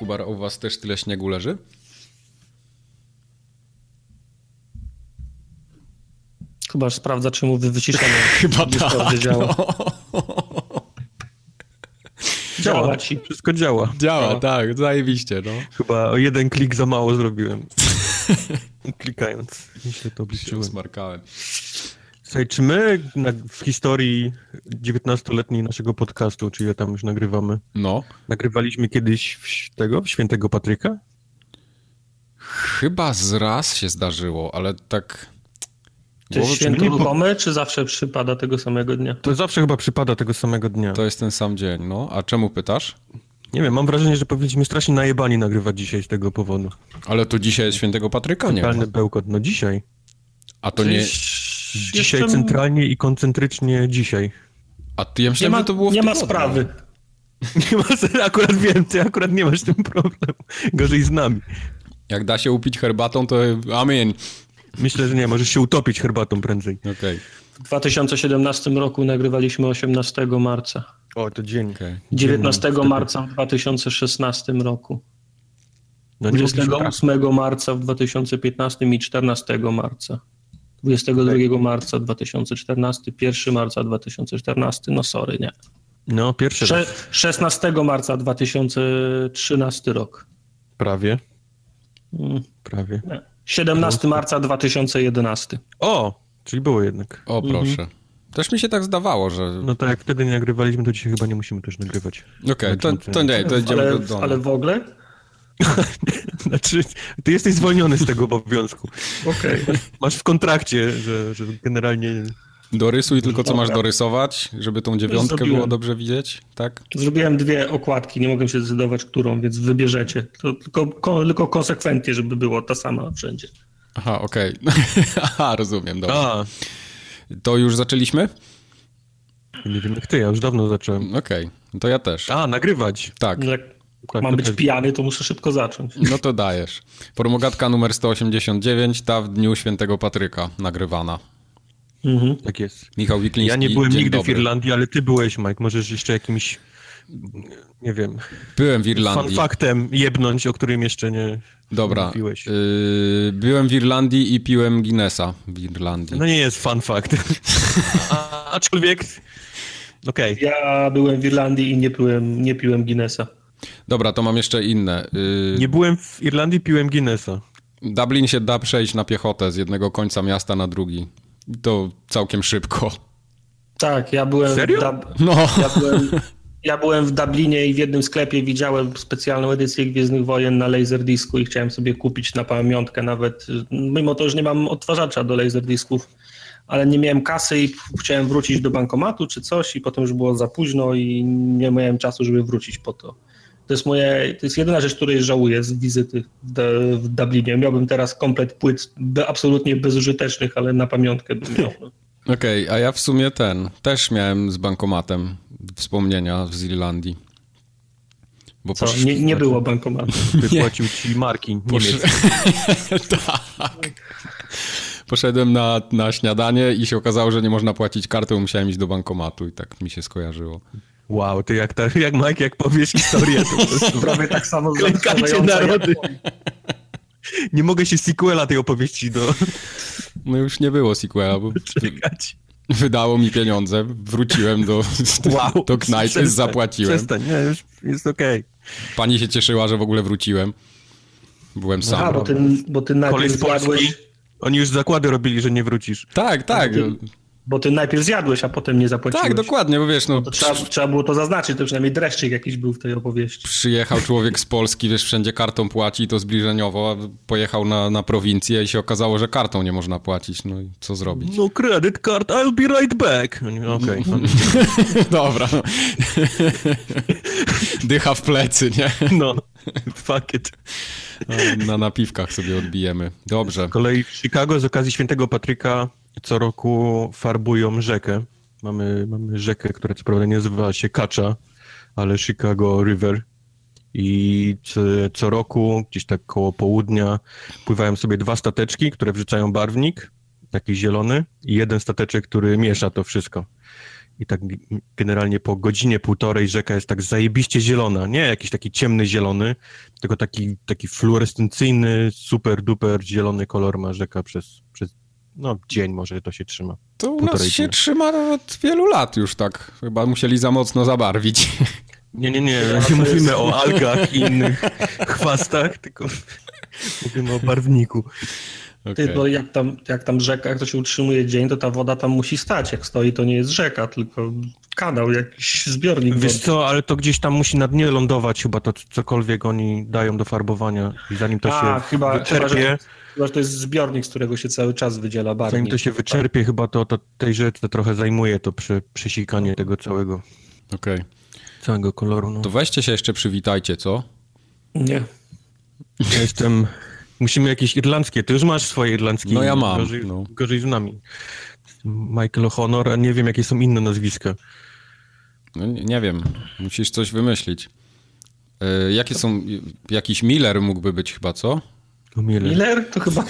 Kubar, u was też tyle śniegu leży? Kubar sprawdza, czy mu wyciszenie. Chyba tak. Działa. Działa ci, wszystko działa. Działa, tak, zajebiście, no. Chyba o jeden klik za mało zrobiłem. Klikając, źle to obliczyłem. Smarkałem. Słuchaj, czy my w historii 19-letniej naszego podcastu, czy ile tam już nagrywamy, nagrywaliśmy kiedyś w Świętego Patryka? Chyba raz się zdarzyło, ale tak... To jest święto ruchome, czy zawsze przypada tego samego dnia? To zawsze chyba przypada tego samego dnia. To jest ten sam dzień, no. A czemu pytasz? Nie wiem, mam wrażenie, że powinniśmy strasznie najebani nagrywać dzisiaj z tego powodu. Ale to dzisiaj jest Świętego Patryka, nie? Totalny bełkot, no dzisiaj. A to nie... Dzisiaj centralnie i koncentrycznie dzisiaj. A ty, ja myślałem, że to było w Nie ma tygodniu. sprawy. Nie ma, akurat wiem, ty akurat nie masz z tym problemu. Gorzej z nami. Jak da się upić herbatą, to amen. Myślę, że nie, możesz się utopić herbatą prędzej. Okej. W 2017 roku nagrywaliśmy 18 marca. O, to dzień. 19 marca w 2016 roku. No 28 marca w 2015 i 14 marca. 22 marca 2014, 1 marca 2014, no sorry, nie. No, pierwszy raz. 16 marca 2013 rok. Prawie. Prawie. 17 marca 2011. O, czyli było jednak. O, proszę. Też mi się tak zdawało, że... No to jak wtedy nie nagrywaliśmy, to dzisiaj chyba nie musimy też nagrywać. Okej, to nie, to idziemy do domu. Ale w ogóle? Znaczy, ty jesteś zwolniony z tego obowiązku. Okej. Masz w kontrakcie, że generalnie... Dorysuj tylko, co masz dorysować, żeby tą 9 było dobrze widzieć, tak? Zrobiłem 2 okładki, nie mogłem się zdecydować, którą, więc wybierzecie. To tylko konsekwentnie, żeby było ta sama wszędzie. Aha, okej. Aha, rozumiem, dobrze. A. To już zaczęliśmy? Nie wiem jak ty, ja już dawno zacząłem. Okej, to ja też. A, nagrywać. Tak. Jak mam być pijany, to muszę szybko zacząć. No to dajesz. Formogatka numer 189, ta w dniu Świętego Patryka nagrywana. Tak jest. Michał Wikliński, ja nie byłem dzień nigdy dobry. w Irlandii, ale ty byłeś, Mike. Możesz jeszcze jakimś, nie wiem... Byłem w Irlandii. Fun faktem jebnąć, o którym jeszcze nie mówiłeś. Byłem w Irlandii i piłem Guinnessa w Irlandii. No nie jest fun fact. Aczkolwiek... Okej. Ja byłem w Irlandii i nie piłem Guinnessa. Dobra, to mam jeszcze inne. Nie byłem w Irlandii, piłem Guinnessa. Dublin się da przejść na piechotę z jednego końca miasta na drugi. To całkiem szybko. Tak, ja byłem... Serio? Ja byłem w Dublinie i w jednym sklepie widziałem specjalną edycję Gwiezdnych Wojen na Laserdiscu i chciałem sobie kupić na pamiątkę nawet, mimo to, że nie mam odtwarzacza do Laserdisków, ale nie miałem kasy i chciałem wrócić do bankomatu czy coś i potem już było za późno i nie miałem czasu, żeby wrócić po to. To jest jedyna rzecz, której żałuję z wizyty w Dublinie. Miałbym teraz komplet płyt absolutnie bezużytecznych, ale na pamiątkę bym miał. Okej, a ja w sumie też miałem z bankomatem wspomnienia z Irlandii. Bo nie było bankomatu. Wypłacił ci marki niemieckie. Tak. Poszedłem na śniadanie i się okazało, że nie można płacić kartą, musiałem iść do bankomatu i tak mi się skojarzyło. Wow, ty jak Mike, jak powiesz historię, to po prostu prawie tak samo klękacie narody. Nie mogę się sequela tej opowieści No już nie było sequela, bo czekać. Wydało mi pieniądze, wróciłem do knajpy, zapłaciłem. Przestań, nie, już jest okej. Pani się cieszyła, że w ogóle wróciłem. Byłem sam. Bo ty najpierw zjadłeś... Oni już zakłady robili, że nie wrócisz. Tak. Bo ty najpierw zjadłeś, a potem nie zapłaciłeś. Tak, dokładnie, bo wiesz, no... To trzeba było to zaznaczyć, to przynajmniej dreszczyk jakiś był w tej opowieści. Przyjechał człowiek z Polski, wiesz, wszędzie kartą płaci, to zbliżeniowo, pojechał na prowincję i się okazało, że kartą nie można płacić, no i co zrobić? No credit card, I'll be right back. Okej. Dobra, no. Dycha w plecy, nie? No, fuck it. Na napiwkach sobie odbijemy. Dobrze. Z kolei w Chicago z okazji Świętego Patryka co roku farbują rzekę. Mamy rzekę, która co prawda nie nazywa się Kacza, ale Chicago River. I co roku, gdzieś tak koło południa, pływają sobie 2 stateczki, które wrzucają barwnik, taki zielony, i jeden stateczek, który miesza to wszystko. i tak generalnie po godzinie, półtorej rzeka jest tak zajebiście zielona. Nie jakiś taki ciemny zielony, tylko taki fluorescencyjny, super duper zielony kolor ma rzeka przez dzień może to się trzyma. To u nas się trzyma od wielu lat już tak. Chyba musieli za mocno zabarwić. Nie mówimy o algach i innych chwastach, tylko mówimy o barwniku. Okay. Bo jak tam rzeka, jak to się utrzymuje dzień, to ta woda tam musi stać. Jak stoi, to nie jest rzeka, tylko kanał, jakiś zbiornik wody. Wiesz co, ale to gdzieś tam musi na dnie lądować chyba to cokolwiek oni dają do farbowania i zanim to się wyczerpie... Chyba, że to jest zbiornik, z którego się cały czas wydziela barwnik. Zanim to się wyczerpie, chyba to tej rzece trochę zajmuje to przesikanie tego całego. Okej. Całego koloru. No. To weźcie się jeszcze przywitajcie, co? Nie. Ja jestem... Musimy jakieś irlandzkie. Ty już masz swoje irlandzkie. No ja mam. Gorzej z nami. Michael O'Connor, a nie wiem, jakie są inne nazwiska. No nie wiem. Musisz coś wymyślić. Jakie są... Jakiś Miller mógłby być chyba, co? Miller? To chyba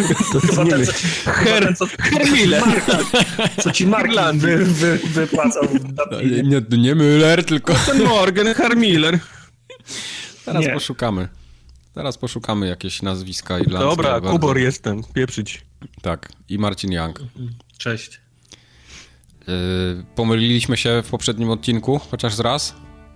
ten, co Miller. Co ci Mark wypłacał w Dublinie. Nie Miller, tylko... Ten Morgan Miller. Teraz poszukamy jakieś nazwiska irlandzkie. Dobra, Kubor jestem, pieprzyć. Tak, i Marcin Young. Cześć. Pomyliliśmy się w poprzednim odcinku, chociaż raz?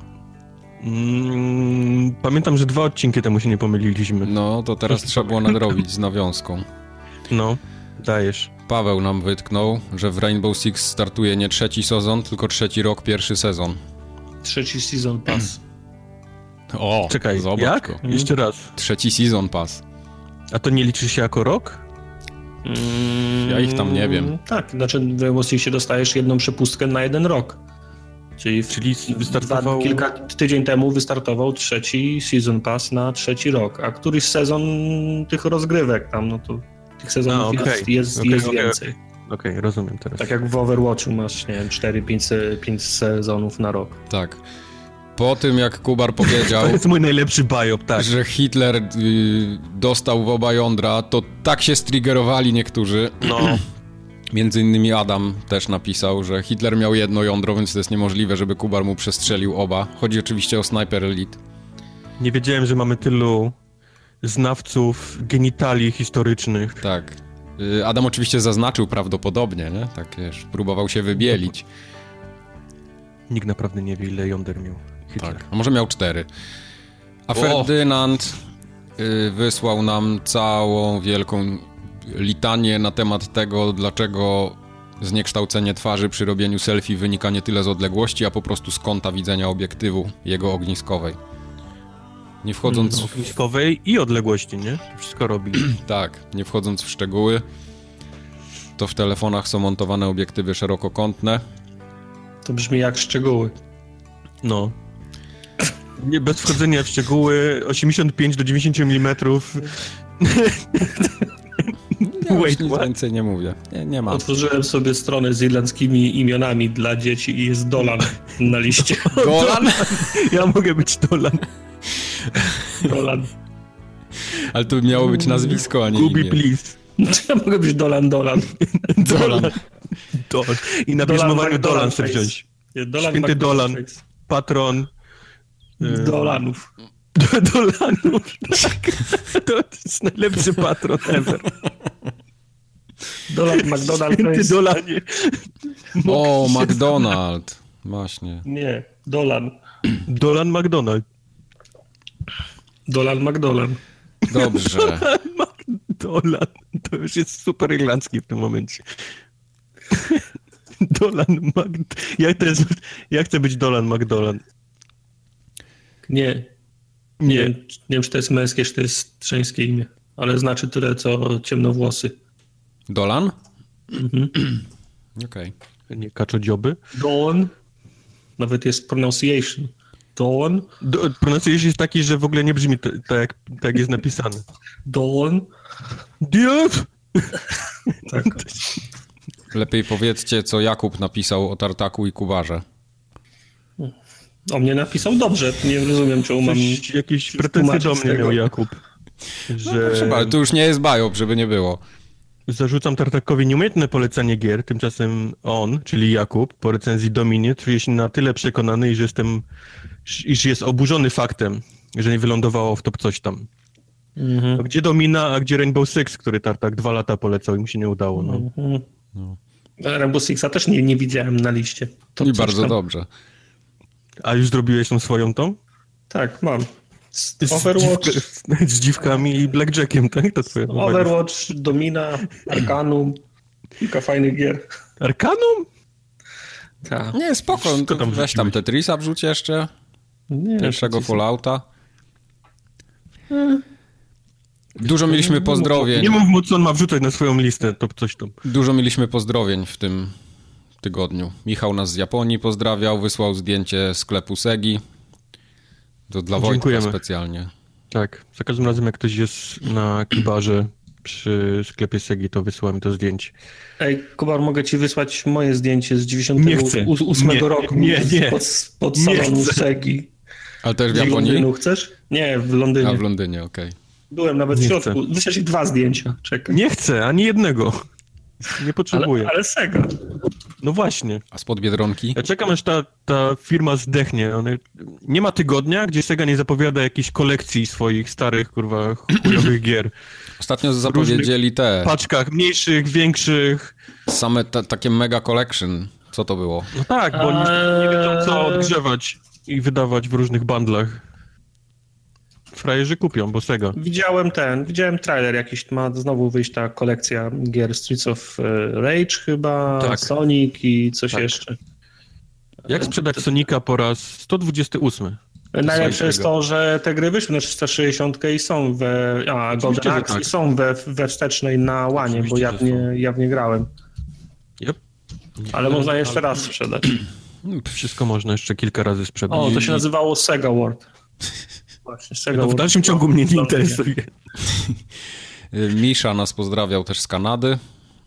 Pamiętam, że 2 odcinki temu się nie pomyliliśmy. No, to teraz trzeba było nadrobić z nawiązką. No, dajesz. Paweł nam wytknął, że w Rainbow Six startuje nie 3. sezon, tylko 3. rok, 1. sezon. 3. season pass. O, czekaj, zobacz jak? go. Jeszcze raz. 3. season pass. A to nie liczy się jako rok? Ja ich tam nie wiem. Tak, znaczy w Rainbow Sixie dostajesz jedną przepustkę na 1 rok. Czyli wystartował... tydzień temu wystartował 3. season pass na 3. rok, a któryś sezon tych rozgrywek tam, no to tych sezonów jest więcej. Okej, rozumiem teraz. Tak jak w Overwatchu masz, nie wiem, 4-5 sezonów na rok. Tak. Po tym, jak Kubar powiedział... To jest mój najlepszy biop, tak. Że Hitler dostał w oba jądra, to tak się striggerowali niektórzy. No. Między innymi Adam też napisał, że Hitler miał jedno jądro, więc to jest niemożliwe, żeby Kubar mu przestrzelił oba. Chodzi oczywiście o Sniper Elite. Nie wiedziałem, że mamy tylu znawców genitali historycznych. Tak. Adam oczywiście zaznaczył prawdopodobnie, nie? Tak, wiesz, próbował się wybielić. Nikt naprawdę nie wie, ile jąder miał Hitler. Tak, a może miał 4. A Ferdynand wysłał nam całą wielką litanię na temat tego, dlaczego zniekształcenie twarzy przy robieniu selfie wynika nie tyle z odległości, a po prostu z kąta widzenia obiektywu jego ogniskowej. Nie wchodząc... Ogniskowej i odległości, nie? To wszystko robi. Tak, nie wchodząc w szczegóły, to w telefonach są montowane obiektywy szerokokątne. To brzmi jak szczegóły. No. Nie, bez wchodzenia w szczegóły, 85 do 90 mm. Nic więcej nie mówię. Nie ma. Otworzyłem sobie stronę z irlandzkimi imionami dla dzieci i jest Dolan na liście. Dolan? Ja mogę być Dolan. Dolan. Ale to miało być nazwisko, a nie Gubi, imię. please. Ja mogę być Dolan. Dolan. I na bierzmowaniu Dolan chcę wziąć. Święty Dolan. Patron. Dolanów. Dolanów. To jest najlepszy patron ever. Dolan McDonald to jest... Dolanie. O, McDonald. Właśnie. Nie, Dolan. Dolan McDonald. Dolan McDonald. Dobrze. Dolan. To już jest super irlandzki w tym momencie. Dolan McDonald. Ja chcę być Dolan McDonald. Nie wiem, czy to jest męskie, czy to jest żeńskie imię, ale znaczy tyle, co ciemnowłosy. Dolan? Mhm. Okej. Nie kaczodzioby? Dolan. Nawet jest pronunciation. Dolan. Pronunciation jest taki, że w ogóle nie brzmi tak jak jest napisane. Dolan. Dios! Tak. Lepiej powiedzcie, co Jakub napisał o Tartaku i Kubarze. O mnie napisał dobrze, nie rozumiem, czemu mam... Jakieś pretensje do mnie miał Jakub. Że... No, proszę, ale to już nie jest biop, żeby nie było. Zarzucam Tartakowi nieumiejętne polecanie gier, tymczasem on, czyli Jakub, po recenzji Dominy, czuje się na tyle przekonany, iż jest oburzony faktem, że nie wylądowało w top coś tam. No, gdzie Domina, a gdzie Rainbow Six, który Tartak 2 lata polecał i mu się nie udało. No. Rainbow Sixa też nie widziałem na liście. I bardzo dobrze. A już zrobiłeś tą swoją tą? Tak, mam. Overwatch. Z dziwkami i Blackjackiem, tak? To twoja Overwatch, Domina, Arcanum. Kilka fajnych gier. Arcanum? Tak. Nie, spoko. Weź tam Tetrisa wrzuć jeszcze. Nie, pierwszego Fallouta. Dużo mieliśmy pozdrowień. Nie mów mu, co on ma wrzucać na swoją listę, to coś tam. Dużo mieliśmy pozdrowień w tym tygodniu. Michał nas z Japonii pozdrawiał, wysłał zdjęcie sklepu Segi. To dla Wojtka specjalnie. Tak, za każdym razem jak ktoś jest na Kibarze przy sklepie Segi, to wysyła mi to zdjęcie. Ej, Kubar, mogę ci wysłać moje zdjęcie z 98 roku pod salonu Segi. Ale też w Japonii? Londynu chcesz? Nie, w Londynie. A w Londynie, okej. Byłem nawet w środku. Wysłać 2 zdjęcia. Czekaj. Nie chcę, ani jednego. Nie potrzebuję. Ale Sega. No właśnie. A spod Biedronki? Ja czekam, aż ta firma zdechnie. Nie ma tygodnia, gdzie Sega nie zapowiada jakiejś kolekcji swoich starych, kurwa, chujowych gier. Ostatnio zapowiedzieli te... W paczkach mniejszych, większych. Same takie mega collection. Co to było? No tak, bo oni nie wiedzą, co odgrzewać i wydawać w różnych bundlach. Frajerzy kupią, bo Sega. Widziałem trailer jakiś, ma znowu wyjść ta kolekcja gier Streets of Rage chyba, tak. Sonic i coś jeszcze. Jak sprzedać Sonika po raz 128? Najlepsze jest to, że te gry wyszły na 360 i są Golden Axe i są we wstecznej na łanie, bo ja w nie grałem. Yep. Ale można jeszcze raz sprzedać. Wszystko można jeszcze kilka razy sprzedać. O, to się nazywało Sega World. Właśnie, Sega w dalszym ciągu mnie nie interesuje. Misza nas pozdrawiał też z Kanady.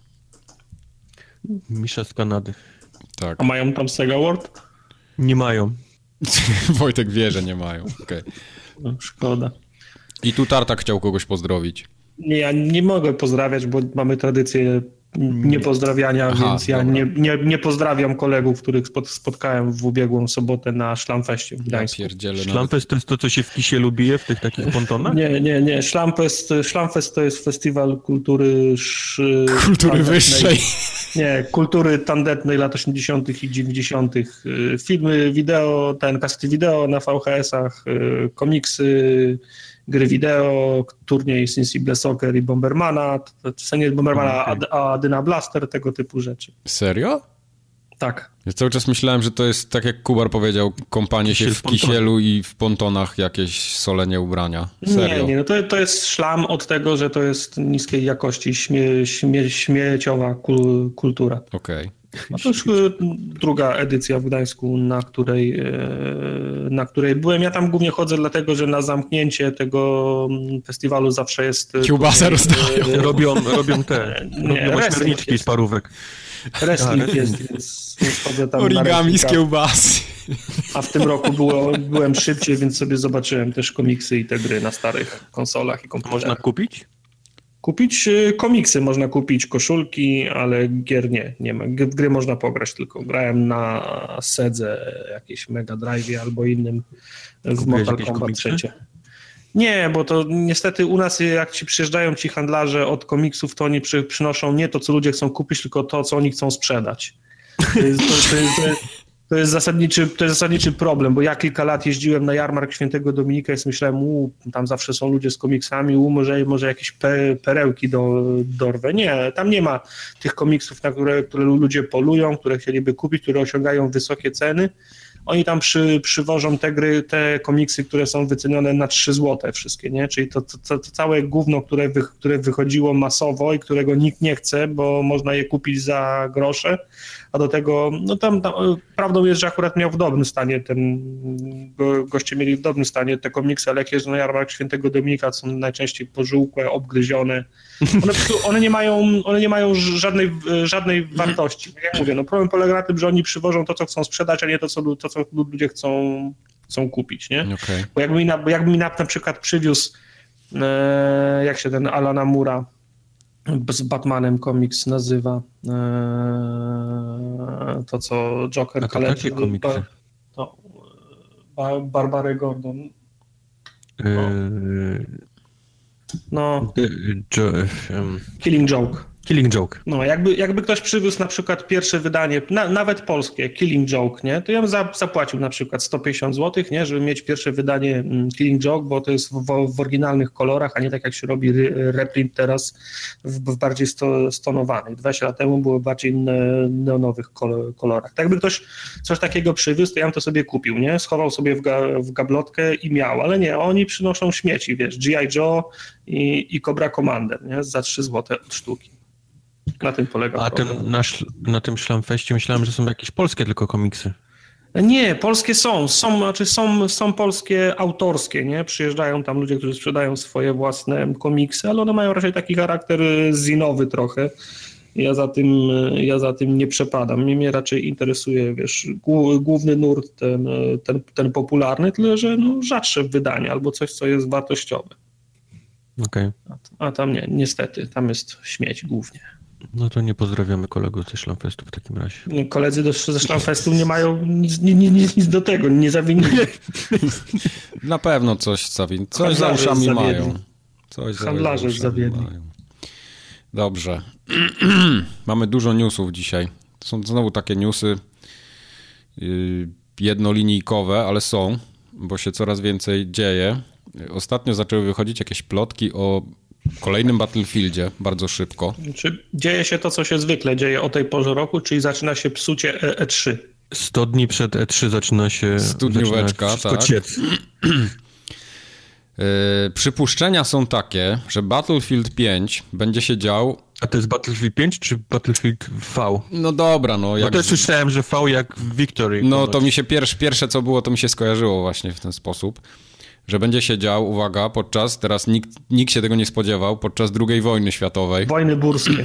Misza z Kanady. Tak. A mają tam Sega World? Nie mają. Wojtek wie, że nie mają. Okay. No, szkoda. I tu Tartak chciał kogoś pozdrowić. Nie, ja nie mogę pozdrawiać, bo mamy tradycję niepozdrawiania, więc ja nie pozdrawiam kolegów, których spotkałem w ubiegłą sobotę na Szlamfeście w Gdańsku. Szlamfest to jest to, co się w Kisielu bije w tych takich pontonach? Nie. Szlamfest to jest festiwal kultury wyższej. Nie, kultury tandetnej lat 80. i 90. Filmy, wideo, kasety wideo na VHS-ach, komiksy, gry wideo, turniej Sensible Soccer i Bombermana, nie Bombermana, a Dyna Blaster, tego typu rzeczy. Serio? Tak. Ja cały czas myślałem, że to jest, tak jak Kubar powiedział, kąpanie się w kisielu i w pontonach jakieś solenie ubrania. Serio? Nie, no to jest szlam od tego, że to jest niskiej jakości, śmieciowa kultura. Okej. A to już druga edycja w Gdańsku, na której byłem. Ja tam głównie chodzę dlatego, że na zamknięcie tego festiwalu zawsze jest... Kiełbasę rozdają. Robią te ośmiorniczki z parówek. Wrestling jest, więc chodzę tam. Origami z kiełbasy. A w tym roku byłem szybciej, więc sobie zobaczyłem też komiksy i te gry na starych konsolach i komputerach. Można kupić? Kupić komiksy, można kupić koszulki, ale gier nie ma. Gry można pograć tylko. Grałem na Sedze, jakiejś Mega Drive albo innym w Mortal Kombat 3. Nie, bo to niestety u nas jak przyjeżdżają ci handlarze od komiksów, to oni przynoszą nie to, co ludzie chcą kupić, tylko to, co oni chcą sprzedać. To jest zasadniczy problem, bo ja kilka lat jeździłem na jarmark Świętego Dominika i myślałem, tam zawsze są ludzie z komiksami, może jakieś perełki dorwę. Nie, tam nie ma tych komiksów, na które ludzie polują, które chcieliby kupić, które osiągają wysokie ceny. Oni tam przywożą te komiksy, które są wycenione na 3 zł wszystkie, nie? Czyli to całe gówno, które wychodziło masowo i którego nikt nie chce, bo można je kupić za grosze, a do tego, tam prawdą jest, że akurat miał w dobrym stanie goście mieli w dobrym stanie te komiksy, ale jak jest na jarmark Świętego Dominika, są najczęściej pożółkłe, obgryzione. One nie mają żadnej wartości. Jak ja mówię, problem polega na tym, że oni przywożą to, co chcą sprzedać, a nie to, co ludzie chcą kupić, nie? Okay. Bo jakby mi na przykład przywiózł jak się ten Alana Moore'a z Batmanem komiks nazywa. To, co Joker kaleczy. Barbary Gordon. Killing Joke. Killing Joke. No, jakby ktoś przywiózł na przykład pierwsze wydanie, nawet polskie, Killing Joke, nie? To ja bym zapłacił na przykład 150 zł, nie? Żeby mieć pierwsze wydanie Killing Joke, bo to jest w oryginalnych kolorach, a nie tak jak się robi reprint teraz w bardziej stonowanych. 20 lat temu było bardziej neonowych kolorach. Tak jakby ktoś coś takiego przywiózł, to ja bym to sobie kupił, nie? Schował sobie w gablotkę i miał, ale nie, oni przynoszą śmieci, wiesz, G.I. Joe i Cobra Commander, nie? Za 3 zł od sztuki. Na tym polega problem. Na tym Szlamfeście myślałem, że są jakieś polskie tylko komiksy. Nie, polskie są polskie autorskie, nie? Przyjeżdżają tam ludzie, którzy sprzedają swoje własne komiksy, ale one mają raczej taki charakter zinowy trochę. Ja za tym nie przepadam. Mnie raczej interesuje, wiesz, główny nurt, ten popularny, tyle że rzadsze wydanie albo coś, co jest wartościowe. Okej. A tam nie, niestety, tam jest śmieć głównie. No to nie pozdrawiamy kolegów ze Szlamfestu w takim razie. Koledzy ze Szlamfestu nie mają nic do tego, nie zawinili. Na pewno coś za uszami mają. Handlarze zawiedli. Dobrze. Mamy dużo newsów dzisiaj. To są znowu takie newsy jednolinijkowe, ale są, bo się coraz więcej dzieje. Ostatnio zaczęły wychodzić jakieś plotki o kolejnym Battlefieldzie, bardzo szybko. Czy dzieje się to, co się zwykle dzieje o tej porze roku, czyli zaczyna się psucie E3? 100 dni przed E3 zaczyna się studnióweczka, tak. Ciec. Przypuszczenia są takie, że Battlefield 5 będzie się dział... A to jest Battlefield 5 czy Battlefield V? No dobra, no. Ja też słyszałem, że V jak Victory. No to mi się pierwsze co było, to mi się skojarzyło właśnie w ten sposób, że będzie się dział, uwaga, teraz nikt się tego nie spodziewał, podczas II wojny światowej. Wojny burskie.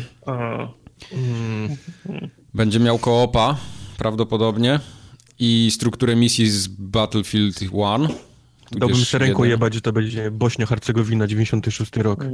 Będzie miał koopa prawdopodobnie i strukturę misji z Battlefield 1. Dałbym się ręką jebać, że to będzie Bośnia-Hercegowina, 96 rok.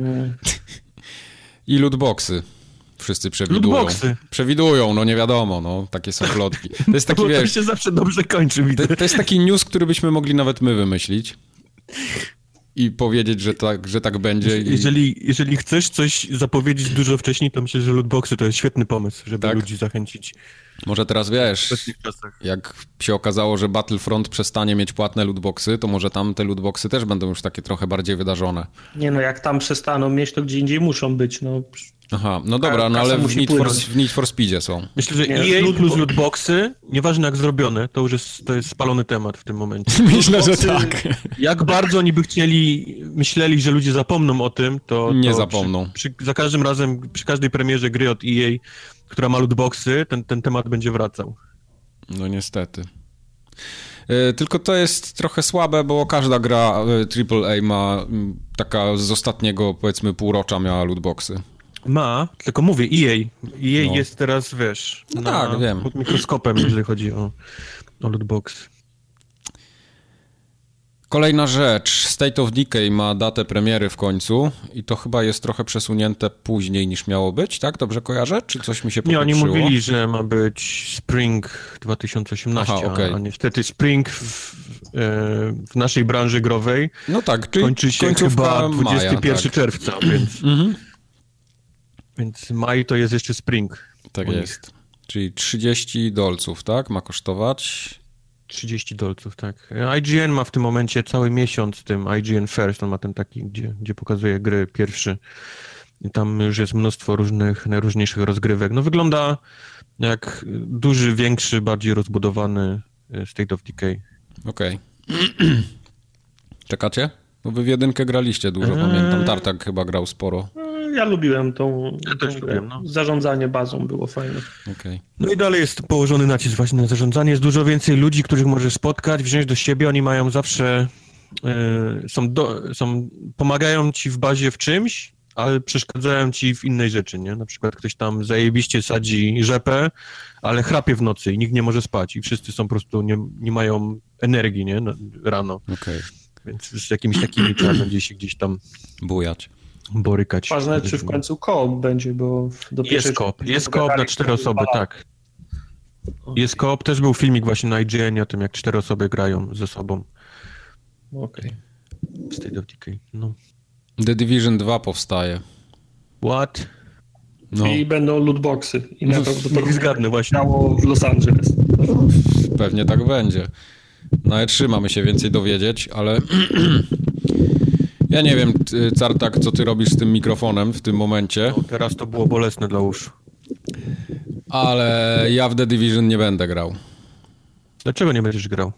I lootboxy. Wszyscy przewidują. Lootboxy? Przewidują, no nie wiadomo, no takie są plotki. To jest taki, to się zawsze dobrze kończy, widzę. To jest taki news, który byśmy mogli nawet my wymyślić i powiedzieć, że tak będzie. Jeżeli chcesz coś zapowiedzieć dużo wcześniej, to myślę, że lootboxy to jest świetny pomysł, żeby ludzi zachęcić. Może teraz wiesz, jak się okazało, że Battlefront przestanie mieć płatne lootboxy, to może tam te lootboxy też będą już takie trochę bardziej wydarzone. Nie no, jak tam przestaną mieć, to gdzie indziej muszą być, no. Aha, no dobra, no ale w Need for Speedzie są. Myślę, że EA plus lootboxy, nieważne jak zrobione, to jest spalony temat w tym momencie. Myślę, że tak. Jak bardzo oni by myśleli, że ludzie zapomną o tym, to nie zapomną. Za każdym razem, przy każdej premierze gry od EA, która ma lootboxy, ten temat będzie wracał. No niestety. Tylko to jest trochę słabe, bo każda gra AAA ma taka z ostatniego, powiedzmy, półrocza miała lootboxy. Ma, tylko mówię, EA jest teraz, wiesz, tak, wiem. Pod mikroskopem, jeżeli chodzi o lootbox. Kolejna rzecz, State of Decay ma datę premiery w końcu i to chyba jest trochę przesunięte później niż miało być, tak? Dobrze kojarzę? Czy coś mi się popieprzyło? Nie, oni mówili, że ma być Spring 2018, a niestety Spring w naszej branży growej kończy się chyba 21 czerwca, więc... Więc maj to jest jeszcze Spring. Tak jest. Czyli $30, tak? Ma kosztować? $30, tak. IGN ma w tym momencie cały miesiąc tym IGN First, on ma ten taki, gdzie pokazuje gry pierwszy. I tam już jest mnóstwo najróżniejszych rozgrywek. No wygląda jak duży, większy, bardziej rozbudowany State of Decay. Okej. Czekacie? Bo wy w jedynkę graliście dużo, pamiętam. Tartak chyba grał sporo. Ja lubiłem tą grę. Zarządzanie bazą było fajne. Okay. No i dalej jest położony nacisk właśnie na zarządzanie. Jest dużo więcej ludzi, których możesz spotkać, wziąć do siebie. Oni mają zawsze... pomagają ci w bazie w czymś, ale przeszkadzają ci w innej rzeczy, nie? Na przykład ktoś tam zajebiście sadzi rzepę, ale chrapie w nocy i nikt nie może spać i wszyscy są po prostu, nie mają energii, nie? Rano. Okay. Więc z jakimiś takimi trzeba będzie się gdzieś tam bujać. borykać. Ważne, czy w końcu koop będzie, bo... Jest koop na 4 osoby, tak. Jest koop, też był filmik właśnie na IGN o tym, jak 4 osoby grają ze sobą. Okej. State of Decay, no. The Division 2 powstaje. What? No. I będą lootboxy. I na to zgadnę właśnie. W Los Angeles. Pewnie tak będzie. Na E3 mamy się więcej dowiedzieć, ale ja nie wiem, Cartak, co ty robisz z tym mikrofonem w tym momencie. No, teraz to było bolesne dla uszu. Ale ja w The Division nie będę grał. Dlaczego nie będziesz grał?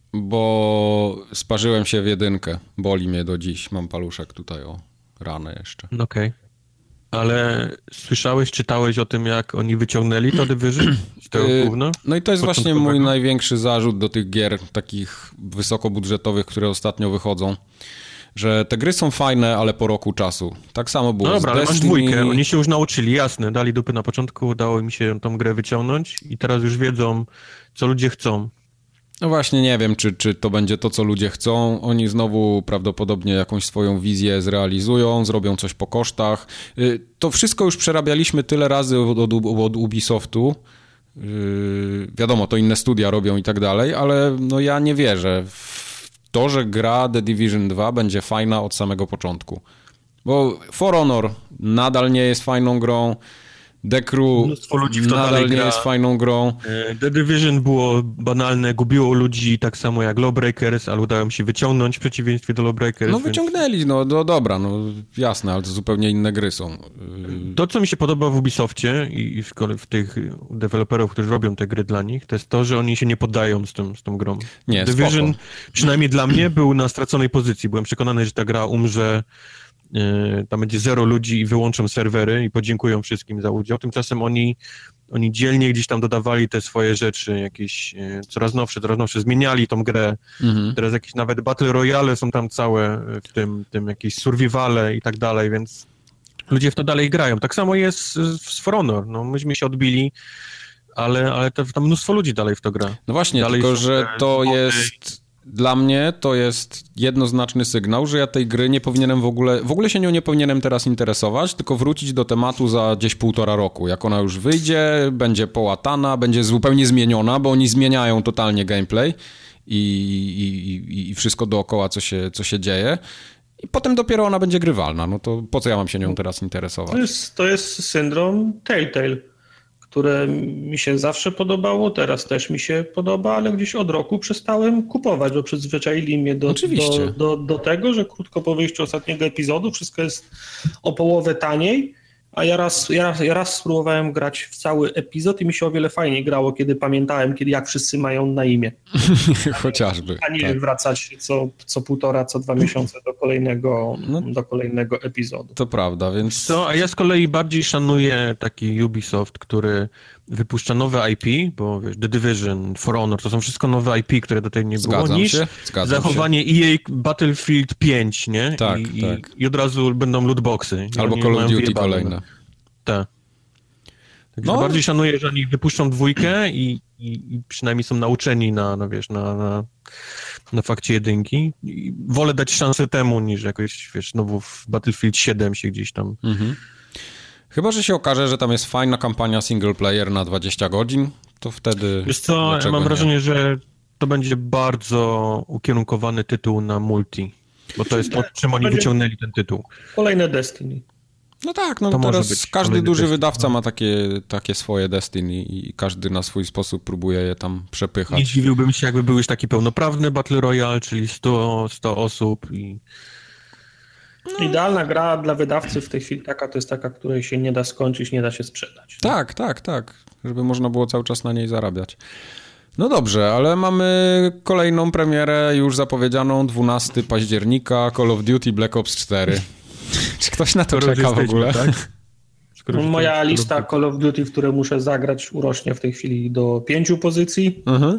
Bo sparzyłem się w 1. Boli mnie do dziś. Mam paluszek tutaj, o ranę jeszcze. Okej. Ale słyszałeś, czytałeś o tym, jak oni wyciągnęli to Division? Z tego gówna? No i to jest właśnie mój największy zarzut do tych gier takich wysokobudżetowych, które ostatnio wychodzą. Że te gry są fajne, ale po roku czasu. Tak samo było no dobra, z Destiny. Ale masz 2. Oni się już nauczyli, jasne. Dali dupy na początku, udało mi się tą grę wyciągnąć i teraz już wiedzą, co ludzie chcą. No właśnie nie wiem, czy to będzie to, co ludzie chcą. Oni znowu prawdopodobnie jakąś swoją wizję zrealizują, zrobią coś po kosztach. To wszystko już przerabialiśmy tyle razy od Ubisoftu. Wiadomo, to inne studia robią i tak dalej, ale no ja nie wierzę w to, że gra The Division 2 będzie fajna od samego początku. Bo For Honor nadal nie jest fajną grą. The Crew nadal nie jest fajną grą. The Division było banalne, gubiło ludzi tak samo jak Lawbreakers, ale udało mi się wyciągnąć w przeciwieństwie do Lawbreakers. No wyciągnęli, no dobra, no jasne, ale to zupełnie inne gry są. To, co mi się podoba w Ubisoftie i w tych deweloperów, którzy robią te gry dla nich, to jest to, że oni się nie poddają z tą grą. Nie, Division, spoko. Przynajmniej dla mnie, był na straconej pozycji. Byłem przekonany, że ta gra umrze, tam będzie 0 ludzi i wyłączą serwery i podziękują wszystkim za udział. Tymczasem oni dzielnie gdzieś tam dodawali te swoje rzeczy, jakieś coraz nowsze, zmieniali tą grę. Teraz jakieś nawet Battle Royale są tam całe, w tym jakieś survivale i tak dalej, więc ludzie w to dalej grają. Tak samo jest z For Honor. No, myśmy się odbili, ale tam mnóstwo ludzi dalej w to gra. No właśnie, dalej tylko że to jest... Dla mnie to jest jednoznaczny sygnał, że ja tej gry nie powinienem w ogóle się nią nie powinienem teraz interesować, tylko wrócić do tematu za gdzieś 1,5 roku. Jak ona już wyjdzie, będzie połatana, będzie zupełnie zmieniona, bo oni zmieniają totalnie gameplay i wszystko dookoła, co się dzieje. I potem dopiero ona będzie grywalna. No to po co ja mam się nią teraz interesować? To jest syndrom Telltale, które mi się zawsze podobało, teraz też mi się podoba, ale gdzieś od roku przestałem kupować, bo przyzwyczaili mnie do tego, że krótko po wyjściu ostatniego epizodu wszystko jest o połowę taniej, a ja raz spróbowałem grać w cały epizod i mi się o wiele fajniej grało, kiedy pamiętałem, jak wszyscy mają na imię. Chociażby. A nie wracać co 1,5, co 2 miesiące do kolejnego epizodu. To prawda, więc... A ja z kolei bardziej szanuję taki Ubisoft, który wypuszcza nowe IP, bo wiesz, The Division, For Honor, to są wszystko nowe IP, które do tej nie było, niż zachowanie EA Battlefield 5, nie? Tak, I od razu będą lootboxy. Albo Call of Duty kolejne. Tak. Także bardziej szanuję, że oni wypuszczą 2 i przynajmniej są nauczeni na fakcie 1. I wolę dać szansę temu, niż jakoś, znowu w Battlefield 7 się gdzieś tam... Chyba, że się okaże, że tam jest fajna kampania single player na 20 godzin, to wtedy... Wiesz co, ja mam wrażenie, że to będzie bardzo ukierunkowany tytuł na multi, bo to jest to, czym oni wyciągnęli ten tytuł. Kolejne Destiny. No tak, no to teraz każdy duży wydawca ma takie swoje Destiny i każdy na swój sposób próbuje je tam przepychać. Nie dziwiłbym się, jakby był już taki pełnoprawny Battle Royale, czyli 100 osób i... Idealna gra dla wydawcy w tej chwili to jest taka, której się nie da skończyć, nie da się sprzedać. Tak, żeby można było cały czas na niej zarabiać. No dobrze, ale mamy kolejną premierę już zapowiedzianą 12 października Call of Duty Black Ops 4. Czy ktoś na to czeka w ogóle? Tak? Moja lista Call of Duty, w które muszę zagrać, urośnie w tej chwili do 5 pozycji.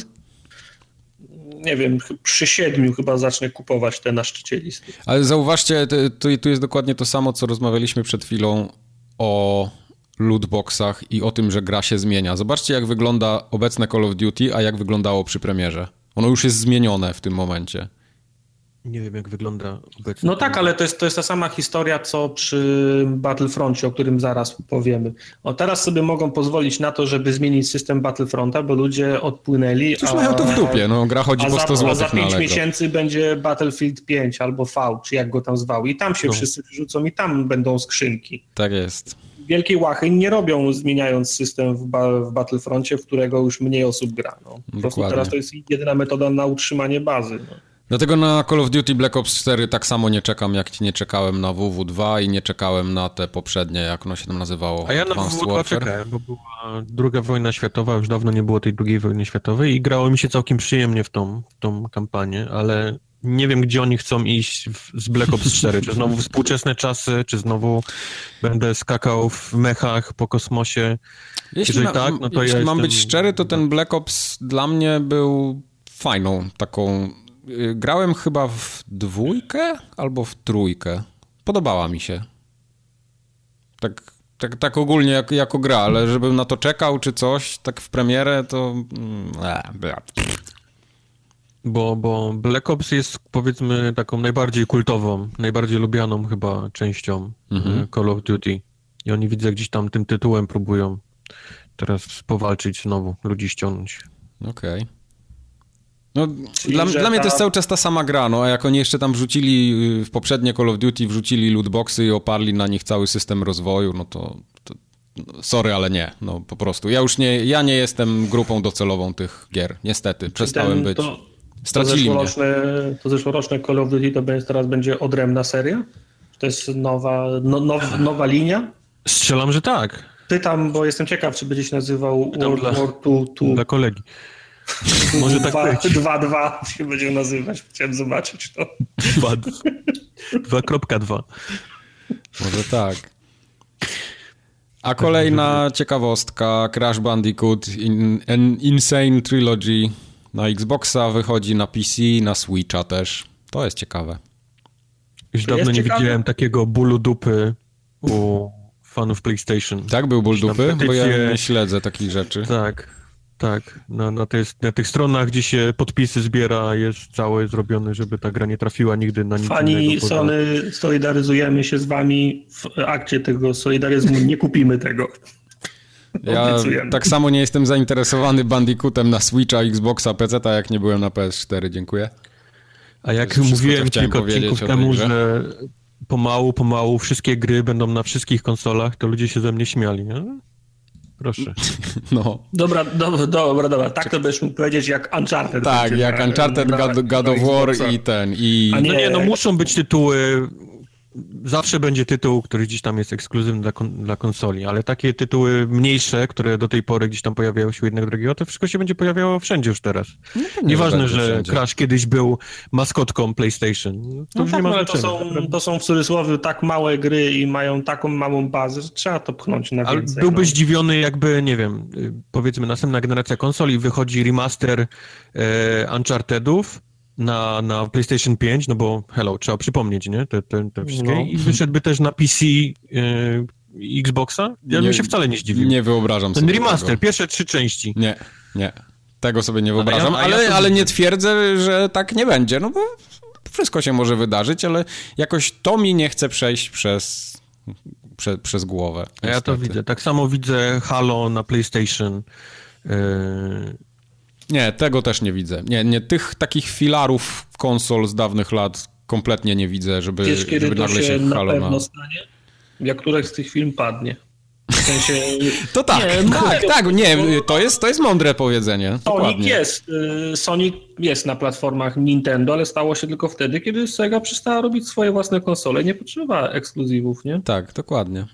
Nie wiem, przy 7 chyba zacznę kupować te na szczycie listy. Ale zauważcie, tu jest dokładnie to samo, co rozmawialiśmy przed chwilą o lootboxach i o tym, że gra się zmienia. Zobaczcie, jak wygląda obecne Call of Duty, a jak wyglądało przy premierze. Ono już jest zmienione w tym momencie. Nie wiem, jak wygląda obecnie. No tak, ale to jest ta sama historia, co przy Battlefroncie, o którym zaraz powiemy. Teraz sobie mogą pozwolić na to, żeby zmienić system Battlefronta, bo ludzie odpłynęli. Cóż mają to w dupie, gra chodzi po 100 zł. A za 5 miesięcy będzie Battlefield 5 albo V, czy jak go tam zwał. I tam się wszyscy przerzucą i tam będą skrzynki. Tak jest. Wielkiej łachy nie robią, zmieniając system w Battlefroncie, w którego już mniej osób gra. Po prostu teraz to jest jedyna metoda na utrzymanie bazy. Dlatego na Call of Duty Black Ops 4 tak samo nie czekam, jak nie czekałem na WW2 i nie czekałem na te poprzednie, jak ono się tam nazywało. A ja na WW2 czekałem, bo była II wojna światowa, już dawno nie było tej II wojny światowej i grało mi się całkiem przyjemnie w tą kampanię, ale nie wiem, gdzie oni chcą iść z Black Ops 4. Czy znowu współczesne czasy, czy znowu będę skakał w mechach po kosmosie. Jeżeli tak, no to jeśli mam być szczery, to ten Black Ops dla mnie był fajną taką... Grałem chyba w 2 albo w 3. Podobała mi się. Tak ogólnie jako gra, ale żebym na to czekał czy coś, tak w premierę, to... Bo Black Ops jest, powiedzmy, taką najbardziej kultową, najbardziej lubianą chyba częścią Call of Duty. I oni, widzę, gdzieś tam tym tytułem próbują teraz powalczyć znowu, ludzi ściągnąć. Okej. No, dla mnie to jest cały czas ta sama gra, a jak oni jeszcze tam wrzucili w poprzednie Call of Duty, wrzucili lootboxy i oparli na nich cały system rozwoju, no to sorry, ale nie, po prostu. Ja nie jestem grupą docelową tych gier, niestety, przestałem być. Stracili mnie. To zeszłoroczne Call of Duty teraz będzie odrębna seria? Czy to jest nowa linia? Strzelam, że tak. Pytam, bo jestem ciekaw, czy będzie się nazywał World War II. Dla kolegi. Może tak być. 2.2 się będzie nazywać. Chciałem zobaczyć to. 2.2. Może tak. A kolejna ciekawostka, Crash Bandicoot Insane Trilogy na Xboxa wychodzi, na PC, na Switcha też. To jest ciekawe. Już dawno nie widziałem takiego bólu dupy u fanów PlayStation. Tak, był ból dupy? Bo ja nie śledzę takich rzeczy. Tak. Na tych stronach, gdzie się podpisy zbiera, jest całe zrobione, żeby ta gra nie trafiła nigdy na nic Fani innego. Sony, solidaryzujemy się z wami w akcie tego solidaryzmu, nie kupimy tego. Ja tak samo nie jestem zainteresowany Bandicootem na Switcha, Xboxa, PC-ta, jak nie byłem na PS4, dziękuję. A jak mówiłem kilka odcinków temu, że pomału wszystkie gry będą na wszystkich konsolach, to ludzie się ze mnie śmiali, nie? Proszę. No. Dobra. Tak to byś mógł powiedzieć jak Uncharted. Tak, jak Uncharted, God of War i ten. Muszą być tytuły... Zawsze będzie tytuł, który gdzieś tam jest ekskluzywny dla konsoli, ale takie tytuły mniejsze, które do tej pory gdzieś tam pojawiały się jednego drugiego, to wszystko się będzie pojawiało wszędzie już teraz. Nieważne, że wszędzie. Crash kiedyś był maskotką PlayStation. To już nie ma znaczenia. To są w cudzysłowie tak małe gry i mają taką małą bazę, że trzeba to pchnąć na więcej. Ale byłbyś zdziwiony, jakby, nie wiem, powiedzmy następna generacja konsoli, wychodzi remaster Unchartedów, na PlayStation 5, no bo trzeba przypomnieć, nie? Te wszystkie. I wyszedłby też na PC Xboxa. Ja bym się wcale nie zdziwił. Nie wyobrażam sobie ten remaster, tego. Pierwsze 3 części. Nie. Tego sobie nie wyobrażam, ale nie twierdzę, że tak nie będzie, no bo wszystko się może wydarzyć, ale jakoś to mi nie chce przejść przez głowę. A ja to widzę. Tak samo widzę Halo na PlayStation. Nie, tego też nie widzę. Nie, tych takich filarów konsol z dawnych lat kompletnie nie widzę, żeby nagle się na pewno stanie? Jak któreś z tych film padnie. W sensie... To tak, to jest mądre powiedzenie. Sonic jest na platformach Nintendo, ale stało się tylko wtedy, kiedy Sega przestała robić swoje własne konsole i nie potrzebowała ekskluzywów, nie? Tak, dokładnie.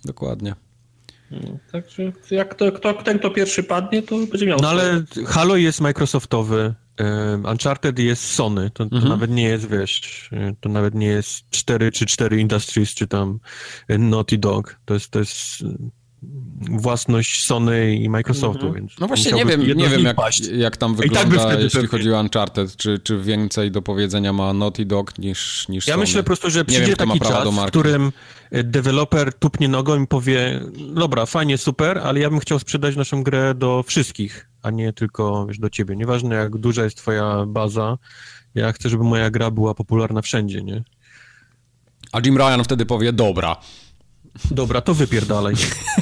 Także jak ten, kto pierwszy padnie, to będzie miał. No ale Halo jest Microsoftowy, Uncharted jest Sony, to nawet nie jest, to nawet nie jest 4 Industries, czy tam Naughty Dog, to jest własność Sony i Microsoftu, więc... No właśnie nie wiem jak tam wygląda, jeśli chodzi o Uncharted, czy więcej do powiedzenia ma Naughty Dog niż Ja Sony. myślę po prostu, że przyjdzie taki czas, w którym deweloper tupnie nogą i powie, dobra, fajnie, super, ale ja bym chciał sprzedać naszą grę do wszystkich a nie tylko, wiesz, do ciebie. Nieważne, jak duża jest twoja baza, ja chcę, żeby moja gra była popularna wszędzie, nie? A Jim Ryan wtedy powie, dobra. Dobra, to wypierdalaj.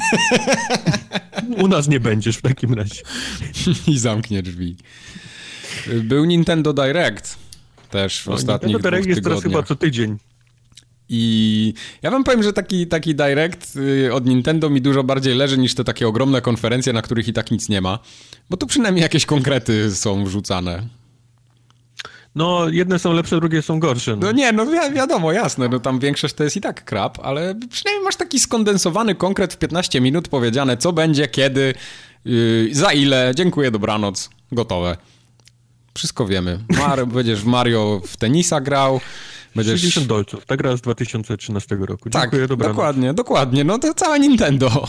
U nas nie będziesz w takim razie. I zamknie drzwi. Był Nintendo Direct też w ostatnich Nintendo Direct jest teraz chyba co tydzień. I ja wam powiem, że taki Direct od Nintendo mi dużo bardziej leży niż te takie ogromne konferencje, na których i tak nic nie ma. Bo tu przynajmniej jakieś konkrety są wrzucane. No, jedne są lepsze, drugie są gorsze. No nie, no wiadomo, jasne, no tam większość to jest i tak crap, ale przynajmniej masz taki skondensowany konkret w 15 minut powiedziane, co będzie, kiedy, za ile, dziękuję, dobranoc, gotowe. Wszystko wiemy. Będziesz w Mario w tenisa grał. Będziesz... $60. Ta gra z 2013 roku. Dziękuję, tak, dobranoc. dokładnie. No to całe Nintendo.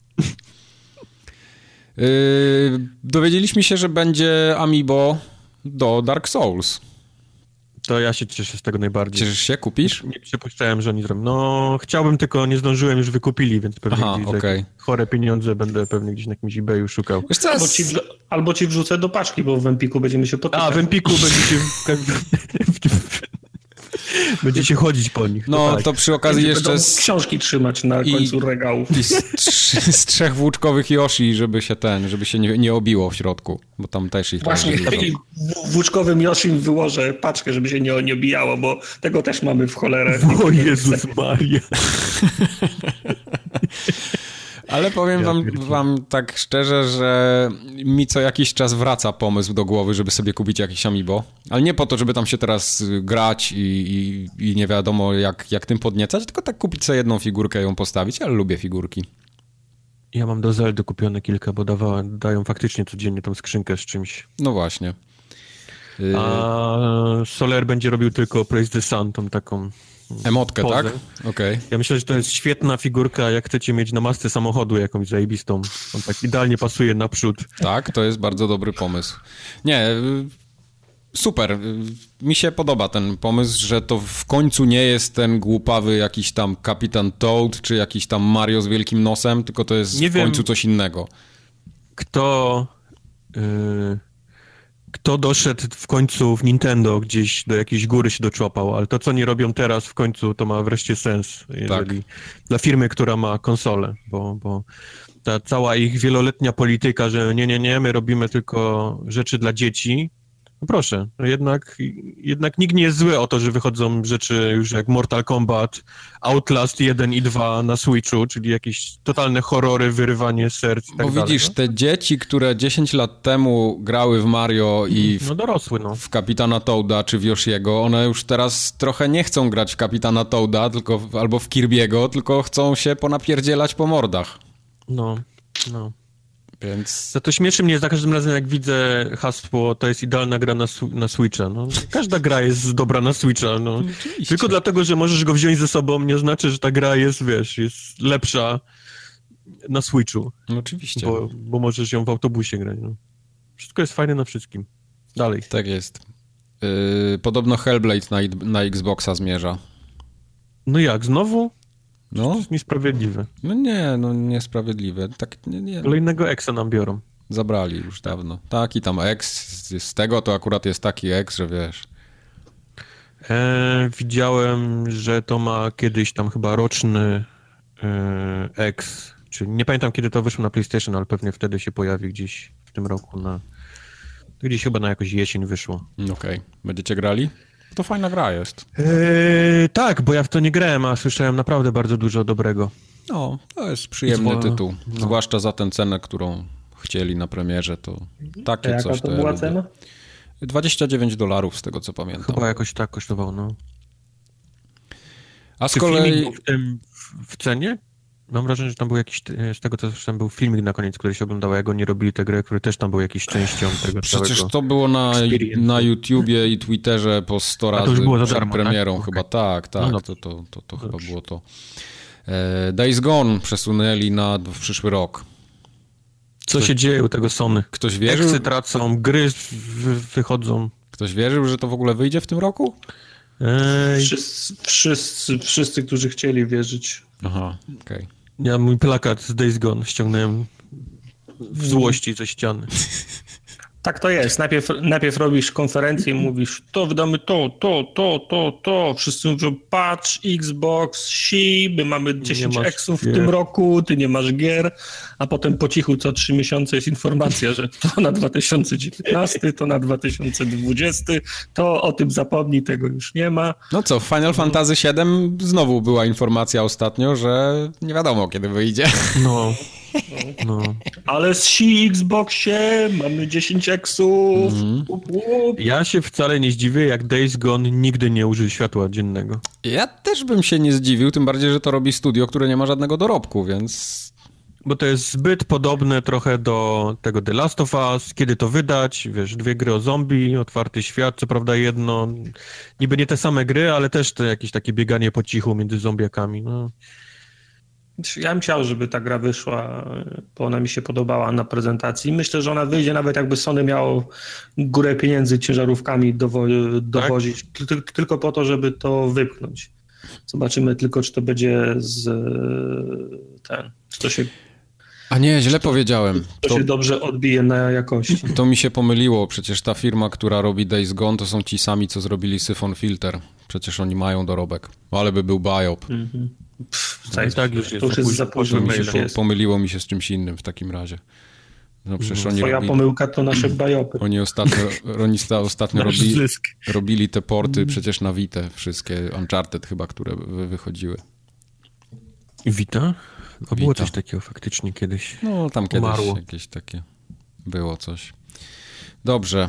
Dowiedzieliśmy się, że będzie Amiibo do Dark Souls. To ja się cieszę z tego najbardziej. Cieszysz się? Kupisz? Nie przypuszczałem, że oni zrobią. No, chciałbym, tylko nie zdążyłem, już wykupili, więc pewnie chore pieniądze będę pewnie gdzieś na jakimś eBayu szukał. Wiesz co, albo ci wrzucę do paczki, bo w Empiku będziemy się potykać. A, w Empiku będziecie... Będziecie chodzić po nich. No, to przy okazji jeszcze... książki trzymać na końcu regałów. I z 3 włóczkowych Yoshi, żeby się nie obiło w środku, bo tam też ich... Właśnie, włóczkowym Yoshi wyłożę paczkę, żeby się nie obijało, bo tego też mamy w cholerę. O Jezus Maria. Ale powiem wam tak szczerze, że mi co jakiś czas wraca pomysł do głowy, żeby sobie kupić jakieś Amiibo. Ale nie po to, żeby tam się teraz grać i nie wiadomo jak tym podniecać, tylko tak kupić sobie jedną figurkę i ją postawić, ale lubię figurki. Ja mam do Zeldy kupione kilka, bo dają faktycznie codziennie tą skrzynkę z czymś. No właśnie. A Soler będzie robił tylko Praise the Sun, tą taką... Emotkę, pozę. Tak? Okej. Ja myślę, że to jest świetna figurka, jak chcecie mieć na masce samochodu jakąś zajebistą. On tak idealnie pasuje naprzód. Tak, to jest bardzo dobry pomysł. Nie, super. Mi się podoba ten pomysł, że to w końcu nie jest ten głupawy jakiś tam Kapitan Toad, czy jakiś tam Mario z wielkim nosem, tylko to jest końcu coś innego. Kto doszedł w końcu w Nintendo, gdzieś do jakiejś góry się doczłapał, ale to, co nie robią teraz w końcu, to ma wreszcie sens, jeżeli dla firmy, która ma konsolę, bo ta cała ich wieloletnia polityka, że nie, my robimy tylko rzeczy dla dzieci, no proszę, no jednak nikt nie jest zły o to, że wychodzą rzeczy już jak Mortal Kombat, Outlast 1 i 2 na Switchu, czyli jakieś totalne horrory, wyrywanie serc i tak dalej. Bo widzisz, te dzieci, które 10 lat temu grały w Mario i w Kapitana Toada czy w Yoshiego, one już teraz trochę nie chcą grać w Kapitana Toada albo w Kirby'ego, tylko chcą się ponapierdzielać po mordach. No. Więc... To śmieszy mnie za każdym razem, jak widzę hasło, to jest idealna gra na Switcha. No, każda gra jest dobra na Switcha. No. Tylko dlatego, że możesz go wziąć ze sobą, nie znaczy, że ta gra jest, jest lepsza na Switchu. No, oczywiście. Bo możesz ją w autobusie grać. No. Wszystko jest fajne na wszystkim. Dalej. Tak jest. Podobno Hellblade na Xboxa zmierza. No jak, znowu? No. To jest niesprawiedliwe. No niesprawiedliwe. Tak, nie. Kolejnego Exa nam biorą. Zabrali już dawno. Taki tam Ex, z tego to akurat jest taki Ex, że wiesz. Widziałem, że to ma kiedyś tam chyba roczny Ex, czyli nie pamiętam kiedy to wyszło na PlayStation, ale pewnie wtedy się pojawi gdzieś w tym roku gdzieś chyba na jakąś jesień wyszło. Okej. Będziecie grali? To fajna gra jest. Tak, bo ja w to nie grałem, a słyszałem naprawdę bardzo dużo dobrego. No, to jest przyjemny tytuł. No. Zwłaszcza za tę cenę, którą chcieli na premierze, to takie jaka coś. To była cena? $29 z tego co pamiętam. Chyba jakoś tak kosztował, no. A z kolei... w cenie? Mam wrażenie, że tam był jakiś, z tego co słyszałem, był filmik na koniec, który się oglądał, jak oni robili tę grę, który też tam był jakiś częścią tego Przecież całego to było na YouTubie i Twitterze po 100 razy przed premierą. Tak? Chyba tak. No. To chyba było to. Days Gone przesunęli w przyszły rok. Co się dzieje u tego Sony? Ktoś wierzył? Eksy tracą, gry wychodzą. Ktoś wierzył, że to w ogóle wyjdzie w tym roku? Wszyscy, którzy chcieli wierzyć. Aha, okej. Ja mój plakat z Days Gone ściągnąłem w złości ze ściany. Tak to jest. Najpierw robisz konferencję i mówisz, to wydamy to. Wszyscy mówią, patrz, Xbox, my mamy 10 eksów w tym roku, ty nie masz gier, a potem po cichu co 3 miesiące jest informacja, że to na 2019, to na 2020, to o tym zapomnij, tego już nie ma. No co, w Final Fantasy VII znowu była informacja ostatnio, że nie wiadomo kiedy wyjdzie. No. Ale z Xboxie mamy 10 eksów. Ja się wcale nie zdziwię, jak Days Gone nigdy nie użył światła dziennego. Ja też bym się nie zdziwił, tym bardziej, że to robi studio, które nie ma żadnego dorobku, więc... Bo to jest zbyt podobne trochę do tego The Last of Us, kiedy to wydać, wiesz, 2 gry o zombie, otwarty świat, co prawda jedno, niby nie te same gry, ale też to jakieś takie bieganie po cichu między zombiakami, no. Ja bym chciał, żeby ta gra wyszła, bo ona mi się podobała na prezentacji. Myślę, że ona wyjdzie nawet jakby Sony miało górę pieniędzy ciężarówkami dowozić, tak? Tylko po to, żeby to wypchnąć. Zobaczymy tylko, czy to będzie czy to się... A nie, źle powiedziałem. To się dobrze odbije na jakości. To mi się pomyliło, przecież ta firma, która robi Days Gone, to są ci sami, co zrobili Syphon Filter. Przecież oni mają dorobek. Ale by był Biop. To już jest za późno. Pomyliło mi się z czymś innym w takim razie. No przecież oni Twoja pomyłka to nasze Biopy. Oni ostatnio robili te porty przecież na Vita, wszystkie Uncharted chyba, które wychodziły. Vita? A było coś takiego faktycznie kiedyś. No tam umarło. Kiedyś jakieś takie było coś. Dobrze.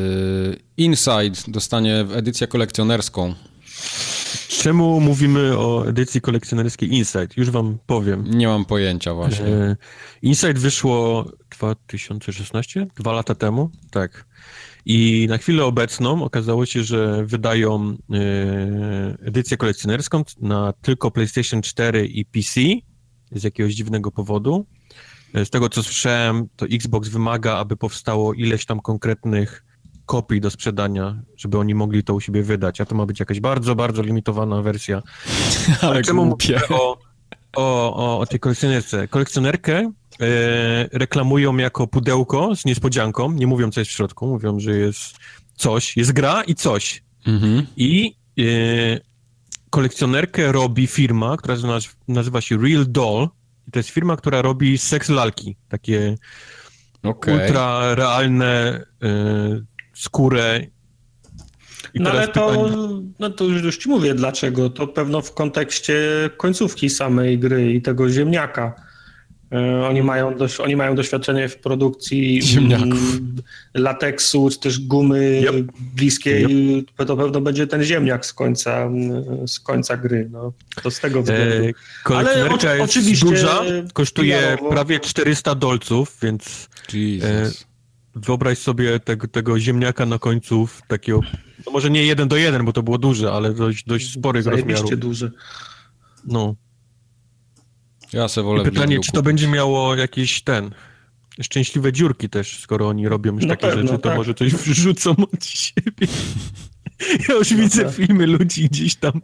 Inside dostanie edycję kolekcjonerską. Czemu mówimy o edycji kolekcjonerskiej Inside? Już wam powiem. Nie mam pojęcia właśnie. Inside wyszło 2016? 2 lata temu? Tak. I na chwilę obecną okazało się, że wydają edycję kolekcjonerską na tylko PlayStation 4 i PC z jakiegoś dziwnego powodu. Z tego, co słyszałem, to Xbox wymaga, aby powstało ileś tam konkretnych kopii do sprzedania, żeby oni mogli to u siebie wydać, a to ma być jakaś bardzo, bardzo limitowana wersja. Ale czemu mówię o tej kolekcjonerce? Kolekcjonerkę reklamują jako pudełko z niespodzianką, nie mówią, co jest w środku, mówią, że jest coś, jest gra i coś. I kolekcjonerkę robi firma, która nazywa się Real Doll. I to jest firma, która robi seks lalki, takie ultra realne, skórę. Ale to już ci mówię dlaczego. To pewno w kontekście końcówki samej gry i tego ziemniaka. Oni mają doświadczenie w produkcji lateksu, czy też gumy bliskiej. To pewno będzie ten ziemniak z końca gry. No. To z tego względu. Kolekcjonerka jest oczywiście duża, kosztuje prawie $400, więc wyobraź sobie tego ziemniaka na końcu takiego, no może nie 1:1, bo to było duże, ale dość sporych rozmiarów. Zajebiście duże. No. Ja se wolę. I pytanie, czy to będzie miało jakieś szczęśliwe dziurki też, skoro oni robią już takie rzeczy, to może coś wrzucą od siebie. Ja już widzę filmy ludzi gdzieś tam.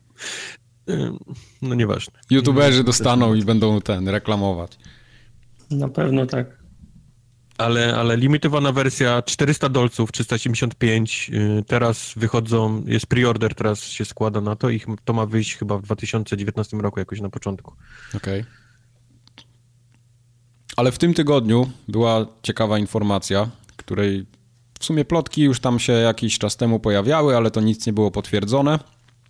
No nieważne. YouTuberzy dostaną i będą reklamować. Na pewno tak. Ale limitowana wersja $400, 375, teraz jest pre-order, teraz się składa na to i to ma wyjść chyba w 2019 roku jakoś na początku. Okej. Ale w tym tygodniu była ciekawa informacja, której w sumie plotki już tam się jakiś czas temu pojawiały, ale to nic nie było potwierdzone.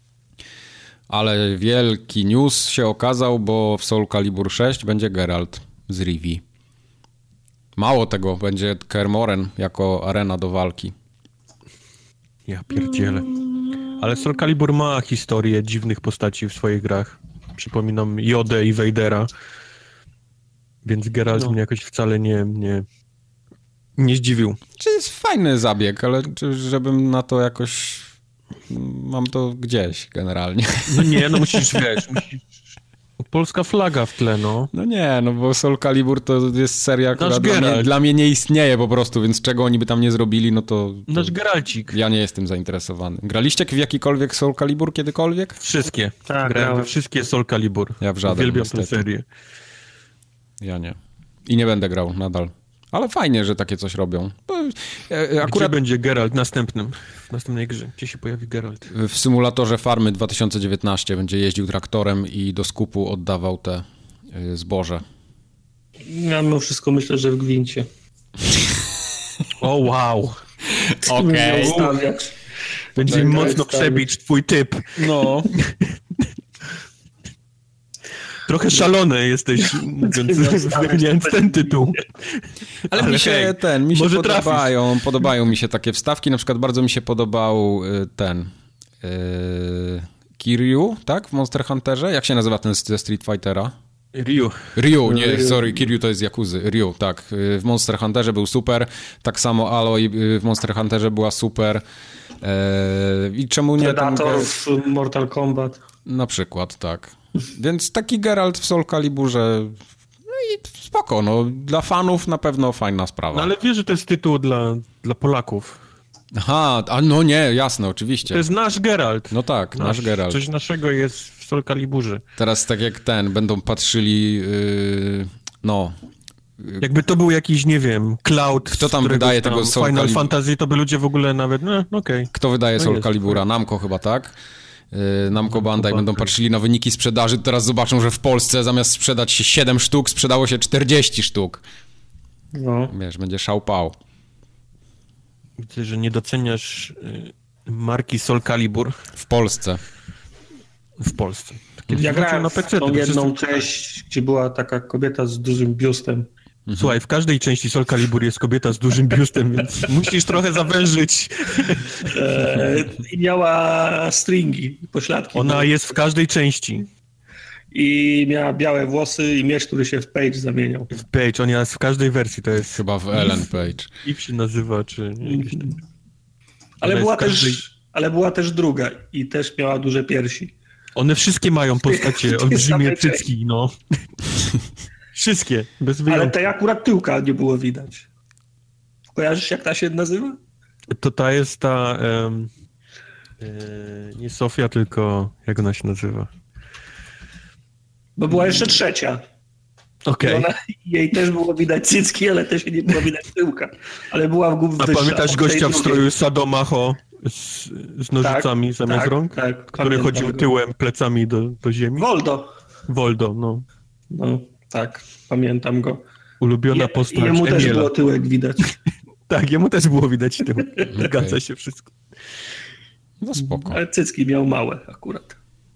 Ale wielki news się okazał, bo w Soul Calibur 6 będzie Geralt z Rivii. Mało tego, będzie Kermoren jako arena do walki. Ja pierdzielę. Ale Soul Calibur ma historię dziwnych postaci w swoich grach. Przypominam Jodę i Vadera. Więc Geralt mnie jakoś wcale nie zdziwił. To jest fajny zabieg, ale żebym na to jakoś... Mam to gdzieś generalnie. No nie, musisz. Polska flaga w tle, no. No nie, bo Soul Calibur to jest seria, która dla mnie nie istnieje po prostu, więc czego oni by tam nie zrobili, no to... Nasz Geralcik. Ja nie jestem zainteresowany. Graliście w jakikolwiek Soul Calibur kiedykolwiek? Wszystkie. Tak, grałem we wszystkie Soul Calibur. Ja w żaden. Uwielbiam tę serię. Ja nie. I nie będę grał nadal. Ale fajnie, że takie coś robią. Gdzie będzie Geralt w następnej grze? Gdzie się pojawi Geralt? W symulatorze Farmy 2019 będzie jeździł traktorem i do skupu oddawał te zboże. Ja mimo wszystko myślę, że w Gwincie. O wow! Okej. Będzie im mocno przebić twój typ. No. Trochę szalony jesteś, wymieniając ten tytuł. Ale mi się podobają mi się takie wstawki. Na przykład bardzo mi się podobał Kiryu, tak? W Monster Hunterze. Jak się nazywa ten ze Street Fightera? Ryu, Kiryu to jest z Yakuzy. Ryu, tak. W Monster Hunterze był super. Tak samo Aloy w Monster Hunterze była super. I czemu nie... Predator w Mortal Kombat. Na przykład, tak. Więc taki Geralt w Soul Caliburze, no i spoko, no. Dla fanów na pewno fajna sprawa. No ale wiesz, że to jest tytuł dla Polaków. Aha, no nie, jasne, oczywiście. To jest nasz Geralt. No tak, nasz Geralt. Coś naszego jest w Soul Caliburze. Teraz tak jak będą patrzyli, jakby to był jakiś, nie wiem, Cloud. Kto tam wydaje tego Soul Calibur? Final Fantasy, to by ludzie w ogóle nawet, okej. Kto wydaje Soul Calibura? Namco chyba, tak? Namco Bandai będą patrzyli na wyniki sprzedaży, teraz zobaczą, że w Polsce zamiast sprzedać się 7 sztuk, sprzedało się 40 sztuk. No. Wiesz, będzie szałpał. Widzę, że nie doceniasz marki Soul Calibur. W Polsce. Ja grałem w tą jedną część, gdzie była taka kobieta z dużym biustem. Słuchaj, w każdej części Soul Calibur jest kobieta z dużym biustem, więc musisz trochę zawężyć. I miała stringi, pośladki. Ona jest w każdej części. I miała białe włosy i miecz, który się w Page zamieniał. W Page, on jest w każdej wersji, to jest... Chyba w Ellen Page. Eve się nazywa, czy... Ale była też druga i też miała duże piersi. One wszystkie mają postacie olbrzymie cycki, no. Wszystkie, bez wyjątku. Ale tej akurat tyłka nie było widać. Kojarzysz, jak ta się nazywa? To ta jest ta... nie Sofia, tylko... Jak ona się nazywa? Bo była jeszcze trzecia. Okej. Jej też było widać cycki, ale też nie było widać tyłka. Ale była w głównym. A pamiętasz gościa w stroju Sadomaso z nożycami zamiast rąk? Tak, który chodził tyłem, plecami do ziemi? Voldo, no. No, tak, pamiętam go. Ulubiona postać jemu Emiela. też było tyłek widać. Tak, jemu też było widać tyłek. Zgadza się wszystko. No spoko. Ale cycki miał małe akurat.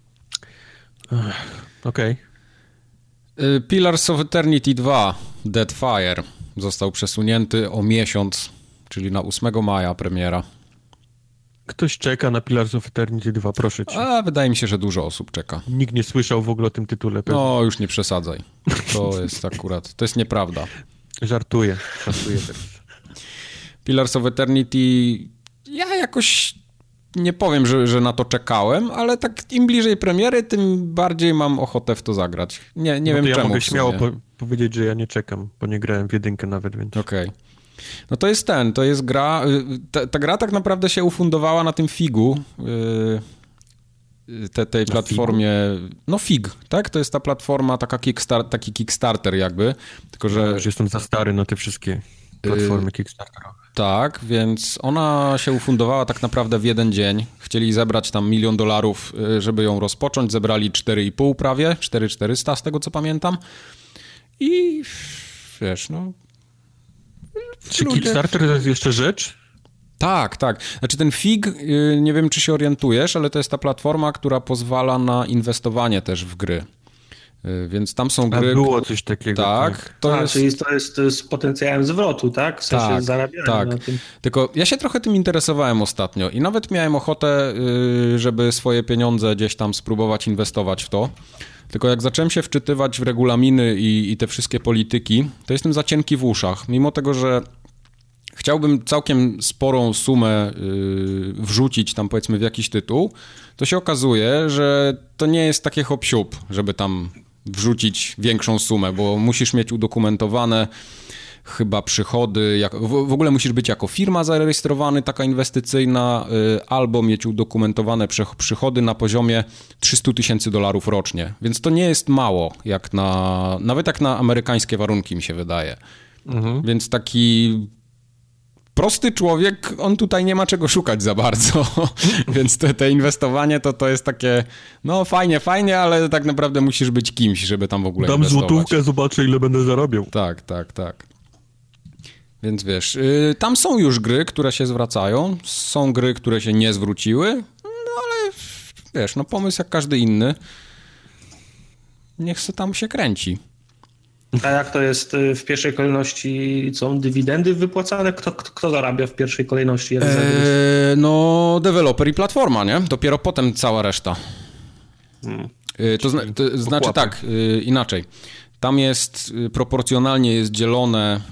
Okej. Pillars of Eternity 2 Deadfire został przesunięty o miesiąc, czyli na 8 maja premiera. Ktoś czeka na Pillars of Eternity 2, proszę cię. A wydaje mi się, że dużo osób czeka. Nikt nie słyszał w ogóle o tym tytule. Pewnie. No, już nie przesadzaj. To jest akurat, to jest nieprawda. Żartuję teraz. Pillars of Eternity, ja jakoś nie powiem, że na to czekałem, ale tak im bliżej premiery, tym bardziej mam ochotę w to zagrać. Nie wiem ja czemu. Mogę śmiało powiedzieć, że ja nie czekam, bo nie grałem w jedynkę nawet, więc... Okej. No to jest gra, ta gra tak naprawdę się ufundowała na tym Figu, tej platformie, no Fig, tak? To jest ta platforma, taki Kickstarter jakby, tylko że... Ja już jestem za stary na te wszystkie platformy Kickstarterowe. Tak, więc ona się ufundowała tak naprawdę w jeden dzień. Chcieli zebrać tam $1 milion, żeby ją rozpocząć. Zebrali 4,5 prawie, 4,400 z tego co pamiętam. I wiesz, no... Czy Kickstarter to jest jeszcze rzecz? Tak. Znaczy ten Fig, nie wiem czy się orientujesz, ale to jest ta platforma, która pozwala na inwestowanie też w gry. Więc tam są gry... A było coś takiego. Tak. Czyli to jest z potencjałem zwrotu, tak? W sensie zarabiania na tym. Tylko ja się trochę tym interesowałem ostatnio i nawet miałem ochotę, żeby swoje pieniądze gdzieś tam spróbować inwestować w to. Tylko jak zacząłem się wczytywać w regulaminy i te wszystkie polityki, to jestem za cienki w uszach. Mimo tego, że chciałbym całkiem sporą sumę wrzucić tam powiedzmy w jakiś tytuł, to się okazuje, że to nie jest takie hop-siup, żeby tam wrzucić większą sumę, bo musisz mieć udokumentowane chyba przychody, w ogóle musisz być jako firma zarejestrowany, taka inwestycyjna, albo mieć udokumentowane przychody na poziomie $300,000 rocznie, więc to nie jest mało, nawet jak na amerykańskie warunki mi się wydaje. Więc taki prosty człowiek, on tutaj nie ma czego szukać za bardzo, więc te inwestowanie to jest takie, no fajnie, ale tak naprawdę musisz być kimś, żeby tam w ogóle inwestować. Dam złotówkę, zobaczę ile będę zarabiał. Tak. Więc wiesz, tam są już gry, które się zwracają, są gry, które się nie zwróciły, no ale wiesz, no pomysł jak każdy inny, niech se tam się kręci. A jak to jest w pierwszej kolejności? Są dywidendy wypłacane? Kto zarabia w pierwszej kolejności? No, deweloper i platforma, nie? Dopiero potem cała reszta. To znaczy tak, inaczej. Tam jest, proporcjonalnie jest dzielone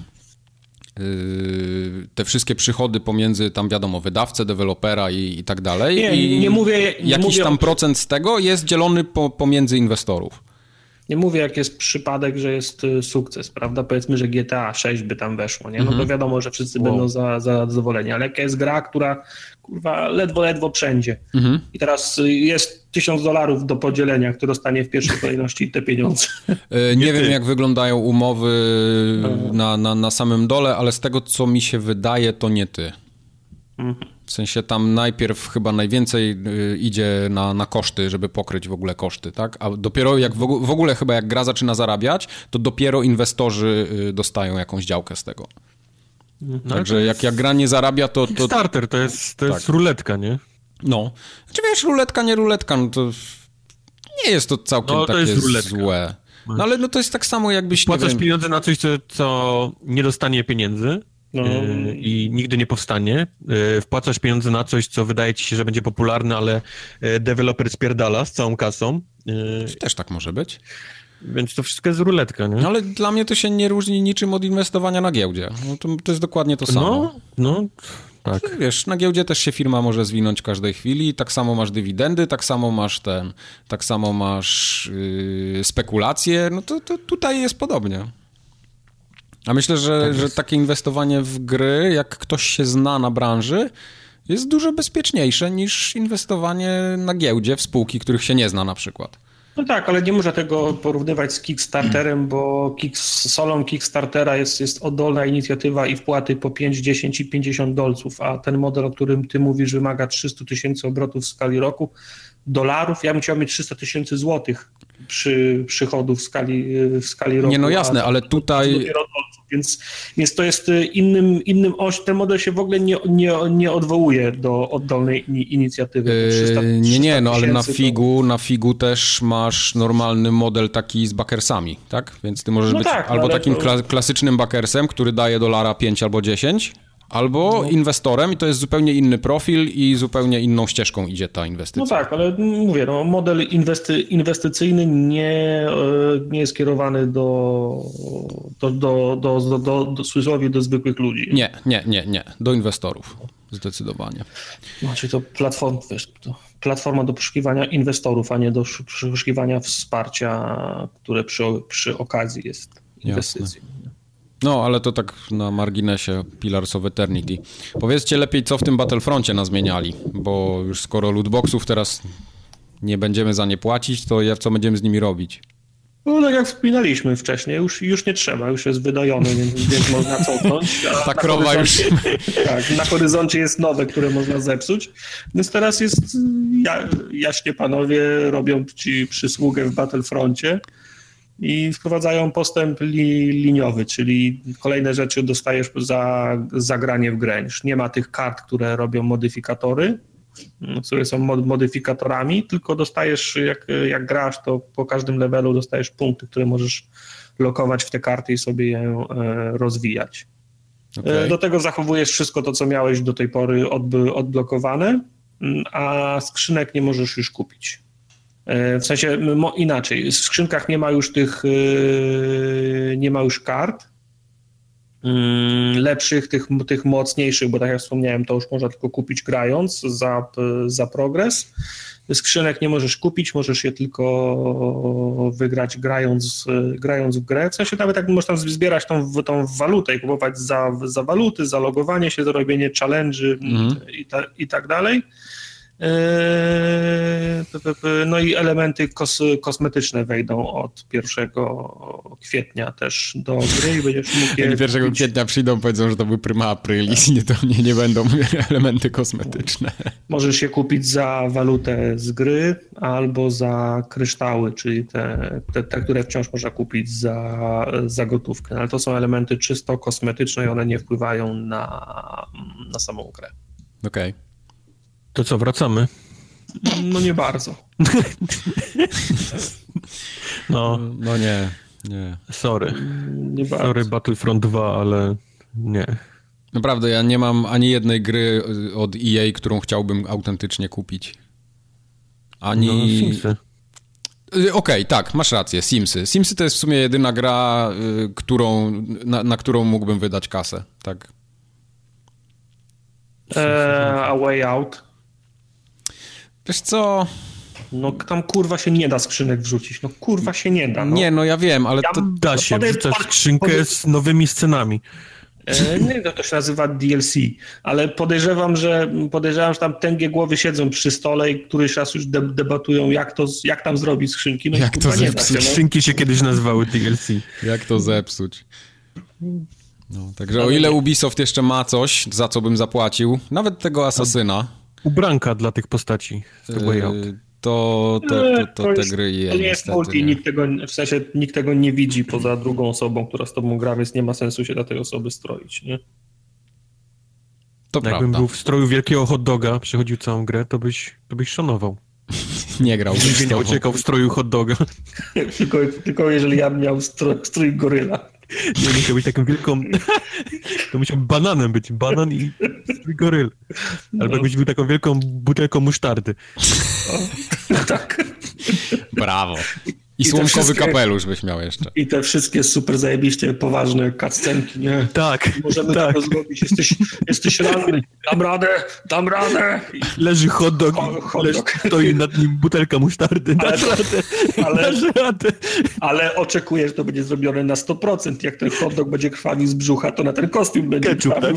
te wszystkie przychody pomiędzy tam wiadomo, wydawcę, dewelopera i tak dalej. Nie mówię... Jakiś tam procent z tego jest dzielony pomiędzy inwestorów. Nie mówię, jak jest przypadek, że jest sukces, prawda? Powiedzmy, że GTA 6 by tam weszło, nie? No to wiadomo, że wszyscy będą zadowoleni, ale jak jest gra, która kurwa ledwo przędzie i teraz jest $1000 do podzielenia, kto dostanie w pierwszej kolejności te pieniądze. Nie wiem, jak wyglądają umowy na samym dole, ale z tego, co mi się wydaje, to nie ty. W sensie tam najpierw chyba najwięcej idzie na koszty, żeby pokryć w ogóle koszty, tak? A dopiero jak w ogóle chyba jak gra zaczyna zarabiać, to dopiero inwestorzy dostają jakąś działkę z tego. Także jak gra nie zarabia, to... Starter, to jest ruletka, nie? No. Znaczy wiesz, ruletka, nie ruletka, no to nie jest to całkiem takie złe. No ale no to jest tak samo jakbyś... Płacasz pieniądze na coś, co nie dostanie pieniędzy. I nigdy nie powstanie. Wpłacasz pieniądze na coś, co wydaje ci się, że będzie popularne, ale deweloper spierdala z całą kasą. Też tak może być. Więc to wszystko jest ruletka, nie? No, ale dla mnie to się nie różni niczym od inwestowania na giełdzie. No, to jest dokładnie to samo. No, tak. Wiesz, na giełdzie też się firma może zwinąć w każdej chwili, tak samo masz dywidendy, tak samo masz spekulacje, no to tutaj jest podobnie. A myślę, że takie inwestowanie w gry, jak ktoś się zna na branży, jest dużo bezpieczniejsze niż inwestowanie na giełdzie w spółki, których się nie zna na przykład. No tak, ale nie można tego porównywać z Kickstarterem, bo solą Kickstartera jest oddolna inicjatywa i wpłaty po 5, 10 i $50, a ten model, o którym ty mówisz, wymaga 300 000 obrotów w skali roku, dolarów. Ja bym chciał mieć 300 000 złotych przychodów w skali roku. Nie, no jasne, ale tutaj... Więc to jest innym ten model się w ogóle nie odwołuje do oddolnej inicjatywy. 300 nie, no ale na figu też masz normalny model taki z backersami, tak? Więc ty możesz być albo takim klasycznym backersem, który daje $5 albo 10, albo inwestorem i to jest zupełnie inny profil i zupełnie inną ścieżką idzie ta inwestycja. No tak, ale mówię, model inwestycyjny nie jest kierowany do zwykłych ludzi. Nie, do inwestorów, zdecydowanie. Znaczy to platforma do poszukiwania inwestorów, a nie do poszukiwania wsparcia, które przy okazji jest inwestycją. No, ale to tak na marginesie Pillars of Eternity. Powiedzcie lepiej, co w tym Battlefroncie nazmieniali, bo już skoro lootboxów teraz nie będziemy za nie płacić, to co będziemy z nimi robić? No tak jak wspominaliśmy wcześniej, już nie trzeba, już jest wydajony, więc można cofnąć. Ta krowa już... Tak, na horyzoncie jest nowe, które można zepsuć, więc teraz jest, jaśnie panowie robią ci przysługę w Battlefroncie i wprowadzają postęp liniowy, czyli kolejne rzeczy dostajesz za granie w grę. Już nie ma tych kart, które robią modyfikatory, które są modyfikatorami, tylko dostajesz, jak grasz, to po każdym levelu dostajesz punkty, które możesz lokować w te karty i sobie je rozwijać. Okay. Do tego zachowujesz wszystko to, co miałeś do tej pory odblokowane, a skrzynek nie możesz już kupić. W sensie inaczej, w skrzynkach nie ma już nie ma już kart lepszych, tych mocniejszych, bo tak jak wspomniałem, to już można tylko kupić grając za progres. Skrzynek nie możesz kupić, możesz je tylko wygrać grając w grę. W sensie nawet jak można zbierać tą walutę i kupować za waluty, za logowanie się, za robienie challenge'y i tak dalej. No i elementy kosmetyczne wejdą od 1 kwietnia też do gry i będziesz mógł je 1 kwietnia przyjdą, powiedzą, że to był Prima Aprilis i to nie będą elementy kosmetyczne. Możesz je kupić za walutę z gry albo za kryształy, czyli te które wciąż można kupić za gotówkę. Ale to są elementy czysto kosmetyczne i one nie wpływają na samą grę. Okej. To co, wracamy? No nie bardzo. No nie. Sorry. Nie bardzo. Sorry Battlefront 2, ale nie. Naprawdę, ja nie mam ani jednej gry od EA, którą chciałbym autentycznie kupić. Ani... Simsy. Okej, tak, masz rację, Simsy. Simsy to jest w sumie jedyna gra, na którą mógłbym wydać kasę, tak. A Way Out. Wiesz co... No tam kurwa się nie da skrzynek wrzucić. No kurwa się nie da. No. Nie, no ja wiem, ale to... Da się, wrzucać skrzynkę z nowymi scenami. Nie, to się nazywa DLC, ale podejrzewam, że tam tęgie głowy siedzą przy stole i któryś raz już debatują, jak tam zrobić skrzynki. No jak to zepsuć? No. Skrzynki się kiedyś nazywały DLC. Jak to zepsuć? No, także o ile Ubisoft jeszcze ma coś, za co bym zapłacił, nawet tego Asasyna... Ubranka dla tych postaci z The Way Out. To te gry to nie jest multi, nikt tego nie widzi poza drugą osobą, która z tobą gra, więc nie ma sensu się dla tej osoby stroić, nie? To Jakbym prawda. był w stroju wielkiego hot doga, przechodził całą grę, to byś szanował. Nie grał. Nigdy nie uciekał w stroju hot doga. tylko jeżeli ja bym miał strój goryla. Nie, musiał być taką wielką... To musiał bananem być. Banan i strój goryl. Albo jakbyś był taką wielką butelką musztardy. Tak. Brawo. I słomkowy kapelusz byś miał jeszcze. I te wszystkie super zajebiście poważne cutscenki, nie? Tak. Możemy to zrobić. Jesteś ranny. Dam radę. Leży hot dog. Stoi nad nim butelka musztardy. Dasz radę. Ale oczekuję, że to będzie zrobione na 100%. Jak ten hot dog będzie krwawił z brzucha, to na ten kostium będzie krwawił.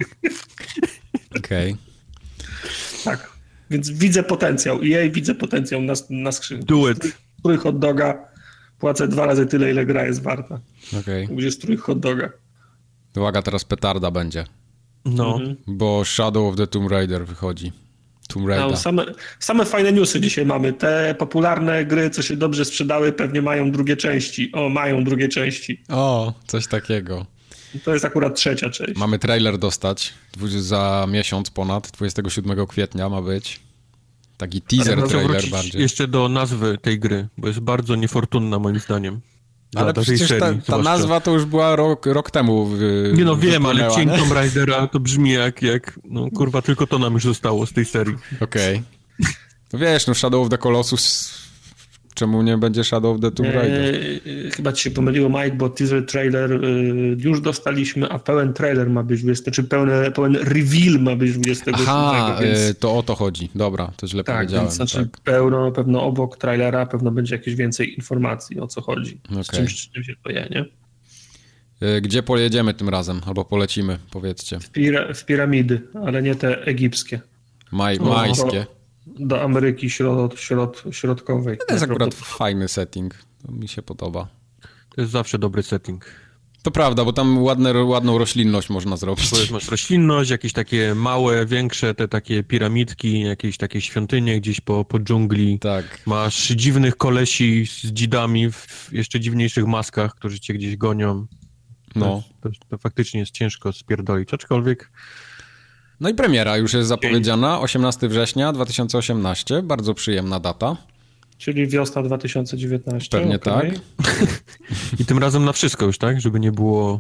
Okej. Tak. Więc widzę potencjał. I widzę potencjał na skrzynce. Do it. Strój hot doga, płacę 2 razy tyle, ile gra jest warta. Okej. Będzie strój hot doga. Uwaga, teraz petarda będzie. No. Bo Shadow of the Tomb Raider wychodzi. Tomb Raider. No, same fajne newsy dzisiaj mamy. Te popularne gry, co się dobrze sprzedały, pewnie mają drugie części. Mają drugie części. Coś takiego. To jest akurat 3. część. Mamy trailer dostać za miesiąc ponad, 27 kwietnia ma być. Taki teaser trailer bardziej. Jeszcze do nazwy tej gry, bo jest bardzo niefortunna moim zdaniem. Ale przecież ta nazwa to już była rok temu. Nie no wiem, ale Cień Tomb Raidera to brzmi jak no kurwa, tylko to nam już zostało z tej serii. Okej. No wiesz, no Shadow of the Colossus, czemu nie będzie Shadow of the Tomb Raider? Chyba ci się pomyliło, Mike, bo teaser trailer już dostaliśmy, a pełen trailer ma być, pełen reveal ma być 27. Aha, więc... to o to chodzi. Dobra, to źle powiedziałem. Znaczy pewno obok trailera pewno będzie jakieś więcej informacji, o co chodzi. Z czym się to je, nie? Gdzie pojedziemy tym razem? Albo polecimy, powiedzcie. W piramidy, ale nie te egipskie. Majskie. Do Ameryki Środkowej. To jest akurat fajny setting. To mi się podoba. To jest zawsze dobry setting. To prawda, bo tam ładną roślinność można zrobić. Bo masz roślinność, jakieś takie małe, większe, te takie piramidki, jakieś takie świątynie gdzieś po dżungli. Tak. Masz dziwnych kolesi z dzidami w jeszcze dziwniejszych maskach, którzy cię gdzieś gonią. To faktycznie jest ciężko spierdolić, aczkolwiek... No i premiera już jest zapowiedziana, 18 września 2018, bardzo przyjemna data. Czyli wiosna 2019. Pewnie tak. I tym razem na wszystko już, tak? Żeby nie było...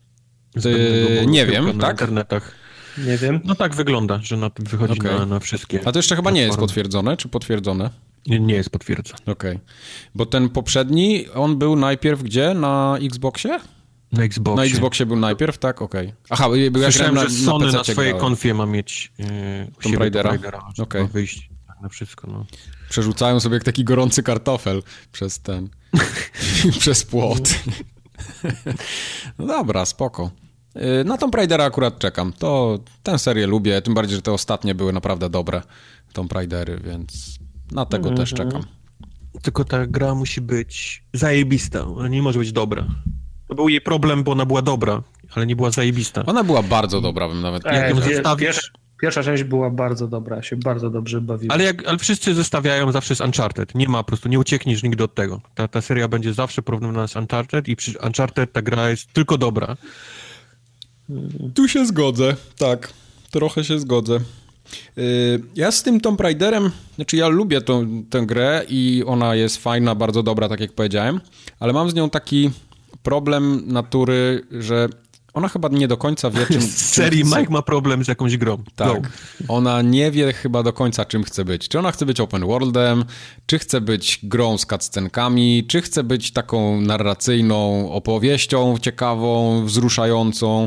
Nie wiem, na tak? internetach. Nie wiem. No tak wygląda, że na tym wychodzi na wszystkie. A to jeszcze chyba nie jest potwierdzone, czy potwierdzone? Nie jest potwierdzone. Okej. Bo ten poprzedni, on był najpierw gdzie? Na Xboxie? Na Xboxie. Na Xboxie był najpierw, tak? Okej. Aha, był słyszałem, że Sony na swojej konfie ma mieć Tomb Raidera. Okej. Wyjść na wszystko, no. Przerzucają sobie jak taki gorący kartofel przez przez płot. No dobra, spoko. Na Tomb Raidera akurat czekam. Tę serię lubię, tym bardziej, że te ostatnie były naprawdę dobre Tomb Raidery, więc na tego też czekam. Tylko ta gra musi być zajebista, ona nie może być dobra. To był jej problem, bo ona była dobra, ale nie była zajebista. Ona była bardzo dobra, bym nawet... Jak ją zestawisz... Pierwsza część była bardzo dobra, ja się bardzo dobrze bawiłem. Ale wszyscy zestawiają zawsze z Uncharted. Nie ma, po prostu nie uciekniesz nigdy od tego. Ta seria będzie zawsze porównana z Uncharted i przy Uncharted ta gra jest tylko dobra. Tu się zgodzę, tak. Trochę się zgodzę. Ja z tym Tomb Raiderem, znaczy ja lubię tę grę i ona jest fajna, bardzo dobra, tak jak powiedziałem, ale mam z nią taki problem natury, że ona chyba nie do końca wie, czym... Z serii Mike ma problem z jakąś grą. Tak. Go. Ona nie wie chyba do końca, czym chce być. Czy ona chce być open worldem, czy chce być grą z cutscenkami, czy chce być taką narracyjną opowieścią ciekawą, wzruszającą.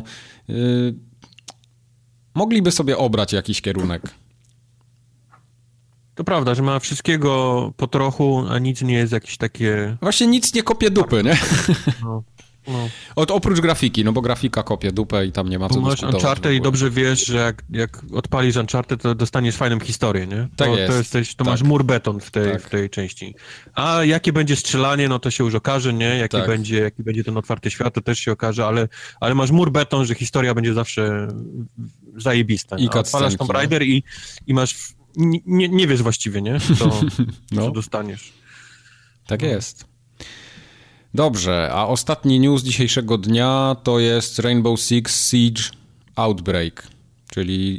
Mogliby sobie obrać jakiś kierunek. To prawda, że ma wszystkiego po trochu, a nic nie jest jakieś takie... Właśnie nic nie kopie dupy, nie? No. Oprócz grafiki, no bo grafika kopie dupę i tam nie ma co dyskutować. Masz Uncharted i dobrze wiesz, że jak odpalisz Uncharted, to dostaniesz fajną historię, nie? Tak jest. To masz mur beton w tej części. A jakie będzie strzelanie, no to się już okaże, nie? Jaki będzie ten otwarty świat, to też się okaże, ale masz mur beton, że historia będzie zawsze zajebista. I odpalasz Tomb Raider i masz... Nie wiesz właściwie, nie? Co dostaniesz. Tak jest. Dobrze, a ostatni news dzisiejszego dnia to jest Rainbow Six Siege Outbreak, czyli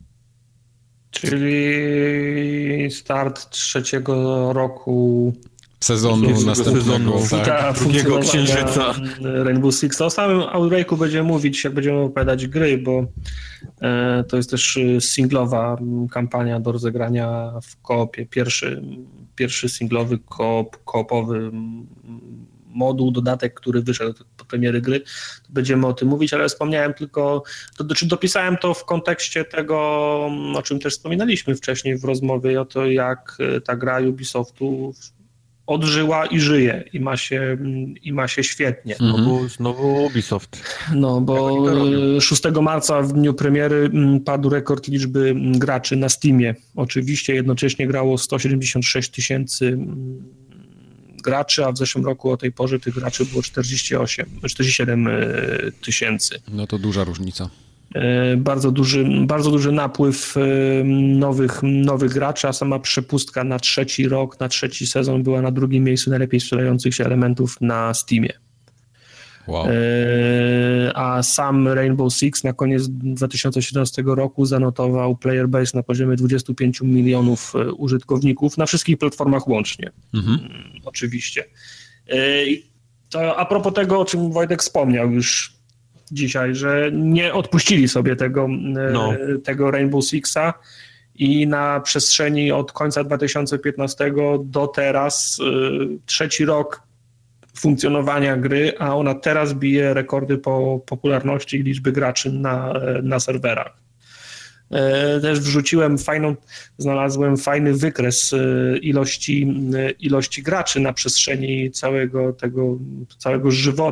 start trzeciego roku sezonu następnego, drugiego księżyca. Rainbow Six. O samym Outbreaku będziemy mówić, jak będziemy opowiadać gry, bo to jest też singlowa kampania do rozegrania w koopie. Pierwszy singlowy koopowy moduł, dodatek, który wyszedł po premiery gry. Będziemy o tym mówić, ale wspomniałem tylko, dopisałem to w kontekście tego, o czym też wspominaliśmy wcześniej w rozmowie, o to, jak ta gra Ubisoftu odżyła i żyje i ma się świetnie. Znowu Ubisoft. No, bo 6 marca w dniu premiery padł rekord liczby graczy na Steamie. Oczywiście jednocześnie grało 176 000 graczy, a w zeszłym roku o tej porze tych graczy było 47 tysięcy. No to duża różnica. Bardzo duży napływ nowych graczy, a sama przepustka na trzeci rok, na trzeci sezon była na drugim miejscu najlepiej sprzedających się elementów na Steamie. Wow. A sam Rainbow Six na koniec 2017 roku zanotował player base na poziomie 25 milionów użytkowników na wszystkich platformach łącznie. Oczywiście. To a propos tego, o czym Wojtek wspomniał już dzisiaj, że nie odpuścili sobie tego Rainbow Sixa i na przestrzeni od końca 2015 do teraz trzeci rok funkcjonowania gry, a ona teraz bije rekordy po popularności i liczby graczy na serwerach. Też znalazłem fajny wykres ilości graczy na przestrzeni całego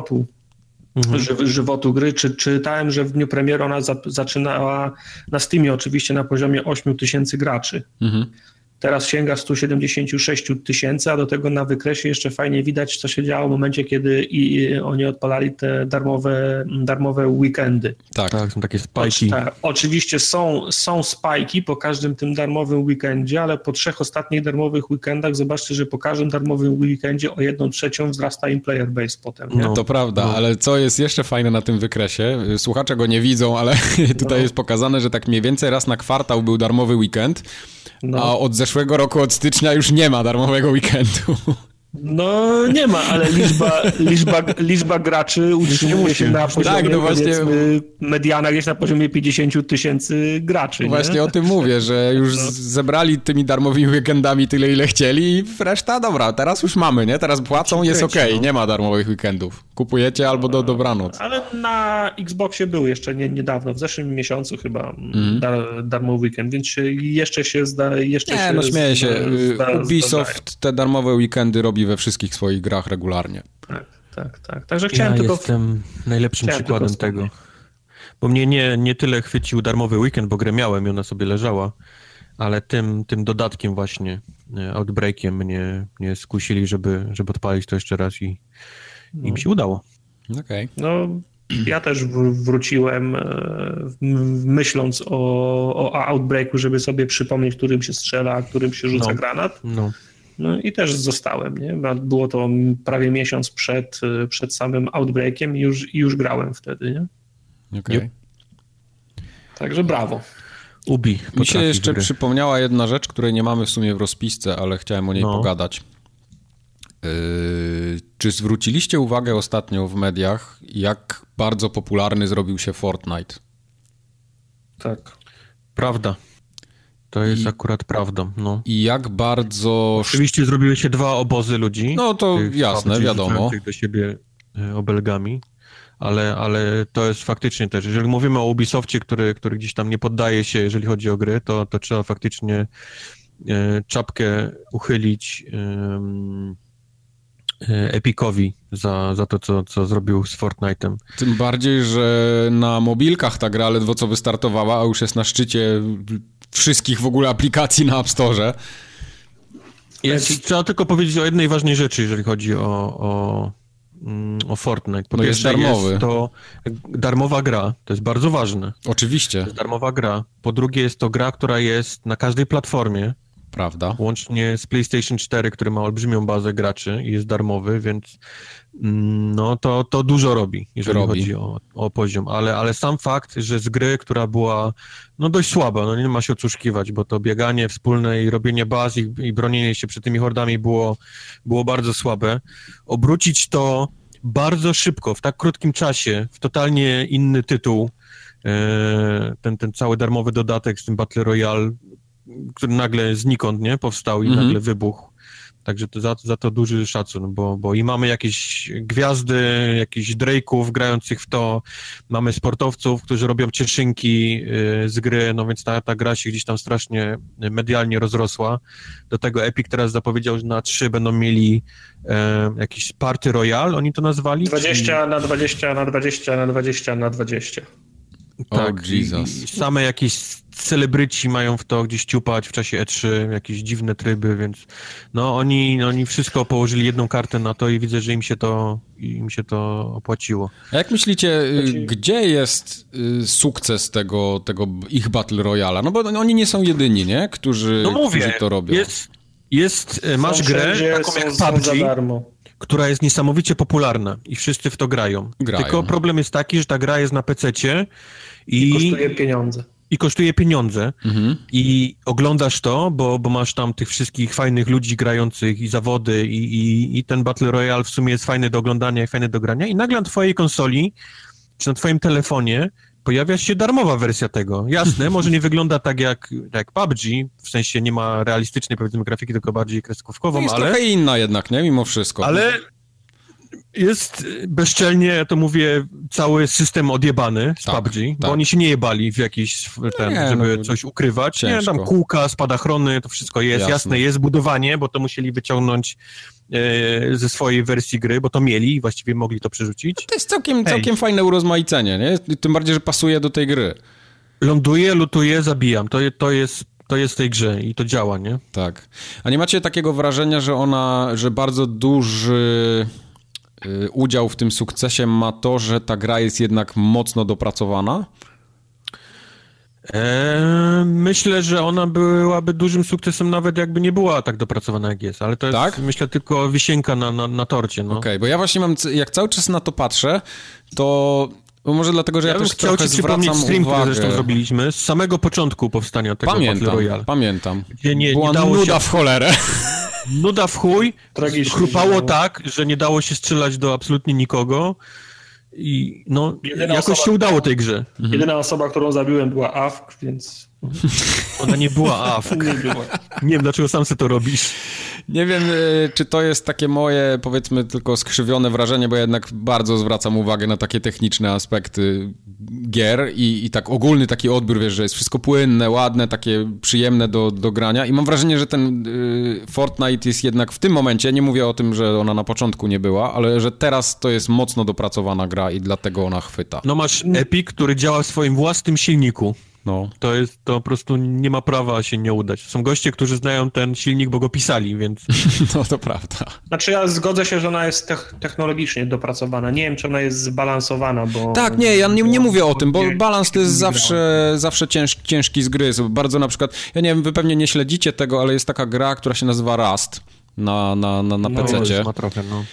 żywotu gry. Czytałem, że w dniu premiery ona zaczynała na Steamie oczywiście na poziomie 8 000 graczy. Teraz sięga 176 000, a do tego na wykresie jeszcze fajnie widać, co się działo w momencie, kiedy oni odpalali te darmowe weekendy. Tak, są takie spajki. Oczywiście są spajki po każdym tym darmowym weekendzie, ale po 3 ostatnich darmowych weekendach zobaczcie, że po każdym darmowym weekendzie o 1/3 wzrasta im player base potem. Nie? To prawda, ale co jest jeszcze fajne na tym wykresie, słuchacze go nie widzą, ale tutaj jest pokazane, że tak mniej więcej raz na kwartał był darmowy weekend, a od zeszłego roku, od stycznia już nie ma darmowego weekendu. No nie ma, ale liczba graczy utrzymuje się na poziomie, mediana gdzieś na poziomie 50 000 graczy. Właśnie nie? O tym mówię, że już zebrali tymi darmowymi weekendami tyle, ile chcieli i reszta, dobra, teraz już mamy, nie? Teraz płacą, jest okej, nie ma darmowych weekendów. Kupujecie albo do dobranoc. Ale na Xboxie był jeszcze niedawno, w zeszłym miesiącu chyba darmowy weekend, więc jeszcze się śmieję się. Ubisoft te darmowe weekendy robi we wszystkich swoich grach regularnie. Tak. Także chciałem jestem najlepszym przykładem tego. Bo mnie nie tyle chwycił darmowy weekend, bo grę miałem i ona sobie leżała, ale tym dodatkiem właśnie, Outbreakiem mnie skusili, żeby odpalić to jeszcze raz i mi się udało. Okej. No, ja też wróciłem myśląc o Outbreaku, żeby sobie przypomnieć, którym się strzela, a którym się rzuca granat. No i też zostałem, nie? Było to prawie miesiąc przed samym Outbreakiem i już grałem wtedy, nie? Okej. Także brawo. Ubi. Mi się jeszcze przypomniała jedna rzecz, której nie mamy w sumie w rozpisce, ale chciałem o niej pogadać. Czy zwróciliście uwagę ostatnio w mediach, jak bardzo popularny zrobił się Fortnite? Tak. Prawda. To jest akurat prawdą. No. I jak bardzo... Oczywiście zrobiły się dwa obozy ludzi. No to jasne, wiadomo. Do siebie obelgami, ale to jest faktycznie też, jeżeli mówimy o Ubisoftie, który gdzieś tam nie poddaje się, jeżeli chodzi o gry, to trzeba faktycznie czapkę uchylić Epicowi za to, co zrobił z Fortnite'em. Tym bardziej, że na mobilkach ta gra ledwo co wystartowała, a już jest na szczycie wszystkich w ogóle aplikacji na App Store. Trzeba tylko powiedzieć o jednej ważnej rzeczy, jeżeli chodzi o Fortnite. Po pierwsze jest darmowy. Jest to darmowa gra, to jest bardzo ważne. Oczywiście. To jest darmowa gra. Po drugie jest to gra, która jest na każdej platformie. Prawda. Łącznie z PlayStation 4, który ma olbrzymią bazę graczy i jest darmowy, więc no to dużo robi, jeżeli chodzi o poziom. Ale sam fakt, że z gry, która była dość słaba, no nie ma się odszukiwać, bo to bieganie wspólne i robienie baz i bronienie się przed tymi hordami było bardzo słabe. Obrócić to bardzo szybko, w tak krótkim czasie, w totalnie inny tytuł, ten cały darmowy dodatek z tym Battle Royale, który nagle znikąd, nie, powstał i nagle wybuchł. Także za to duży szacun, bo i mamy jakieś gwiazdy, jakichś Drake'ów grających w to, mamy sportowców, którzy robią cieszynki z gry, no więc ta gra się gdzieś tam strasznie medialnie rozrosła. Do tego Epic teraz zapowiedział, że na 3 będą mieli jakiś Party Royale, oni to nazwali? 20 na 20 na 20 na 20 na 20. Tak, i same jakieś celebryci mają w to gdzieś ciupać w czasie E3, jakieś dziwne tryby, więc no oni wszystko położyli jedną kartę na to i widzę, że im się to opłaciło. A jak myślicie, gdzie jest sukces tego ich Battle Royale'a? No bo oni nie są jedyni, nie? Którzy to robią. Masz grę taką jak PUBG, która jest niesamowicie popularna i wszyscy w to grają. Tylko problem jest taki, że ta gra jest na PC-cie i kosztuje pieniądze. I oglądasz to, bo masz tam tych wszystkich fajnych ludzi grających i zawody i ten Battle Royale w sumie jest fajny do oglądania i fajny do grania i nagle na twojej konsoli czy na twoim telefonie pojawia się darmowa wersja tego. Jasne, może nie wygląda tak jak PUBG, w sensie nie ma realistycznej, powiedzmy, grafiki, tylko bardziej kreskówkową, jest trochę inna jednak, nie? Mimo wszystko. Ale jest bezczelnie, ja to mówię, cały system odjebany z PUBG, bo oni się nie jebali w jakiś żeby coś ukrywać. Ciężko. Nie, tam kółka, spadachrony, to wszystko jest. Jasne, jest budowanie, bo to musieli wyciągnąć ze swojej wersji gry, bo to mieli i właściwie mogli to przerzucić. To jest całkiem fajne urozmaicenie, nie? Tym bardziej, że pasuje do tej gry. Ląduję, lutuję, zabijam. To jest w tej grze i to działa, nie? Tak. A nie macie takiego wrażenia, że bardzo duży udział w tym sukcesie ma to, że ta gra jest jednak mocno dopracowana? Myślę, że ona byłaby dużym sukcesem nawet jakby nie była tak dopracowana jak jest, ale to jest, myślę, tylko wisienka na torcie. No. Okej, bo ja właśnie jak cały czas na to patrzę, to może dlatego, że ja też trochę zwracam stream, uwagę. Który zresztą zrobiliśmy, z samego początku powstania tego Battle Royale. Pamiętam. Gdzie była nuda w cholerę. Nuda w chuj, tragicznie chrupało tak, że nie dało się strzelać do absolutnie nikogo i jakoś się udało tej grze. Jedyna osoba, którą zabiłem, była AFK, więc... Ona nie była AFK. Nie wiem, dlaczego sam sobie to robisz. Nie wiem, czy to jest takie moje, powiedzmy, tylko skrzywione wrażenie, bo ja jednak bardzo zwracam uwagę na takie techniczne aspekty gier i tak ogólny taki odbiór, wiesz, że jest wszystko płynne, ładne, takie przyjemne do grania i mam wrażenie, że ten Fortnite jest jednak w tym momencie, nie mówię o tym, że ona na początku nie była, ale że teraz to jest mocno dopracowana gra i dlatego ona chwyta. No masz Epic, który działa w swoim własnym silniku. No. To po prostu nie ma prawa się nie udać. Są goście, którzy znają ten silnik, bo go pisali, więc... No to prawda. Znaczy ja zgodzę się, że ona jest technologicznie dopracowana. Nie wiem, czy ona jest zbalansowana, bo... Tak, nie, ja nie mówię o tym, bo balans to jest zawsze ciężki zgryz. Bardzo na przykład, ja nie wiem, wy pewnie nie śledzicie tego, ale jest taka gra, która się nazywa Rust na PC-cie. Ma trochę, no.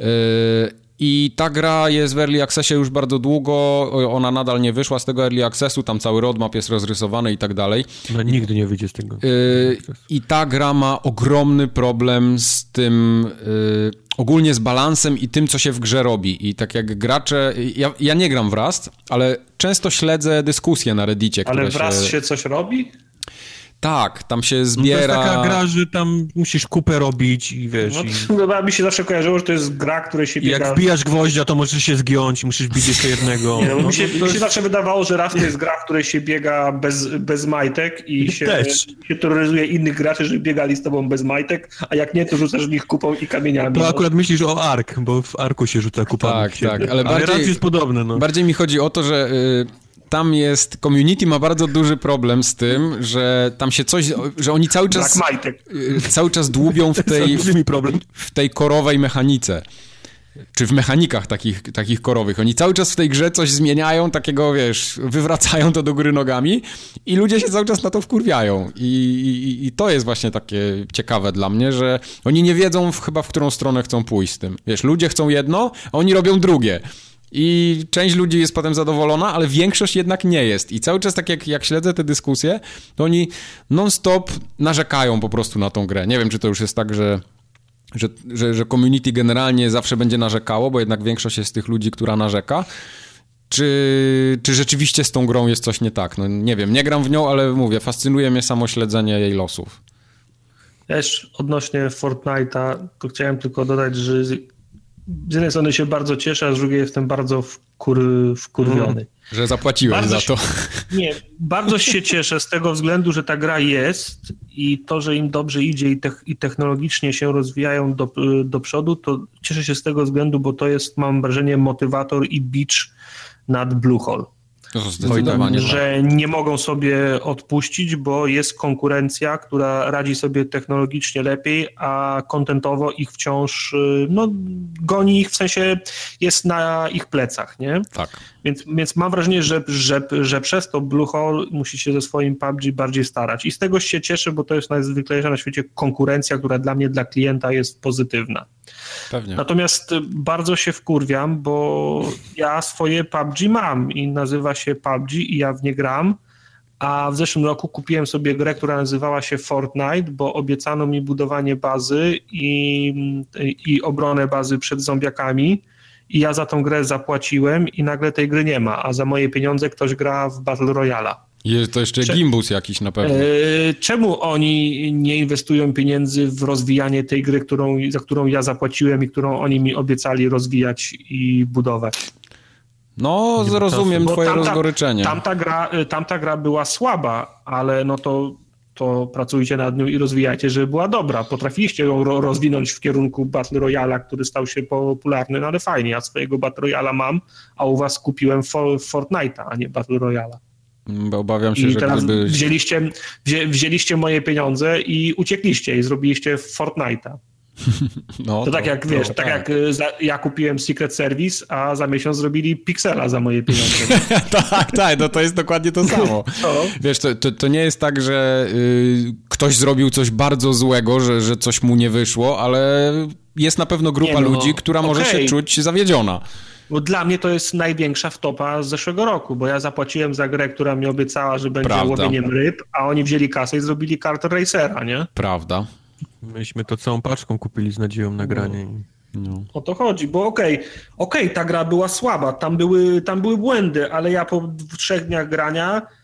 I ta gra jest w Early Accessie już bardzo długo, ona nadal nie wyszła z tego Early Accessu, tam cały roadmap jest rozrysowany i tak dalej. No nigdy nie wyjdzie z tego. I ta gra ma ogromny problem z tym, ogólnie z balansem i tym, co się w grze robi. I tak jak gracze, ja nie gram w Rust, ale często śledzę dyskusje na Reddicie, które ale w Rust się coś robi? Tak, tam się zbiera... No to jest taka gra, że tam musisz kupę robić i wiesz... No mi się zawsze kojarzyło, że to jest gra, której się biega... Jak wbijasz gwoździa, to możesz się zgiąć i musisz bić jeszcze jednego. Nie, mi się zawsze wydawało, że Rust to jest gra, w której się biega bez majtek i się terroryzuje innych graczy, żeby biegali z tobą bez majtek, a jak nie, to rzucasz w nich kupą i kamieniami. To akurat myślisz o Ark, bo w Arku się rzuca kupami. Tak, ale Rust jest podobny, no. Bardziej mi chodzi o to, że... Tam jest, community ma bardzo duży problem z tym, że tam się coś, że oni cały czas dłubią w tej korowej mechanice. Czy w mechanikach takich korowych. Oni cały czas w tej grze coś zmieniają, takiego, wiesz, wywracają to do góry nogami i ludzie się cały czas na to wkurwiają. I to jest właśnie takie ciekawe dla mnie, że oni nie wiedzą chyba, w którą stronę chcą pójść z tym. Wiesz, ludzie chcą jedno, a oni robią drugie. I część ludzi jest potem zadowolona, ale większość jednak nie jest. I cały czas tak jak śledzę te dyskusje, to oni non-stop narzekają po prostu na tą grę. Nie wiem, czy to już jest tak, że community generalnie zawsze będzie narzekało, bo jednak większość jest tych ludzi, która narzeka. Czy rzeczywiście z tą grą jest coś nie tak? No nie wiem, nie gram w nią, ale mówię, fascynuje mnie samo śledzenie jej losów. Też odnośnie Fortnite'a, to chciałem tylko dodać, że z jednej strony się bardzo cieszę, a z drugiej jestem bardzo wkurwiony. Że zapłaciłem za to. Nie, bardzo się cieszę z tego względu, że ta gra jest i to, że im dobrze idzie i technologicznie się rozwijają do przodu, to cieszę się z tego względu, bo to jest, mam wrażenie, motywator i bicz nad Bluehole. Zdecydowanie, że nie mogą sobie odpuścić, bo jest konkurencja, która radzi sobie technologicznie lepiej, a kontentowo ich wciąż goni ich, w sensie jest na ich plecach, nie? Tak. Więc mam wrażenie, że przez to Bluehole musi się ze swoim PUBG bardziej starać. I z tego się cieszę, bo to jest najzwyklejsza na świecie konkurencja, która dla mnie, dla klienta jest pozytywna. Pewnie. Natomiast bardzo się wkurwiam, bo ja swoje PUBG mam i nazywa się PUBG i ja w nie gram, a w zeszłym roku kupiłem sobie grę, która nazywała się Fortnite, bo obiecano mi budowanie bazy i obronę bazy przed zombiakami i ja za tą grę zapłaciłem i nagle tej gry nie ma, a za moje pieniądze ktoś gra w Battle Royale'a. Jest to jeszcze gimbus jakiś na pewno. Czemu oni nie inwestują pieniędzy w rozwijanie tej gry, za którą ja zapłaciłem i którą oni mi obiecali rozwijać i budować? No, zrozumiem twoje rozgoryczenie. Tamta gra była słaba, ale no to pracujcie nad nią i rozwijajcie, żeby była dobra. Potrafiliście ją rozwinąć w kierunku Battle Royale'a, który stał się popularny, no ale fajnie, ja swojego Battle Royale'a mam, a u was kupiłem Fortnite'a, a nie Battle Royale'a. Bo obawiam się, I że teraz gdyby... wzięliście moje pieniądze i uciekliście i zrobiliście Fortnite'a. No, to tak jak wiesz, tak jak ja kupiłem Secret Service, a za miesiąc zrobili Pixela za moje pieniądze. tak, no to jest dokładnie to samo. Wiesz, to nie jest tak, że ktoś zrobił coś bardzo złego, że coś mu nie wyszło, ale jest na pewno grupa ludzi, która może się czuć zawiedziona. Bo dla mnie to jest największa wtopa z zeszłego roku, bo ja zapłaciłem za grę, która mi obiecała, że będzie łowieniem ryb, a oni wzięli kasę i zrobili Kart Racera, nie? Prawda. Myśmy to całą paczką kupili z nadzieją na granie. No. O to chodzi, bo okej, ta gra była słaba, tam były błędy, ale ja po 3 dniach grania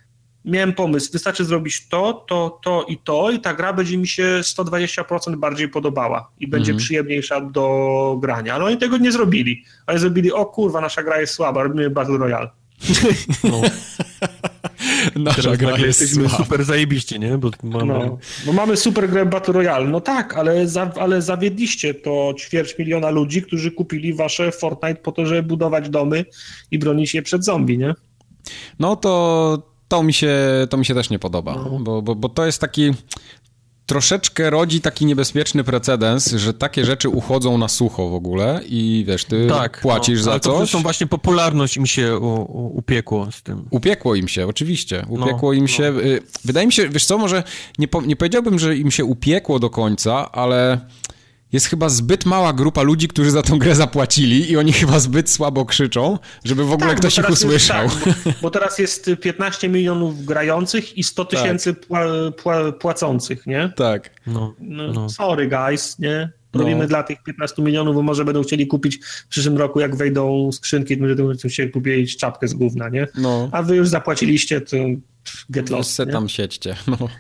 miałem pomysł, wystarczy zrobić to i ta gra będzie mi się 120% bardziej podobała i będzie przyjemniejsza do grania, ale oni tego nie zrobili. Oni zrobili, o kurwa, nasza gra jest słaba, robimy Battle Royale. No. Nasza gra jest jesteśmy słaba. super zajebiście, nie? Bo mamy super grę Battle Royale. No tak, ale zawiedliście to 250 000 ludzi, którzy kupili wasze Fortnite po to, żeby budować domy i bronić je przed zombie, nie? No to mi się też nie podoba, bo to jest taki... Troszeczkę rodzi taki niebezpieczny precedens, że takie rzeczy uchodzą na sucho w ogóle i wiesz, ty płacisz za coś. To są właśnie popularność im się upiekło z tym. Upiekło im się, oczywiście. Upiekło im się. Wydaje mi się, wiesz co, może nie powiedziałbym, że im się upiekło do końca, ale jest chyba zbyt mała grupa ludzi, którzy za tą grę zapłacili i oni chyba zbyt słabo krzyczą, żeby w ogóle ktoś ich usłyszał. Bo teraz jest 15 milionów grających i 100 000 płacących, nie? Tak. Sorry guys, nie? Robimy dla tych 15 milionów, bo może będą chcieli kupić w przyszłym roku, jak wejdą skrzynki, to będą chcieli kupić czapkę z gówna, nie? No. A wy już zapłaciliście, to get lost, se tam siedźcie,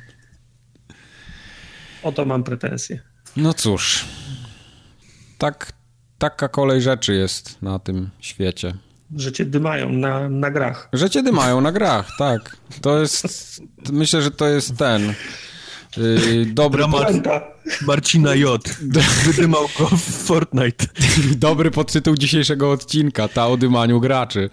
O to mam pretensje. No cóż, taka kolej rzeczy jest na tym świecie. Że cię dymają na grach. Że cię dymają na grach, tak. To jest, myślę, że to jest ten dobry... Marcina J. Wydymał go w Fortnite. Dobry podtytuł dzisiejszego odcinka, o dymaniu graczy.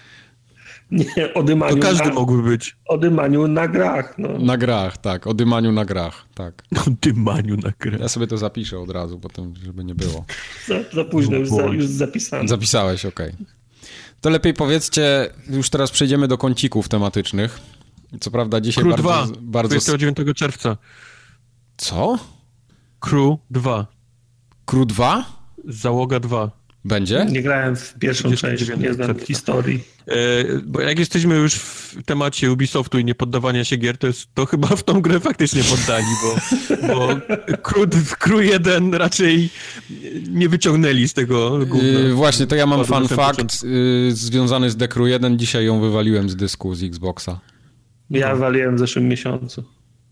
Nie, o dymaniu to każdy mógłby być. O dymaniu na grach. No. Na grach, tak. O dymaniu na grach, tak. O dymaniu na grach. Ja sobie to zapiszę od razu, potem, żeby nie było. Za późno, już zapisałem. Zapisałeś, okej. To lepiej powiedzcie, już teraz przejdziemy do kącików tematycznych. Co prawda dzisiaj Crew bardzo... 29 czerwca. Co? Crew 2. Crew 2? Załoga 2. Będzie? Nie grałem w pierwszą część, nie znam historii. Bo jak jesteśmy już w temacie Ubisoftu i niepoddawania się gier, to chyba w tą grę faktycznie poddali, bo Crew 1 raczej nie wyciągnęli z tego gówna. Właśnie, to ja mam fun fact związany z The Crew 1. Dzisiaj ją wywaliłem z dysku z Xboxa. Ja wywaliłem w zeszłym miesiącu.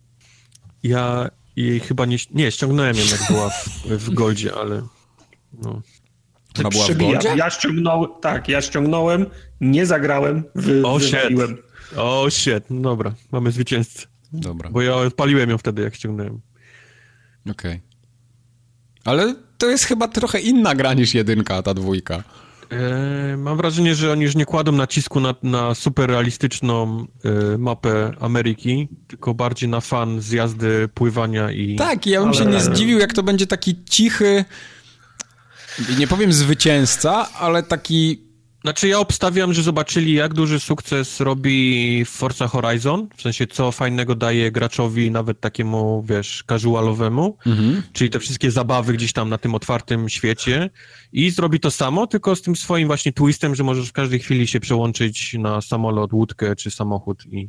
Ja jej chyba nie ściągnąłem ją, jak była w Goldzie, ale no... Ona była w Goldzie? Ja ściągnąłem, nie zagrałem, wywaliłem. O shit, no dobra, mamy zwycięzcę. Dobra. Bo ja odpaliłem ją wtedy, jak ściągnąłem. Okej. Ale to jest chyba trochę inna gra niż 1, ta 2. Mam wrażenie, że oni już nie kładą nacisku na super realistyczną mapę Ameryki, tylko bardziej na fan z jazdy, pływania i... Tak, ja bym się nie zdziwił, jak to będzie taki cichy, nie powiem zwycięzca, ale taki... Znaczy ja obstawiam, że zobaczyli, jak duży sukces robi Forza Horizon, w sensie co fajnego daje graczowi, nawet takiemu, wiesz, casualowemu, czyli te wszystkie zabawy gdzieś tam na tym otwartym świecie i zrobi to samo, tylko z tym swoim właśnie twistem, że możesz w każdej chwili się przełączyć na samolot, łódkę czy samochód i...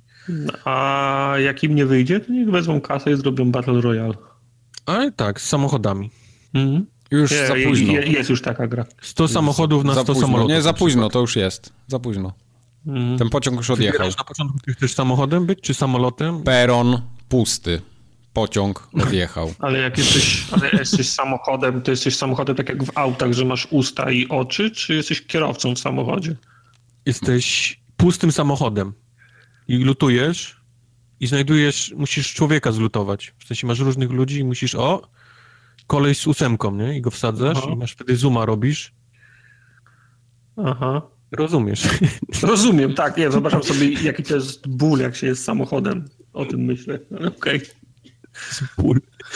A jak im nie wyjdzie, to niech wezmą kasę i zrobią Battle Royale. Ale tak, z samochodami. Już za późno. Jest już taka gra. 100 samochodów na 100 samolotów. Nie, za późno, to już jest. Za późno. Ten pociąg już odjechał. Wybierasz na początku, ty chcesz samochodem być, czy samolotem? Peron pusty. Pociąg odjechał. Ale jak jesteś samochodem, to jesteś samochodem tak jak w autach, że masz usta i oczy, czy jesteś kierowcą w samochodzie? Jesteś pustym samochodem i lutujesz i musisz człowieka zlutować. W sensie masz różnych ludzi i musisz, koleś z 8, nie? I go wsadzasz i masz wtedy zooma robisz. Aha. Rozumiesz. Rozumiem, tak. Nie, wyobrażam sobie, jaki to jest ból, jak się jest samochodem. O tym myślę. Okej. Ból.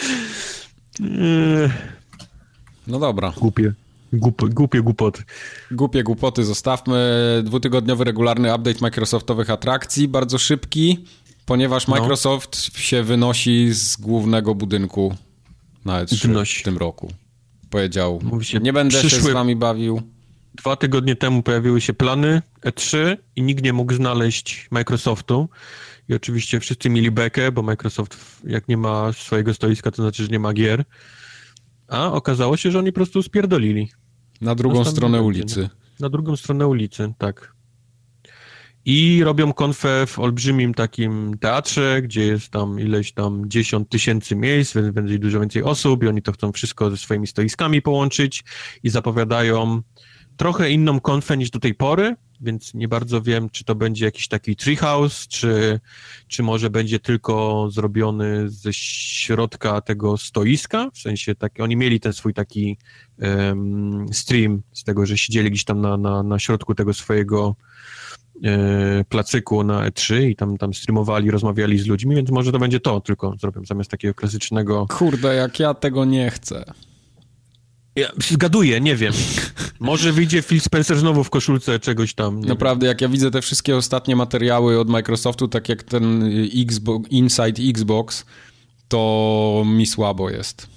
No dobra. Głupie głupoty. Głupie głupoty zostawmy. 2-tygodniowy regularny update Microsoftowych atrakcji. Bardzo szybki, ponieważ Microsoft się wynosi z głównego budynku na E3 w tym roku. Powiedział, nie będę się z wami bawił. 2 tygodnie temu pojawiły się plany E3 i nikt nie mógł znaleźć Microsoftu. I oczywiście wszyscy mieli bekę, bo Microsoft jak nie ma swojego stoiska, to znaczy, że nie ma gier. A okazało się, że oni po prostu spierdolili. Na drugą stronę ulicy. Na drugą stronę ulicy, tak. i robią konfę w olbrzymim takim teatrze, gdzie jest tam ileś tam 10 000 miejsc, więc będzie dużo więcej osób i oni to chcą wszystko ze swoimi stoiskami połączyć i zapowiadają trochę inną konfę niż do tej pory, więc nie bardzo wiem, czy to będzie jakiś taki treehouse, czy może będzie tylko zrobiony ze środka tego stoiska, w sensie tak, oni mieli ten swój taki stream z tego, że siedzieli gdzieś tam na środku tego swojego placyku na E3 i tam streamowali, rozmawiali z ludźmi, więc może to będzie to tylko zrobią, zamiast takiego klasycznego... Kurde, jak ja tego nie chcę. Ja zgaduję, nie wiem. Może wyjdzie Phil Spencer znowu w koszulce czegoś tam. Naprawdę, jak ja widzę te wszystkie ostatnie materiały od Microsoftu, tak jak ten Inside Xbox, to mi słabo jest.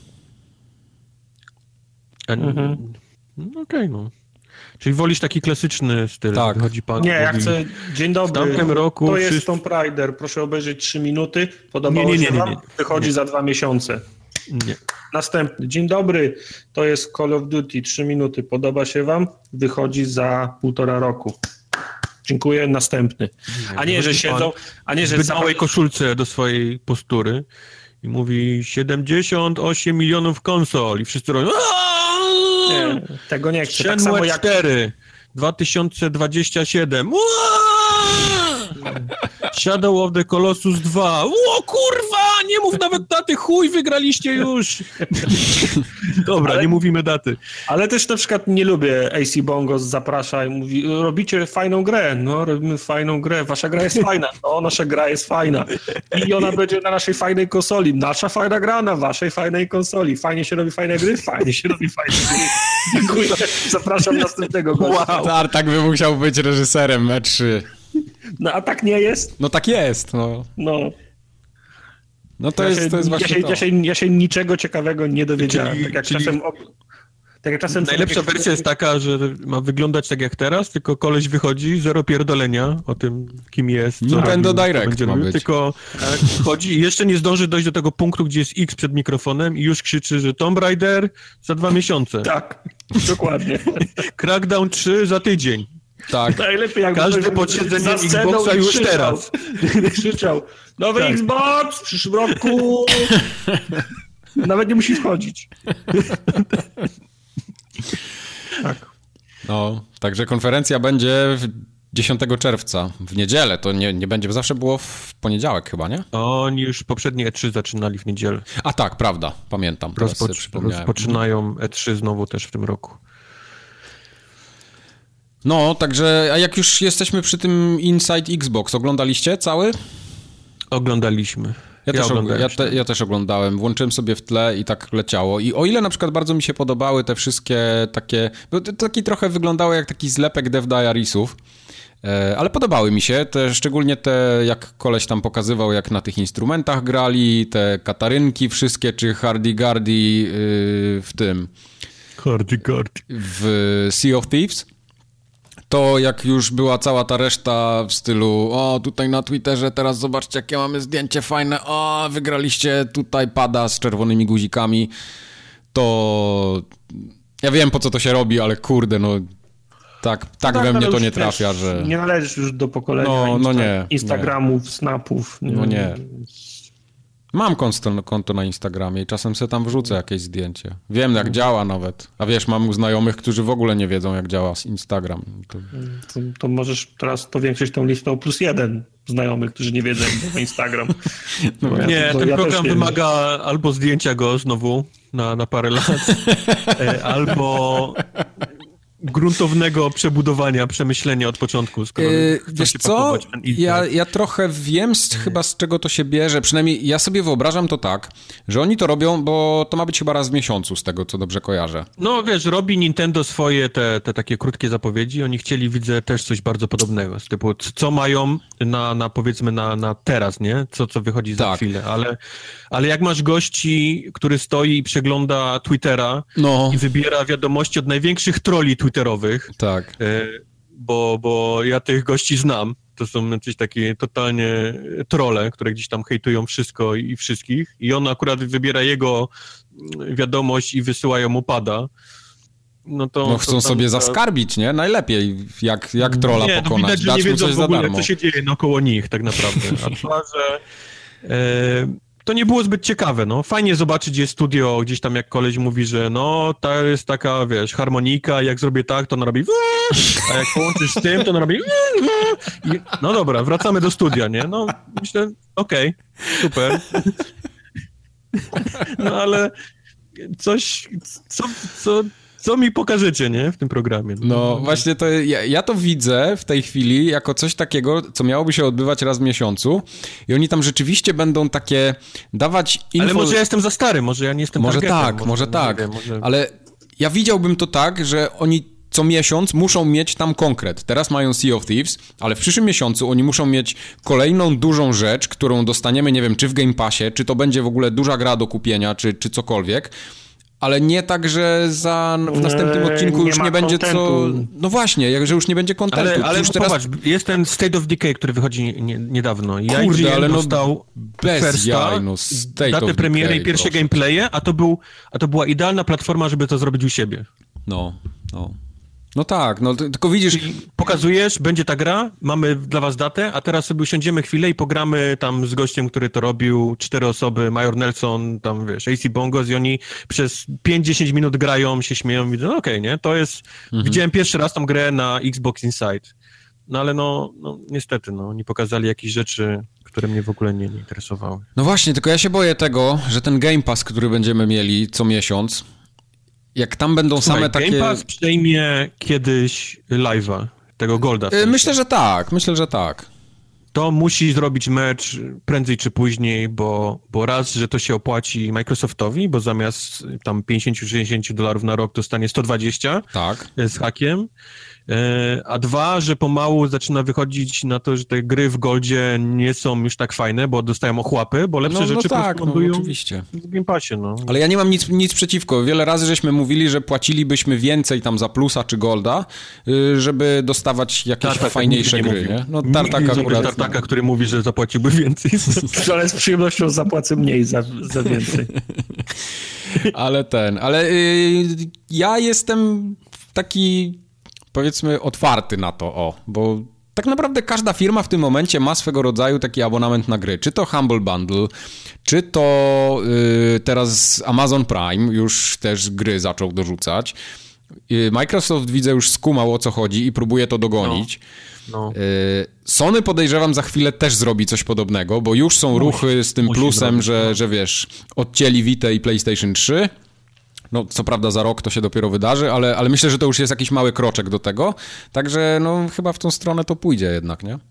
Okej, no. Czyli wolisz taki klasyczny styl? Tak. Wychodzi pan, nie, ja chcę... Dzień dobry, w tamtym roku to jest Tomb Raider, proszę obejrzeć 3 minuty, podobało się wam? Wychodzi za 2 miesiące. Nie. Następny. Dzień dobry, to jest Call of Duty, 3 minuty, podoba się wam? Wychodzi za 1,5 roku. Dziękuję, następny. A nie, że siedzą... A nie, że w małej koszulce do swojej postury i mówi 78 milionów konsol i wszyscy robią... Nie, tego nie chcę. Tak samo jak 4 2027. Shadow of the Colossus 2. O kurwa, nie mów nawet daty, chuj, wygraliście już. Dobra, nie mówimy daty. Ale też na przykład nie lubię AC Bongos zaprasza i mówi, robicie fajną grę. No, robimy fajną grę, wasza gra jest fajna. No, nasza gra jest fajna. I ona będzie na naszej fajnej konsoli. Nasza fajna gra na waszej fajnej konsoli. Fajnie się robi fajne gry? Fajnie się robi fajne gry. Dziękuję. Zapraszam następnego gościa. Wow. Tartak by musiał być reżyserem E3. No, a tak nie jest? No tak jest, no. No to jest właśnie to. Ja się niczego ciekawego nie dowiedziałem. Tak jak czasem najlepsza wersja jest taka, że ma wyglądać tak jak teraz, tylko koleś wychodzi, zero pierdolenia o tym, kim jest. Nintendo Direct ma być. Tylko chodzi i jeszcze nie zdąży dojść do tego punktu, gdzie jest X przed mikrofonem i już krzyczy, że Tomb Raider za 2 miesiące. Tak, dokładnie. Crackdown 3 za tydzień. Tak. Najlepiej jak każde posiedzenie Xboxa już teraz. Krzyczał, nowy tak. Xbox w przyszłym roku. Nawet nie musi wchodzić. Tak. No, także konferencja będzie 10 czerwca, w niedzielę. To nie będzie, bo zawsze było w poniedziałek chyba, nie? Oni już poprzednie E3 zaczynali w niedzielę. A tak, prawda, pamiętam. Rozpoczynają E3 znowu też w tym roku. No, także, a jak już jesteśmy przy tym Inside Xbox, oglądaliście cały? Oglądaliśmy. Ja też oglądałem, włączyłem sobie w tle i tak leciało. I o ile na przykład bardzo mi się podobały te wszystkie takie, bo taki trochę wyglądały jak taki zlepek Dev Diariesów, ale podobały mi się, szczególnie te, jak koleś tam pokazywał, jak na tych instrumentach grali, te katarynki wszystkie, czy hardy-gardy w tym... Hardy-gardy. W Sea of Thieves. To jak już była cała ta reszta w stylu, o tutaj na Twitterze teraz zobaczcie jakie mamy zdjęcie fajne, o wygraliście tutaj pada z czerwonymi guzikami, to ja wiem po co to się robi, ale kurde no tak we mnie to nie trafia, że... Nie należysz już do pokolenia Instagramów, Snapów. Nie. Mam konto na Instagramie i czasem sobie tam wrzucę jakieś zdjęcie. Wiem, jak działa nawet. A wiesz, mam znajomych, którzy w ogóle nie wiedzą, jak działa Instagram. To możesz teraz powiększyć tą listę o +1 znajomych, którzy nie wiedzą, jak działa Instagram. Ten program wymaga albo zdjęcia go znowu na parę lat, albo... gruntownego przebudowania, przemyślenia od początku. Wiesz co, ja trochę wiem chyba z czego to się bierze, przynajmniej ja sobie wyobrażam to tak, że oni to robią, bo to ma być chyba raz w miesiącu, z tego co dobrze kojarzę. No wiesz, robi Nintendo swoje te takie krótkie zapowiedzi, oni chcieli, widzę, też coś bardzo podobnego, z typu co mają na powiedzmy na teraz, nie? Co wychodzi za chwilę, ale jak masz gości, który stoi i przegląda Twittera i wybiera wiadomości od największych trolli twitterowych, tak. Bo ja tych gości znam, to są jakieś takie totalnie trolle, które gdzieś tam hejtują wszystko i wszystkich i on akurat wybiera jego wiadomość i wysyła ją mu pada. to chcą sobie zaskarbić, nie? Najlepiej, jak trolla pokonać. Widać, że nie wiedzą w ogóle, co się dzieje naokoło nich tak naprawdę. A dwa, że to nie było zbyt ciekawe, no. Fajnie zobaczyć, gdzie jest studio, gdzieś tam jak koleś mówi, że no, to jest taka, wiesz, harmonika, jak zrobię tak, to ona robi a jak połączysz z tym, to ona robi no dobra, wracamy do studia, nie? No, myślę, okej, super. No ale coś, co mi pokażecie, nie? W tym programie. No właśnie to ja to widzę w tej chwili jako coś takiego, co miałoby się odbywać raz w miesiącu i oni tam rzeczywiście będą takie dawać info... Ale może ja jestem za stary, może ja nie jestem targetem. Może tak, ale ja widziałbym to tak, że oni co miesiąc muszą mieć tam konkret. Teraz mają Sea of Thieves, ale w przyszłym miesiącu oni muszą mieć kolejną dużą rzecz, którą dostaniemy, nie wiem, czy w Game Passie, czy to będzie w ogóle duża gra do kupienia, czy cokolwiek. Ale nie tak, że w następnym odcinku już nie będzie co... No właśnie, że już nie będzie kontentu. Ale już teraz... popatrz, jest ten State of Decay, który wychodzi niedawno. Kurde, ale dostał bez jaj, datę premiery i pierwsze gameplaye, a to była idealna platforma, żeby to zrobić u siebie. No tak, no tylko widzisz... Czyli pokazujesz, będzie ta gra, mamy dla was datę, a teraz sobie usiądziemy chwilę i pogramy tam z gościem, który to robił, 4 osoby, Major Nelson, tam wiesz, AC Bongos i oni przez 5-10 minut grają, się śmieją i widzą, okej, nie? To jest... Widziałem pierwszy raz tą grę na Xbox Inside. No ale no niestety, nie pokazali jakichś rzeczy, które mnie w ogóle nie interesowały. No właśnie, tylko ja się boję tego, że ten Game Pass, który będziemy mieli co miesiąc, jak tam będą same takie... Game Pass przejmie kiedyś live'a, tego Golda. Myślę, że tak. To musi zrobić mecz prędzej czy później, bo raz, że to się opłaci Microsoftowi, bo zamiast tam $50-60 na rok dostanie 120 z hakiem. A dwa, że pomału zaczyna wychodzić na to, że te gry w Goldzie nie są już tak fajne, bo dostają ochłapy, bo lepsze rzeczy lądują oczywiście w Game Passie, Ale ja nie mam nic przeciwko. Wiele razy żeśmy mówili, że płacilibyśmy więcej tam za Plusa czy Golda, żeby dostawać jakieś fajniejsze gry, nie? No Tartaka, który mówi, że zapłaciłby więcej. Ale z przyjemnością zapłacę mniej za więcej. Ale ja jestem taki... powiedzmy otwarty na to, bo tak naprawdę każda firma w tym momencie ma swego rodzaju taki abonament na gry, czy to Humble Bundle, czy to teraz Amazon Prime już też gry zaczął dorzucać. Microsoft widzę już skumał, o co chodzi i próbuje to dogonić. Sony podejrzewam za chwilę też zrobi coś podobnego, bo już są ruchy z tym plusem, że wiesz, odcięli Vitę i PlayStation 3. No, co prawda za rok to się dopiero wydarzy, ale myślę, że to już jest jakiś mały kroczek do tego. Także chyba w tą stronę to pójdzie jednak, nie?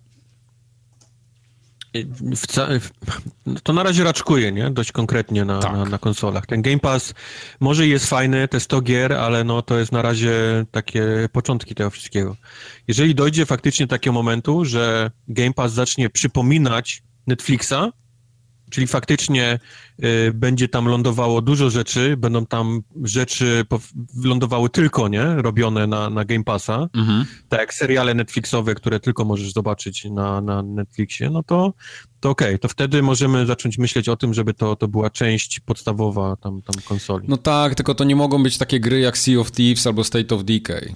To na razie raczkuje, nie? Dość konkretnie na konsolach. Ten Game Pass może jest fajny, te 100 gier, ale to jest na razie takie początki tego wszystkiego. Jeżeli dojdzie faktycznie do takiego momentu, że Game Pass zacznie przypominać Netflixa, czyli faktycznie będzie tam lądowało dużo rzeczy, będą tam rzeczy lądowały tylko, nie? Robione na Game Passa, tak jak seriale Netflixowe, które tylko możesz zobaczyć na Netflixie, to okej, to wtedy możemy zacząć myśleć o tym, żeby to była część podstawowa tam konsoli. No tak, tylko to nie mogą być takie gry jak Sea of Thieves albo State of Decay.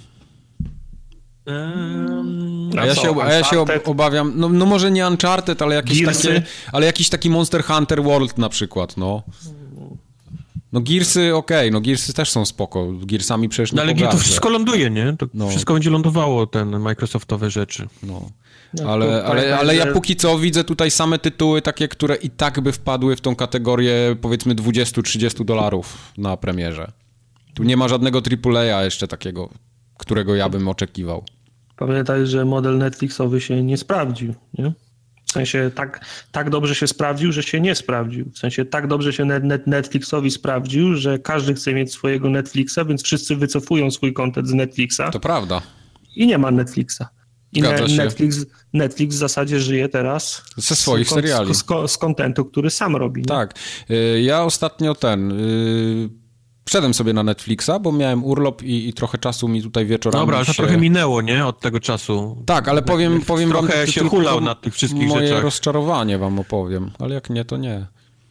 Ja się obawiam, no może nie Uncharted, ale jakiś taki Monster Hunter World na przykład, No Gearsy, Gearsy też są spoko, Gearsami przecież nie ale to wszystko ląduje, nie? To wszystko będzie lądowało, Microsoftowe rzeczy. Ale ja póki co widzę tutaj same tytuły takie, które i tak by wpadły w tą kategorię, powiedzmy $20-30 na premierze. Tu nie ma żadnego AAA jeszcze takiego, którego ja bym oczekiwał. Pamiętaj, że model Netflixowy się nie sprawdził, nie? W sensie tak dobrze się sprawdził, że się nie sprawdził. W sensie tak dobrze się Netflixowi sprawdził, że każdy chce mieć swojego Netflixa, więc wszyscy wycofują swój content z Netflixa. To prawda. I nie ma Netflixa. I Netflix w zasadzie żyje teraz ze swoich seriali. Z kontentu, który sam robi. Nie? Tak. Ja ostatnio wszedłem sobie na Netflixa, bo miałem urlop i trochę czasu mi tutaj wieczorami Dobra, ale to trochę minęło, nie? Od tego czasu. Tak, ale powiem wam... Trochę się hulał na tych wszystkich rzeczach. Moje rozczarowanie wam opowiem, ale jak nie, to nie.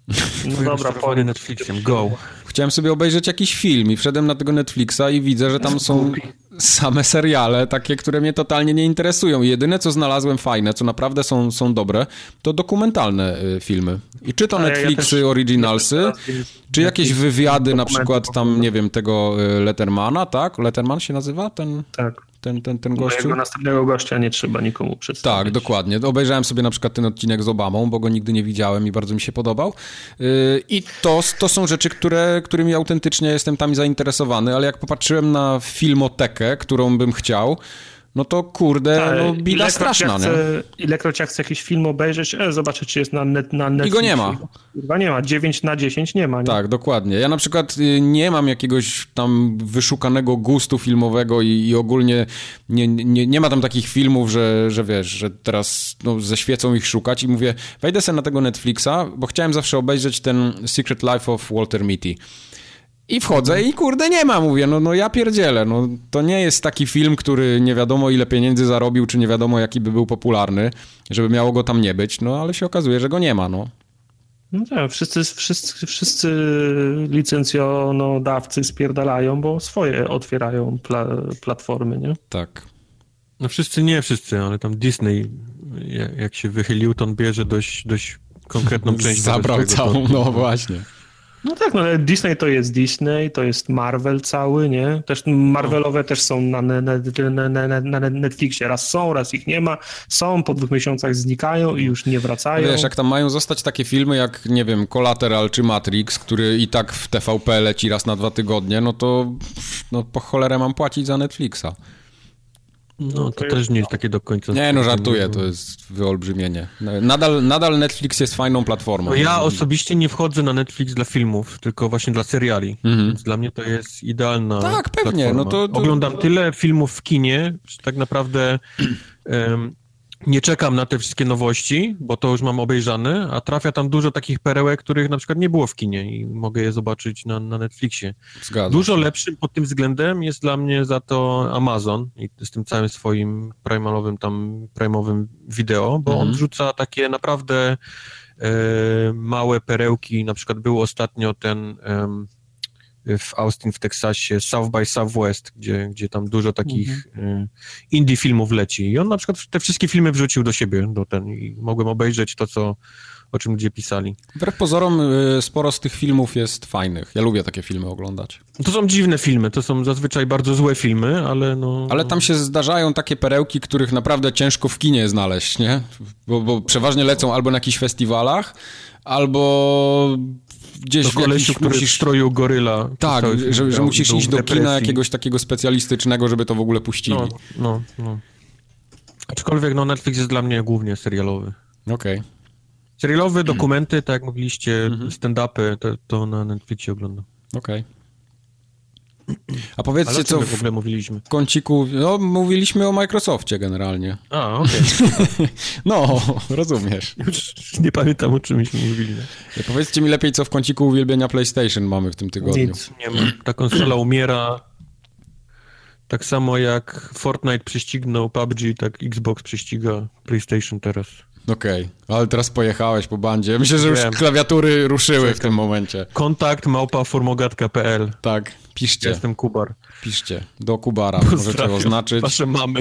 No dobra, powiem Netflixem, go. Chciałem sobie obejrzeć jakiś film i wszedłem na tego Netflixa i widzę, że tam są same seriale, takie, które mnie totalnie nie interesują. Jedyne, co znalazłem fajne, co naprawdę są dobre, to dokumentalne filmy. I czy to Netflixy, originalsy, czy jakieś wywiady, na przykład tam, nie wiem, tego Lettermana, tak? Letterman się nazywa? Ten gościu? Mojego następnego gościa nie trzeba nikomu przedstawić. Tak, dokładnie. Obejrzałem sobie na przykład ten odcinek z Obamą, bo go nigdy nie widziałem i bardzo mi się podobał. I to są rzeczy, którymi autentycznie jestem tam zainteresowany, ale jak popatrzyłem na filmotekę, którą bym chciał, no to kurde, bida straszna, nie? Ilekroć ja chcę jakiś film obejrzeć, zobaczę, czy jest na Netflixie. I go nie ma. Chyba nie ma, 9/10 nie ma. Nie? Tak, dokładnie. Ja na przykład nie mam jakiegoś tam wyszukanego gustu filmowego i ogólnie nie ma tam takich filmów, że wiesz, że teraz ze świecą ich szukać i mówię, wejdę sobie na tego Netflixa, bo chciałem zawsze obejrzeć ten Secret Life of Walter Mitty. I wchodzę i kurde nie ma, mówię, no ja pierdzielę, to nie jest taki film, który nie wiadomo ile pieniędzy zarobił, czy nie wiadomo jaki by był popularny, żeby miało go tam nie być, ale się okazuje, że go nie ma, No tak, wszyscy licencjonodawcy spierdalają, bo swoje otwierają platformy, nie? Tak. No wszyscy, ale tam Disney, jak się wychylił, to on bierze dość konkretną część. Zabrał całą, no właśnie. No tak, ale Disney to jest Disney, to jest Marvel cały, nie? Też Marvelowe też są na Netflixie. Raz są, raz ich nie ma. Są, po 2 miesiącach znikają i już nie wracają. Wiesz, jak tam mają zostać takie filmy jak, nie wiem, Collateral czy Matrix, który i tak w TVP leci raz na 2 tygodnie, to po cholerę mam płacić za Netflixa. No to też nie jest takie do końca... Nie, żartuję, to jest wyolbrzymienie. Nadal Netflix jest fajną platformą. No ja osobiście nie wchodzę na Netflix dla filmów, tylko właśnie dla seriali. Więc dla mnie to jest idealna Tak, pewnie. platforma. To... Oglądam tyle filmów w kinie, że tak naprawdę nie czekam na te wszystkie nowości, bo to już mam obejrzane, a trafia tam dużo takich perełek, których na przykład nie było w kinie i mogę je zobaczyć na Netflixie. Zgadzam. Dużo lepszym pod tym względem jest dla mnie za to Amazon i z tym całym swoim prime'owym wideo, bo on wrzuca takie naprawdę małe perełki. Na przykład był ostatnio ten w Austin w Teksasie South by Southwest, gdzie tam dużo takich indie filmów leci. I on na przykład te wszystkie filmy wrzucił do siebie i mogłem obejrzeć to, o czym ludzie pisali. Wbrew pozorom sporo z tych filmów jest fajnych. Ja lubię takie filmy oglądać. To są dziwne filmy, to są zazwyczaj bardzo złe filmy, ale Ale tam się zdarzają takie perełki, których naprawdę ciężko w kinie znaleźć, nie? Bo przeważnie lecą albo na jakichś festiwalach, albo gdzieś w jakiś... który w stroju goryla. Tak, że musisz iść do kina jakiegoś takiego specjalistycznego, żeby to w ogóle puścili. No. Aczkolwiek Netflix jest dla mnie głównie serialowy. Okej. Serialowe dokumenty, tak jak mówiliście, stand-upy, to na Netflixie oglądam. Okej. A powiedzcie, co w ogóle mówiliśmy? W kąciku... mówiliśmy o Microsoftie generalnie. A, okej. Rozumiesz. Już nie pamiętam, o czymś mówili. Powiedzcie mi lepiej, co w kąciku uwielbienia PlayStation mamy w tym tygodniu. Nic nie ma. Ta konsola umiera. Tak samo jak Fortnite prześcignął PUBG, tak Xbox prześciga PlayStation teraz. Okej, ale teraz pojechałeś po bandzie. Myślę, że już klawiatury ruszyły w tym momencie. kontakt@formogatka.pl. Tak, piszcie. Jestem Kubar. Piszcie. Do Kubara. Możecie oznaczyć. Wasze mamy.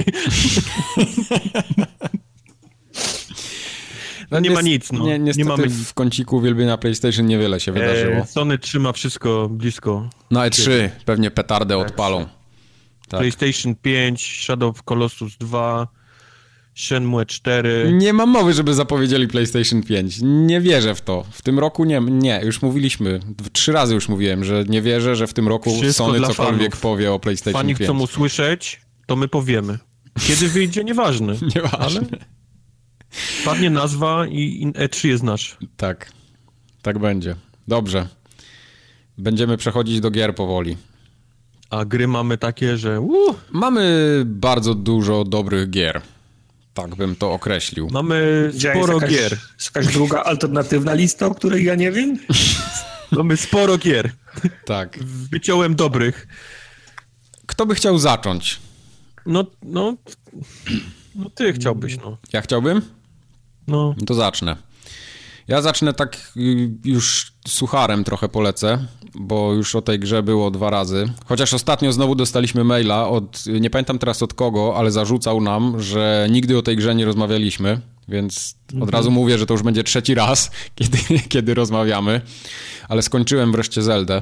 Nie ma nic, Niestety nie mamy w kąciku uwielbienia PlayStation niewiele się wydarzyło. Sony trzyma wszystko blisko. Na E3 pewnie petardę odpalą. Tak. PlayStation 5, Shadow of Colossus 2, Shenmue 4. Nie mam mowy, żeby zapowiedzieli PlayStation 5. Nie wierzę w to. W tym roku nie. Już mówiliśmy. 3 razy już mówiłem, że nie wierzę, że w tym roku wszystko Sony cokolwiek powie o PlayStation 5. Fani chcą usłyszeć, to my powiemy. Kiedy wyjdzie, nieważne. Nieważne. Ale padnie nazwa i E3 jest nasz. Tak. Tak będzie. Dobrze. Będziemy przechodzić do gier powoli. A gry mamy takie, że... Mamy bardzo dużo dobrych gier. Tak bym to określił. Mamy sporo gier. Jest jakaś druga alternatywna lista, o której ja nie wiem? Mamy sporo gier. Tak. Wyciąłem dobrych. Kto by chciał zacząć? No ty chciałbyś, Ja chciałbym? No. To zacznę. Ja zacznę tak już sucharem trochę polecę, bo już o tej grze było 2 razy. Chociaż ostatnio znowu dostaliśmy maila od, nie pamiętam teraz od kogo, ale zarzucał nam, że nigdy o tej grze nie rozmawialiśmy, więc od razu mówię, że to już będzie 3. raz, kiedy rozmawiamy. Ale skończyłem wreszcie Zeldę.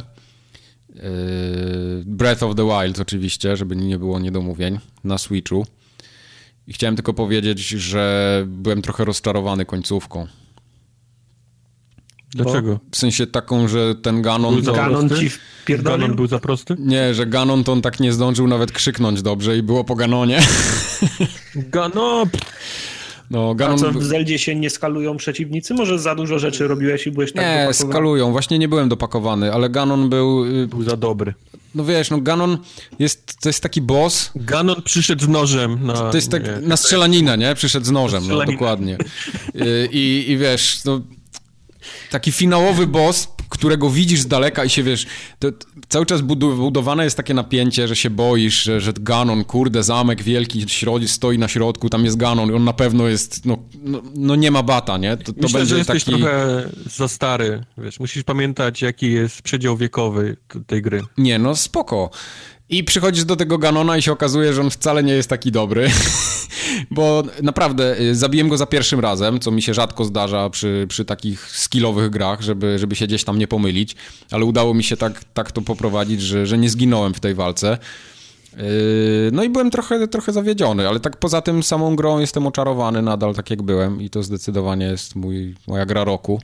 Breath of the Wild oczywiście, żeby nie było niedomówień, na Switchu. I chciałem tylko powiedzieć, że byłem trochę rozczarowany końcówką. Dlaczego? W sensie taką, że ten Ganon... Ganon ci wpierdolił? Ganon był za prosty? Nie, że Ganon to on tak nie zdążył nawet krzyknąć dobrze i było po Ganonie. Ganon! No, Ganon... A co, w Zeldzie się nie skalują przeciwnicy? Może za dużo rzeczy robiłeś i byłeś tak dopakowany? Nie, skalują. Właśnie nie byłem dopakowany, ale Ganon był... Był za dobry. No wiesz, no Ganon to jest taki boss... Ganon przyszedł z nożem na... To jest tak, na strzelaninę, nie? Przyszedł z nożem, no dokładnie. I wiesz, no... Taki finałowy boss, którego widzisz z daleka i się, wiesz, to cały czas budowane jest takie napięcie, że się boisz, że Ganon, kurde, zamek wielki stoi na środku, tam jest Ganon i on na pewno jest, no nie ma bata, nie? To Myślę, będzie że jesteś taki... trochę za stary, wiesz, musisz pamiętać, jaki jest przedział wiekowy tej gry. Nie, no spoko. I przychodzisz do tego Ganona i się okazuje, że on wcale nie jest taki dobry, bo naprawdę zabiłem go za pierwszym razem, co mi się rzadko zdarza przy takich skillowych grach, żeby się gdzieś tam nie pomylić, ale udało mi się tak to poprowadzić, że nie zginąłem w tej walce. No i byłem trochę zawiedziony, ale tak poza tym samą grą jestem oczarowany nadal tak jak byłem i to zdecydowanie jest moja gra roku.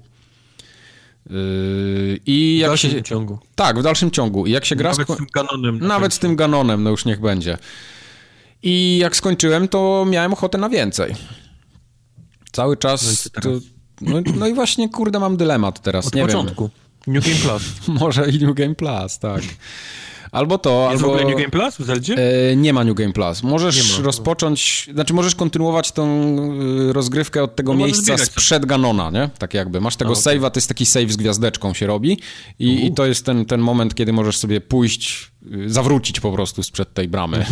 I jak w dalszym ciągu. Tak, w dalszym ciągu. I jak się gra... Nawet z tym Ganonem. Nawet z tym Ganonem, no już niech będzie. I jak skończyłem, to miałem ochotę na więcej. Cały czas... No i właśnie, kurde, mam dylemat teraz. Od nie początku. Wiem. New Game Plus. Może i New Game Plus, tak. Albo to, jest albo... w ogóle New Game Plus w Zeldzie? Nie ma New Game Plus. Możesz rozpocząć... Znaczy możesz kontynuować tą rozgrywkę od tego miejsca sprzed Ganona, nie? Tak jakby. Masz tego save'a, to jest taki save z gwiazdeczką się robi i to jest ten moment, kiedy możesz sobie pójść, zawrócić po prostu sprzed tej bramy.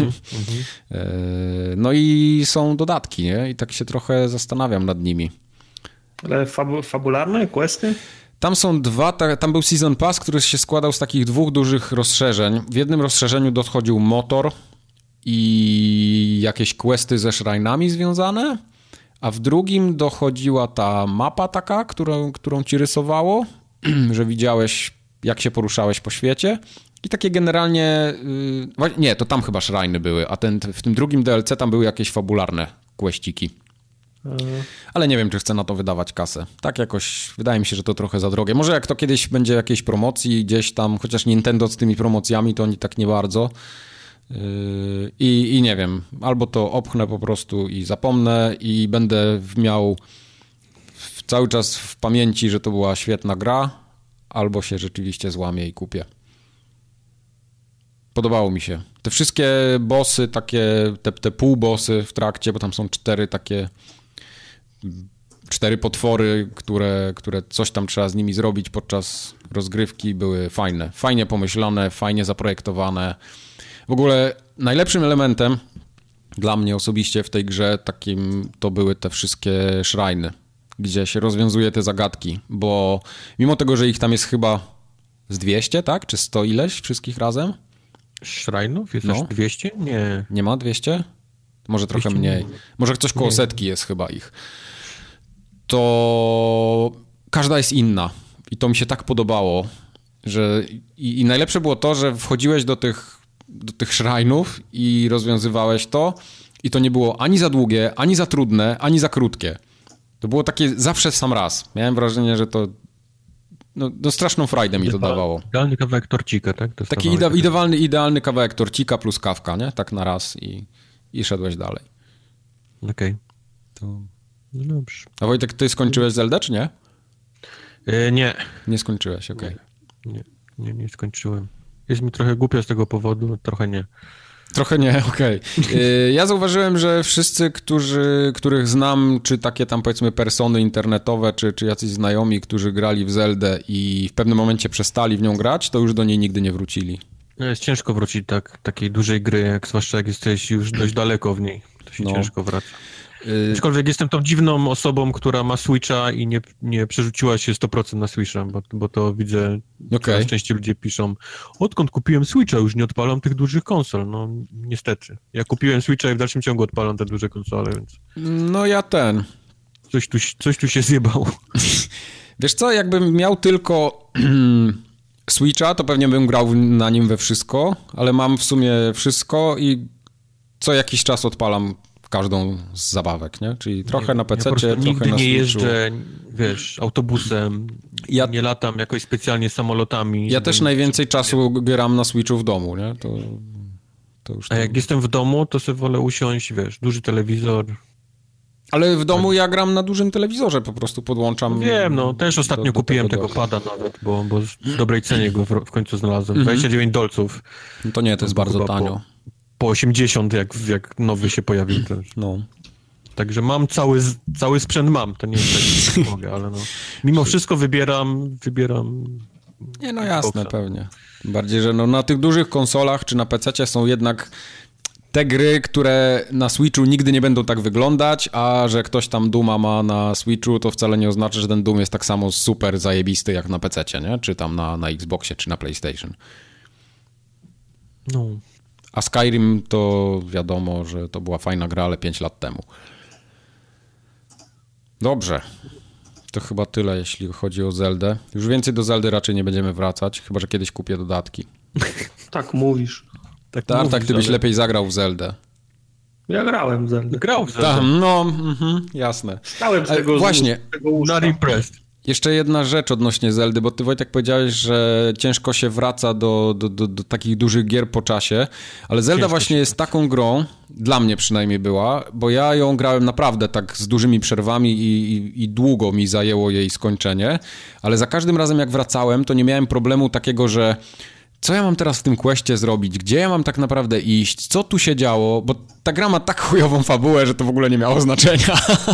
No i są dodatki, nie? I tak się trochę zastanawiam nad nimi. Ale fabularne? Questy? Tam są tam był Season Pass, który się składał z takich 2 dużych rozszerzeń. W jednym rozszerzeniu dochodził motor i jakieś questy ze shrine'ami związane, a w drugim dochodziła ta mapa taka, którą ci rysowało, że widziałeś, jak się poruszałeś po świecie. I takie generalnie... Nie, to tam chyba shrine'y były, a w tym drugim DLC tam były jakieś fabularne questyki. Ale nie wiem, czy chcę na to wydawać kasę. Tak jakoś, wydaje mi się, że to trochę za drogie. Może jak to kiedyś będzie jakiejś promocji gdzieś tam, chociaż Nintendo z tymi promocjami to oni tak nie bardzo. I nie wiem, albo to opchnę po prostu i zapomnę i będę miał cały czas w pamięci, że to była świetna gra, albo się rzeczywiście złamię i kupię. Podobało mi się. Te wszystkie bossy, takie, te półbossy w trakcie, bo tam są 4 potwory, które coś tam trzeba z nimi zrobić podczas rozgrywki, były fajne. Fajnie pomyślane, fajnie zaprojektowane. W ogóle najlepszym elementem dla mnie osobiście w tej grze takim to były te wszystkie shrine'y, gdzie się rozwiązuje te zagadki, bo mimo tego, że ich tam jest chyba z 200, tak? Czy 100 ileś wszystkich razem? Shrine'ów? Jest aż 200? Nie. Nie ma 200? Może trochę mniej. Może coś koło setki jest chyba ich. To każda jest inna. I to mi się tak podobało, że i najlepsze było to, że wchodziłeś do tych shrine'ów i rozwiązywałeś to i to nie było ani za długie, ani za trudne, ani za krótkie. To było takie zawsze sam raz. Miałem wrażenie, że to straszną frajdę mi to dawało. Idealny kawałek torcika, tak? Taki idealny kawałek torcika plus kawka, nie? Tak na raz i szedłeś dalej. Okej. To... No dobrze. A Wojtek, ty skończyłeś Zeldę, czy nie? Nie. Nie skończyłeś, okej. Nie skończyłem. Jest mi trochę głupio z tego powodu, trochę nie. Trochę nie, okej. Ja zauważyłem, że wszyscy, których znam, czy takie tam powiedzmy persony internetowe, czy jacyś znajomi, którzy grali w Zeldę i w pewnym momencie przestali w nią grać, to już do niej nigdy nie wrócili. No jest ciężko wrócić takiej dużej gry, zwłaszcza jak jesteś już dość daleko w niej. To się ciężko wraca. Aczkolwiek jestem tą dziwną osobą, która ma Switcha i nie przerzuciła się 100% na Switcha, bo to widzę, coraz częściej ludzie piszą, odkąd kupiłem Switcha, już nie odpalam tych dużych konsol. No niestety. Ja kupiłem Switcha i w dalszym ciągu odpalam te duże konsole, więc... No ja Coś tu się zjebało. Wiesz co, jakbym miał tylko Switcha, to pewnie bym grał na nim we wszystko, ale mam w sumie wszystko i co jakiś czas odpalam każdą z zabawek, nie? Czyli trochę na PC-cie, trochę na Switchu. Nigdy nie jeżdżę, wiesz, autobusem, nie latam jakoś specjalnie samolotami. Ja też najwięcej czasu gram na Switchu w domu, nie? To już A jak jestem w domu, to sobie wolę usiąść, wiesz, duży telewizor. Ale w domu ja gram na dużym telewizorze, po prostu podłączam... Wiem, no, też ostatnio kupiłem tego pada nawet, bo w dobrej cenie go w końcu znalazłem. $29. No to nie, to jest bardzo tanio. Po 80, jak nowy się pojawił też. No. Także mam cały sprzęt to nie jest tak, że mogę, ale no. Mimo wszystko wybieram... Nie, no jasne, pewnie. Bardziej, że no, na tych dużych konsolach czy na PC-cie są jednak te gry, które na Switchu nigdy nie będą tak wyglądać, a że ktoś tam Dooma ma na Switchu, to wcale nie oznacza, że ten Doom jest tak samo super zajebisty jak na PC-cie, nie? Czy tam na Xboxie, czy na PlayStation. No. A Skyrim to wiadomo, że to była fajna gra, ale 5 lat temu. Dobrze. To chyba tyle, jeśli chodzi o Zeldę. Już więcej do Zeldy raczej nie będziemy wracać, chyba że kiedyś kupię dodatki. Tak mówisz. Tak, ty byś lepiej zagrał w Zeldę. Ja grałem w Zeldę. Grał w Zeldę. Jasne. Stałem z tego właśnie, not impressed. Jeszcze jedna rzecz odnośnie Zeldy, bo ty, Wojtek, powiedziałeś, że ciężko się wraca do takich dużych gier po czasie, ale Zelda właśnie jest taką grą, dla mnie przynajmniej była, bo ja ją grałem naprawdę tak z dużymi przerwami i długo mi zajęło jej skończenie, ale za każdym razem jak wracałem, to nie miałem problemu takiego, że co ja mam teraz w tym questie zrobić? Gdzie ja mam tak naprawdę iść? Co tu się działo? Bo ta gra ma tak chujową fabułę, że to w ogóle nie miało znaczenia.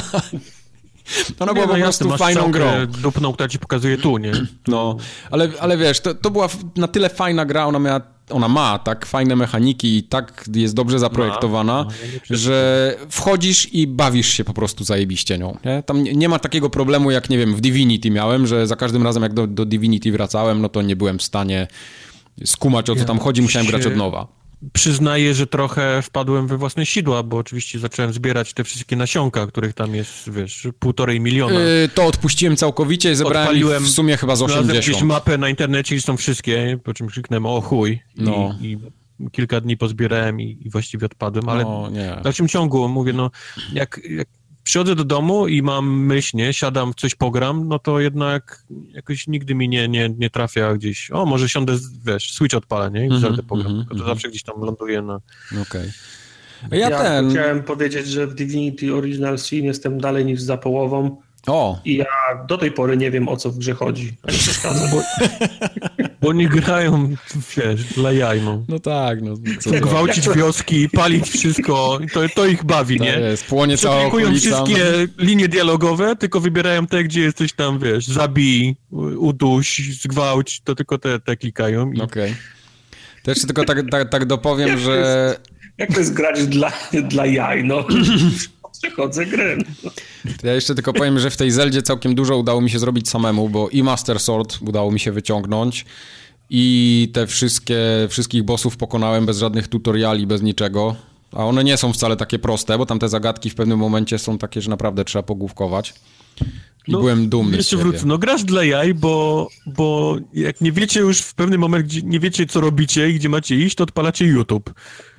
Ona była po prostu fajną grą. Dupną, która ci pokazuje tu, nie? No, ale wiesz, to była na tyle fajna gra, ona ma tak fajne mechaniki i tak jest dobrze zaprojektowana, że wchodzisz i bawisz się po prostu zajebiście nią. Nie? Tam nie ma takiego problemu, jak nie wiem, w Divinity miałem, że za każdym razem jak do Divinity wracałem, no to nie byłem w stanie skumać, o co tam chodzi, musiałem grać od nowa. Przyznaję, że trochę wpadłem we własne sidła, bo oczywiście zacząłem zbierać te wszystkie nasionka, których tam jest, wiesz, 1,5 miliona. To odpuściłem całkowicie i zebrałem w sumie chyba z 80. Gdzieś mapę na internecie, gdzie są wszystkie, po czym kliknąłem o chuj i kilka dni pozbierałem i właściwie odpadłem, ale w dalszym ciągu mówię, no jak przychodzę do domu i mam myśl, nie, siadam, coś pogram, no to jednak jakoś nigdy mi nie trafia gdzieś, może siądę, wiesz, Switch odpalę, nie, i w pogram, to zawsze gdzieś tam ląduje na... Okej. Ja chciałem powiedzieć, że w Divinity Original Sin jestem dalej niż za połową. I ja do tej pory nie wiem, o co w grze chodzi. A nie przeszkadza. Bo nie grają, wiesz, dla jaj, no. No tak, no. Gwałcić wioski, palić wszystko, to ich bawi, nie? Płonie cała okolica. Wszystkie linie dialogowe, tylko wybierają te, gdzie jesteś tam, wiesz, zabij, uduś, zgwałć, to tylko te klikają. Okej. To jeszcze tylko tak dopowiem, że... Jak to jest grać dla jaj, no? Przechodzę grę. Ja jeszcze tylko powiem, że w tej Zeldzie całkiem dużo udało mi się zrobić samemu, bo i Master Sword udało mi się wyciągnąć i te wszystkich bossów pokonałem bez żadnych tutoriali, bez niczego. A one nie są wcale takie proste, bo tam te zagadki w pewnym momencie są takie, że naprawdę trzeba pogłówkować. I byłem dumny z siebie. Wrócę. Grasz dla jaj, bo jak nie wiecie już w pewnym momencie, nie wiecie, co robicie i gdzie macie iść, to odpalacie YouTube.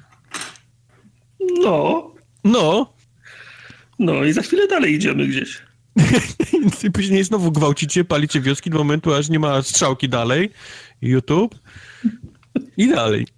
No i za chwilę dalej idziemy gdzieś. I później znowu gwałcicie, palicie wioski do momentu, aż nie ma strzałki dalej. YouTube. I dalej.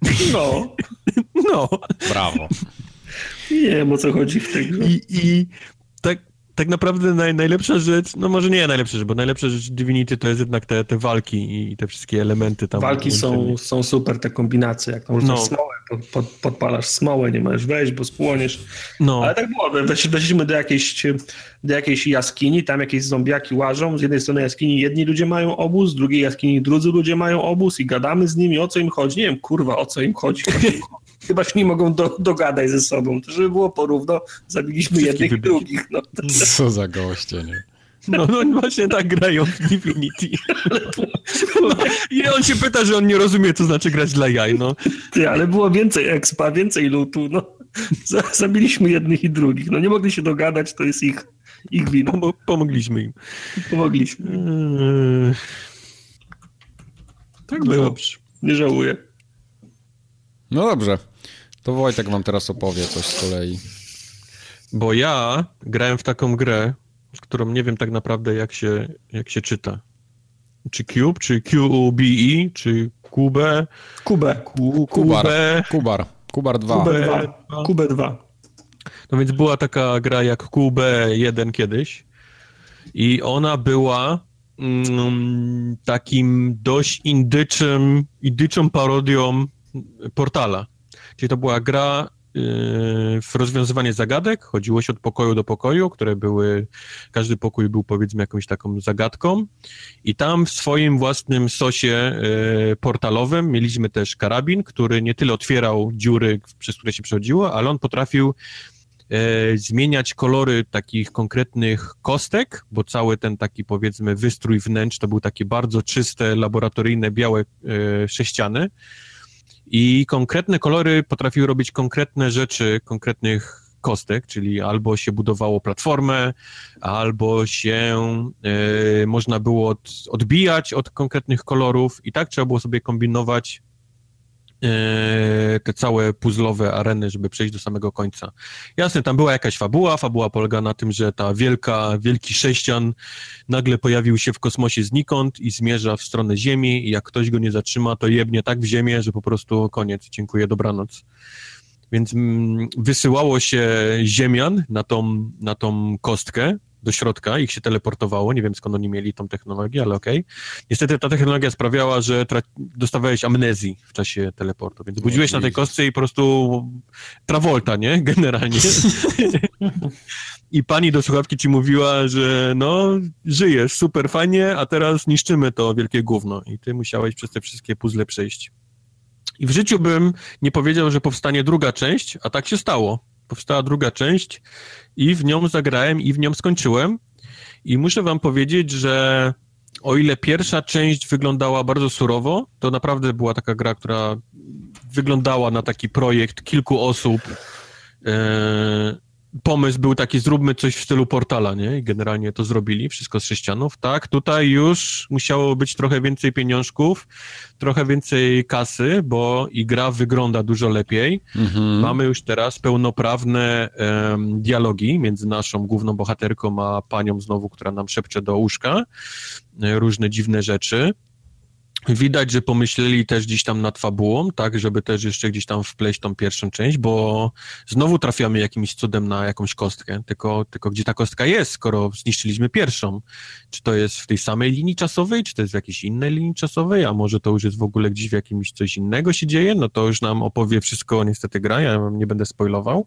No. Brawo. Nie wiem, o co chodzi w tej grze. I tak naprawdę najlepsza rzecz, no może nie najlepsza rzecz, bo najlepsza rzecz Divinity to jest jednak te walki i te wszystkie elementy tam. Walki są super, te kombinacje, jak tam smołę, podpalasz smołę, nie możesz wejść, bo spłoniesz. Ale tak było, weszliśmy do jakiejś jaskini, tam jakieś zombiaki łażą, z jednej strony jaskini jedni ludzie mają obóz, z drugiej jaskini drudzy ludzie mają obóz i gadamy z nimi, o co im chodzi. Nie wiem, kurwa, o co im chodzi. chyba się nie mogą dogadać ze sobą. To żeby było porówno, zabiliśmy jednych i drugich. No. Co za goście, nie? No właśnie tak grają w Divinity. No, i on się pyta, że on nie rozumie, co znaczy grać dla jaj, no. Ale było więcej expa, więcej lootu, no. Zabiliśmy jednych i drugich. No nie mogli się dogadać, to jest ich wina. Pomogliśmy im. Tak było. Dobrze. Nie żałuję. No dobrze. To Wojtek wam teraz opowie coś z kolei. Bo ja grałem w taką grę, z którą nie wiem tak naprawdę jak się czyta. Czy Cube, czy QUBE, czy Cube? Kubar 2. Cube 2. No więc była taka gra jak Cube 1 kiedyś i ona była takim dość indyczą parodią Portala. Czyli to była gra w rozwiązywanie zagadek, chodziło się od pokoju do pokoju, każdy pokój był powiedzmy jakąś taką zagadką i tam w swoim własnym sosie portalowym mieliśmy też karabin, który nie tyle otwierał dziury, przez które się przechodziło, ale on potrafił zmieniać kolory takich konkretnych kostek, bo cały ten taki powiedzmy wystrój wnętrz to był takie bardzo czyste, laboratoryjne, białe sześciany. I konkretne kolory potrafiły robić konkretne rzeczy, konkretnych kostek, czyli albo się budowało platformę, albo się można było odbijać od konkretnych kolorów i tak trzeba było sobie kombinować te całe puzzlowe areny, żeby przejść do samego końca. Jasne, tam była jakaś fabuła polega na tym, że wielki sześcian nagle pojawił się w kosmosie znikąd i zmierza w stronę Ziemi i jak ktoś go nie zatrzyma, to jebnie tak w ziemię, że po prostu koniec, dziękuję, dobranoc. Więc wysyłało się ziemian na tą kostkę do środka, ich się teleportowało, nie wiem skąd oni mieli tą technologię, ale okej. Niestety ta technologia sprawiała, że dostawałeś amnezji w czasie teleportu, więc budziłeś na tej kostce i po prostu Travolta, nie? Generalnie. I pani do słuchawki ci mówiła, że no, żyjesz, super fajnie, a teraz niszczymy to wielkie gówno i ty musiałeś przez te wszystkie puzzle przejść. I w życiu bym nie powiedział, że powstanie druga część, a tak się stało. Powstała druga część i w nią zagrałem i w nią skończyłem. I muszę wam powiedzieć, że o ile pierwsza część wyglądała bardzo surowo, to naprawdę była taka gra, która wyglądała na taki projekt kilku osób. Pomysł był taki, zróbmy coś w stylu Portala, nie? I generalnie to zrobili, wszystko z sześcianów. Tak, tutaj już musiało być trochę więcej pieniążków, trochę więcej kasy, bo i gra wygląda dużo lepiej. Mamy już teraz pełnoprawne dialogi między naszą główną bohaterką a panią znowu, która nam szepcze do uszka różne dziwne rzeczy. Widać, że pomyśleli też gdzieś tam nad fabułą, tak, żeby też jeszcze gdzieś tam wpleść tą pierwszą część, bo znowu trafiamy jakimś cudem na jakąś kostkę, tylko gdzie ta kostka jest, skoro zniszczyliśmy pierwszą? Czy to jest w tej samej linii czasowej, czy to jest w jakiejś innej linii czasowej, a może to już jest w ogóle gdzieś w jakimś coś innego się dzieje? No to już nam opowie wszystko niestety gra, ja nie będę spoilował.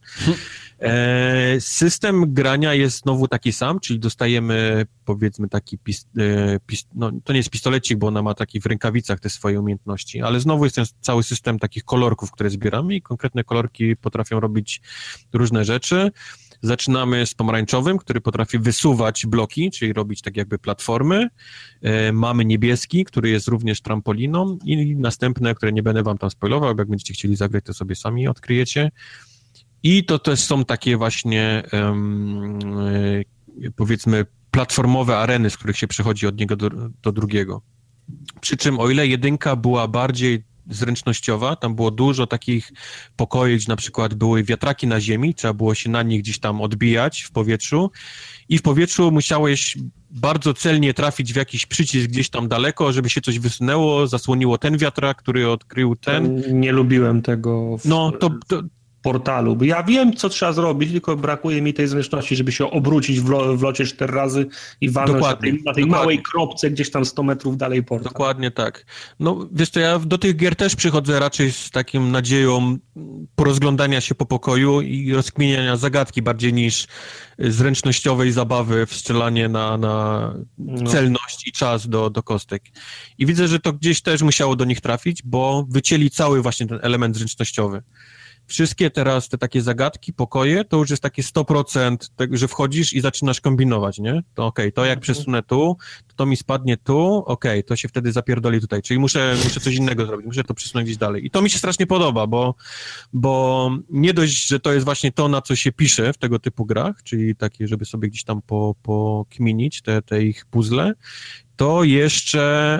System grania jest znowu taki sam, czyli dostajemy powiedzmy taki no to nie jest pistolecik, bo ona ma taki w rękawicach te swoje umiejętności, ale znowu jest ten cały system takich kolorków, które zbieramy i konkretne kolorki potrafią robić różne rzeczy. Zaczynamy z pomarańczowym, który potrafi wysuwać bloki, czyli robić tak jakby platformy. Mamy niebieski, który jest również trampoliną i następne, które nie będę wam tam spoilował, jak będziecie chcieli zagrać, to sobie sami odkryjecie. I to też są takie właśnie powiedzmy platformowe areny, z których się przechodzi od niego do drugiego. Przy czym o ile jedynka była bardziej zręcznościowa, tam było dużo takich pokoi, gdzie na przykład były wiatraki na ziemi, trzeba było się na nich gdzieś tam odbijać w powietrzu i w powietrzu musiałeś bardzo celnie trafić w jakiś przycisk gdzieś tam daleko, żeby się coś wysunęło, zasłoniło ten wiatrak, który odkrył ten. Nie lubiłem tego to Portalu, bo ja wiem, co trzeba zrobić, tylko brakuje mi tej zręczności, żeby się obrócić w locie 4 razy i walnąć na tej małej kropce gdzieś tam 100 metrów dalej portal. Dokładnie tak. No wiesz co, ja do tych gier też przychodzę raczej z taką nadzieją porozglądania się po pokoju i rozkminiania zagadki bardziej niż zręcznościowej zabawy w strzelanie na celność i czas do kostek. I widzę, że to gdzieś też musiało do nich trafić, bo wycięli cały właśnie ten element zręcznościowy. wszystkie teraz te takie zagadki, pokoje, to już jest takie 100%, że wchodzisz i zaczynasz kombinować, nie? To okej, to jak przesunę tu, to mi spadnie tu, okej, to się wtedy zapierdoli tutaj, czyli muszę coś innego zrobić, muszę to przesunąć gdzieś dalej. I to mi się strasznie podoba, bo nie dość, że to jest właśnie to, na co się pisze w tego typu grach, czyli takie, żeby sobie gdzieś tam pokminić te ich puzzle, to jeszcze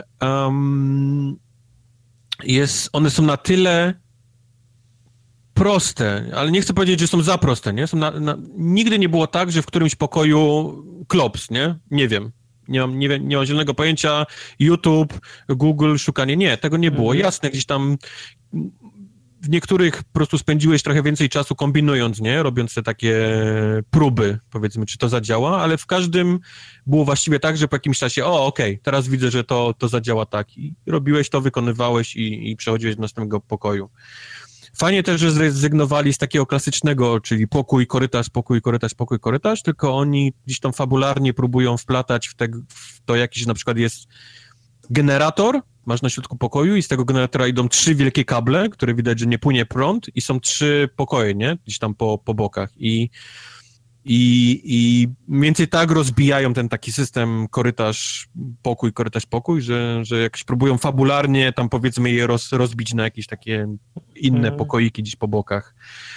one są na tyle proste, ale nie chcę powiedzieć, że są za proste, nie? Nigdy nie było tak, że w którymś pokoju klops, nie? Nie wiem. Nie mam zielonego pojęcia. YouTube, Google, szukanie. Nie, tego nie było. Jasne, gdzieś tam w niektórych po prostu spędziłeś trochę więcej czasu kombinując, nie? Robiąc te takie próby, powiedzmy, czy to zadziała, ale w każdym było właściwie tak, że po jakimś czasie, okej, teraz widzę, że to zadziała tak. I robiłeś to, wykonywałeś i przechodziłeś do następnego pokoju. Fajnie też, że zrezygnowali z takiego klasycznego, czyli pokój, korytarz, tylko oni gdzieś tam fabularnie próbują wplatać w to jakiś na przykład jest generator, masz na środku pokoju i z tego generatora idą 3 wielkie kable, które widać, że nie płynie prąd i są 3 pokoje, nie? Gdzieś tam po bokach i mniej więcej tak rozbijają ten taki system korytarz, pokój, że jak próbują fabularnie tam powiedzmy je rozbić na jakieś takie inne pokoiki gdzieś po bokach.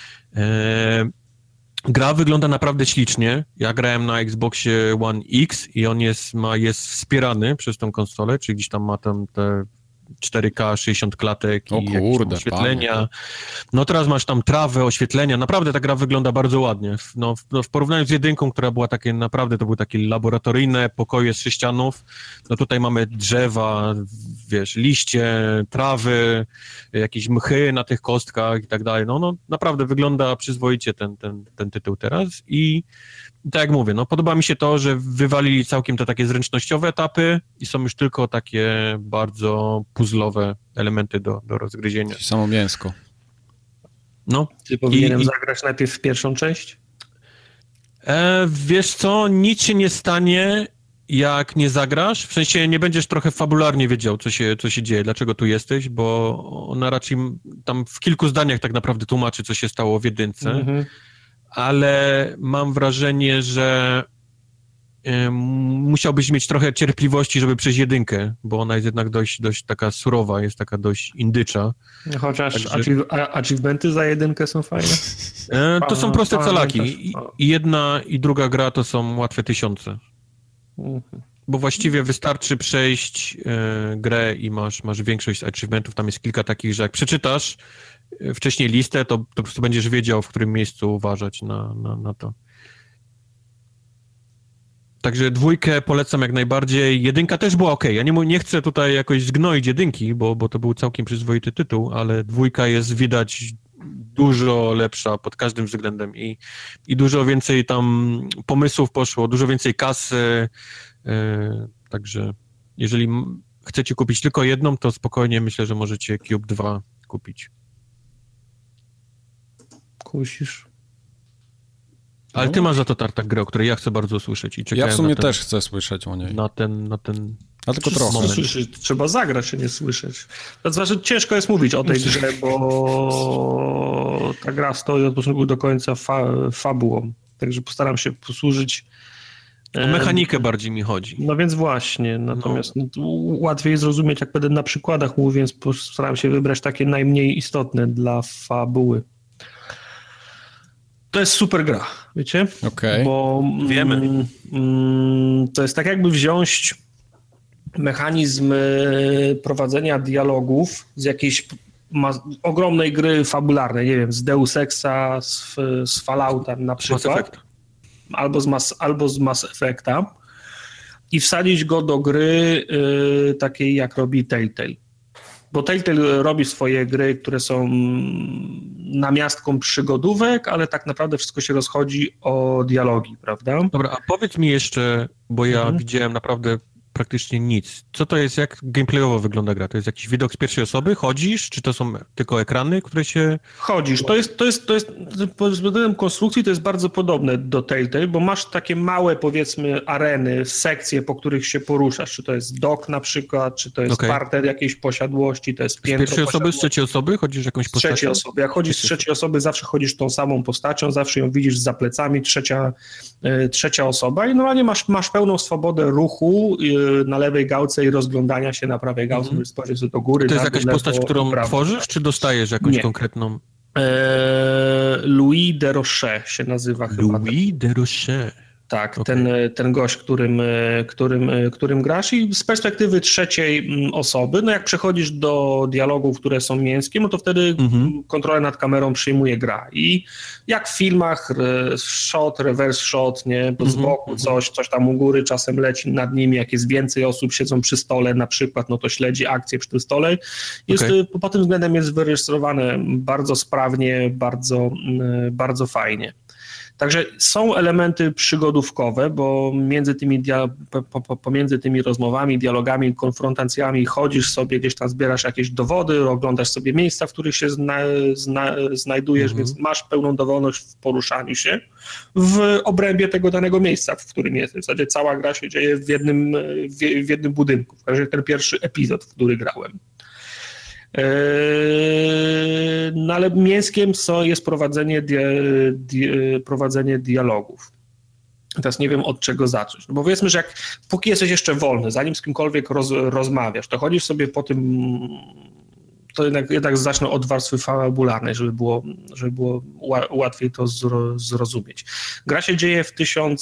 Gra wygląda naprawdę ślicznie. Ja grałem na Xboxie One X i on jest wspierany przez tą konsolę, czyli gdzieś tam ma tam te 4K, 60 klatek i jakieś oświetlenia. Panie. No teraz masz tam trawę, oświetlenia. Naprawdę ta gra wygląda bardzo ładnie. W porównaniu z jedynką, która była takie, naprawdę to były takie laboratoryjne pokoje z sześcianów. No tutaj mamy drzewa, wiesz, liście, trawy, jakieś mchy na tych kostkach i tak dalej. No naprawdę wygląda przyzwoicie ten tytuł teraz i tak jak mówię, no podoba mi się to, że wywalili całkiem te takie zręcznościowe etapy i są już tylko takie bardzo puzzlowe elementy do rozgryzienia. Samo mięsko. No. Ty powinienem zagrać najpierw w pierwszą część? Wiesz co, nic się nie stanie, jak nie zagrasz, w sensie nie będziesz trochę fabularnie wiedział, co się dzieje, dlaczego tu jesteś, bo ona raczej tam w kilku zdaniach tak naprawdę tłumaczy, co się stało w jedynce. Ale mam wrażenie, że musiałbyś mieć trochę cierpliwości, żeby przejść jedynkę, bo ona jest jednak dość taka surowa, jest taka dość indycza. Chociaż achievementy za jedynkę są fajne. To są proste calaki. I jedna i druga gra to są łatwe 1000. Bo właściwie wystarczy przejść grę i masz większość achievementów. Tam jest kilka takich, że jak przeczytasz wcześniej listę, to po prostu będziesz wiedział, w którym miejscu uważać na to. Także 2 polecam jak najbardziej. 1 też była okej. Ja nie chcę tutaj jakoś zgnoić 1, bo to był całkiem przyzwoity tytuł, ale 2 jest widać dużo lepsza pod każdym względem i dużo więcej tam pomysłów poszło, dużo więcej kasy. Także jeżeli chcecie kupić tylko jedną, to spokojnie myślę, że możecie Cube 2 kupić. Kusisz. Ale ty masz za to Tartak grę, o której ja chcę bardzo usłyszeć. Ja w sumie też chcę słyszeć o niej. Na ten... A tylko trochę. Słyszeć, trzeba zagrać, a nie słyszeć. To znaczy ciężko jest mówić o tej grze, bo ta gra stoi od początku do końca fabułą. Także postaram się posłużyć. O mechanikę bardziej mi chodzi. No więc właśnie, natomiast łatwiej zrozumieć, jak będę na przykładach mówił, więc postaram się wybrać takie najmniej istotne dla fabuły. To jest super gra, wiecie? Okej. Bo wiemy. To jest tak jakby wziąć mechanizm prowadzenia dialogów z jakiejś ogromnej gry fabularnej, nie wiem, z Deus Exa, z Fallouta na przykład, albo z Mass Effecta i wsadzić go do gry takiej, jak robi Telltale. Bo Telltale robi swoje gry, które są namiastką przygodówek, ale tak naprawdę wszystko się rozchodzi o dialogi, prawda? Dobra, a powiedz mi jeszcze, bo ja widziałem naprawdę praktycznie nic. Co to jest, jak gameplayowo wygląda gra? To jest jakiś widok z pierwszej osoby? Chodzisz? Czy to są tylko ekrany, które się... Chodzisz. To jest pod względem konstrukcji to jest bardzo podobne do Telltale, bo masz takie małe, powiedzmy, areny, sekcje, po których się poruszasz. Czy to jest dok na przykład, czy to jest parter jakiejś posiadłości, to jest piętro. Z pierwszej osoby, z trzeciej osoby chodzisz jakąś postacią? Z trzeciej osoby. Jak chodzisz z trzeciej osoby, zawsze chodzisz tą samą postacią, zawsze ją widzisz za plecami, trzecia osoba i normalnie masz pełną swobodę ruchu na lewej gałce i rozglądania się na prawej gałce, możesz spojrzeć do góry. To jest jakaś postać, którą tworzysz, czy dostajesz jakąś konkretną? Louis de Roche się nazywa chyba. Louis de Roche. Tak, ten gość, którym grasz i z perspektywy trzeciej osoby, no jak przechodzisz do dialogów, które są mięskie, no to wtedy kontrolę nad kamerą przyjmuje gra. I jak w filmach, shot, reverse shot, nie, bo z boku coś tam u góry czasem leci nad nimi, jak jest więcej osób, siedzą przy stole na przykład, no to śledzi akcję przy tym stole. Pod tym względem jest wyrejestrowane bardzo sprawnie, bardzo fajnie. Także są elementy przygodówkowe, bo pomiędzy tymi rozmowami, dialogami, konfrontacjami chodzisz sobie, gdzieś tam zbierasz jakieś dowody, oglądasz sobie miejsca, w których się znajdujesz, więc masz pełną dowolność w poruszaniu się w obrębie tego danego miejsca, w którym jesteś. W zasadzie cała gra się dzieje w jednym budynku, w każdym ten pierwszy epizod, w który grałem. No ale mięskiem jest prowadzenie dialogów. Teraz nie wiem, od czego zacząć. No bo powiedzmy, że póki jesteś jeszcze wolny, zanim z kimkolwiek rozmawiasz, to chodzisz sobie po tym, to jednak zacznę od warstwy fabularnej, żeby było łatwiej to zrozumieć. Gra się dzieje w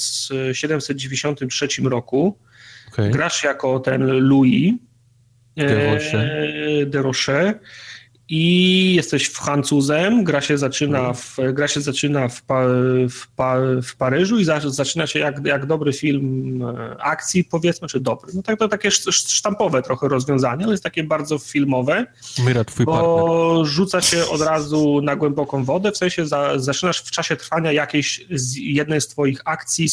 1793 roku. Grasz jako ten Louis de Roche i jesteś Francuzem, gra się zaczyna w Paryżu i zaczyna się jak dobry film akcji, powiedzmy, czy dobry. No tak, to takie sztampowe trochę rozwiązanie, ale jest takie bardzo filmowe, bo rzuca się od razu na głęboką wodę, w sensie zaczynasz w czasie trwania jednej z twoich akcji,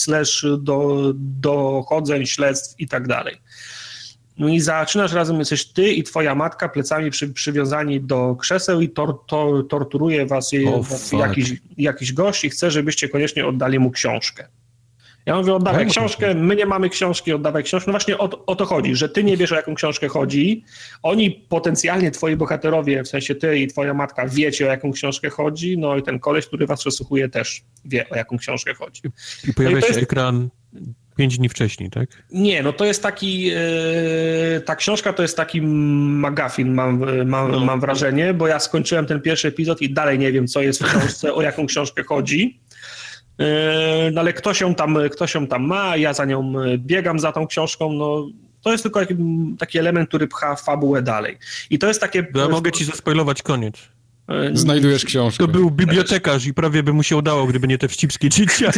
dochodzeń, śledztw i tak dalej. No i zaczynasz razem, jesteś ty i twoja matka plecami przywiązani do krzeseł i torturuje was jakiś gość i chce, żebyście koniecznie oddali mu książkę. Ja mówię, oddawaj książkę, my nie mamy książki, oddawaj książkę. No właśnie o to chodzi, że ty nie wiesz, o jaką książkę chodzi. Oni potencjalnie, twoi bohaterowie, w sensie ty i twoja matka, wiecie, o jaką książkę chodzi, no i ten koleś, który was przesłuchuje, też wie, o jaką książkę chodzi. I pojawia się ekran 5 dni wcześniej, tak? Nie, no to jest taki, ta książka to jest taki McGuffin, mam wrażenie, bo ja skończyłem ten pierwszy epizod i dalej nie wiem, co jest w książce, o jaką książkę chodzi. No ale ktoś ją tam ma, ja za nią biegam za tą książką, no to jest tylko taki element, który pcha fabułę dalej. I to jest takie... Ja mogę ci zaspoilować koniec. Znajdujesz książkę. To był bibliotekarz i prawie by mu się udało, gdyby nie te wścibskie dzieciaki.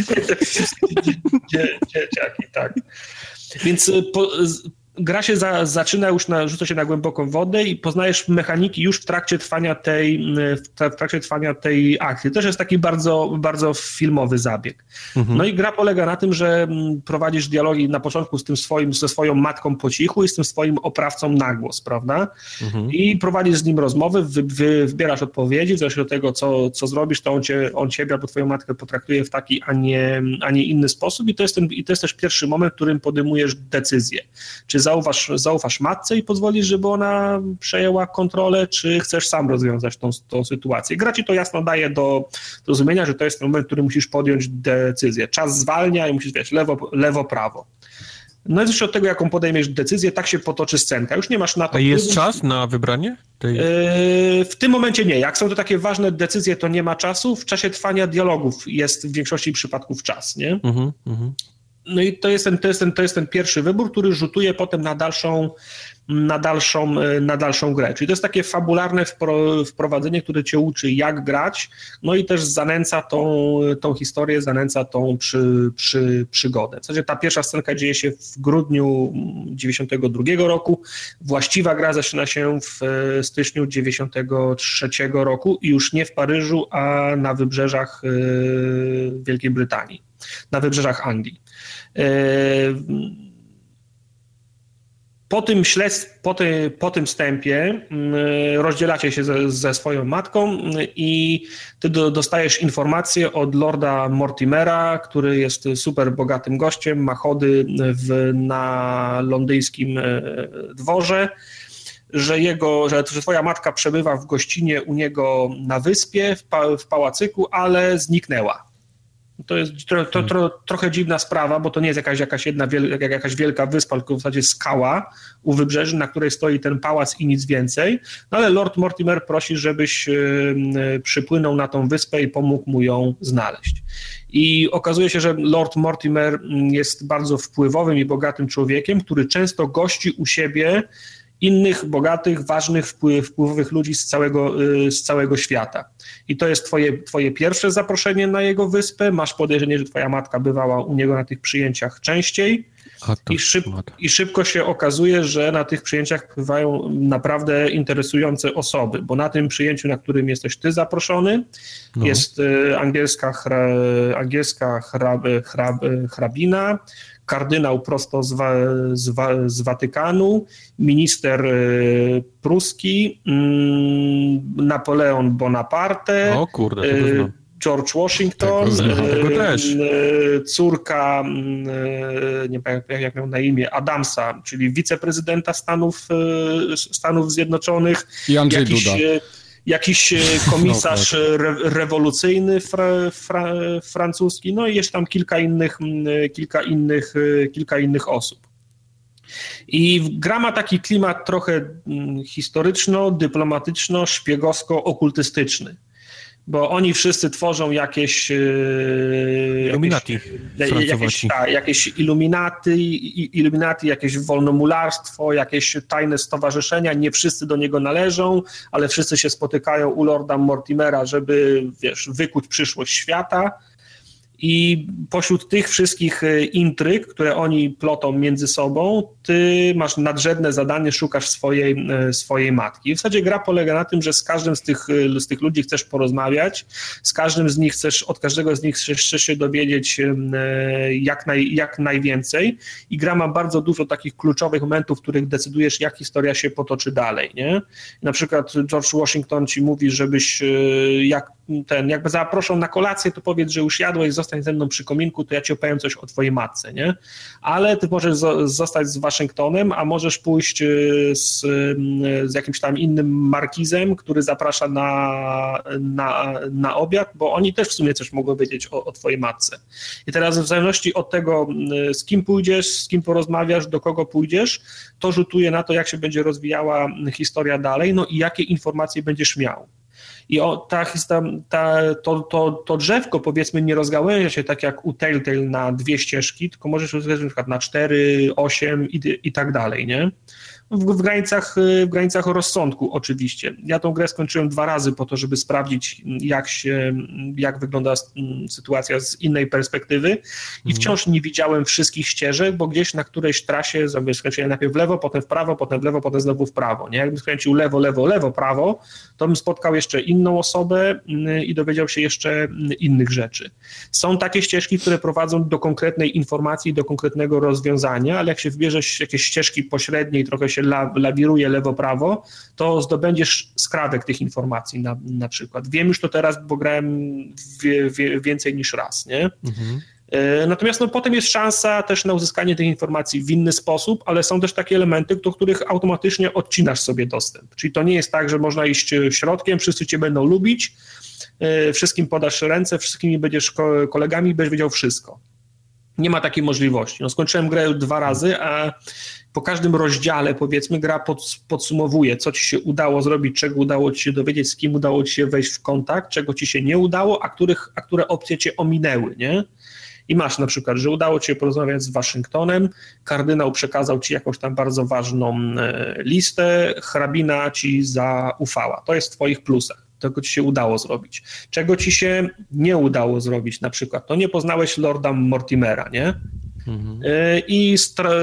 Dzieciaki, tak. Więc gra się zaczyna już rzuca się na głęboką wodę i poznajesz mechaniki już w trakcie trwania tej akcji. To też jest taki bardzo, bardzo filmowy zabieg. No i gra polega na tym, że prowadzisz dialogi na początku ze swoją matką po cichu i z tym swoim oprawcą na głos, prawda? I prowadzisz z nim rozmowy, wybierasz odpowiedzi, w zależności od tego, co zrobisz, to on ciebie albo twoją matkę potraktuje w taki, a nie inny sposób i to jest też pierwszy moment, w którym podejmujesz decyzję. Czy zaufasz matce i pozwolisz, żeby ona przejęła kontrolę, czy chcesz sam rozwiązać tą sytuację. Gra ci to jasno daje do zrozumienia, że to jest ten moment, w którym musisz podjąć decyzję. Czas zwalnia i musisz, lewo, prawo. No i zresztą od tego, jaką podejmiesz decyzję, tak się potoczy scenka. Już nie masz na to... A jest czas na wybranie? W tym momencie nie. Jak są to takie ważne decyzje, to nie ma czasu. W czasie trwania dialogów jest w większości przypadków czas, nie? No i to jest ten pierwszy wybór, który rzutuje potem na dalszą grę. Czyli to jest takie fabularne wprowadzenie, które cię uczy, jak grać, no i też zanęca tą historię, zanęca tą przygodę. W zasadzie ta pierwsza scenka dzieje się w grudniu 92 roku, właściwa gra zaczyna się w styczniu 93 roku i już nie w Paryżu, a na wybrzeżach Wielkiej Brytanii, na wybrzeżach Anglii. Po tym wstępie rozdzielacie się ze swoją matką i ty dostajesz informację od Lorda Mortimera, który jest super bogatym gościem, ma chody na londyńskim dworze, że twoja matka przebywa w gościnie u niego na wyspie, w pałacyku, ale zniknęła. To jest trochę dziwna sprawa, bo to nie jest jakaś wielka wyspa, tylko w zasadzie skała u wybrzeży, na której stoi ten pałac i nic więcej. No ale Lord Mortimer prosi, żebyś przypłynął na tą wyspę i pomógł mu ją znaleźć. I okazuje się, że Lord Mortimer jest bardzo wpływowym i bogatym człowiekiem, który często gości u siebie innych bogatych, ważnych, wpływowych ludzi z całego świata. I to jest twoje pierwsze zaproszenie na jego wyspę. Masz podejrzenie, że twoja matka bywała u niego na tych przyjęciach częściej. I szybko się okazuje, że na tych przyjęciach bywają naprawdę interesujące osoby, bo na tym przyjęciu, na którym jesteś ty zaproszony, jest angielska hrabina, kardynał prosto z Watykanu, minister pruski, Napoleon Bonaparte, George Washington, córka, nie pamiętam jak miał na imię, Adamsa, czyli wiceprezydenta Stanów Zjednoczonych. I Andrzej Duda. Jakiś komisarz rewolucyjny francuski, no i jeszcze tam kilka innych osób. I gra ma taki klimat trochę historyczno-dyplomatyczno-szpiegowsko-okultystyczny, bo oni wszyscy tworzą jakieś Illuminati, jakieś wolnomularstwo, jakieś tajne stowarzyszenia, nie wszyscy do niego należą, ale wszyscy się spotykają u Lorda Mortimera, żeby, wykuć przyszłość świata. I pośród tych wszystkich intryg, które oni plotą między sobą, ty masz nadrzędne zadanie, szukasz swojej matki. W zasadzie gra polega na tym, że z każdym z tych ludzi chcesz porozmawiać, od każdego z nich chcesz się dowiedzieć jak najwięcej i gra ma bardzo dużo takich kluczowych momentów, w których decydujesz, jak historia się potoczy dalej, nie? Na przykład George Washington ci mówi, żebyś jakby zaproszą na kolację, to powiedz, że już jadłeś, zostań ze mną przy kominku, to ja ci opowiem coś o twojej matce, nie? Ale ty możesz zostać z Waszyngtonem, a możesz pójść z jakimś tam innym markizem, który zaprasza na obiad, bo oni też w sumie coś mogą wiedzieć o twojej matce. I teraz w zależności od tego, z kim pójdziesz, z kim porozmawiasz, do kogo pójdziesz, to rzutuje na to, jak się będzie rozwijała historia dalej, no i jakie informacje będziesz miał. I to drzewko, powiedzmy, nie rozgałęzia się tak jak u Telltale na 2 ścieżki, tylko możesz rozwiązać na przykład na 4, 8 i tak dalej, nie? W granicach rozsądku oczywiście. Ja tą grę skończyłem 2 razy po to, żeby sprawdzić, jak wygląda sytuacja z innej perspektywy i wciąż nie widziałem wszystkich ścieżek, bo gdzieś na którejś trasie skręciłem najpierw w lewo, potem w prawo, potem w lewo, potem znowu w prawo. Nie? Jakbym skręcił lewo, lewo, lewo, prawo, to bym spotkał jeszcze inną osobę i dowiedział się jeszcze innych rzeczy. Są takie ścieżki, które prowadzą do konkretnej informacji, do konkretnego rozwiązania, ale jak się wybierzesz jakieś ścieżki pośrednie i trochę się lawiruje lewo-prawo, to zdobędziesz skrawek tych informacji na przykład. Wiem już to teraz, bo grałem więcej niż raz, nie? Natomiast potem jest szansa też na uzyskanie tych informacji w inny sposób, ale są też takie elementy, do których automatycznie odcinasz sobie dostęp. Czyli to nie jest tak, że można iść środkiem, wszyscy cię będą lubić, wszystkim podasz ręce, wszystkimi będziesz kolegami, będziesz wiedział wszystko. Nie ma takiej możliwości. Skończyłem grę 2 razy, a po każdym rozdziale, powiedzmy, gra podsumowuje, co ci się udało zrobić, czego udało ci się dowiedzieć, z kim udało ci się wejść w kontakt, czego ci się nie udało, a które opcje cię ominęły, nie? I masz na przykład, że udało ci się porozmawiać z Waszyngtonem, kardynał przekazał ci jakąś tam bardzo ważną listę, hrabina ci zaufała. To jest w twoich plusach. Tego ci się udało zrobić. Czego ci się nie udało zrobić na przykład? To nie poznałeś Lorda Mortimera, nie? I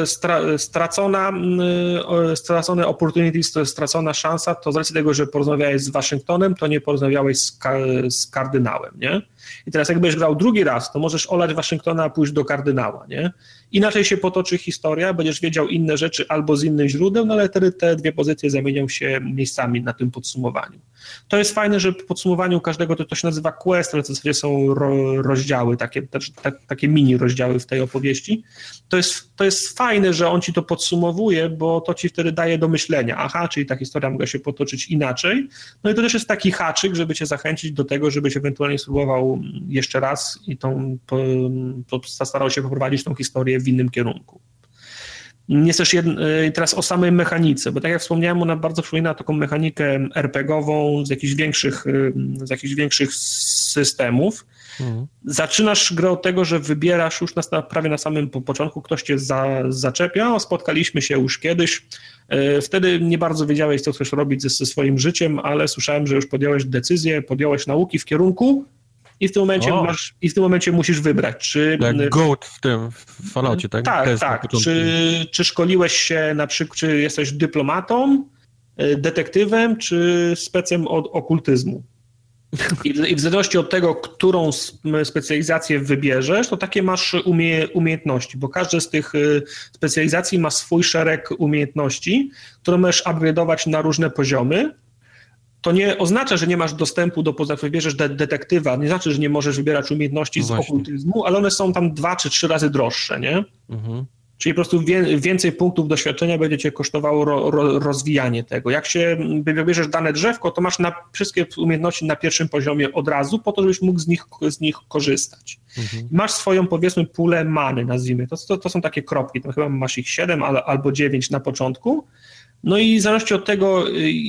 stracone opportunities, to jest stracona szansa, to z racji tego, że porozmawiałeś z Waszyngtonem, to nie porozmawiałeś z kardynałem, nie? I teraz jak będziesz grał drugi raz, to możesz olać Waszyngtona, a pójść do kardynała, nie? Inaczej się potoczy historia, będziesz wiedział inne rzeczy albo z innych źródeł, no ale wtedy te dwie pozycje zamienią się miejscami na tym podsumowaniu. To jest fajne, że w podsumowaniu każdego to się nazywa quest, ale w zasadzie są rozdziały, takie mini rozdziały w tej opowieści. To jest fajne, że on ci to podsumowuje, bo to ci wtedy daje do myślenia. Aha, czyli ta historia mogła się potoczyć inaczej. No i to też jest taki haczyk, żeby cię zachęcić do tego, żebyś ewentualnie spróbował jeszcze raz i starał się poprowadzić tą historię w innym kierunku. Jest też teraz o samej mechanice, bo tak jak wspomniałem, ona bardzo przypomina taką mechanikę RPG-ową z jakichś większych systemów. Zaczynasz grę od tego, że wybierasz już prawie na samym początku, ktoś cię zaczepia, spotkaliśmy się już kiedyś, wtedy nie bardzo wiedziałeś, co chcesz robić ze swoim życiem, ale słyszałem, że już podjąłeś decyzję, podjąłeś nauki w kierunku i w tym momencie musisz wybrać, czy... Jak Goat w Falloutie, tak? Tak. Czy szkoliłeś się na przykład, czy jesteś dyplomatą, detektywem, czy specem od okultyzmu? I w zależności od tego, którą specjalizację wybierzesz, to takie masz umiejętności, bo każda z tych specjalizacji ma swój szereg umiejętności, które możesz upgrade'ować na różne poziomy. To nie oznacza, że nie masz dostępu do, jak wybierzesz detektywa, nie znaczy, że nie możesz wybierać umiejętności z okultyzmu, ale one są tam 2 czy 3 razy droższe, nie? Czyli po prostu więcej punktów doświadczenia będzie cię kosztowało rozwijanie tego. Jak się wybierzesz dane drzewko, to masz wszystkie umiejętności na pierwszym poziomie od razu, po to, żebyś mógł z nich korzystać. Masz swoją, powiedzmy, pulę many, nazwijmy. To są takie kropki, tam chyba masz ich 7 albo 9 na początku. No i w zależności od tego,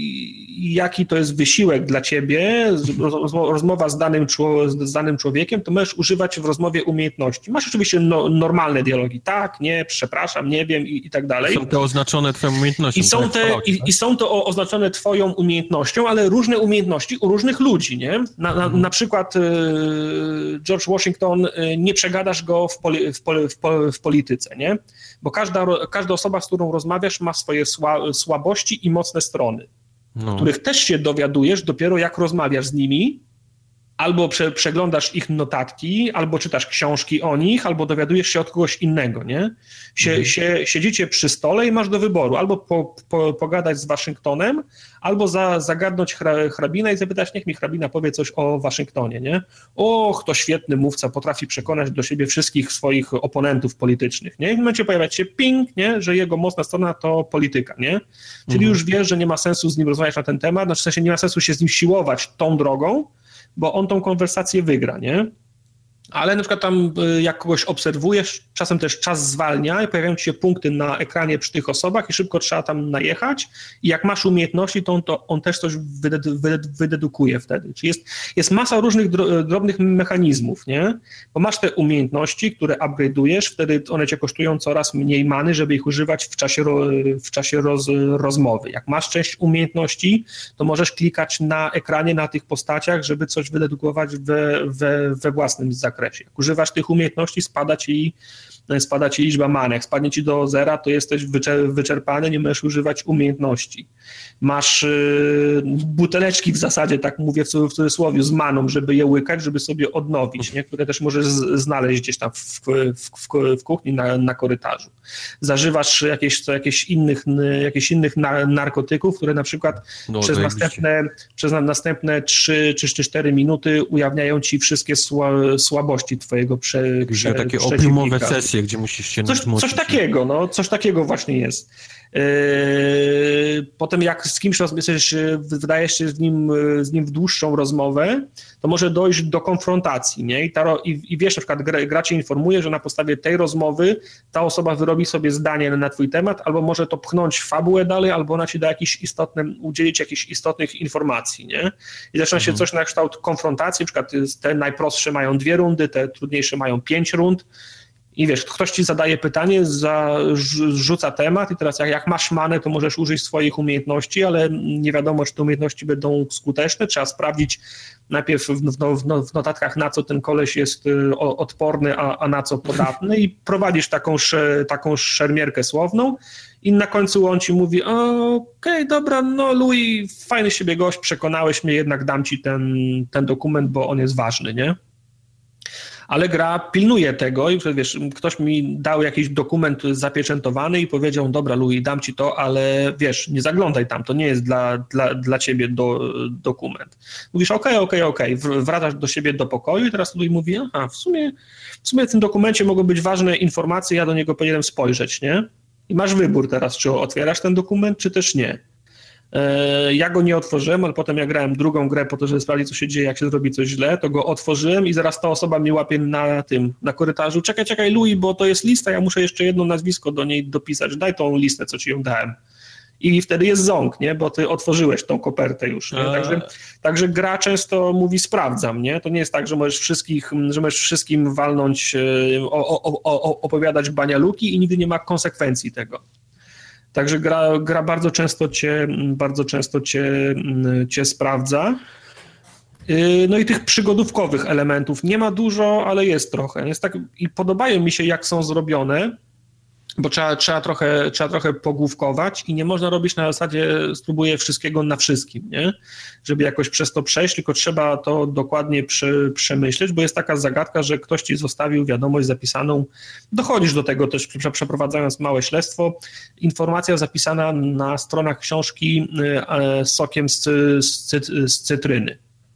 jaki to jest wysiłek dla ciebie, rozmowa z danym człowiekiem, to możesz używać w rozmowie umiejętności. Masz oczywiście normalne dialogi, tak, nie, przepraszam, nie wiem i tak dalej. Są te oznaczone twoją umiejętnością. I są to oznaczone twoją umiejętnością, ale różne umiejętności u różnych ludzi, nie? Na przykład George Washington, nie przegadasz go w polityce, nie? Bo każda osoba, z którą rozmawiasz, ma swoje słabości i mocne strony, których też się dowiadujesz dopiero jak rozmawiasz z nimi, albo przeglądasz ich notatki, albo czytasz książki o nich, albo dowiadujesz się od kogoś innego, nie? Siedzicie przy stole i masz do wyboru albo pogadać z Waszyngtonem, albo zagadnąć hrabinę i zapytać, niech mi hrabina powie coś o Waszyngtonie, nie? Och, to świetny mówca, potrafi przekonać do siebie wszystkich swoich oponentów politycznych, nie? I w momencie pojawia się ping, nie? Że jego mocna strona to polityka, nie? Czyli już wiesz, że nie ma sensu z nim rozmawiać na ten temat, znaczy w sensie nie ma sensu się z nim siłować tą drogą, bo on tą konwersację wygra, nie? Ale na przykład tam jak kogoś obserwujesz, czasem też czas zwalnia i pojawiają ci się punkty na ekranie przy tych osobach i szybko trzeba tam najechać i jak masz umiejętności, to on też coś wydedukuje wtedy. Czyli jest masa różnych drobnych mechanizmów, nie? Bo masz te umiejętności, które upgrade'ujesz, wtedy one cię kosztują coraz mniej many, żeby ich używać w czasie rozmowy. Jak masz część umiejętności, to możesz klikać na ekranie na tych postaciach, żeby coś wydedukować we własnym zakresie. Jak używasz tych umiejętności, spada ci liczba many. Jak spadnie ci do 0, to jesteś wyczerpany, nie możesz używać umiejętności. Masz buteleczki w zasadzie, tak mówię w cudzysłowie, z maną, żeby je łykać, żeby sobie odnowić, nie? Które też możesz znaleźć gdzieś tam w kuchni na korytarzu. Zażywasz jakichś innych narkotyków, które na przykład przez następne 3 czy 4 minuty ujawniają ci wszystkie słabości twojego takie opiumowe sesje, gdzie musisz się coś takiego właśnie jest. Potem jak z kimś wydajesz się z nim w dłuższą rozmowę, to może dojść do konfrontacji, nie? I wiesz, na przykład gra cię informuje, że na podstawie tej rozmowy ta osoba wyrobi sobie zdanie na twój temat, albo może to pchnąć w fabułę dalej, albo ona ci da udzielić jakichś istotnych informacji, nie? I zaczyna się coś na kształt konfrontacji, na przykład te najprostsze mają 2 rundy, te trudniejsze mają 5 rund. I wiesz, ktoś ci zadaje pytanie, rzuca temat i teraz jak masz manę, to możesz użyć swoich umiejętności, ale nie wiadomo, czy te umiejętności będą skuteczne. Trzeba sprawdzić najpierw w notatkach, na co ten koleś jest odporny, a na co podatny i prowadzisz taką szermierkę słowną i na końcu on ci mówi, okej, dobra, no Louis, fajny z siebie gość, przekonałeś mnie, jednak dam ci ten dokument, bo on jest ważny, nie? ale gra pilnuje tego i wiesz, ktoś mi dał jakiś dokument zapieczętowany i powiedział, dobra Louis, dam ci to, ale wiesz, nie zaglądaj tam, to nie jest dla ciebie dokument. Mówisz, okej, wracasz do siebie do pokoju i teraz Louis mówi, aha, w sumie w tym dokumencie mogą być ważne informacje, ja do niego powinienem spojrzeć, nie? I masz wybór teraz, czy otwierasz ten dokument, czy też nie. Ja go nie otworzyłem, ale potem jak grałem drugą grę po to, żeby sprawdzić, co się dzieje, jak się zrobi coś źle, to go otworzyłem i zaraz ta osoba mnie łapie na korytarzu. Czekaj, Louis, bo to jest lista, ja muszę jeszcze jedno nazwisko do niej dopisać. Daj tą listę, co ci ją dałem. I wtedy jest ząg, nie? Bo ty otworzyłeś tą kopertę już. Nie? Także gra często mówi sprawdzam, nie? To nie jest tak, że możesz wszystkim walnąć, opowiadać banialuki i nigdy nie ma konsekwencji tego. Także gra bardzo często cię sprawdza. No i tych przygodówkowych elementów nie ma dużo, ale jest trochę. Jest tak, i podobają mi się, jak są zrobione, bo trzeba trochę pogłówkować i nie można robić na zasadzie spróbuję wszystkiego na wszystkim, nie? Żeby jakoś przez to przejść, tylko trzeba to dokładnie przemyśleć, bo jest taka zagadka, że ktoś ci zostawił wiadomość zapisaną, dochodzisz do tego też przeprowadzając małe śledztwo, informacja zapisana na stronach książki sokiem z cytryny.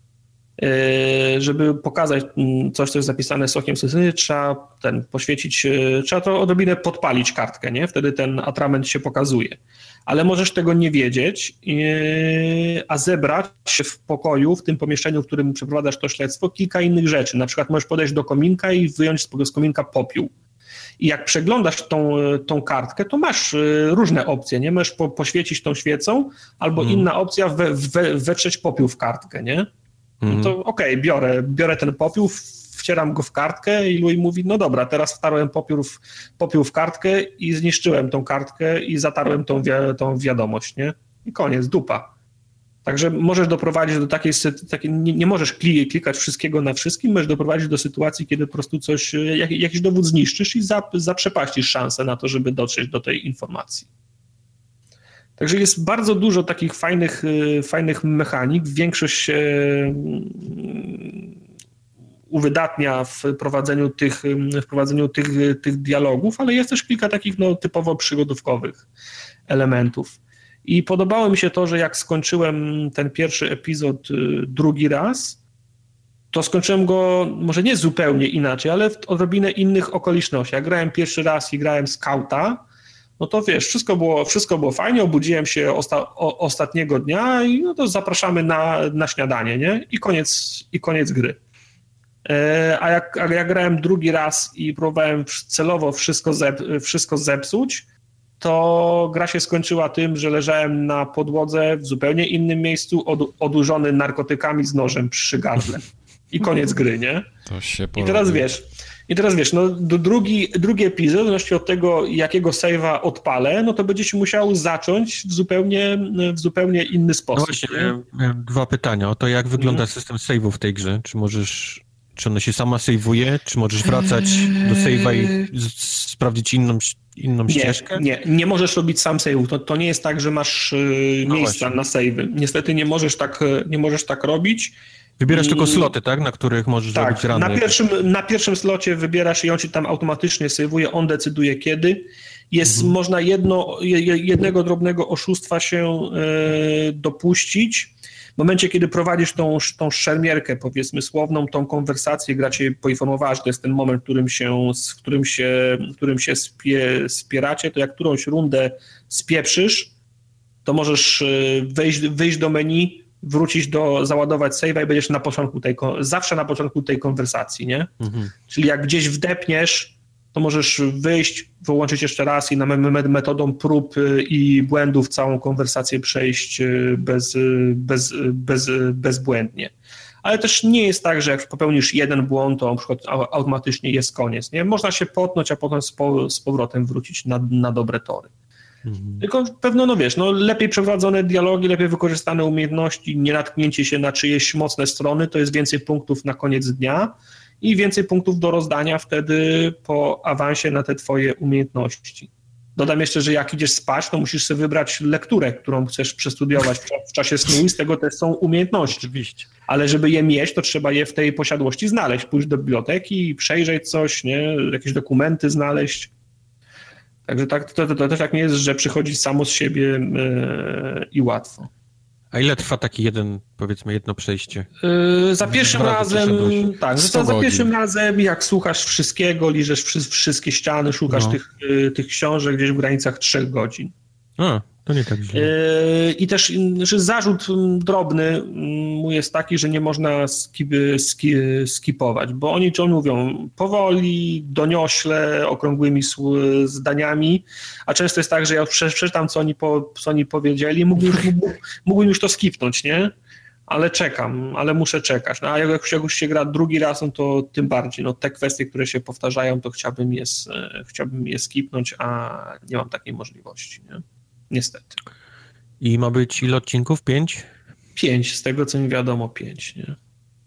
Żeby pokazać coś, co jest zapisane sokiem z cytryny, trzeba poświecić, trzeba to odrobinę podpalić kartkę, nie? Wtedy ten atrament się pokazuje. Ale możesz tego nie wiedzieć, a zebrać w pokoju, w tym pomieszczeniu, w którym przeprowadzasz to śledztwo, kilka innych rzeczy. Na przykład możesz podejść do kominka i wyjąć z kominka popiół. I jak przeglądasz tą kartkę, to masz różne opcje, nie? Możesz poświecić tą świecą, albo inna opcja wetrzeć popiół w kartkę, nie? No to okej, biorę ten popiół, wcieram go w kartkę i Louis mówi, no dobra, teraz wtarłem popiół w kartkę i zniszczyłem tą kartkę i zatarłem tą wiadomość, nie? I koniec, dupa. Także możesz doprowadzić do takiej nie możesz klikać wszystkiego na wszystkim, możesz doprowadzić do sytuacji, kiedy po prostu jakiś dowód zniszczysz i zaprzepaścisz szansę na to, żeby dotrzeć do tej informacji. Także jest bardzo dużo takich fajnych mechanik. Większość się uwydatnia w prowadzeniu tych dialogów, ale jest też kilka takich typowo przygodówkowych elementów. I podobało mi się to, że jak skończyłem ten pierwszy epizod drugi raz, to skończyłem go może nie zupełnie inaczej, ale w odrobinę innych okolicznościach. Jak grałem pierwszy raz i grałem skauta, no to wiesz, wszystko było fajnie, obudziłem się ostatniego dnia i no to zapraszamy na śniadanie, nie? I koniec gry. A jak grałem drugi raz i próbowałem celowo wszystko zepsuć, to gra się skończyła tym, że leżałem na podłodze w zupełnie innym miejscu, odurzony narkotykami z nożem przy gardle. I koniec gry, nie? To się I teraz wiesz, no drugi epizod, w zależności od tego, jakiego save'a odpalę, no to będziesz musiał zacząć w zupełnie inny sposób. No właśnie, miałem dwa pytania o to, jak wygląda system save'u w tej grze. Czy ona się sama save'uje, czy możesz wracać do save'a i sprawdzić inną ścieżkę? Nie możesz robić sam save'u. To nie jest tak, że masz miejsca na save'y. Niestety nie możesz tak robić. Wybierasz tylko sloty, tak? Na których możesz robić rany. Na pierwszym slocie wybierasz i on ci tam automatycznie save'uje, on decyduje kiedy. Można jednego drobnego oszustwa się dopuścić. W momencie, kiedy prowadzisz tą szermierkę, powiedzmy słowną, tą konwersację, gra cię poinformowała, że to jest ten moment, w którym się spieracie, to jak którąś rundę spieprzysz, to możesz wyjść do menu, wrócić załadować save'a i będziesz zawsze na początku tej konwersacji, nie? Czyli jak gdzieś wdepniesz, to możesz wyjść, wyłączyć jeszcze raz i metodą prób i błędów całą konwersację przejść bezbłędnie. Ale też nie jest tak, że jak popełnisz jeden błąd, to na przykład automatycznie jest koniec, nie? Można się potnąć, a potem z powrotem wrócić na dobre tory. Tylko pewno, lepiej przeprowadzone dialogi, lepiej wykorzystane umiejętności, nie natknięcie się na czyjeś mocne strony, to jest więcej punktów na koniec dnia i więcej punktów do rozdania wtedy po awansie na te twoje umiejętności. Dodam jeszcze, że jak idziesz spać, to musisz sobie wybrać lekturę, którą chcesz przestudiować w czasie snu i z tego też są umiejętności. Oczywiście. Ale żeby je mieć, to trzeba je w tej posiadłości znaleźć, pójść do biblioteki, przejrzeć coś, nie? Jakieś dokumenty znaleźć. Także to też tak nie jest, że przychodzi samo z siebie i łatwo. A ile trwa taki jedno przejście? Za pierwszym razem, tak, za pierwszym razem, jak słuchasz wszystkiego, liżesz wszystkie ściany, szukasz tych książek gdzieś w granicach 3 godzin. To nie tak źle. I też że zarzut drobny mu jest taki, że nie można skipować, bo oni mówią powoli, doniośle, okrągłymi zdaniami, a często jest tak, że ja przeczytam, co oni powiedzieli, mógłbym już to skipnąć, nie? Ale czekam, ale muszę czekać. No, a jak już się gra drugi raz, no to tym bardziej. No, te kwestie, które się powtarzają, to chciałbym je skipnąć, a nie mam takiej możliwości, nie? Niestety. I ma być ile odcinków? 5? 5, z tego co mi wiadomo 5, nie?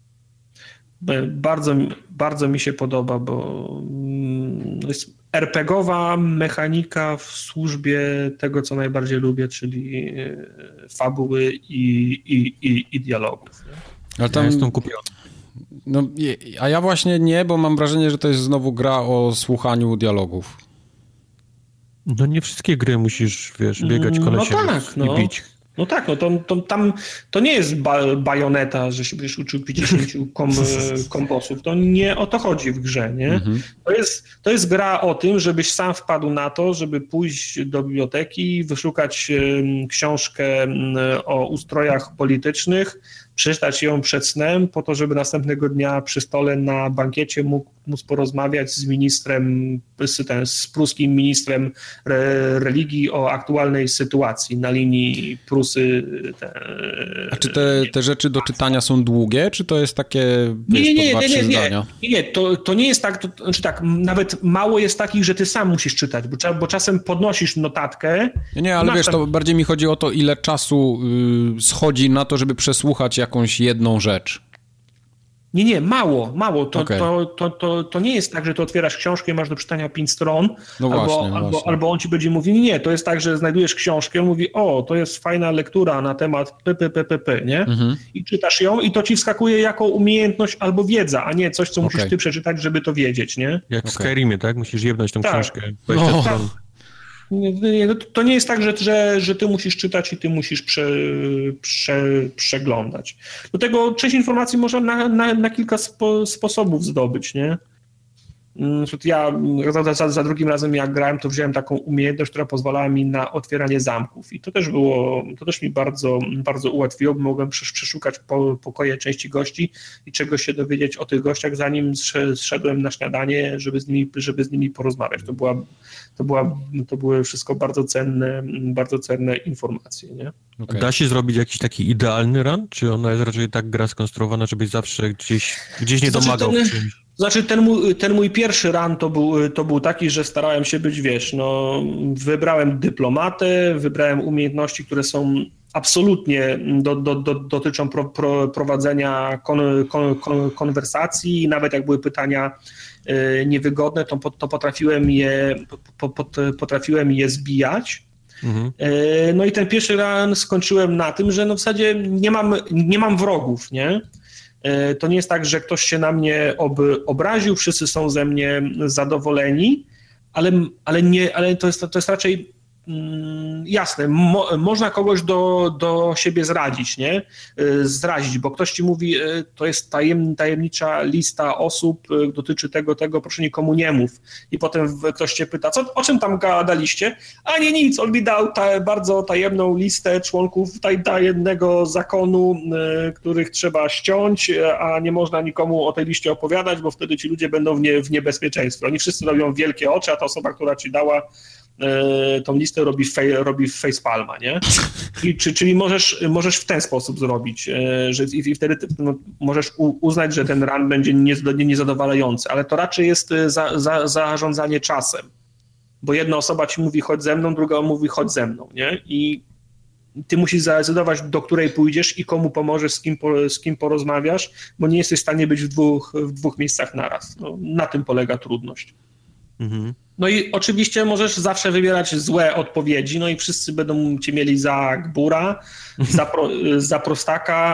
Bardzo mi się podoba, bo jest RPG-owa mechanika w służbie tego, co najbardziej lubię, czyli fabuły i dialogów. Nie? Ale tam... Ja jestem kupiony. No, a ja właśnie nie, bo mam wrażenie, że to jest znowu gra o słuchaniu dialogów. No nie wszystkie gry musisz, biegać kolesiem i bić. No tak, to nie jest bajoneta, że się będziesz uczył 50 komposów. To nie o to chodzi w grze, nie? Mhm. To jest gra o tym, żebyś sam wpadł na to, żeby pójść do biblioteki, wyszukać książkę o ustrojach politycznych, przeczytać ją przed snem, po to, żeby następnego dnia przy stole na bankiecie móc porozmawiać z ministrem, z pruskim ministrem religii o aktualnej sytuacji na linii Prusy. A czy te rzeczy do czytania są długie, czy to jest takie Nie, to nie jest tak, znaczy tak, nawet mało jest takich, że ty sam musisz czytać, bo czasem podnosisz notatkę. Nie, ale wiesz, to bardziej mi chodzi o to, ile czasu schodzi na to, żeby przesłuchać jakąś jedną rzecz. Nie, mało. To nie jest tak, że ty otwierasz książkę i masz do czytania 5 stron, albo on ci będzie mówił, nie, to jest tak, że znajdujesz książkę, mówi, to jest fajna lektura na temat nie? Mhm. I czytasz ją i to ci wskakuje jako umiejętność albo wiedza, a nie coś, co musisz ty przeczytać, żeby to wiedzieć, nie? Jak w Skyrimie, tak? Musisz jebnąć tą książkę. To nie jest tak, że ty musisz czytać i ty musisz przeglądać. Do tego część informacji można na kilka sposobów zdobyć, nie? Ja za drugim razem jak grałem, to wziąłem taką umiejętność, która pozwalała mi na otwieranie zamków i to też mi bardzo, bardzo ułatwiło, bo mogłem przeszukać pokoje części gości i czegoś się dowiedzieć o tych gościach, zanim zszedłem na śniadanie, żeby z nimi porozmawiać. To były wszystko bardzo cenne informacje, nie? Okay. Da się zrobić jakiś taki idealny run? Czy ona jest raczej tak gra skonstruowana, żebyś zawsze gdzieś nie domagał w czymś? Znaczy ten mój pierwszy run to był taki, że starałem się być, wybrałem dyplomatę, wybrałem umiejętności, które są absolutnie dotyczą prowadzenia konwersacji i nawet jak były pytania niewygodne, to potrafiłem je zbijać. Mhm. No i ten pierwszy run skończyłem na tym, że w zasadzie nie mam wrogów, nie? To nie jest tak, że ktoś się na mnie obraził, wszyscy są ze mnie zadowoleni, ale to jest raczej jasne, można kogoś do siebie zrazić, nie? Zrazić, bo ktoś ci mówi, to jest tajemnicza lista osób, dotyczy tego, proszę nikomu nie mów. I potem ktoś cię pyta, o czym tam gadaliście? A nie nic, on mi dał bardzo tajemną listę członków tajemnego zakonu, których trzeba ściąć, a nie można nikomu o tej liście opowiadać, bo wtedy ci ludzie będą w niebezpieczeństwie. Oni wszyscy robią wielkie oczy, a ta osoba, która ci dała tą listę robi facepalma, nie? Czyli możesz w ten sposób zrobić, że i wtedy możesz uznać, że ten run będzie niezadowalający, ale to raczej jest zarządzanie czasem, bo jedna osoba ci mówi chodź ze mną, druga mówi chodź ze mną, nie? I ty musisz zdecydować, do której pójdziesz i komu pomożesz, z kim porozmawiasz, bo nie jesteś w stanie być w dwóch miejscach naraz. No, na tym polega trudność. No i oczywiście możesz zawsze wybierać złe odpowiedzi, no i wszyscy będą cię mieli za gbura, za prostaka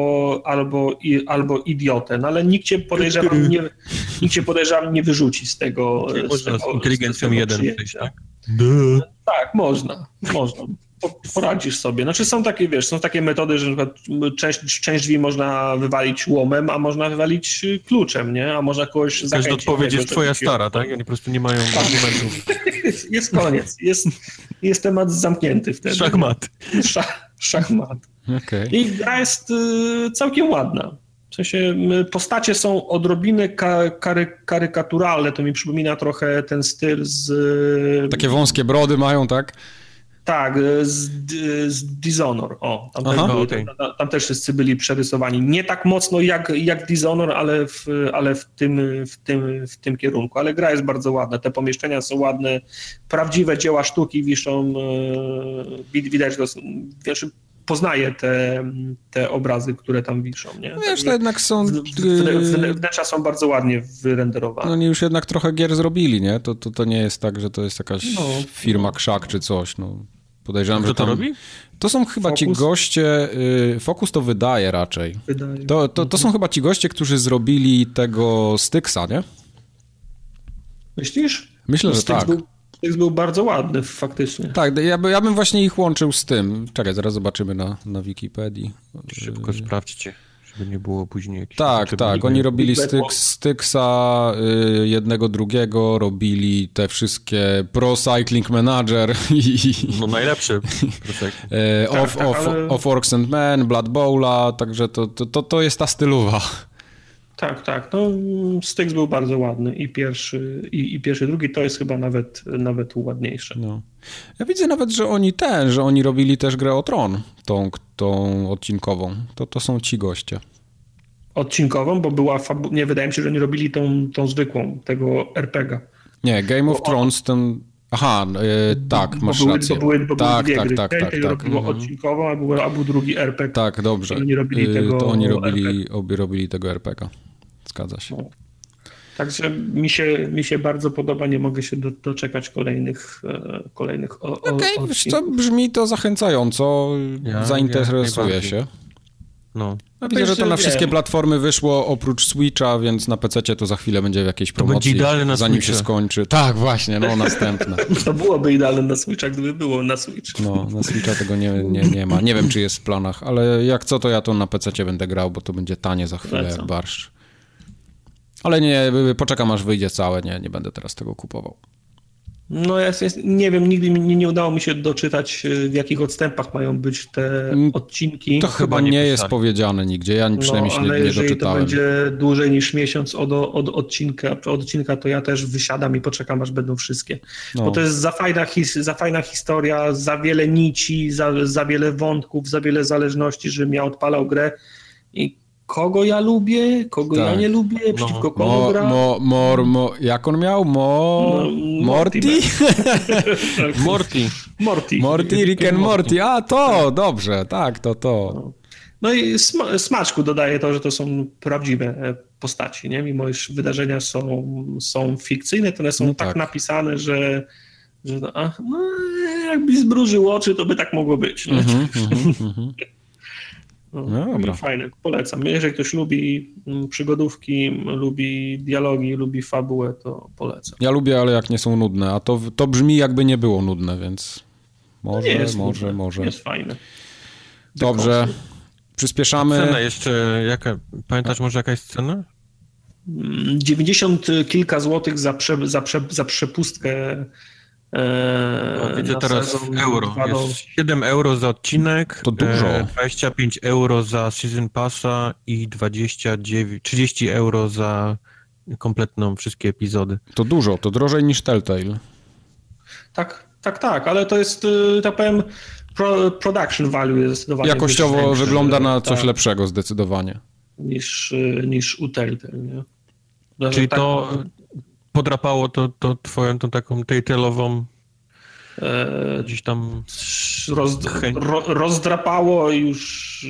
albo idiotę, no ale nikt cię podejrzewam nie wyrzuci z tego. Można z inteligencją 1 przejść, tak? Tak, można. Poradzisz sobie. Znaczy są takie metody, że na przykład część drzwi można wywalić łomem, a można wywalić kluczem, nie? A można kogoś zachęcić. Każda odpowiedź jest twoja stara, tak? Oni po prostu nie mają argumentów. Jest koniec. Jest temat zamknięty wtedy. Szachmat. Szachmat. Okay. I gra jest całkiem ładna. W sensie postacie są odrobinę karykaturalne. To mi przypomina trochę ten styl z... Takie wąskie brody mają, tak? Tak, z Dishonor. O, tam też wszyscy byli przerysowani. Nie tak mocno jak Dishonor, ale w tym kierunku. Ale gra jest bardzo ładna. Te pomieszczenia są ładne. Prawdziwe dzieła sztuki wiszą. Widać, że poznaję te obrazy, które tam wiszą. Nie? Wiesz, to jednak są... Wnętrza są bardzo ładnie wyrenderowane. No oni już jednak trochę gier zrobili, nie? To nie jest tak, że to jest jakaś firma Krzak czy coś. No. Podejrzewam, że tam... to robi? To są chyba Focus? ci goście... Focus to wydaje raczej. To są chyba ci goście, którzy zrobili tego Styxa, nie? Myślisz? Myślę, że tak. Styx był bardzo ładny, faktycznie. Tak, ja bym właśnie ich łączył z tym. Czekaj, zaraz zobaczymy na Wikipedii. Szybko sprawdźcie, żeby nie było później jakichś... Tak, oni robili Styxa jednego, drugiego, robili te wszystkie Pro Cycling Manager i... No najlepsze. Of Orcs and Men, Blood Bowla, także to jest ta stylowa. Tak, no Styx był bardzo ładny i pierwszy, drugi to jest chyba nawet ładniejsze. No. Ja widzę nawet, że oni robili też grę o Tron, tą odcinkową. To są ci goście. Odcinkową, bo była nie, wydaje mi się, że nie robili tą zwykłą, tego RPG-a. Nie, Game of Thrones ten... Aha, tak, masz rację. Bo były dwie gry. Tak. Robiło odcinkową, a był drugi RPG. Tak, dobrze. Oni robili tego to oni robili tego RPG-a. Zgadza się. No. Także mi się bardzo podoba, nie mogę się doczekać kolejnych Okej, wiesz co, brzmi to zachęcająco, zainteresuje się. No. Widzę, że to na wszystkie platformy wyszło oprócz Switcha, więc na PC-cie to za chwilę będzie w jakiejś promocji, zanim się skończy. Tak, właśnie, następne. To byłoby idealne na Switcha, gdyby było na Switch. No, na Switcha tego nie ma. Nie wiem, czy jest w planach, ale jak co, to ja to na PC-cie będę grał, bo to będzie tanie za chwilę jak barszcz. Ale poczekam aż wyjdzie całe, nie będę teraz tego kupował. No nie wiem, nigdy nie udało mi się doczytać, w jakich odstępach mają być te odcinki. To chyba nie jest powiedziane nigdzie, ja przynajmniej się nie doczytałem. Jeżeli to będzie dłużej niż miesiąc od odcinka, to ja też wysiadam i poczekam, aż będą wszystkie. No. Bo to jest za fajna historia, za wiele nici, za wiele wątków, za wiele zależności, żebym ja odpalał grę i kogo ja lubię, kogo ja nie lubię, przeciwko komu gra. Jak on miał? Morty? Morty, Rick and Morty. A, to, dobrze, tak, to. No i smaczku dodaje to, że to są prawdziwe postaci, nie? Mimo iż wydarzenia są fikcyjne, to one są tak napisane, że jakbyś zmrużył oczy, to by tak mogło być. Nie? No, dobra. Fajne, polecam. Jeżeli ktoś lubi przygodówki, lubi dialogi, lubi fabułę, to polecam. Ja lubię, ale jak nie są nudne, a to brzmi jakby nie było nudne, więc może. Jest fajne. Dobrze, przyspieszamy. Cena jeszcze, pamiętasz może jaka jest cena? 90 kilka złotych za przepustkę. Wiecie, teraz euro. Jest 7 euro za odcinek, to dużo. 25 euro za Season Passa i 30 euro za kompletną wszystkie epizody. To dużo, to drożej niż Telltale. Tak, ale to jest, tak powiem, production value jest zdecydowanie jakościowo wygląda na coś lepszego zdecydowanie. Niż u Telltale, nie? Czyli to podrapało to twoją tą taką Telltale'ową gdzieś tam rozdrapało już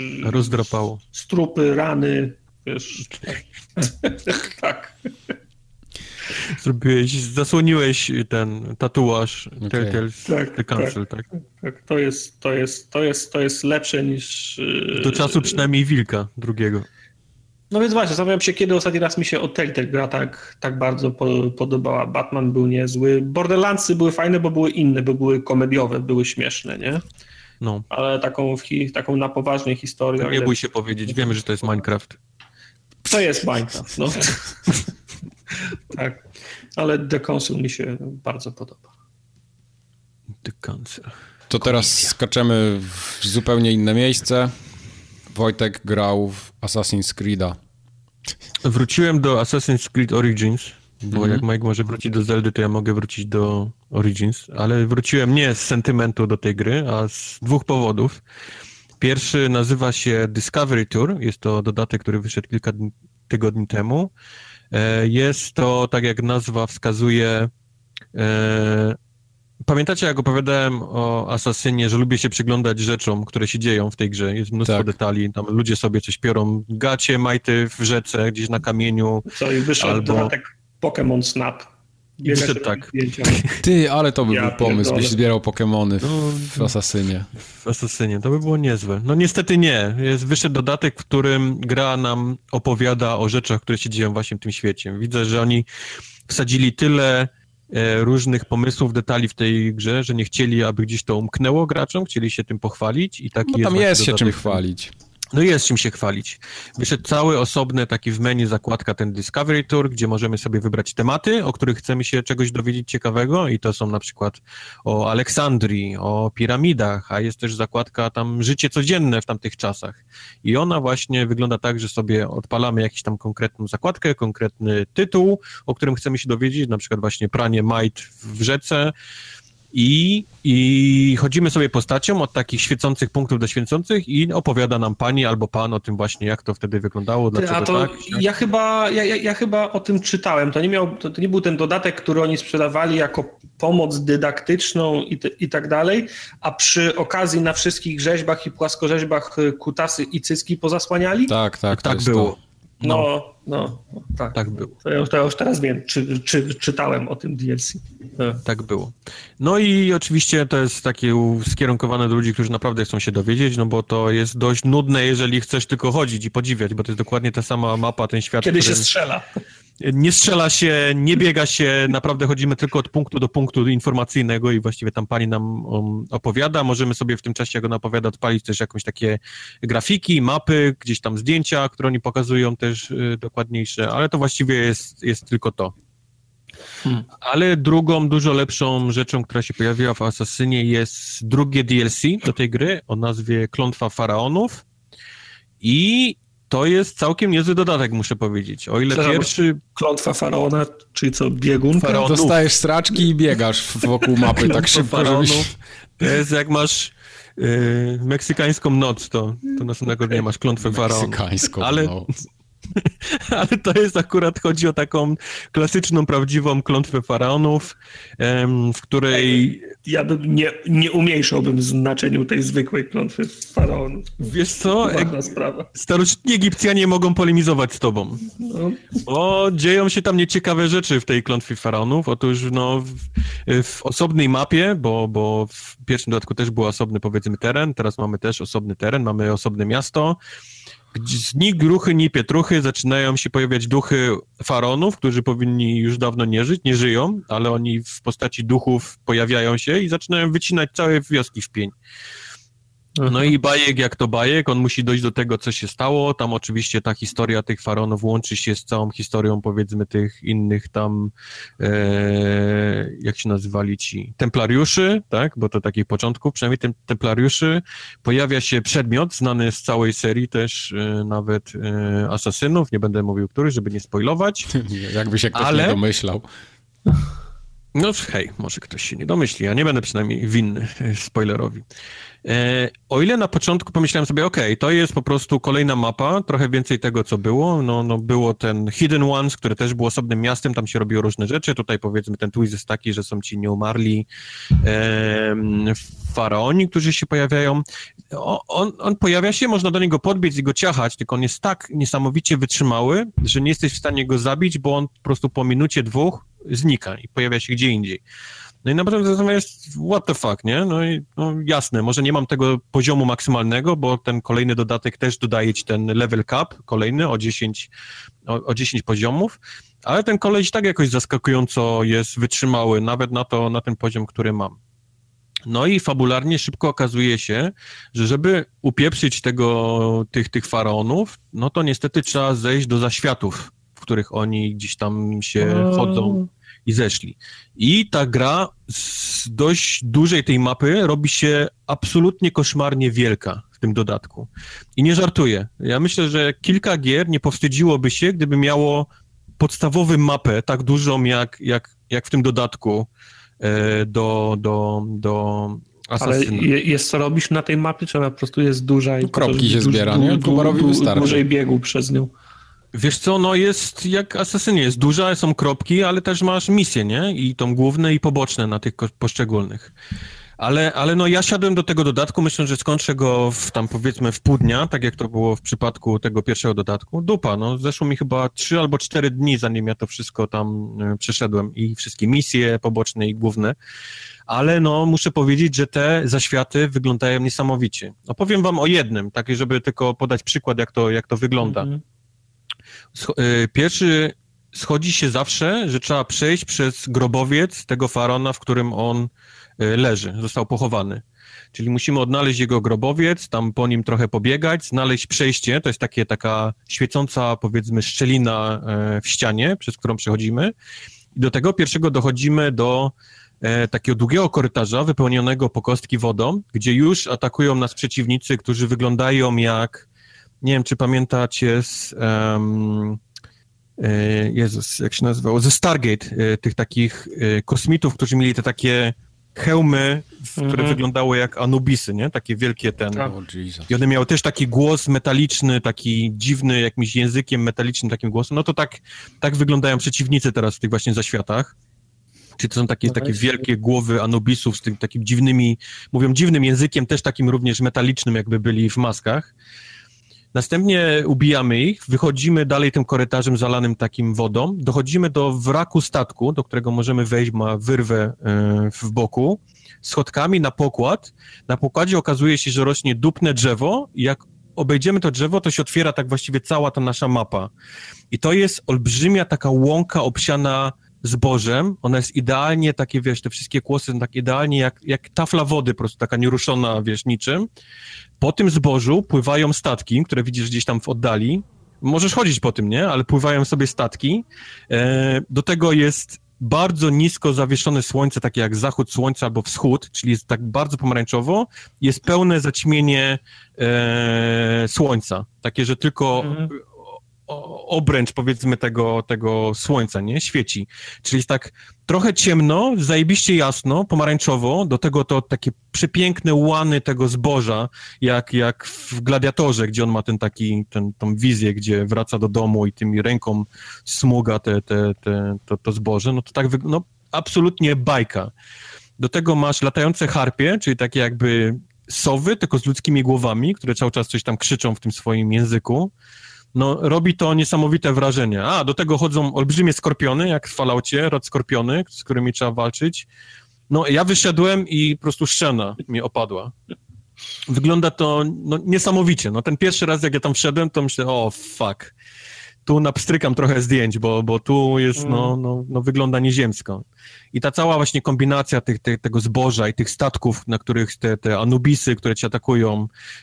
strupy, rany, wiesz. Tak. Zasłoniłeś ten tatuaż Telltale's The Council, tak? Tak, to jest lepsze niż... Do czasu przynajmniej Wilka drugiego. No więc właśnie, zastanawiam się, kiedy ostatni raz mi się o Telltale gra tak bardzo podobała. Batman był niezły. Borderlandsy były fajne, bo były inne, bo były komediowe, były śmieszne, nie? No. Ale taką na poważnie historię... Nie bój się powiedzieć, wiemy, że to jest Minecraft. To jest Minecraft, no. Tak, ale The Council mi się bardzo podoba. The Council. To teraz skaczemy w zupełnie inne miejsce. Wojtek grał w Assassin's Creed'a. Wróciłem do Assassin's Creed Origins, bo jak Mike może wrócić do Zeldy, to ja mogę wrócić do Origins, ale wróciłem nie z sentymentu do tej gry, a z dwóch powodów. Pierwszy nazywa się Discovery Tour, jest to dodatek, który wyszedł kilka tygodni temu. Jest to, tak jak nazwa wskazuje, pamiętacie, jak opowiadałem o Asasynie, że lubię się przyglądać rzeczom, które się dzieją w tej grze? Jest mnóstwo detali, tam ludzie sobie coś piorą, gacie, majty w rzece, gdzieś na kamieniu. Co i wyszedł dodatek Pokémon Snap. Wyszedł tak. Ty, ale to by był pomysł, byś zbierał Pokemony w Asasynie. W Asasynie, to by było niezłe. No niestety nie. Wyszedł dodatek, w którym gra nam opowiada o rzeczach, które się dzieją właśnie w tym świecie. Widzę, że oni wsadzili tyle różnych pomysłów, detali w tej grze, że nie chcieli, aby gdzieś to umknęło graczom, chcieli się tym pochwalić i taki tam jest się czym chwalić. No jest czym się chwalić. Wyszedł cały osobny taki w menu zakładka ten Discovery Tour, gdzie możemy sobie wybrać tematy, o których chcemy się czegoś dowiedzieć ciekawego i to są na przykład o Aleksandrii, o piramidach, a jest też zakładka tam życie codzienne w tamtych czasach. I ona właśnie wygląda tak, że sobie odpalamy jakąś tam konkretną zakładkę, konkretny tytuł, o którym chcemy się dowiedzieć, na przykład właśnie pranie majt w rzece, i chodzimy sobie postacią od takich świecących punktów do świecących i opowiada nam pani albo pan o tym właśnie, jak to wtedy wyglądało, dlaczego tak. Ja chyba o tym czytałem. To nie był ten dodatek, który oni sprzedawali jako pomoc dydaktyczną i tak dalej, a przy okazji na wszystkich rzeźbach i płaskorzeźbach kutasy i cycki pozasłaniali? Tak było. Tak było. To ja już teraz wiem, czytałem o tym DLC. Tak było. No i oczywiście to jest takie skierunkowane do ludzi, którzy naprawdę chcą się dowiedzieć, no bo to jest dość nudne, jeżeli chcesz tylko chodzić i podziwiać, bo to jest dokładnie ta sama mapa, ten świat. Kiedy się strzela. Nie strzela się, nie biega się, naprawdę chodzimy tylko od punktu do punktu informacyjnego i właściwie tam pani nam opowiada. Możemy sobie w tym czasie, jak ona opowiada, odpalić też jakąś takie grafiki, mapy, gdzieś tam zdjęcia, które oni pokazują też dokładniejsze, ale to właściwie jest tylko to. Ale drugą, dużo lepszą rzeczą, która się pojawiła w Asasynie jest drugie DLC do tej gry o nazwie Klątwa Faraonów i to jest całkiem niezły dodatek, muszę powiedzieć. O ile pierwszy... Klątwa Faraona, czyli co, biegun? Dostajesz straczki i biegasz wokół mapy tak szybko, żebyś... To jest jak masz meksykańską noc, to następnego dnia masz klątwę Faraona. Meksykańską noc. Ale to jest akurat, chodzi o taką klasyczną, prawdziwą klątwę faraonów, w której... Ja bym nie umniejszałbym znaczeniu tej zwykłej klątwy faraonów. Wiesz co? Ważna sprawa. Starożytni Egipcjanie mogą polemizować z tobą. No. Bo dzieją się tam nieciekawe rzeczy w tej klątwie faraonów. Otóż w osobnej mapie, bo w pierwszym dodatku też był osobny, powiedzmy, teren, teraz mamy też osobny teren, mamy osobne miasto. Ni gruchy, ni pietruchy zaczynają się pojawiać duchy faraonów, którzy powinni już dawno nie żyć, nie żyją, ale oni w postaci duchów pojawiają się i zaczynają wycinać całe wioski w pień. No i bajek jak to bajek, on musi dojść do tego, co się stało. Tam oczywiście ta historia tych faraonów łączy się z całą historią, powiedzmy, tych innych tam, jak się nazywali ci, templariuszy, tak? Bo to takich początków, przynajmniej templariuszy. Pojawia się przedmiot znany z całej serii też, nawet Asasynów, nie będę mówił który, żeby nie spoilować. Jakby się ktoś nie domyślał. No hej, może ktoś się nie domyśli, ja nie będę przynajmniej winny spoilerowi. O ile na początku pomyślałem sobie, okej, to jest po prostu kolejna mapa, trochę więcej tego, co było, no było ten Hidden Ones, który też był osobnym miastem, tam się robiło różne rzeczy, tutaj powiedzmy ten twist jest taki, że są ci nieumarli faraoni, którzy się pojawiają. On pojawia się, można do niego podbiec i go ciachać, tylko on jest tak niesamowicie wytrzymały, że nie jesteś w stanie go zabić, bo on po prostu po minucie, dwóch znika i pojawia się gdzie indziej. No i na początku zastanawiam się, what the fuck, nie? No i jasne, może nie mam tego poziomu maksymalnego, bo ten kolejny dodatek też dodaje ci ten level cap, kolejny o 10 poziomów, ale ten koleś tak jakoś zaskakująco jest wytrzymały, nawet na ten poziom, który mam. No i fabularnie szybko okazuje się, że żeby upieprzyć tych faraonów, no to niestety trzeba zejść do zaświatów, w których oni gdzieś tam się chodzą i zeszli. I ta gra z dość dużej tej mapy robi się absolutnie koszmarnie wielka w tym dodatku. I nie żartuję. Ja myślę, że kilka gier nie powstydziłoby się, gdyby miało podstawową mapę tak dużą jak w tym dodatku do Assassina. Ale jest co robisz na tej mapie, czy ona po prostu jest duża i kropki się zbiera, nie? Kubarowi wystarczy. Dłużej biegu przez nią. Wiesz co, no jest jak Assassinie, jest duża, są kropki, ale też masz misje, nie? I tą główne i poboczne na tych poszczególnych. Ale no ja siadłem do tego dodatku, myślę, że skończę go powiedzmy w pół dnia, tak jak to było w przypadku tego pierwszego dodatku. Dupa, no zeszło mi chyba 3 albo 4 dni, zanim ja to wszystko tam przeszedłem i wszystkie misje poboczne i główne. Ale no muszę powiedzieć, że te zaświaty wyglądają niesamowicie. Opowiem wam o jednym, taki żeby tylko podać przykład, jak to wygląda. Pierwszy schodzi się zawsze, że trzeba przejść przez grobowiec tego faraona, w którym on leży, został pochowany. Czyli musimy odnaleźć jego grobowiec, tam po nim trochę pobiegać, znaleźć przejście, to jest taka świecąca, powiedzmy, szczelina w ścianie, przez którą przechodzimy. I do tego pierwszego dochodzimy do takiego długiego korytarza wypełnionego po kostki wodą, gdzie już atakują nas przeciwnicy, którzy wyglądają jak, nie wiem, czy pamiętacie Jezus, jak się nazywało, ze Stargate, tych takich kosmitów, którzy mieli te takie hełmy, które wyglądały jak Anubisy, nie? Takie wielkie I one miały też taki głos metaliczny, taki dziwny, jakimś językiem metalicznym takim głosem. No to tak wyglądają przeciwnicy teraz w tych właśnie zaświatach. Czyli to są takie wielkie głowy Anubisów z tym takim mówią dziwnym językiem, też takim również metalicznym, jakby byli w maskach. Następnie ubijamy ich, wychodzimy dalej tym korytarzem zalanym takim wodą, dochodzimy do wraku statku, do którego możemy wejść, ma wyrwę w boku, schodkami na pokład. Na pokładzie okazuje się, że rośnie dupne drzewo i jak obejdziemy to drzewo, to się otwiera tak właściwie cała ta nasza mapa. I to jest olbrzymia taka łąka obsiana zbożem, ona jest idealnie takie, wiesz, te wszystkie kłosy są tak idealnie jak tafla wody, po prostu taka nieruszona, wiesz, niczym. Po tym zbożu pływają statki, które widzisz gdzieś tam w oddali. Możesz chodzić po tym, nie? Ale pływają sobie statki. Do tego jest bardzo nisko zawieszone słońce, takie jak zachód słońca albo wschód, czyli jest tak bardzo pomarańczowo. Jest pełne zaćmienie słońca. Takie, że tylko obręcz, powiedzmy, tego słońca, nie? Świeci. Czyli jest tak trochę ciemno, zajebiście jasno, pomarańczowo, do tego to takie przepiękne łany tego zboża, jak w Gladiatorze, gdzie on ma tą wizję, gdzie wraca do domu i tymi ręką smuga to zboże, no to tak absolutnie bajka. Do tego masz latające harpie, czyli takie jakby sowy, tylko z ludzkimi głowami, które cały czas coś tam krzyczą w tym swoim języku. No, robi to niesamowite wrażenie. Do tego chodzą olbrzymie skorpiony, jak w Falloutie, rod skorpiony, z którymi trzeba walczyć. No, ja wyszedłem i po prostu szczena mi opadła. Wygląda to niesamowicie. No, ten pierwszy raz, jak ja tam wszedłem, to myślę, fuck. Tu napstrykam trochę zdjęć, bo tu jest, wygląda nieziemsko. I ta cała właśnie kombinacja tego zboża i tych statków, na których te Anubisy, które cię atakują,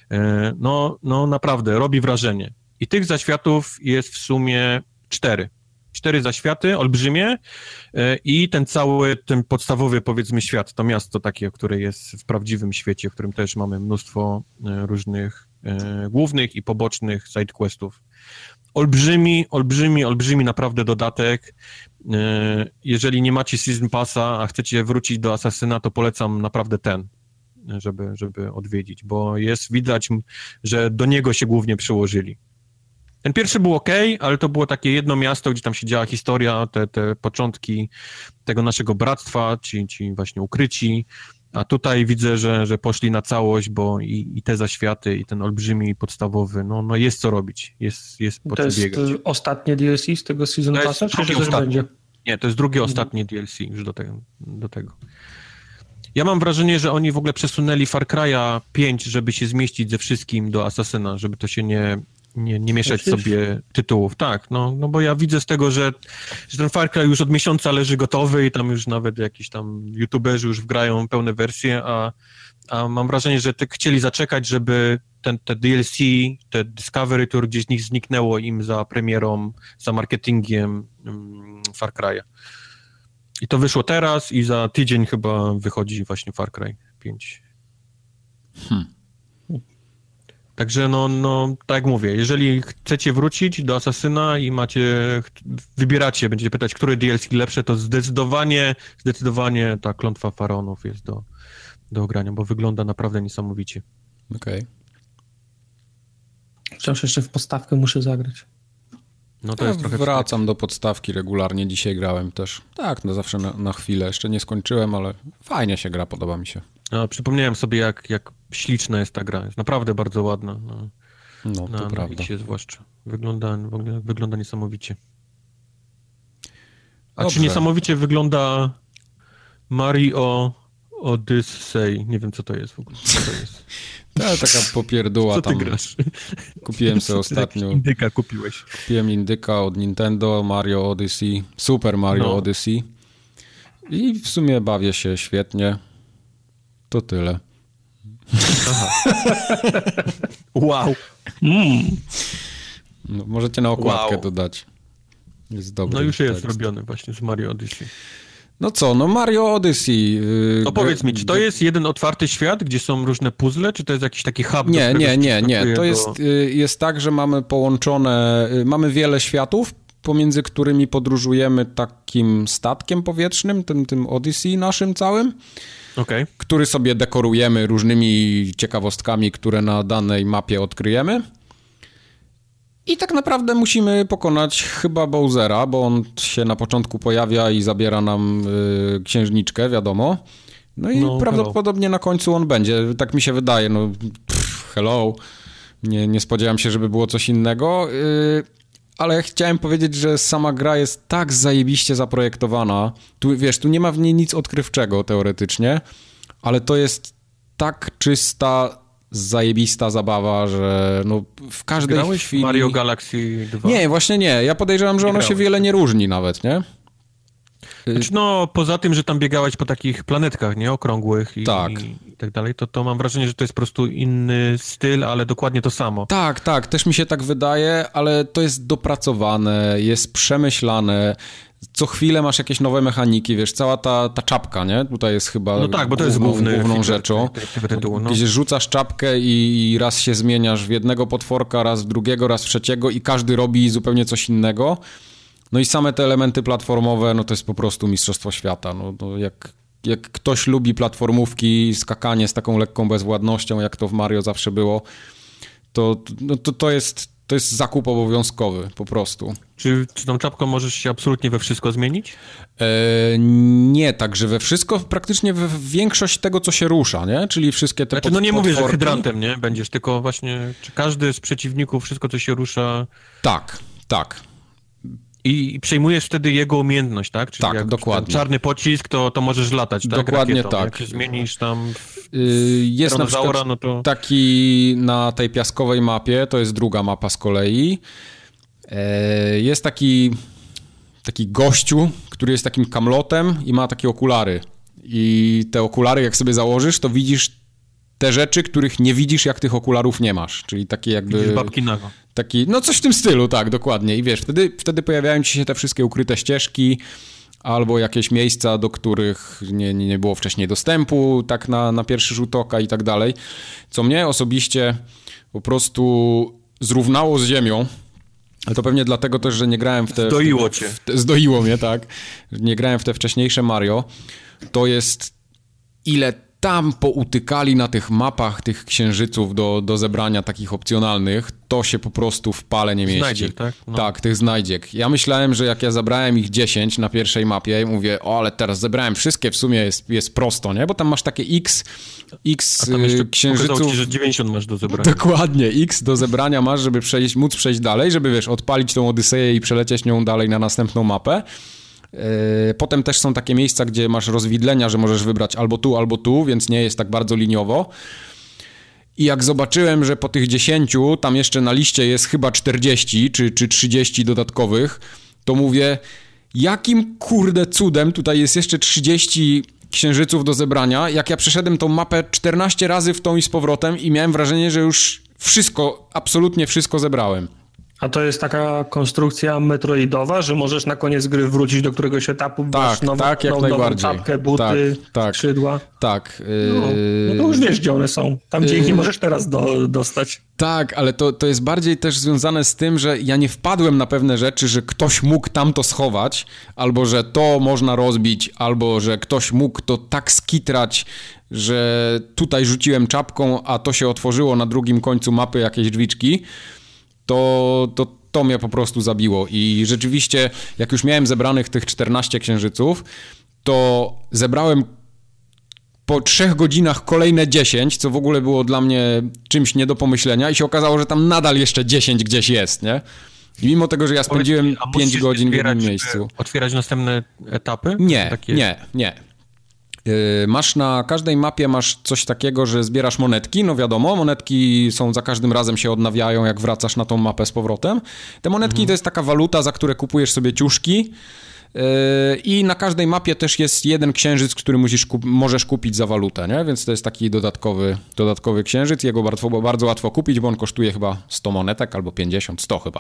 naprawdę robi wrażenie. I tych zaświatów jest w sumie 4. 4 zaświaty, olbrzymie i ten podstawowy, powiedzmy, świat, to miasto takie, które jest w prawdziwym świecie, w którym też mamy mnóstwo różnych głównych i pobocznych sidequestów. Olbrzymi naprawdę dodatek. Jeżeli nie macie Season Passa, a chcecie wrócić do Asasyna, to polecam naprawdę ten, żeby odwiedzić, bo widać, że do niego się głównie przyłożyli. Ten pierwszy był ale to było takie jedno miasto, gdzie tam się działa historia, te początki tego naszego bractwa, ci właśnie ukryci, a tutaj widzę, że poszli na całość, bo i te zaświaty, i ten olbrzymi podstawowy, no jest co robić, jest po co biegać. To jest ostatnie DLC z tego Season Passa, czy coś będzie? Nie, to jest drugie ostatnie DLC już do tego. Ja mam wrażenie, że oni w ogóle przesunęli Far Cry'a 5, żeby się zmieścić ze wszystkim do Asasyna, żeby to się nie mieszać sobie tytułów. Tak, no bo ja widzę z tego, że ten Far Cry już od miesiąca leży gotowy i tam już nawet jakiś tam youtuberzy już wgrają pełne wersje, a mam wrażenie, że chcieli zaczekać, żeby te DLC, te Discovery Tour gdzieś z nich zniknęło im za premierą, za marketingiem Far Cry'a. I to wyszło teraz i za tydzień chyba wychodzi właśnie Far Cry 5. Także tak jak mówię, jeżeli chcecie wrócić do Asasyna i wybieracie, będziecie pytać, które DLC lepsze, to zdecydowanie ta Klątwa Faraonów jest do ogrania, bo wygląda naprawdę niesamowicie. Okej. Wciąż jeszcze w podstawkę muszę zagrać. No to jest trochę wracam do podstawki regularnie, dzisiaj grałem też. Tak, zawsze na chwilę. Jeszcze nie skończyłem, ale fajnie się gra, podoba mi się. Przypomniałem sobie, jak śliczna jest ta gra. Jest naprawdę bardzo ładna. To prawda. Zwłaszcza. Wygląda niesamowicie. A Dobrze. czy niesamowicie wygląda Mario Odyssey? Nie wiem, co to jest w ogóle. Co to jest? Taka popierduła co ty tam. Grasz? Kupiłem sobie ostatnio. Indyka kupiłeś. Kupiłem indyka od Nintendo, Mario Odyssey, Super Mario Odyssey. I w sumie bawię się świetnie. To tyle. Aha. Wow. No, możecie na okładkę dodać. Jest dobry. No już jest robiony właśnie z Mario Odyssey. No co, Mario Odyssey. No powiedz mi, czy to jest jeden otwarty świat, gdzie są różne puzzle, czy to jest jakiś taki hub? Nie. To jest tak, że mamy połączone, mamy wiele światów, pomiędzy którymi podróżujemy takim statkiem powietrznym, tym Odyssey naszym całym. Okay. Który sobie dekorujemy różnymi ciekawostkami, które na danej mapie odkryjemy. I tak naprawdę musimy pokonać chyba Bowsera, bo on się na początku pojawia i zabiera nam księżniczkę, wiadomo. No i prawdopodobnie na końcu on będzie. Tak mi się wydaje. Hello. Nie spodziewałem się, żeby było coś innego. Ale chciałem powiedzieć, że sama gra jest tak zajebiście zaprojektowana. Tu nie ma w niej nic odkrywczego teoretycznie, ale to jest tak czysta, zajebista zabawa, że w każdej chwili... Mario Galaxy 2? Nie, właśnie nie. Ja podejrzewam, że ono się wiele nie różni nawet, nie? Znaczy, poza tym, że tam biegałeś po takich planetkach, nie? Okrągłych i tak dalej, to mam wrażenie, że to jest po prostu inny styl, ale dokładnie to samo. Tak, też mi się tak wydaje, ale to jest dopracowane, jest przemyślane. Co chwilę masz jakieś nowe mechaniki, wiesz, cała ta czapka, nie? Tutaj jest chyba bo to jest główną rzeczą. Gdzie rzucasz czapkę i raz się zmieniasz w jednego potworka, raz w drugiego, raz w trzeciego i każdy robi zupełnie coś innego. No i same te elementy platformowe, to jest po prostu mistrzostwo świata. Jak ktoś lubi platformówki, skakanie z taką lekką bezwładnością, jak to w Mario zawsze było, to jest zakup obowiązkowy, po prostu. Czy tą czapką możesz się absolutnie we wszystko zmienić? Nie, także we wszystko, praktycznie w większość tego, co się rusza, nie? Czyli wszystkie te nie mówię, że hydrantem, nie? Będziesz, tylko właśnie, czy każdy z przeciwników, wszystko, co się rusza... Tak. I przejmujesz wtedy jego umiejętność, tak? Czyli tak, dokładnie. Czarny pocisk, to możesz latać, tak? Dokładnie rakietą. Tak. Jak się zmienisz tam jest na przykład taki na tej piaskowej mapie, to jest druga mapa z kolei, jest taki gościu, który jest takim kamlotem i ma takie okulary. I te okulary, jak sobie założysz, to widzisz te rzeczy, których nie widzisz, jak tych okularów nie masz. Czyli takie jakby... Widzisz babki nago. Coś w tym stylu, tak, dokładnie. I wiesz, wtedy pojawiają ci się te wszystkie ukryte ścieżki albo jakieś miejsca, do których nie było wcześniej dostępu, tak na pierwszy rzut oka i tak dalej. Co mnie osobiście po prostu zrównało z ziemią, Ale to pewnie dlatego też, że nie grałem w te... Zdoiło cię. Zdoiło mnie, tak. Nie grałem w te wcześniejsze Mario. To jest ile tam poutykali na tych mapach tych księżyców do zebrania takich opcjonalnych, to się po prostu w pale nie mieści. Znajdziek, tak? No. Tak, tych znajdziek. Ja myślałem, że jak ja zabrałem ich 10 na pierwszej mapie i mówię, ale teraz zebrałem wszystkie, w sumie jest prosto, nie? Bo tam masz takie X A tam jeszcze księżyców. Ci, że 90 masz do zebrania. Dokładnie, X do zebrania masz, żeby móc przejść dalej, żeby, wiesz, odpalić tą Odyseję i przelecieć nią dalej na następną mapę. Potem też są takie miejsca, gdzie masz rozwidlenia, że możesz wybrać albo tu, więc nie jest tak bardzo liniowo. I jak zobaczyłem, że po tych 10 tam jeszcze na liście jest chyba 40 czy 30 dodatkowych, to mówię, jakim kurde cudem tutaj jest jeszcze 30 księżyców do zebrania, jak ja przeszedłem tą mapę 14 razy w tą i z powrotem i miałem wrażenie, że już wszystko, absolutnie wszystko zebrałem. A to jest taka konstrukcja metroidowa, że możesz na koniec gry wrócić do któregoś etapu, tak, tak, jak najbardziej. Czapkę, buty, skrzydła. Tak. No to już wiesz, gdzie one są. Tam, gdzie ich nie możesz teraz dostać. Tak, ale to jest bardziej też związane z tym, że ja nie wpadłem na pewne rzeczy, że ktoś mógł tam to schować, albo że to można rozbić, albo że ktoś mógł to tak skitrać, że tutaj rzuciłem czapką, a to się otworzyło na drugim końcu mapy jakieś drzwiczki. To mnie po prostu zabiło i rzeczywiście, jak już miałem zebranych tych 14 księżyców, to zebrałem po 3 godzinach kolejne 10, co w ogóle było dla mnie czymś nie do pomyślenia i się okazało, że tam nadal jeszcze 10 gdzieś jest, nie? I mimo tego, że ja spędziłem 5 godzin w jednym miejscu. Otwierać następne etapy? Nie. Masz na każdej mapie masz coś takiego, że zbierasz monetki, no wiadomo, monetki są za każdym razem się odnawiają, jak wracasz na tą mapę z powrotem. Te monetki to jest taka waluta, za które kupujesz sobie ciuszki i na każdej mapie też jest jeden księżyc, który możesz kupić za walutę, nie? Więc to jest taki dodatkowy księżyc, jego bardzo łatwo kupić, bo on kosztuje chyba 100 monetek albo 50, 100 chyba.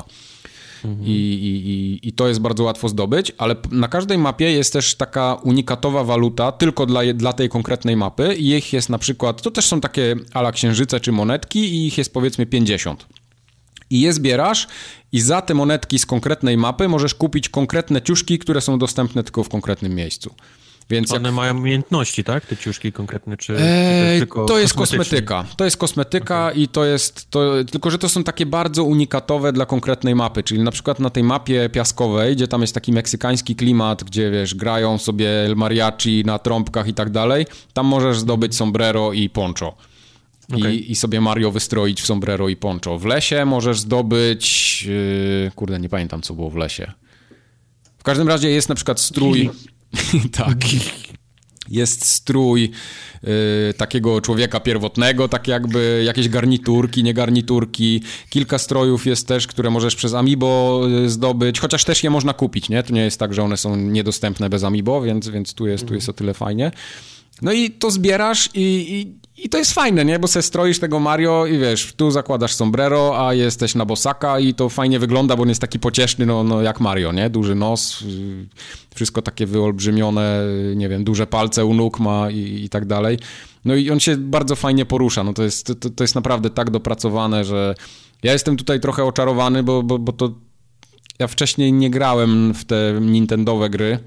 I to jest bardzo łatwo zdobyć, ale na każdej mapie jest też taka unikatowa waluta tylko dla tej konkretnej mapy i ich jest na przykład, to też są takie ala księżyce czy monetki i ich jest powiedzmy 50. I je zbierasz i za te monetki z konkretnej mapy możesz kupić konkretne ciuszki, które są dostępne tylko w konkretnym miejscu. Więc one mają umiejętności, tak? Te ciuszki konkretne, czy tylko to jest kosmetyka. To jest kosmetyka okay. I tylko że to są takie bardzo unikatowe dla konkretnej mapy, czyli na przykład na tej mapie piaskowej, gdzie tam jest taki meksykański klimat, gdzie wiesz, grają sobie mariachi na trąbkach i tak dalej, tam możesz zdobyć sombrero i poncho. Okay. I sobie Mario wystroić w sombrero i poncho. W lesie możesz zdobyć... kurde, nie pamiętam, co było w lesie. W każdym razie jest na przykład strój... Tak. Jest strój takiego człowieka pierwotnego, tak jakby jakieś garniturki, nie garniturki. Kilka strojów jest też, które możesz przez Amiibo zdobyć, chociaż też je można kupić, nie? To nie jest tak, że one są niedostępne bez Amiibo, więc tu jest o tyle fajnie. No i to zbierasz i to jest fajne, nie? Bo sobie stroisz tego Mario i wiesz, tu zakładasz sombrero, a jesteś na bosaka i to fajnie wygląda, bo on jest taki pocieszny, no jak Mario, nie? Duży nos, wszystko takie wyolbrzymione, nie wiem, duże palce u nóg ma i tak dalej. No i on się bardzo fajnie porusza, no to jest naprawdę tak dopracowane, że ja jestem tutaj trochę oczarowany, bo to ja wcześniej nie grałem w te nintendowe gry,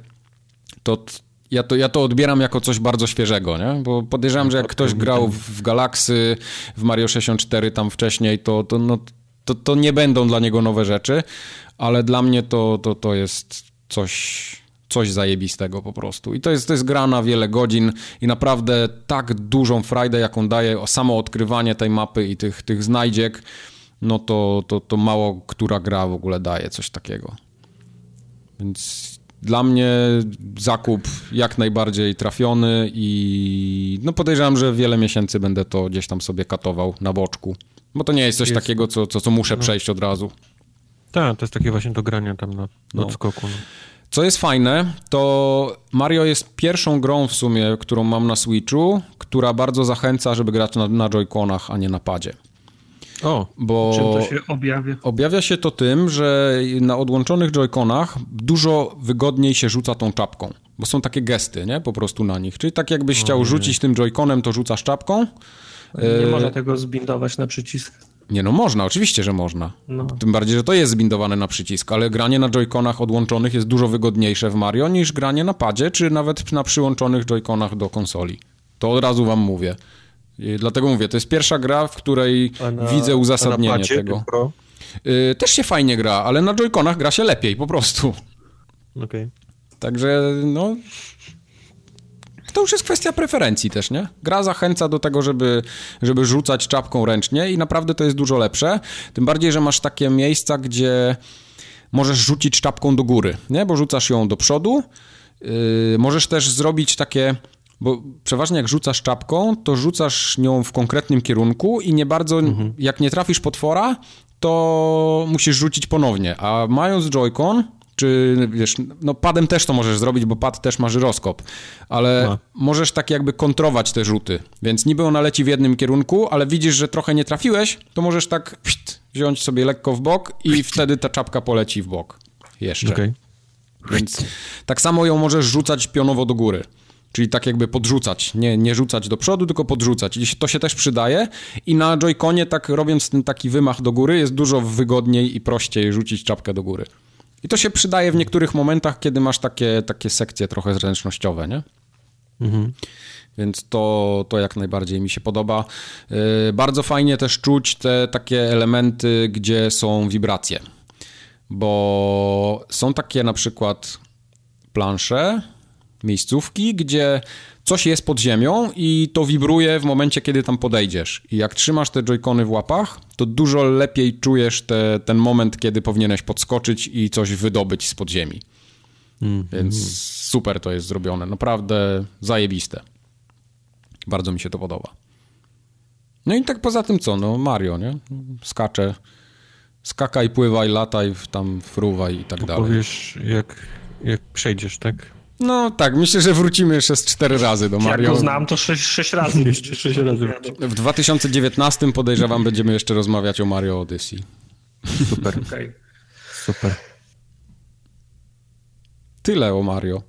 Ja to odbieram jako coś bardzo świeżego, nie? Bo podejrzewam, że jak ktoś grał w Galaxy, w Mario 64 tam wcześniej, to nie będą dla niego nowe rzeczy, ale dla mnie to jest coś zajebistego po prostu. I to jest gra na wiele godzin i naprawdę tak dużą frajdę, jaką daje samo odkrywanie tej mapy i tych znajdziek, no to mało która gra w ogóle daje coś takiego. Więc... Dla mnie zakup jak najbardziej trafiony i no podejrzewam, że wiele miesięcy będę to gdzieś tam sobie katował na boczku, bo to nie jest coś takiego, co muszę przejść od razu. Tak, to jest takie właśnie do grania tam na odskoku. No. Co jest fajne, to Mario jest pierwszą grą w sumie, którą mam na Switchu, która bardzo zachęca, żeby grać na Joy-Conach, a nie na padzie. Bo czym to się objawia? Objawia się to tym, że na odłączonych Joy-Conach dużo wygodniej się rzuca tą czapką, bo są takie gesty, nie? Po prostu na nich. Czyli tak jakbyś chciał rzucić tym Joy-Conem, to rzucasz czapką. Nie można tego zbindować na przycisk. Nie no, można, oczywiście, że można. No. Tym bardziej, że to jest zbindowane na przycisk, ale granie na joyconach odłączonych jest dużo wygodniejsze w Mario niż granie na padzie, czy nawet na przyłączonych joyconach do konsoli. To od razu wam mówię. I dlatego mówię, to jest pierwsza gra, w której widzę uzasadnienie padzie, tego. Też się fajnie gra, ale na joyconach gra się lepiej, po prostu. Okej. Także, no... To już jest kwestia preferencji też, nie? Gra zachęca do tego, żeby rzucać czapką ręcznie i naprawdę to jest dużo lepsze. Tym bardziej, że masz takie miejsca, gdzie możesz rzucić czapką do góry, nie? Bo rzucasz ją do przodu. Możesz też zrobić takie... Bo przeważnie jak rzucasz czapką, to rzucasz nią w konkretnym kierunku i nie bardzo... Jak nie trafisz potwora, to musisz rzucić ponownie. A mając joycon... czy wiesz, no padem też to możesz zrobić, bo pad też ma żyroskop, ale możesz tak jakby kontrować te rzuty, więc niby ona leci w jednym kierunku, ale widzisz, że trochę nie trafiłeś, to możesz tak wziąć sobie lekko w bok i wtedy ta czapka poleci w bok jeszcze. Okay. Więc tak samo ją możesz rzucać pionowo do góry, czyli tak jakby podrzucać, nie rzucać do przodu, tylko podrzucać. I to się też przydaje i na joyconie tak robiąc ten taki wymach do góry jest dużo wygodniej i prościej rzucić czapkę do góry. I to się przydaje w niektórych momentach, kiedy masz takie sekcje trochę zręcznościowe, nie? Więc to jak najbardziej mi się podoba. Bardzo fajnie też czuć te takie elementy, gdzie są wibracje. Bo są takie na przykład plansze, miejscówki, gdzie coś jest pod ziemią i to wibruje w momencie, kiedy tam podejdziesz. I jak trzymasz te joycony w łapach, to dużo lepiej czujesz ten moment, kiedy powinieneś podskoczyć i coś wydobyć spod ziemi. Więc super to jest zrobione. Naprawdę zajebiste. Bardzo mi się to podoba. No i tak poza tym co? No Mario, nie? Skacze. Skakaj, pływaj, lataj, tam fruwaj i tak dalej. Powiesz, jak przejdziesz, tak? No tak, myślę, że wrócimy jeszcze z 4 razy do Mario. Jak go znam, to 6 razy. Jeszcze 6 razy. W 2019 podejrzewam, będziemy jeszcze rozmawiać o Mario Odyssey. Super. Okay. Super. Tyle o Mario.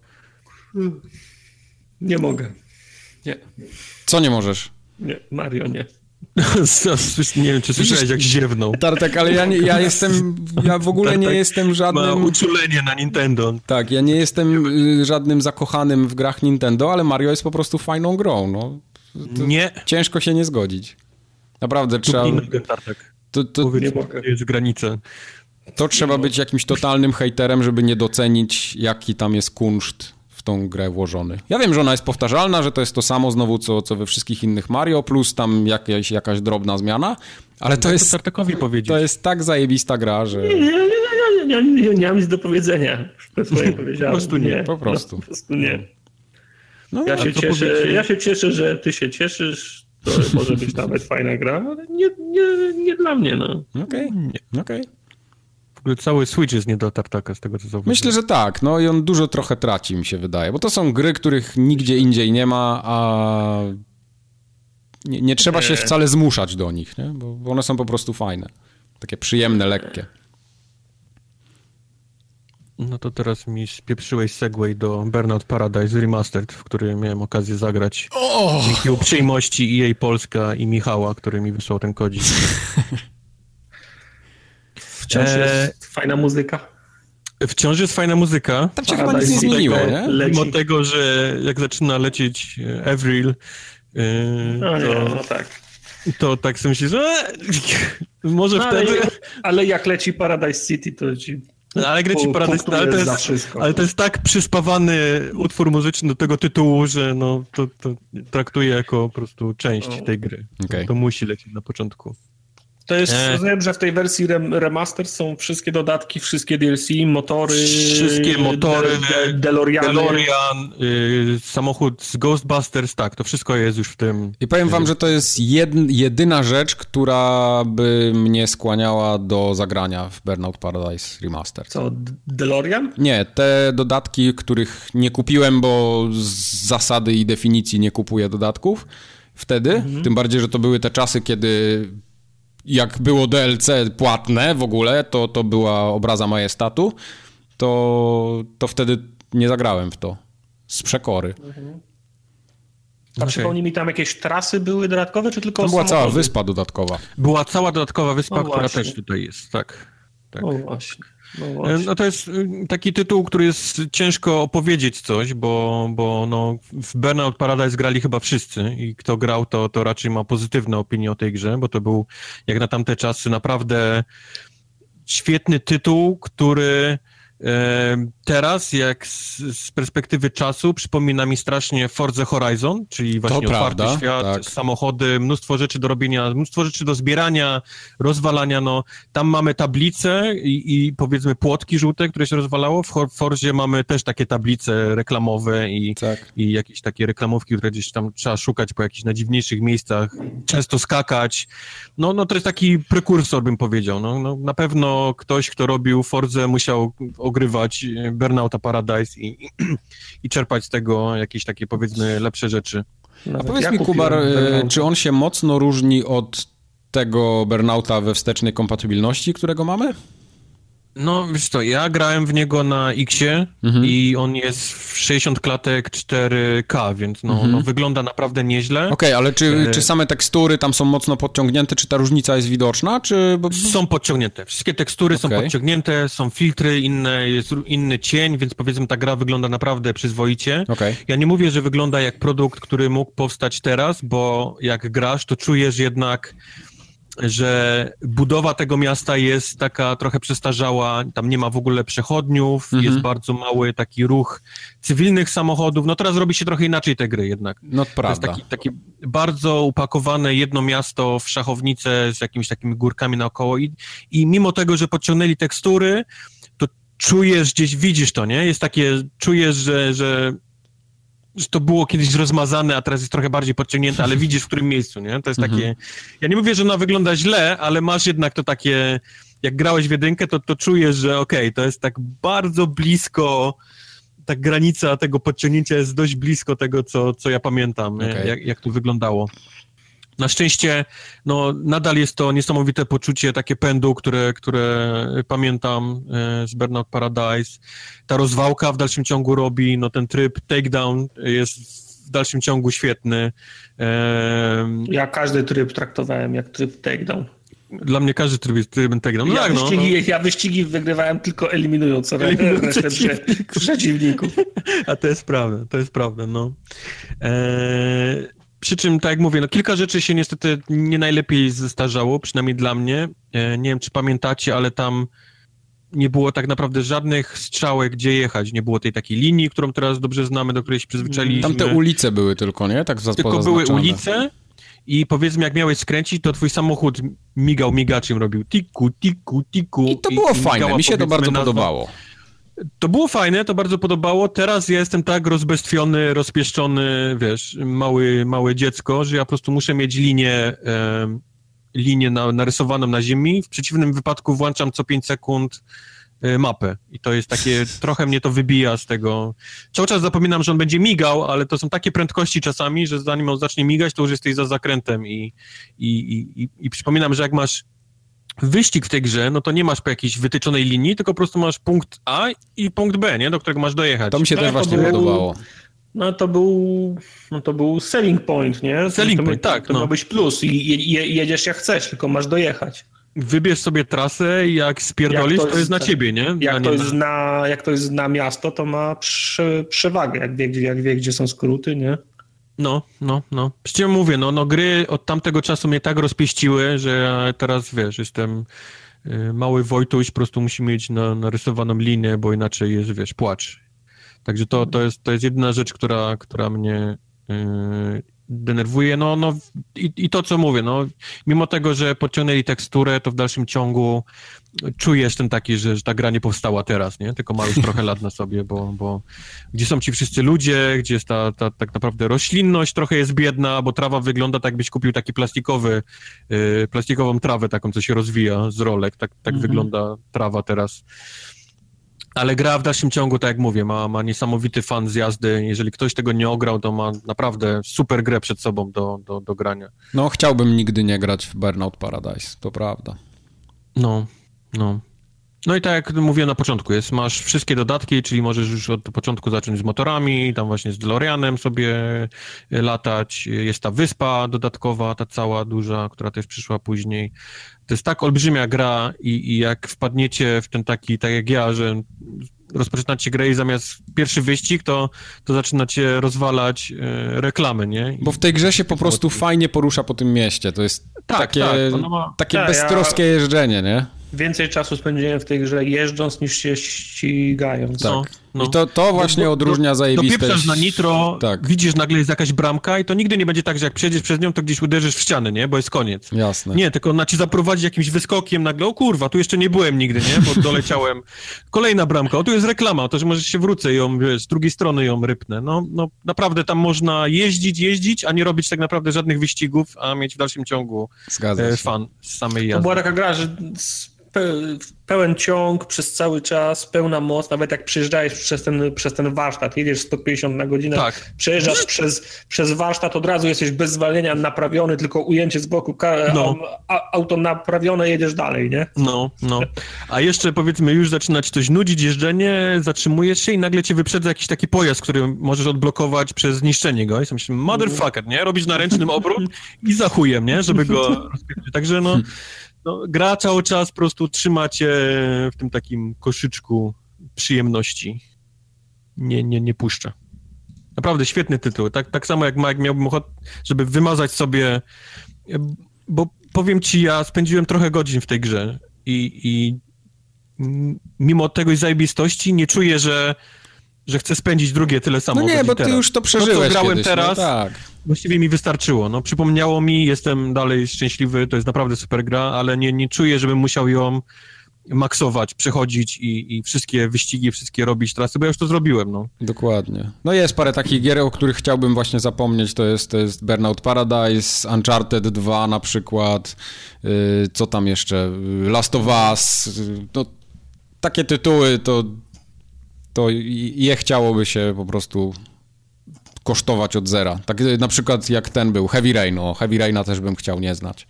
Nie mogę. Nie. Co nie możesz? Nie, Mario nie. Nie wiem, czy słyszałeś, jak ziewnął. Tartek, ale ja w ogóle nie jestem żadnym... Ma uczulenie na Nintendo. Tak, ja nie jestem żadnym zakochanym w grach Nintendo, ale Mario jest po prostu fajną grą, no. Nie. Ciężko się nie zgodzić. Naprawdę trzeba... To jest granica. To trzeba być jakimś totalnym hejterem, żeby nie docenić, jaki tam jest kunszt w tą grę włożony. Ja wiem, że ona jest powtarzalna, że to jest to samo znowu, co we wszystkich innych Mario, plus tam jakaś drobna zmiana, ale to jest tak zajebista gra, że... Nie mam nic do powiedzenia. Po prostu nie. Po prostu nie. No, ja się cieszę, że ty się cieszysz. To może być nawet fajna gra, ale nie dla mnie, no. Okej. W ogóle cały Switch jest nie do tartaka, z tego co zauważyłem. Myślę, że tak, no i on dużo trochę traci, mi się wydaje, bo to są gry, których nigdzie indziej nie ma, a nie trzeba się wcale zmuszać do nich, nie? Bo one są po prostu fajne. Takie przyjemne, lekkie. No to teraz mi spieprzyłeś segway do Burnout Paradise Remastered, w którym miałem okazję zagrać dzięki uprzejmości EA Polska i Michała, który mi wysłał ten kodzik. Wciąż jest fajna muzyka. Wciąż jest fajna muzyka. Tam się chyba nic nie zmieniło, nie? Mimo tego, że jak zaczyna lecieć Avril, to tak sobie myślisz, że może wtedy... Ale jak leci Paradise City, to ci... Ale gra ci Paradise, ale to jest tak przyspawany utwór muzyczny do tego tytułu, że no, to traktuję jako po prostu część tej gry. Okay. To musi lecieć na początku. To jest, rozumiem, że w tej wersji remaster są wszystkie dodatki, wszystkie DLC, motory... Wszystkie motory, DeLorean, samochód z Ghostbusters, tak, to wszystko jest już w tym... I powiem wam, że to jest jedyna rzecz, która by mnie skłaniała do zagrania w Burnout Paradise Remastered. Co, DeLorean? Nie, te dodatki, których nie kupiłem, bo z zasady i definicji nie kupuję dodatków wtedy, tym bardziej, że to były te czasy, kiedy... Jak było DLC płatne w ogóle, to była Obraza Majestatu, to wtedy nie zagrałem w to. Z przekory. A przypomnij mi, tam jakieś trasy były dodatkowe, czy tylko to była samochody? cała wyspa dodatkowa. Była cała dodatkowa wyspa, która też tutaj jest, tak. No właśnie. No to jest taki tytuł, który jest ciężko opowiedzieć coś, bo no, w Burnout Paradise grali chyba wszyscy i kto grał, to raczej ma pozytywne opinie o tej grze, bo to był jak na tamte czasy naprawdę świetny tytuł, który teraz, jak z perspektywy czasu, przypomina mi strasznie Forza Horizon, czyli właśnie otwarty świat, tak. Samochody, mnóstwo rzeczy do robienia, mnóstwo rzeczy do zbierania, rozwalania, no tam mamy tablice i powiedzmy płotki żółte, które się rozwalało. W Forzie mamy też takie tablice reklamowe i jakieś takie reklamówki, które gdzieś tam trzeba szukać po jakichś najdziwniejszych miejscach, często skakać. No to jest taki prekursor, bym powiedział. No, na pewno ktoś, kto robił Forzę, musiał ogrywać Burnouta Paradise i czerpać z tego jakieś takie, powiedzmy, lepsze rzeczy. A powiedz mi, Kubar, czy on się mocno różni od tego Burnouta we wstecznej kompatybilności, którego mamy? No, wiesz co, ja grałem w niego na X-ie i on jest w 60 klatek 4K, więc no wygląda naprawdę nieźle. Okej, ale czy same tekstury tam są mocno podciągnięte, czy ta różnica jest widoczna, czy... Są podciągnięte. Wszystkie tekstury są podciągnięte, są filtry, jest inny cień, więc powiedzmy ta gra wygląda naprawdę przyzwoicie. Ja nie mówię, że wygląda jak produkt, który mógł powstać teraz, bo jak grasz, to czujesz jednak, że budowa tego miasta jest taka trochę przestarzała, tam nie ma w ogóle przechodniów, jest bardzo mały taki ruch cywilnych samochodów, no teraz robi się trochę inaczej te gry jednak. No prawda. To jest takie bardzo upakowane jedno miasto w szachownicę z jakimiś takimi górkami naokoło i mimo tego, że podciągnęli tekstury, to czujesz, gdzieś widzisz to, nie? Jest takie, czujesz, że to było kiedyś rozmazane, a teraz jest trochę bardziej podciągnięte, ale widzisz w którym miejscu, nie? To jest takie... Ja nie mówię, że ona wygląda źle, ale masz jednak to takie... Jak grałeś w jedynkę, to czujesz, że to jest tak bardzo blisko, ta granica tego podciągnięcia jest dość blisko tego, co ja pamiętam, jak to wyglądało. Na szczęście, no, nadal jest to niesamowite poczucie, takie pędu, które pamiętam z Burnout Paradise. Ta rozwałka w dalszym ciągu robi, no ten tryb takedown jest w dalszym ciągu świetny. Ja każdy tryb traktowałem jak tryb takedown. Dla mnie każdy tryb jest trybem takedown. Ja wyścigi wygrywałem tylko eliminując przeciwników. A to jest prawda, no. Przy czym, tak jak mówię, no kilka rzeczy się niestety nie najlepiej zestarzało, przynajmniej dla mnie. Nie wiem, czy pamiętacie, ale tam nie było tak naprawdę żadnych strzałek, gdzie jechać. Nie było tej takiej linii, którą teraz dobrze znamy, do której się przyzwyczailiśmy. Tam te ulice były tylko, nie? Tak tylko były ulice i powiedzmy, jak miałeś skręcić, to twój samochód migał migaczem, robił tiku, tiku, tiku. I to było fajne, mi się to bardzo podobało. To było fajne, to bardzo podobało. Teraz ja jestem tak rozbestwiony, rozpieszczony, wiesz, małe dziecko, że ja po prostu muszę mieć linię narysowaną na ziemi. W przeciwnym wypadku włączam co 5 sekund mapę. I to jest takie, trochę mnie to wybija z tego. Cały czas zapominam, że on będzie migał, ale to są takie prędkości czasami, że zanim on zacznie migać, to już jesteś za zakrętem i przypominam, że jak masz wyścig w tej grze, no to nie masz po jakiejś wytyczonej linii, tylko po prostu masz punkt A i punkt B, nie? Do którego masz dojechać. To mi się też właśnie podobało. No to był selling point, nie? Selling point, tak. To miał być plus i jedziesz jak chcesz, tylko masz dojechać. Wybierz sobie trasę i jak spierdolisz, to jest na ciebie, nie? Jak to jest na miasto, to ma przewagę, jak wie, gdzie są skróty, nie? No. Przecież mówię, no gry od tamtego czasu mnie tak rozpieściły, że ja teraz, wiesz, jestem mały Wojtuś, po prostu musi mieć narysowaną linię, bo inaczej jest, wiesz, płacz. Także to jest jedyna rzecz, która mnie denerwuje, i to, co mówię, no, mimo tego, że podciągnęli teksturę, to w dalszym ciągu czujesz ten taki, że ta gra nie powstała teraz, nie? Tylko ma już trochę lat na sobie, bo gdzie są ci wszyscy ludzie, gdzie jest ta tak naprawdę roślinność trochę jest biedna, bo trawa wygląda tak, jakbyś kupił taki plastikową trawę taką, co się rozwija z rolek, tak wygląda trawa teraz. Ale gra w dalszym ciągu, tak jak mówię, ma niesamowity fan z jazdy. Jeżeli ktoś tego nie ograł, to ma naprawdę super grę przed sobą do grania. No, chciałbym nigdy nie grać w Burnout Paradise, to prawda. No. No i tak jak mówiłem na początku, masz wszystkie dodatki, czyli możesz już od początku zacząć z motorami, tam właśnie z DeLoreanem sobie latać, jest ta wyspa dodatkowa, ta cała duża, która też przyszła później. To jest tak olbrzymia gra i jak wpadniecie w ten taki, tak jak ja, że rozpoczynacie grę i zamiast pierwszy wyścig, to zaczynacie rozwalać reklamy, nie? Bo w tej grze się po prostu fajnie porusza po tym mieście, to jest takie beztroskie jeżdżenie, nie? Więcej czasu spędziłem w tej grze jeżdżąc niż się ścigając. Tak. No. I to właśnie odróżnia zajebistość. Dopieprzasz na nitro, widzisz nagle jest jakaś bramka i to nigdy nie będzie tak, że jak przejdziesz przez nią, to gdzieś uderzysz w ścianę, nie? Bo jest koniec. Jasne. Nie, tylko ona ci zaprowadzi jakimś wyskokiem nagle, o kurwa, tu jeszcze nie byłem nigdy, nie? Bo doleciałem. Kolejna bramka, o tu jest reklama, to że może się wrócę i ją, wiesz, z drugiej strony ją rypnę. No naprawdę tam można jeździć, a nie robić tak naprawdę żadnych wyścigów, a mieć w dalszym ciągu fan z samej jazdy. To była taka gra, że pełen ciąg przez cały czas, pełna moc, nawet jak przejeżdżałeś przez ten warsztat, jedziesz 150 na godzinę, przejeżdżasz przez warsztat, od razu jesteś bez zwalnienia naprawiony, tylko ujęcie z boku, auto naprawione, jedziesz dalej, nie? No. A jeszcze powiedzmy, już zaczyna ci coś nudzić, jeżdżenie, zatrzymujesz się i nagle cię wyprzedza jakiś taki pojazd, który możesz odblokować przez zniszczenie go. I sobie myślę, motherfucker, nie? Robisz na ręcznym obrót i za chujem, nie? Żeby go rozpierdzić. Także gra cały czas po prostu trzyma cię w tym takim koszyczku przyjemności. Nie puszcza. Naprawdę świetny tytuł. Tak samo jak Mike miałbym ochotę, żeby wymazać sobie, bo powiem ci, ja spędziłem trochę godzin w tej grze i mimo tego zajebistości nie czuję, że chcę spędzić drugie tyle samo. No nie, bo ty teraz. Już to przeżyłeś to, co grałem kiedyś, teraz, właściwie mi wystarczyło. Przypomniało mi, jestem dalej szczęśliwy, to jest naprawdę super gra, ale nie czuję, żebym musiał ją maksować, przechodzić i wszystkie wyścigi, wszystkie robić trasy, bo ja już to zrobiłem, Dokładnie. No jest parę takich gier, o których chciałbym właśnie zapomnieć, to jest Burnout Paradise, Uncharted 2 na przykład, co tam jeszcze, Last of Us, takie tytuły, to je chciałoby się po prostu kosztować od zera. Tak na przykład jak ten był, Heavy Rain. Heavy Raina też bym chciał nie znać.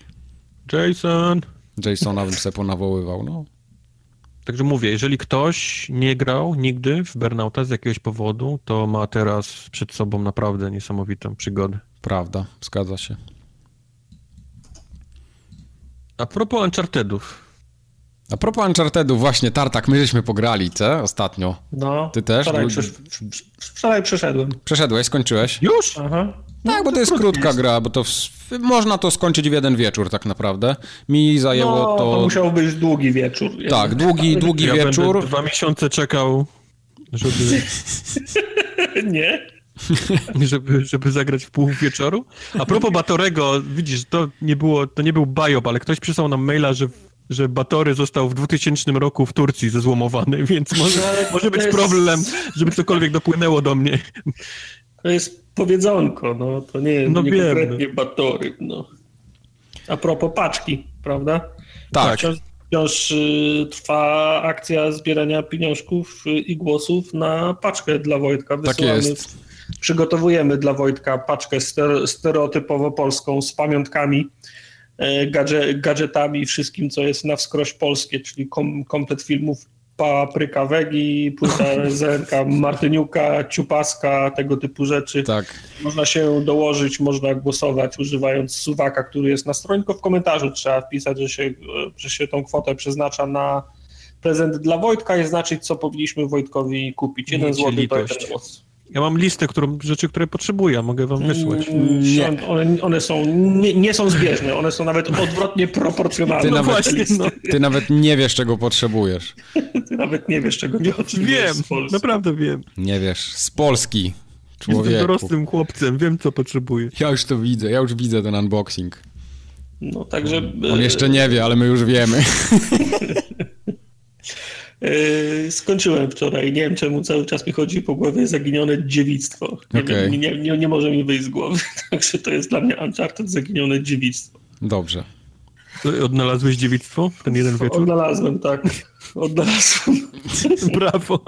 Jasona bym se ponawoływał, Także mówię, jeżeli ktoś nie grał nigdy w Burnouta z jakiegoś powodu, to ma teraz przed sobą naprawdę niesamowitą przygodę. Prawda, zgadza się. A propos Unchartedów. A propos Unchartedów, właśnie, Tartak, my żeśmy pograli, co? Ostatnio. No. Ty też? Wczoraj przeszedłem. Przeszedłeś, skończyłeś? Już? Aha. Tak, bo to jest krótka gra, bo to można to skończyć w jeden wieczór tak naprawdę. Mi zajęło to musiał być długi wieczór. Tak, długi ja wieczór. Będę 2 miesiące czekał, żeby... Nie? żeby zagrać w pół wieczoru. A propos Batorego, widzisz, to nie był biop, ale ktoś przysłał nam maila, że Batory został w 2000 roku w Turcji zezłomowany, więc może być problem, żeby cokolwiek dopłynęło do mnie. To jest powiedzonko, to nie jest konkretnie Batory. A propos paczki, prawda? Tak. Wciąż trwa akcja zbierania pieniążków i głosów na paczkę dla Wojtka. Tak jest. Przygotowujemy dla Wojtka paczkę stereotypowo polską z pamiątkami, gadżetami, wszystkim, co jest na wskroś polskie, czyli komplet filmów Papryka Wegi, płyta ZNK Martyniuka, Ciupaska, tego typu rzeczy. Tak. Można się dołożyć, można głosować używając suwaka, który jest na stronie, tylko w komentarzu trzeba wpisać, że się tą kwotę przeznacza na prezent dla Wojtka i znaczyć, co powinniśmy Wojtkowi kupić. 1 zł to jest głos. Ja mam listę rzeczy, które potrzebuję, mogę wam wysłać. Nie. One są, nie są zbieżne, one są nawet odwrotnie proporcjonalne. Ty nawet nie wiesz, czego potrzebujesz. Ty nawet nie wiesz, czego nie potrzebujesz. Wiem, naprawdę wiem. Nie wiesz, z Polski, człowieku. Jestem dorosłym chłopcem, wiem, co potrzebuję. Ja już to widzę, ja już widzę ten unboxing. Także... On jeszcze nie wie, ale my już wiemy. Skończyłem wczoraj. Nie wiem, czemu cały czas mi chodzi po głowie zaginione dziewictwo. Nie może mi wyjść z głowy. Także to jest dla mnie Uncharted zaginione dziewictwo. Dobrze. Odnalazłeś dziewictwo w ten jeden wieczór? Odnalazłem, tak. Brawo.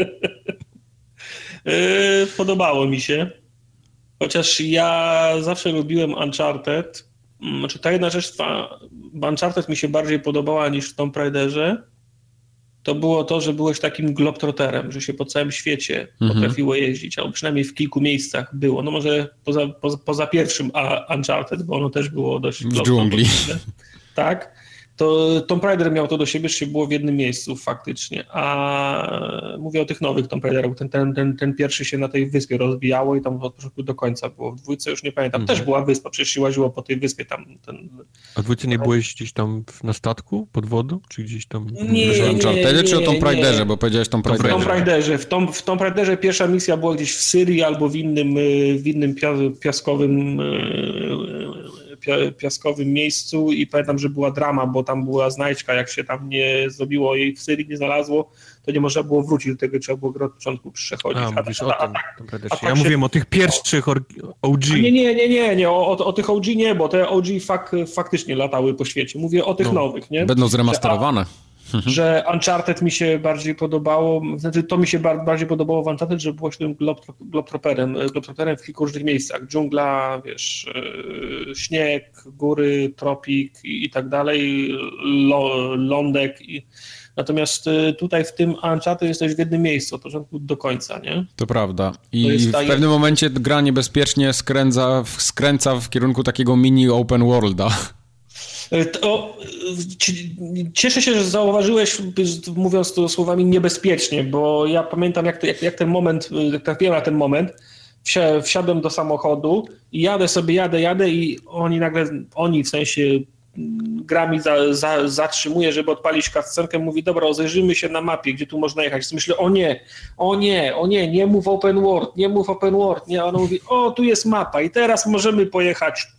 Podobało mi się. Chociaż ja zawsze lubiłem Uncharted. Znaczy ta jedna rzecz w Uncharted mi się bardziej podobała niż w Tomb Raiderze. to było to, że byłeś takim globetrotterem, że się po całym świecie potrafiło jeździć, albo przynajmniej w kilku miejscach było. No może poza pierwszym Uncharted, bo ono też było dość w dżungli. Tak. To Tomb Raider miał to do siebie, że się było w jednym miejscu faktycznie, a mówię o tych nowych Tomb Raiderach, ten pierwszy się na tej wyspie rozbijało i tam od początku do końca było. W dwójce już nie pamiętam, też była wyspa, przecież się łaziło po tej wyspie tam. A w dwójce nie byłeś gdzieś tam na statku, pod wodą, czy gdzieś tam? Nie, czy o Tomb Raiderze, bo powiedziałeś Tomb Raiderze. Tomb Raiderze. W Tomb Raiderze pierwsza misja była gdzieś w Syrii albo w innym piaskowym miejscu i pamiętam, że była drama, bo tam była znajdźka, jak się tam nie zrobiło jej w Syrii, nie znalazło, to nie można było wrócić do tego, trzeba było od początku przechodzić. Mówisz o tym. Ja mówiłem o tych pierwszych OG. Nie, o tych OG nie, bo te OG faktycznie latały po świecie. Mówię o tych nowych, nie? Będą zremasterowane. Że Uncharted mi się bardziej podobało, znaczy to mi się bardziej podobało w Uncharted, że byłeś tym globetrotterem w kilku różnych miejscach. Dżungla, wiesz, śnieg, góry, tropik i tak dalej, lądek. Natomiast tutaj w tym Uncharted jesteś w jednym miejscu od początku do końca, nie? To prawda. I w pewnym momencie gra niebezpiecznie skręca w kierunku takiego mini open worlda. Cieszę się, że zauważyłeś, mówiąc to słowami niebezpiecznie, bo ja pamiętam jak ten moment, jak trafiłem na ten moment, wsiadłem do samochodu i jadę i oni w sensie gra mi zatrzymuje, żeby odpalić cutscenkę, mówi, dobra, rozejrzymy się na mapie, gdzie tu można jechać. Myślę, o nie, nie mów open world, nie, ona mówi, tu jest mapa i teraz możemy pojechać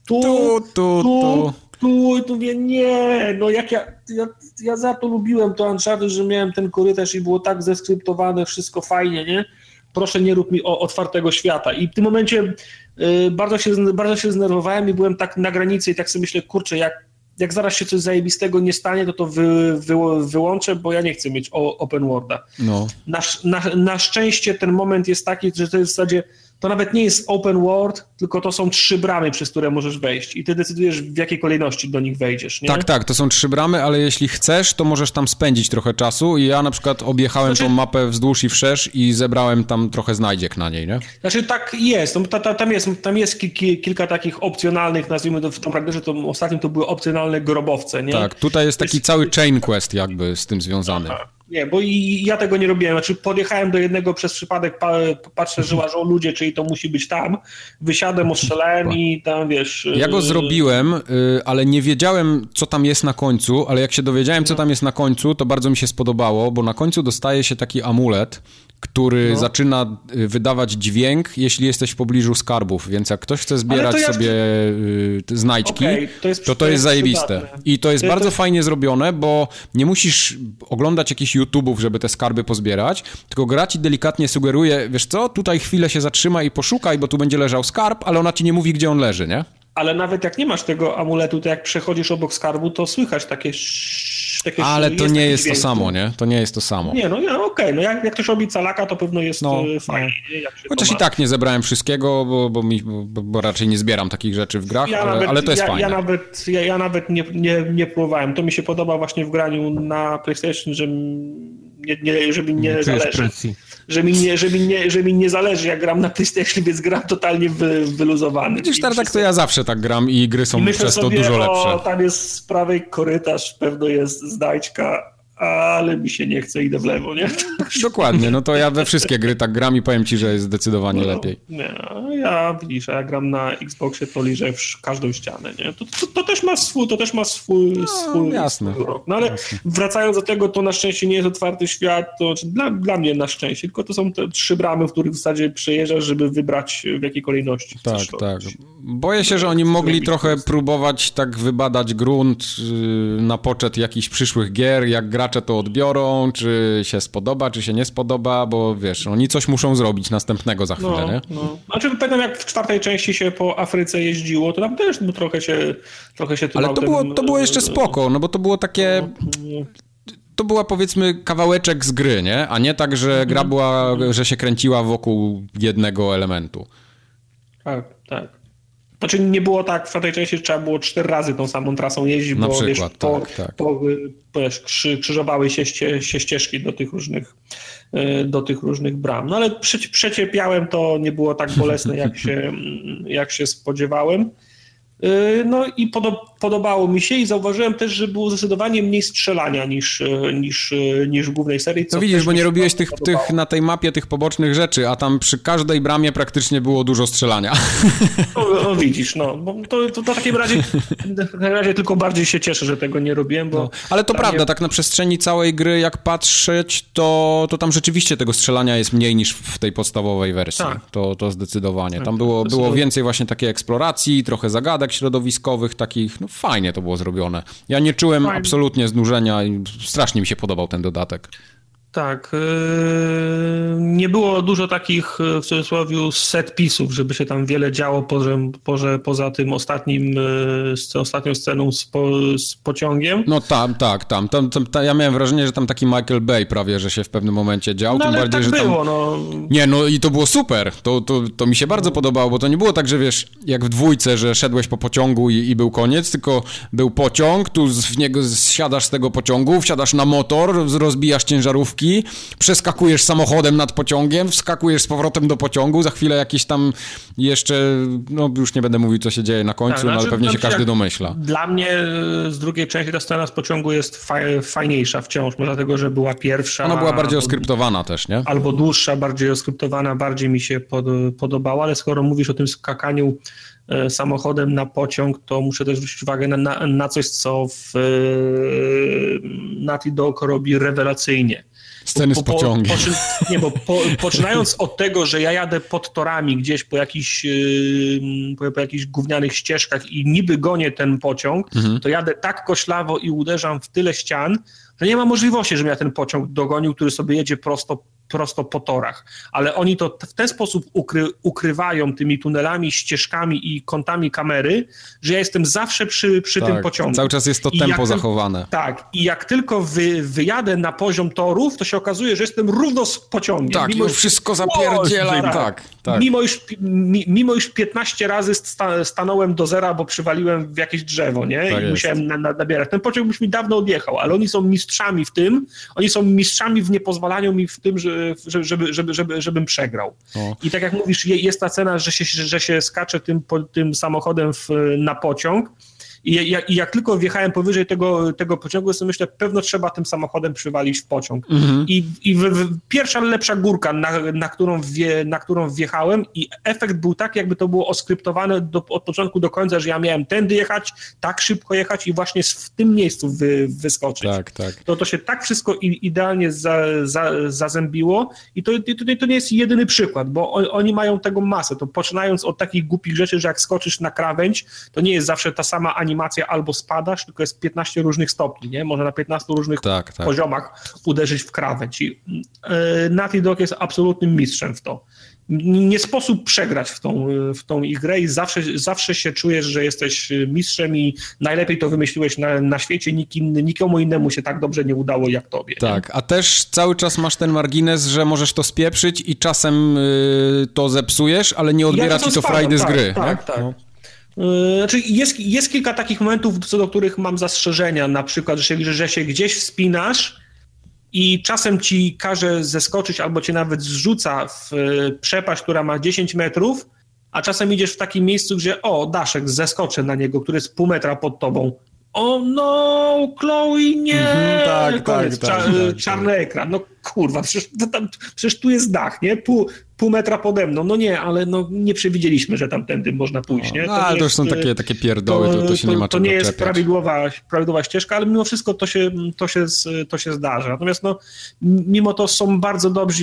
tu, mówię, nie, no jak ja za to lubiłem to Uncharted, że miałem ten korytarz i było tak zeskryptowane, wszystko fajnie, nie? Proszę nie rób mi otwartego świata. I w tym momencie bardzo się zdenerwowałem i byłem tak na granicy i tak sobie myślę, kurczę, jak zaraz się coś zajebistego nie stanie, to wyłączę, bo ja nie chcę mieć open worlda. No. Na szczęście ten moment jest taki, że to jest w zasadzie, to nawet nie jest open world, tylko to są 3 bramy, przez które możesz wejść i ty decydujesz, w jakiej kolejności do nich wejdziesz, nie? Tak, to są 3 bramy, ale jeśli chcesz, to możesz tam spędzić trochę czasu i ja na przykład objechałem tą mapę wzdłuż i wszerz i zebrałem tam trochę znajdziek na niej, nie? Znaczy tak jest, tam jest kilka takich opcjonalnych, nazwijmy to w Tomb Raiderze, to ostatnim to były opcjonalne grobowce, nie? Tak, tutaj jest taki cały chain quest jakby z tym związany. Aha. Nie, bo ja tego nie robiłem. Znaczy podjechałem do jednego przez przypadek, patrzę, że łażą ludzie, czyli to musi być tam. Wysiadłem, ostrzelałem i tam, wiesz... Ja go zrobiłem, ale nie wiedziałem, co tam jest na końcu, ale jak się dowiedziałem, co tam jest na końcu, to bardzo mi się spodobało, bo na końcu dostaje się taki amulet, który zaczyna wydawać dźwięk, jeśli jesteś w pobliżu skarbów, więc jak ktoś chce zbierać sobie znajdźki, to jest zajebiste. Przydatne. I to jest bardzo fajnie zrobione, bo nie musisz oglądać jakichś YouTube'ów, żeby te skarby pozbierać, tylko gra ci delikatnie sugeruje, wiesz co, tutaj chwilę się zatrzymaj i poszukaj, bo tu będzie leżał skarb, ale ona ci nie mówi, gdzie on leży, nie? Ale nawet jak nie masz tego amuletu, to jak przechodzisz obok skarbu, to słychać takie... Ale to nie jest to samo, nie? To nie jest to samo. Nie, no okej. No jak ktoś robi calaka, to pewno jest fajnie. Chociaż i tak nie zebrałem wszystkiego, bo raczej nie zbieram takich rzeczy w grach, ale to jest fajne. Ja nawet nie próbowałem. To mi się podoba właśnie w graniu na PlayStation, że mi nie zależy. Że mi nie zależy, jak gram na PlayStation, więc gram totalnie wyluzowany. Widzisz, tak to ja zawsze tak gram i gry są przez to dużo lepsze. Tam jest z prawej korytarz, pewno jest znajdźka, ale mi się nie chce, idę w lewo, nie? Dokładnie, no to ja we wszystkie gry tak gram i powiem ci, że jest zdecydowanie lepiej. Nie, widzisz, ja gram na Xboxie, to liżę w każdą ścianę, nie? To też ma swój urok. No ale wracając do tego, to na szczęście nie jest otwarty świat, to dla mnie na szczęście, tylko to są te 3 bramy, w których w zasadzie przejeżdżasz, żeby wybrać, w jakiej kolejności chcesz robić. Boję się, że oni mogli trochę próbować tak wybadać grunt na poczet jakichś przyszłych gier, jak gracze to odbiorą, czy się spodoba, czy się nie spodoba, bo wiesz, oni coś muszą zrobić następnego za chwilę, nie? Znaczy pamiętam, jak w 4. części się po Afryce jeździło, to tam też trochę się ale to było jeszcze spoko, no bo to było takie... To była, powiedzmy, kawałeczek z gry, nie? A nie tak, że gra była, że się kręciła wokół jednego elementu. Tak. Znaczy nie było tak, w tej części trzeba było 4 razy tą samą trasą jeździć, bo przykład, krzyżowały się ścieżki do tych różnych bram. No ale przecierpiałem to, nie było tak bolesne, jak się spodziewałem. No i podobało mi się i zauważyłem też, że było zdecydowanie mniej strzelania niż w głównej serii. No widzisz, bo nie robiłeś tych na tej mapie tych pobocznych rzeczy, a tam przy każdej bramie praktycznie było dużo strzelania. No widzisz, no. Bo to w takim razie tylko bardziej się cieszę, że tego nie robiłem, bo... No, ale to prawda, tak na przestrzeni całej gry jak patrzeć, to tam rzeczywiście tego strzelania jest mniej niż w tej podstawowej wersji. Tak. To zdecydowanie. Tam było więcej właśnie takiej eksploracji, trochę zagadek środowiskowych takich, no fajnie to było zrobione. Ja nie czułem absolutnie znużenia i strasznie mi się podobał ten dodatek. Tak. Nie było dużo takich, w cudzysłowie, set-pisów, żeby się tam wiele działo poza tym ostatnią sceną z pociągiem. No tam. Ja miałem wrażenie, że tam taki Michael Bay prawie, że się w pewnym momencie dział. No tym ale bardziej, tak że tam... było, no. Nie, no i to było super. To mi się bardzo podobało, bo to nie było tak, że wiesz, jak w 2, że szedłeś po pociągu i był koniec, tylko był pociąg, tu w niego zsiadasz z tego pociągu, wsiadasz na motor, rozbijasz ciężarówki, przeskakujesz samochodem nad pociągiem, wskakujesz z powrotem do pociągu, za chwilę jakieś tam jeszcze, no już nie będę mówił, co się dzieje na końcu, no, ale pewnie się każdy domyśla. Dla mnie z drugiej części ta scena z pociągu jest fajniejsza wciąż, może dlatego, że była pierwsza. Ona była bardziej oskryptowana też, nie? Albo dłuższa, bardziej oskryptowana, bardziej mi się podobała, ale skoro mówisz o tym skakaniu samochodem na pociąg, to muszę też zwrócić uwagę na coś, co w Naughty Dog robi rewelacyjnie. Sceny z pociągiem. Poczynając od tego, że ja jadę pod torami gdzieś po jakichś gównianych ścieżkach i niby gonię ten pociąg, to jadę tak koślawo i uderzam w tyle ścian, że nie ma możliwości, żebym ja ten pociąg dogonił, który sobie jedzie prosto po torach. Ale oni to w ten sposób ukrywają tymi tunelami, ścieżkami i kątami kamery, że ja jestem zawsze przy tym pociągu. Cały czas jest to tempo zachowane. Tak. I jak tylko wyjadę na poziom torów, to się okazuje, że jestem równo z pociągiem. Tak, mimo wszystko zapierdzielam. Tak. Mimo już 15 razy stanąłem do zera, bo przywaliłem w jakieś drzewo, nie? Tak i musiałem nabierać. Ten pociąg już mi dawno odjechał, ale oni są mistrzami w tym. Oni są mistrzami w niepozwalaniu mi w tym, żebym przegrał. O. I tak jak mówisz, jest ta cena, że się skacze tym samochodem na pociąg i jak tylko wjechałem powyżej tego pociągu, to myślę, pewno trzeba tym samochodem przywalić w pociąg. I pierwsza lepsza górka, na którą wjechałem i efekt był tak, jakby to było oskryptowane od początku do końca, że ja miałem tędy jechać, tak szybko jechać i właśnie w tym miejscu wyskoczyć. Tak. To się tak wszystko idealnie zazębiło i to nie jest jedyny przykład, bo oni mają tego masę. To poczynając od takich głupich rzeczy, że jak skoczysz na krawędź, to nie jest zawsze ta sama animacja, albo spadasz, tylko jest 15 różnych stopni, nie? Można na 15 różnych poziomach uderzyć w krawędź. I Naughty Dog jest absolutnym mistrzem w to. Nie sposób przegrać w tą ich grę i zawsze się czujesz, że jesteś mistrzem i najlepiej to wymyśliłeś na świecie, nikomu innemu się tak dobrze nie udało jak tobie. Tak, a też cały czas masz ten margines, że możesz to spieprzyć i czasem to zepsujesz, ale nie odbiera ci to frajdy z gry. Tak. No. Znaczy jest kilka takich momentów, co do których mam zastrzeżenia, na przykład, że się gdzieś wspinasz i czasem ci każe zeskoczyć albo cię nawet zrzuca w przepaść, która ma 10 metrów, a czasem idziesz w takim miejscu, gdzie daszek, zeskoczę na niego, który jest pół metra pod tobą. O no, Chloe, nie! Koniec, czarny ekran. No kurwa, przecież tu jest dach, nie? Pół metra pode mną. No nie, ale nie przewidzieliśmy, że tamtędy można pójść, nie? Ale to już są takie pierdoły, to się nie ma czego to nie jest prawidłowa ścieżka, ale mimo wszystko to się zdarza. Natomiast mimo to są bardzo dobrzy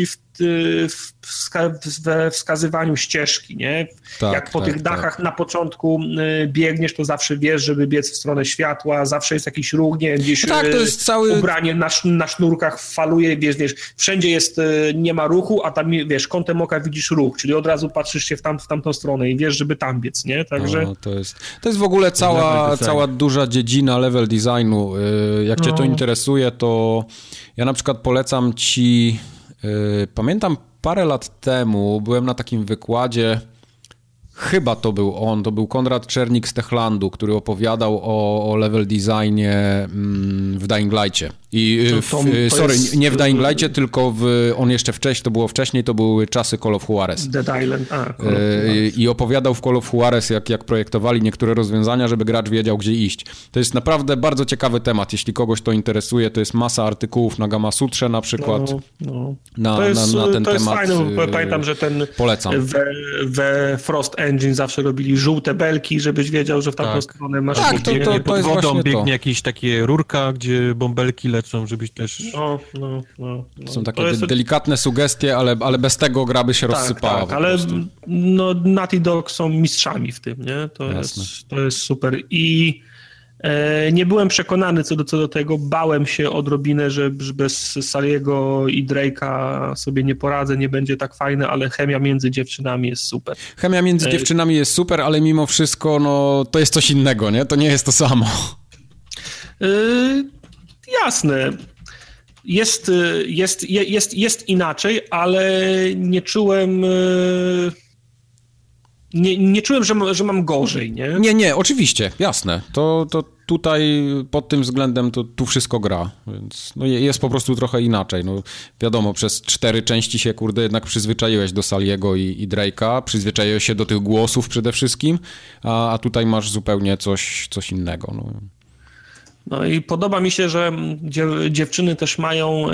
we wskazywaniu ścieżki, nie? Jak po tych dachach na początku biegniesz, to zawsze wiesz, żeby biec w stronę światła, zawsze jest jakiś ruch, nie? Gdzieś to jest ubranie na sznurkach faluje, wiesz, wszędzie jest, nie ma ruchu, a tam, wiesz, kątem oka widzisz ruch, czyli od razu patrzysz się w tamtą stronę i wiesz, żeby tam biec, nie? Także... To jest w ogóle cała duża dziedzina level designu. Jak cię to interesuje, to ja na przykład polecam ci, pamiętam parę lat temu byłem na takim wykładzie Chyba to był on, to był Konrad Czernik z Techlandu, który opowiadał o level designie w Dying Light'cie. I nie w Dying Light'cie, tylko on jeszcze wcześniej, to było wcześniej, to były czasy Call of Juarez. Dead Island, I opowiadał w Call of Juarez, jak projektowali niektóre rozwiązania, żeby gracz wiedział, gdzie iść. To jest naprawdę bardzo ciekawy temat. Jeśli kogoś to interesuje, to jest masa artykułów na Gamma Sutrze na przykład. Na ten temat. To jest fajne, bo pamiętam, że polecam. We Frost Engine zawsze robili żółte belki, żebyś wiedział, że w tamtą stronę masz... Tak, to jest wodą biegnie jakieś takie rurka, gdzie bąbelki lecą, żebyś też... Są takie delikatne sugestie, ale bez tego gra by się rozsypała. Tak, ale Naughty Dog są mistrzami w tym, nie? To jest super. I nie byłem przekonany co do tego, bałem się odrobinę, że bez Sully'ego i Drake'a sobie nie poradzę, nie będzie tak fajne, ale chemia między dziewczynami jest super. Chemia między dziewczynami jest super, ale mimo wszystko to jest coś innego, nie? To nie jest to samo. Jasne. Jest inaczej, ale nie czułem... Nie czułem, że mam gorzej, nie? Nie, oczywiście, jasne. To tutaj pod tym względem tu wszystko gra, więc jest po prostu trochę inaczej. Wiadomo, przez 4 części się, jednak przyzwyczaiłeś do Sully'ego i Drake'a, przyzwyczaiłeś się do tych głosów przede wszystkim, a tutaj masz zupełnie coś innego. No i podoba mi się, że dziewczyny też mają,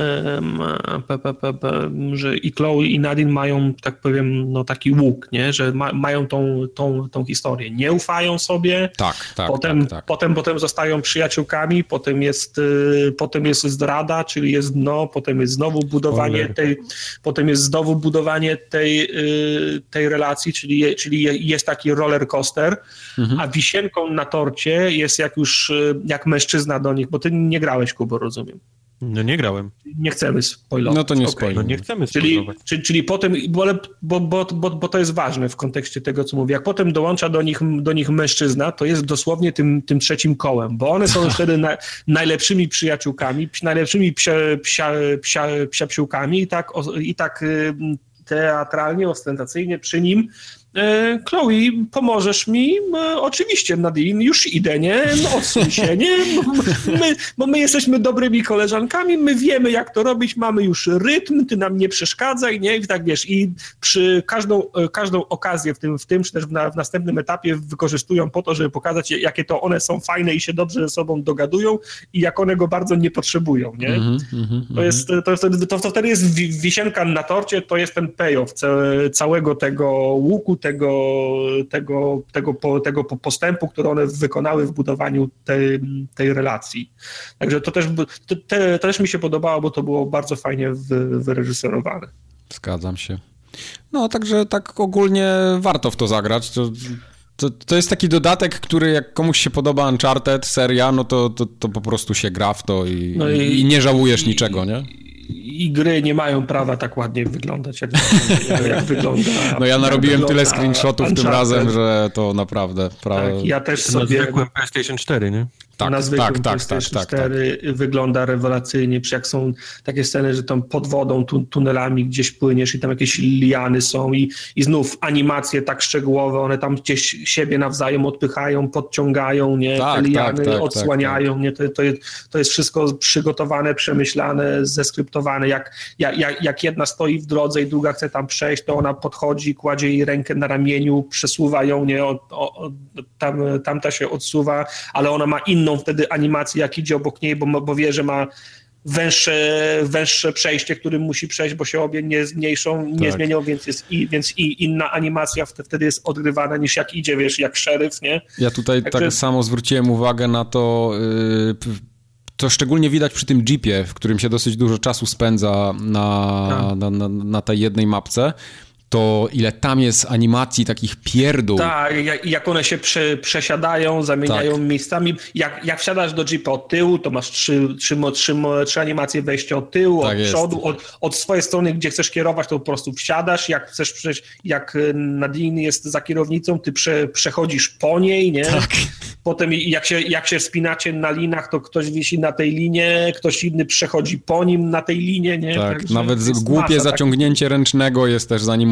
że i Chloe i Nadine mają, tak powiem, taki łuk, nie? Że mają tą historię. Nie ufają sobie, potem zostają przyjaciółkami, potem jest zdrada, czyli jest dno, potem jest znowu budowanie tej relacji, czyli jest taki roller coaster, a wisienką na torcie jest jak mężczyzna do nich, bo ty nie grałeś, Kubo, rozumiem. No nie grałem. Nie chcemy spoilować. No to nie spoiluj. Nie chcemy spoilować. Czyli potem, bo to jest ważne w kontekście tego, co mówię, jak potem dołącza do nich mężczyzna, to jest dosłownie tym trzecim kołem, bo one są wtedy najlepszymi przyjaciółkami, najlepszymi psiapsiłkami i tak teatralnie, ostentacyjnie przy nim Chloe, pomożesz mi? Oczywiście, Nadine, już idę, nie? Odsuń się, nie? Bo my jesteśmy dobrymi koleżankami, my wiemy, jak to robić, mamy już rytm, ty nam nie przeszkadzaj, nie? I tak wiesz, i przy każdą okazję w tym, czy też w następnym etapie wykorzystują po to, żeby pokazać, jakie to one są fajne i się dobrze ze sobą dogadują i jak one go bardzo nie potrzebują, nie? To wtedy jest wisienka na torcie, to jest ten payoff całego tego łuku, tego postępu, który one wykonały w budowaniu tej relacji. Także to też mi się podobało, bo to było bardzo fajnie wyreżyserowane. Zgadzam się. Także tak ogólnie warto w to zagrać. To jest taki dodatek, który jak komuś się podoba Uncharted, seria, to po prostu się gra w to i nie żałujesz niczego, nie? I gry nie mają prawa tak ładnie wyglądać, jak wygląda. Ja narobiłem tyle screenshotów Uncharted. Tym razem, że to naprawdę... Tak, ja też sobie... zwykłym PlayStation 4, nie? Na zwykłym PlayStation 4 wygląda rewelacyjnie, jak są takie sceny, że tam pod wodą, tunelami gdzieś płyniesz i tam jakieś liany są i znów animacje tak szczegółowe, one tam gdzieś siebie nawzajem odpychają, podciągają, nie? Te liany odsłaniają, nie? To jest wszystko przygotowane, przemyślane, zeskryptowane. Jak jedna stoi w drodze i druga chce tam przejść, to ona podchodzi, kładzie jej rękę na ramieniu, przesuwa ją, nie? Tamta się odsuwa, ale ona ma inną wtedy animację, jak idzie obok niej, bo wie, że ma węższe przejście, którym musi przejść, bo się obie nie zmniejszą, nie zmienią, więc inna animacja wtedy jest odgrywana niż jak idzie, wiesz, jak szeryf, nie? Ja tutaj tak samo zwróciłem uwagę na to, to szczególnie widać przy tym jeepie, w którym się dosyć dużo czasu spędza na tej jednej mapce. To ile tam jest animacji takich pierdół. Tak, jak one się przesiadają, zamieniają miejscami. Jak wsiadasz do jeepa od tyłu, to masz trzy animacje wejścia od tyłu, od przodu, od swojej strony, gdzie chcesz kierować, to po prostu wsiadasz. Jak chcesz przejść, jak Nadine jest za kierownicą, ty przechodzisz po niej, nie? Tak. Potem jak się wspinacie na linach, to ktoś wisi na tej linie, ktoś inny przechodzi po nim na tej linie, nie? Tak, nawet głupie zaciągnięcie ręcznego jest też zanimowane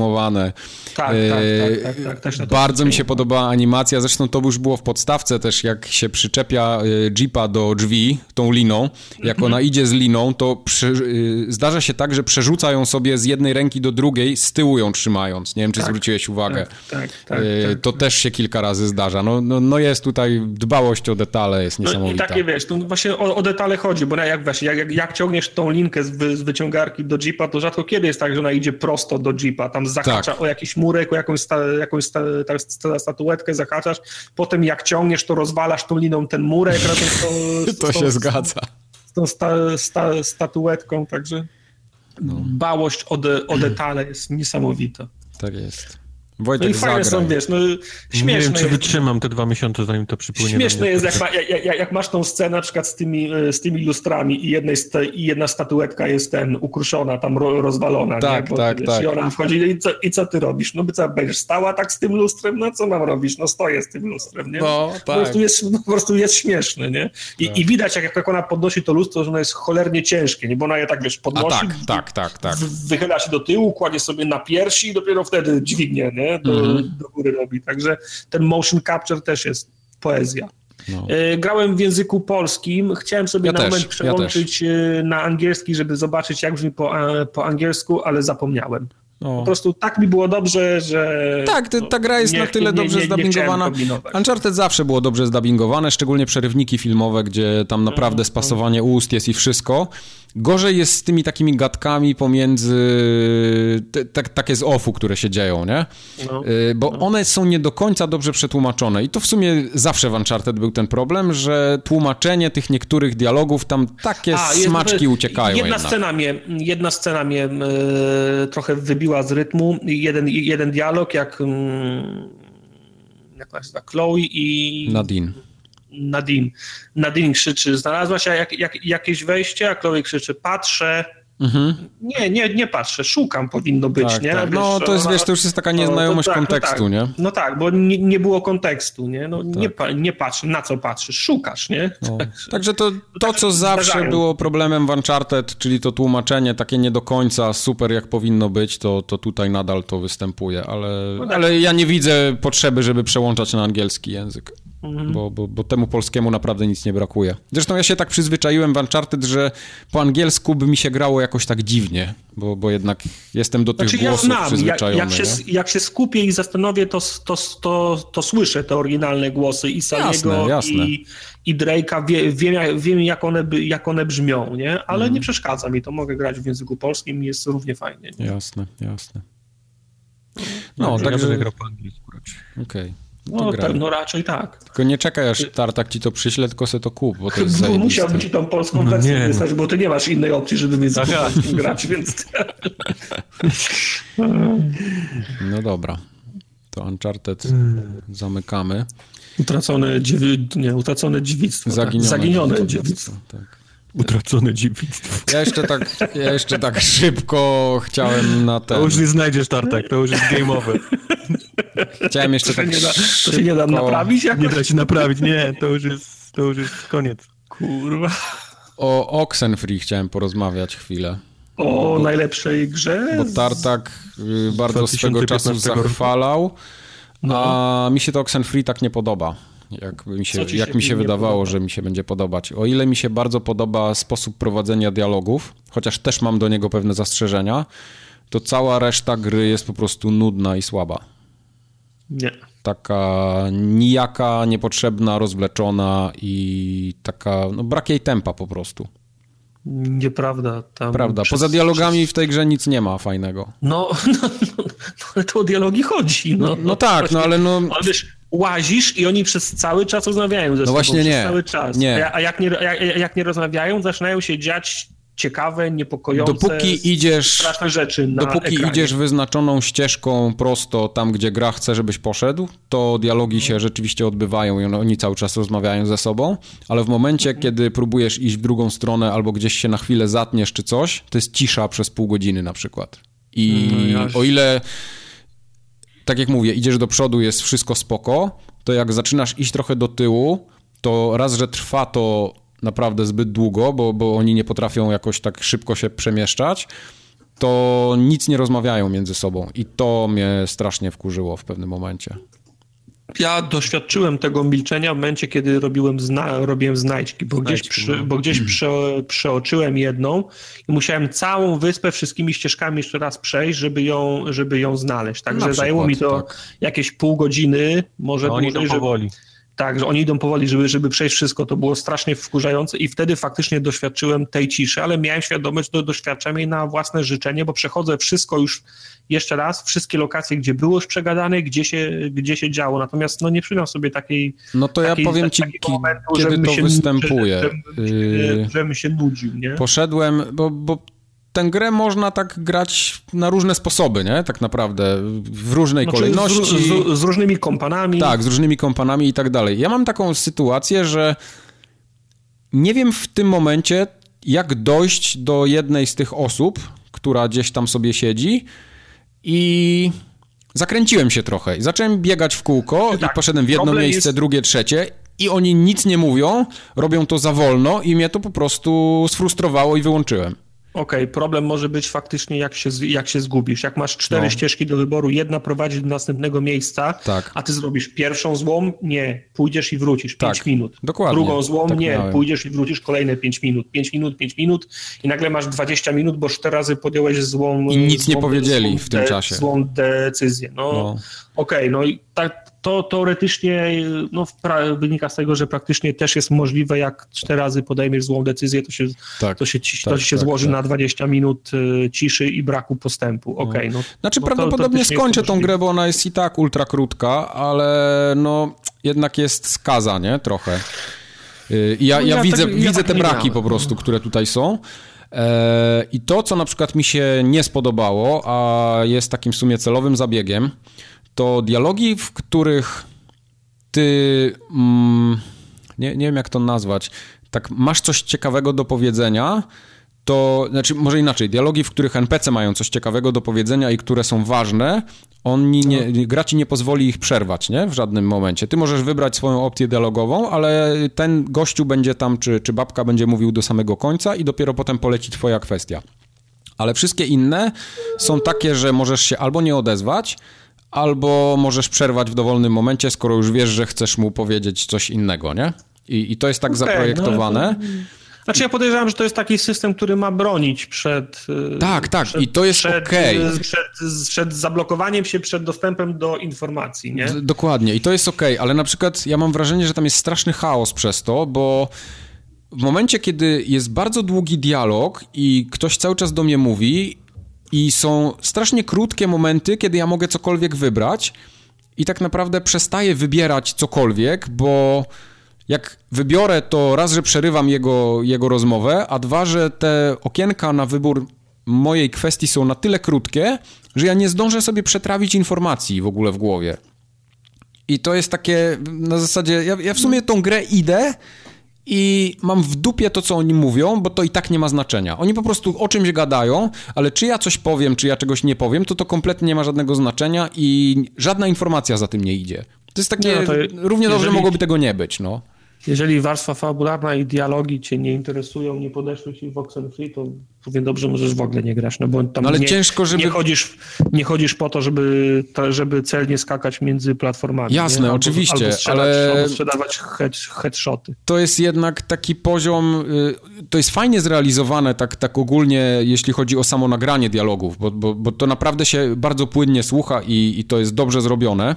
animowane. Tak. Bardzo mi się podobała animacja, zresztą to już było w podstawce też, jak się przyczepia jeepa do drzwi tą liną, jak ona idzie z liną, to zdarza się tak, że przerzuca ją sobie z jednej ręki do drugiej, z tyłu ją trzymając. Nie wiem, czy zwróciłeś uwagę. To też się kilka razy zdarza. No jest tutaj dbałość o detale, jest niesamowita. I takie, wiesz, to właśnie o detale chodzi, bo jak ciągniesz tą linkę z wyciągarki do jeepa, to rzadko kiedy jest tak, że ona idzie prosto do jeepa, tam zahacza o jakiś murek, o jakąś statuetkę zahaczasz, potem jak ciągniesz, to rozwalasz tą liną ten murek, to się zgadza. Z tą statuetką, także dbałość o detale jest niesamowita. Tak jest. Wojtek, no i fajne są, wiesz, śmieszne. Nie wiem, czy wytrzymam te 2 miesiące, zanim to przypłynie. Śmieszne jest, jak masz tą scenę na przykład z tymi lustrami i jedna statuetka jest ukruszona, tam rozwalona. Tak. I ona wchodzi i co ty robisz? No by co, będziesz stała tak z tym lustrem? No co mam robić? No stoję z tym lustrem, nie? No, tak. Po prostu jest śmieszne, nie? I widać, jak ona podnosi to lustro, że ono jest cholernie ciężkie, nie? Bo ona je tak, wiesz, podnosi, tak. Wychyla się do tyłu, kładzie sobie na piersi i dopiero wtedy dźwignie, nie? Do góry robi. Także ten motion capture też jest poezja. No. Grałem w języku polskim. Chciałem sobie moment przełączyć na angielski, żeby zobaczyć, jak brzmi po angielsku, ale zapomniałem. Po prostu tak mi było dobrze, że... Tak, ta gra jest na tyle dobrze zdubbingowana. Uncharted zawsze było dobrze zdubbingowane, szczególnie przerywniki filmowe, gdzie tam naprawdę spasowanie ust jest i wszystko. Gorzej jest z tymi takimi gadkami pomiędzy... takie z offu, które się dzieją, nie? Bo one są nie do końca dobrze przetłumaczone. I to w sumie zawsze w Uncharted był ten problem, że tłumaczenie tych niektórych dialogów tam takie smaczki uciekają. Jedna scena mnie trochę wybiła z rytmu. Jeden dialog, jak nazywa, Chloe i... Nadine krzyczy, znalazłaś jakieś wejście, a Chloe krzyczy, patrzę. Nie patrzę, szukam, powinno być, tak, nie? Tak. No to jest, wiesz, to już jest taka nieznajomość kontekstu, nie? No tak, bo nie było kontekstu, nie? No nie patrzę, na co patrzysz? Szukasz, nie? Także to, co zawsze było problemem w Uncharted, czyli to tłumaczenie takie nie do końca super, jak powinno być, to tutaj nadal to występuje, ale ja nie widzę potrzeby, żeby przełączać na angielski język. Bo temu polskiemu naprawdę nic nie brakuje. Zresztą ja się tak przyzwyczaiłem w Uncharted, że po angielsku by mi się grało jakoś tak dziwnie, bo jednak jestem do tych głosów przyzwyczajony. Jak się skupię i zastanowię, to słyszę te oryginalne głosy i Sully'ego i Drake'a, wiem jak one brzmią, nie? Ale nie przeszkadza mi to, mogę grać w języku polskim i jest równie fajnie. Nie? Jasne. Ja będę grał po angielsku raczej. Okej. No raczej tak. Tylko nie czekaj, aż Tartak ci to przyśle, tylko se to kup, bo to jest zajebiste. Musiałbym ci tą polską wersję wysłać, bo ty nie masz innej opcji, żeby mieć grać, więc... No dobra. To Uncharted zamykamy. Utracone dziewictwo. Zaginione dziewictwo. Tak. Utracone dziewictwo. Ja jeszcze tak szybko chciałem na ten... To już nie znajdziesz, Tartak, to już jest game over. Chciałem jeszcze to się nie da naprawić jakoś? Nie da się naprawić, nie, to już jest koniec. Kurwa. O Oxenfree chciałem porozmawiać chwilę. O najlepszej grze? Bo Tartak bardzo swego czasu zachwalał, a mi się to Oxenfree tak nie podoba. Jak mi się wydawało, że mi się będzie podobać. O ile mi się bardzo podoba sposób prowadzenia dialogów, chociaż też mam do niego pewne zastrzeżenia, to cała reszta gry jest po prostu nudna i słaba. Nie. Taka nijaka, niepotrzebna, rozwleczona i taka, brak jej tempa po prostu. Nieprawda. Prawda. Poza dialogami w tej grze nic nie ma fajnego. Ale to o dialogi chodzi. No tak, ale Ale wiesz, łazisz i oni przez cały czas rozmawiają ze sobą. Właśnie nie. Cały czas. Nie. A jak nie rozmawiają, zaczynają się dziać ciekawe, niepokojące, straszne rzeczy na Dopóki ekranie. idziesz wyznaczoną ścieżką prosto tam, gdzie gra chce, żebyś poszedł, to dialogi się rzeczywiście odbywają i oni cały czas rozmawiają ze sobą, ale w momencie, kiedy próbujesz iść w drugą stronę albo gdzieś się na chwilę zatniesz czy coś, to jest cisza przez pół godziny na przykład. I o ile, tak jak mówię, idziesz do przodu, jest wszystko spoko, to jak zaczynasz iść trochę do tyłu, to raz, że trwa to naprawdę zbyt długo, bo oni nie potrafią jakoś tak szybko się przemieszczać, to nic nie rozmawiają między sobą i to mnie strasznie wkurzyło w pewnym momencie. Ja doświadczyłem tego milczenia w momencie, kiedy robiłem znajdźki, bo gdzieś przeoczyłem jedną i musiałem całą wyspę wszystkimi ścieżkami jeszcze raz przejść, żeby ją znaleźć. Także zajęło mi to jakieś pół godziny, może oni idą powoli. Tak, że oni idą powoli, żeby przejść wszystko. To było strasznie wkurzające i wtedy faktycznie doświadczyłem tej ciszy, ale miałem świadomość, że doświadczam jej na własne życzenie, bo przechodzę wszystko już jeszcze raz, wszystkie lokacje, gdzie było już przegadane, gdzie się działo. Natomiast nie przyjąłem sobie takiej... No to ja powiem ci, momentu, kiedy to występuje. Żebym się nudził, nie? Poszedłem, bo tę grę można tak grać na różne sposoby, nie? Tak naprawdę, w różnej kolejności. Z różnymi kompanami. Tak, z różnymi kompanami i tak dalej. Ja mam taką sytuację, że nie wiem w tym momencie, jak dojść do jednej z tych osób, która gdzieś tam sobie siedzi i zakręciłem się trochę i zacząłem biegać w kółko i poszedłem w jedno miejsce, drugie, trzecie i oni nic nie mówią, robią to za wolno i mnie to po prostu sfrustrowało i wyłączyłem. Okej, problem może być faktycznie jak się zgubisz. Jak masz 4 ścieżki do wyboru, jedna prowadzi do następnego miejsca, a ty zrobisz pierwszą złą, nie, pójdziesz i wrócisz 5 minut. Dokładnie. Drugą złą, nie, pójdziesz i wrócisz kolejne 5 minut. 5 minut i nagle masz 20 minut, bo 4 razy podjąłeś złą... I nic nie powiedzieli w tym czasie. Złą decyzję. I tak to teoretycznie wynika z tego, że praktycznie też jest możliwe, jak 4 razy podejmiesz złą decyzję, to się złoży na 20 minut ciszy i braku postępu. Znaczy prawdopodobnie skończę tą grę, bo ona jest i tak ultra krótka, ale jednak jest skaza, nie? Trochę. Ja widzę te braki po prostu, które tutaj są. I to, co na przykład mi się nie spodobało, a jest takim w sumie celowym zabiegiem, to dialogi, w których ty, nie wiem jak to nazwać, tak masz coś ciekawego do powiedzenia, to, znaczy może inaczej, dialogi, w których NPC mają coś ciekawego do powiedzenia i które są ważne, gra ci nie pozwoli ich przerwać, nie? W żadnym momencie. Ty możesz wybrać swoją opcję dialogową, ale ten gościu będzie tam, czy babka będzie mówił do samego końca i dopiero potem poleci twoja kwestia. Ale wszystkie inne są takie, że możesz się albo nie odezwać, albo możesz przerwać w dowolnym momencie, skoro już wiesz, że chcesz mu powiedzieć coś innego, nie? I to jest tak zaprojektowane. Znaczy ja podejrzewam, że to jest taki system, który ma bronić przed... Tak, i to jest okej. Przed zablokowaniem się, przed dostępem do informacji, nie? Dokładnie i to jest okej, ale na przykład ja mam wrażenie, że tam jest straszny chaos przez to, bo w momencie, kiedy jest bardzo długi dialog i ktoś cały czas do mnie mówi i są strasznie krótkie momenty, kiedy ja mogę cokolwiek wybrać i tak naprawdę przestaję wybierać cokolwiek, bo jak wybiorę, to raz, że przerywam jego rozmowę, a dwa, że te okienka na wybór mojej kwestii są na tyle krótkie, że ja nie zdążę sobie przetrawić informacji w ogóle w głowie. I to jest takie na zasadzie, ja w sumie tą grę idę i mam w dupie to, co oni mówią, bo to i tak nie ma znaczenia. Oni po prostu o czymś gadają, ale czy ja coś powiem, czy ja czegoś nie powiem, to kompletnie nie ma żadnego znaczenia i żadna informacja za tym nie idzie. To jest takie, równie dobrze mogłoby tego nie być, Jeżeli warstwa fabularna i dialogi cię nie interesują, nie podeszły ci w Oxenfree, to powiem dobrze, możesz w ogóle nie grać, bo tam ale ciężko, żeby... nie chodzisz po to, żeby celnie skakać między platformami. Jasne, oczywiście, ale... Albo sprzedawać headshoty. To jest jednak taki poziom, to jest fajnie zrealizowane tak ogólnie, jeśli chodzi o samo nagranie dialogów, bo to naprawdę się bardzo płynnie słucha i to jest dobrze zrobione.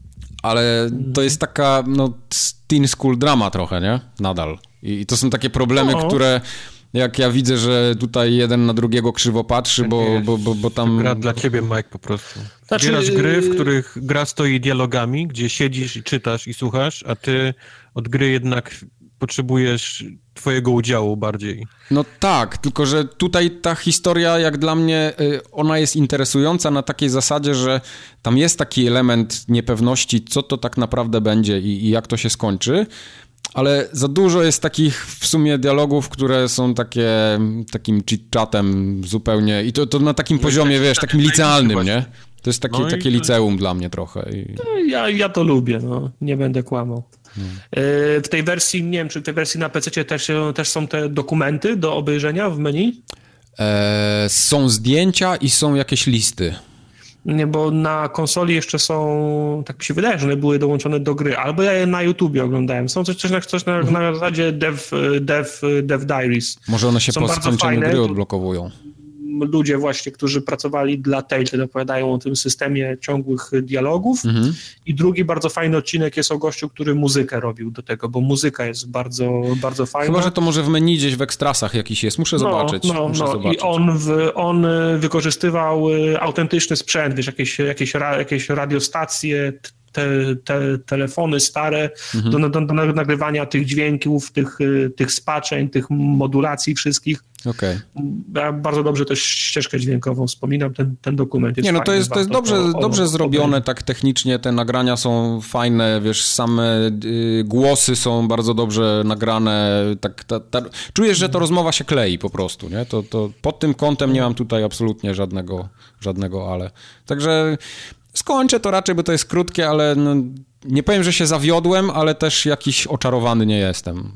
Ale to jest taka, teen school drama trochę, nie? Nadal. I to są takie problemy, które jak ja widzę, że tutaj jeden na drugiego krzywo patrzy, bo tam... Gra dla ciebie, Mike, po prostu. Wybierasz gry, w których gra stoi dialogami, gdzie siedzisz i czytasz i słuchasz, a ty od gry jednak potrzebujesz twojego udziału bardziej. No tak, tylko że tutaj ta historia, jak dla mnie, ona jest interesująca na takiej zasadzie, że tam jest taki element niepewności, co to tak naprawdę będzie i jak to się skończy, ale za dużo jest takich w sumie dialogów, które są takim chit-chatem zupełnie i to na takim poziomie, wiesz, takim licealnym, nie? To jest takie liceum dla mnie trochę. Ja to lubię, nie będę kłamał. W tej wersji, nie wiem, czy w tej wersji na PC też są te dokumenty do obejrzenia w menu? Są zdjęcia i są jakieś listy. Nie, bo na konsoli jeszcze są, tak mi się wydaje, że one były dołączone do gry, albo ja je na YouTubie oglądałem. Są coś na zasadzie Dev Diaries. Może one się są po skończeniu fajne, gry odblokowują. Ludzie właśnie, którzy pracowali dla Telltale, opowiadają o tym systemie ciągłych dialogów. I drugi bardzo fajny odcinek jest o gościu, który muzykę robił do tego, bo muzyka jest bardzo, bardzo fajna. Chyba, że to może w menu gdzieś w ekstrasach jakiś jest. Muszę zobaczyć. I on wykorzystywał autentyczny sprzęt, wiesz, jakieś radiostacje, telefony stare do nagrywania tych dźwięków, tych spaczeń, tych modulacji wszystkich. Okay. Ja bardzo dobrze też ścieżkę dźwiękową wspominam, ten dokument jest Nie, no fajny, to jest dobrze zrobione tak technicznie, te nagrania są fajne, wiesz, same głosy są bardzo dobrze nagrane, czujesz, że to rozmowa się klei po prostu, nie? To pod tym kątem nie mam tutaj absolutnie żadnego ale. Także skończę to raczej, bo to jest krótkie, ale no, nie powiem, że się zawiodłem, ale też jakiś oczarowany nie jestem.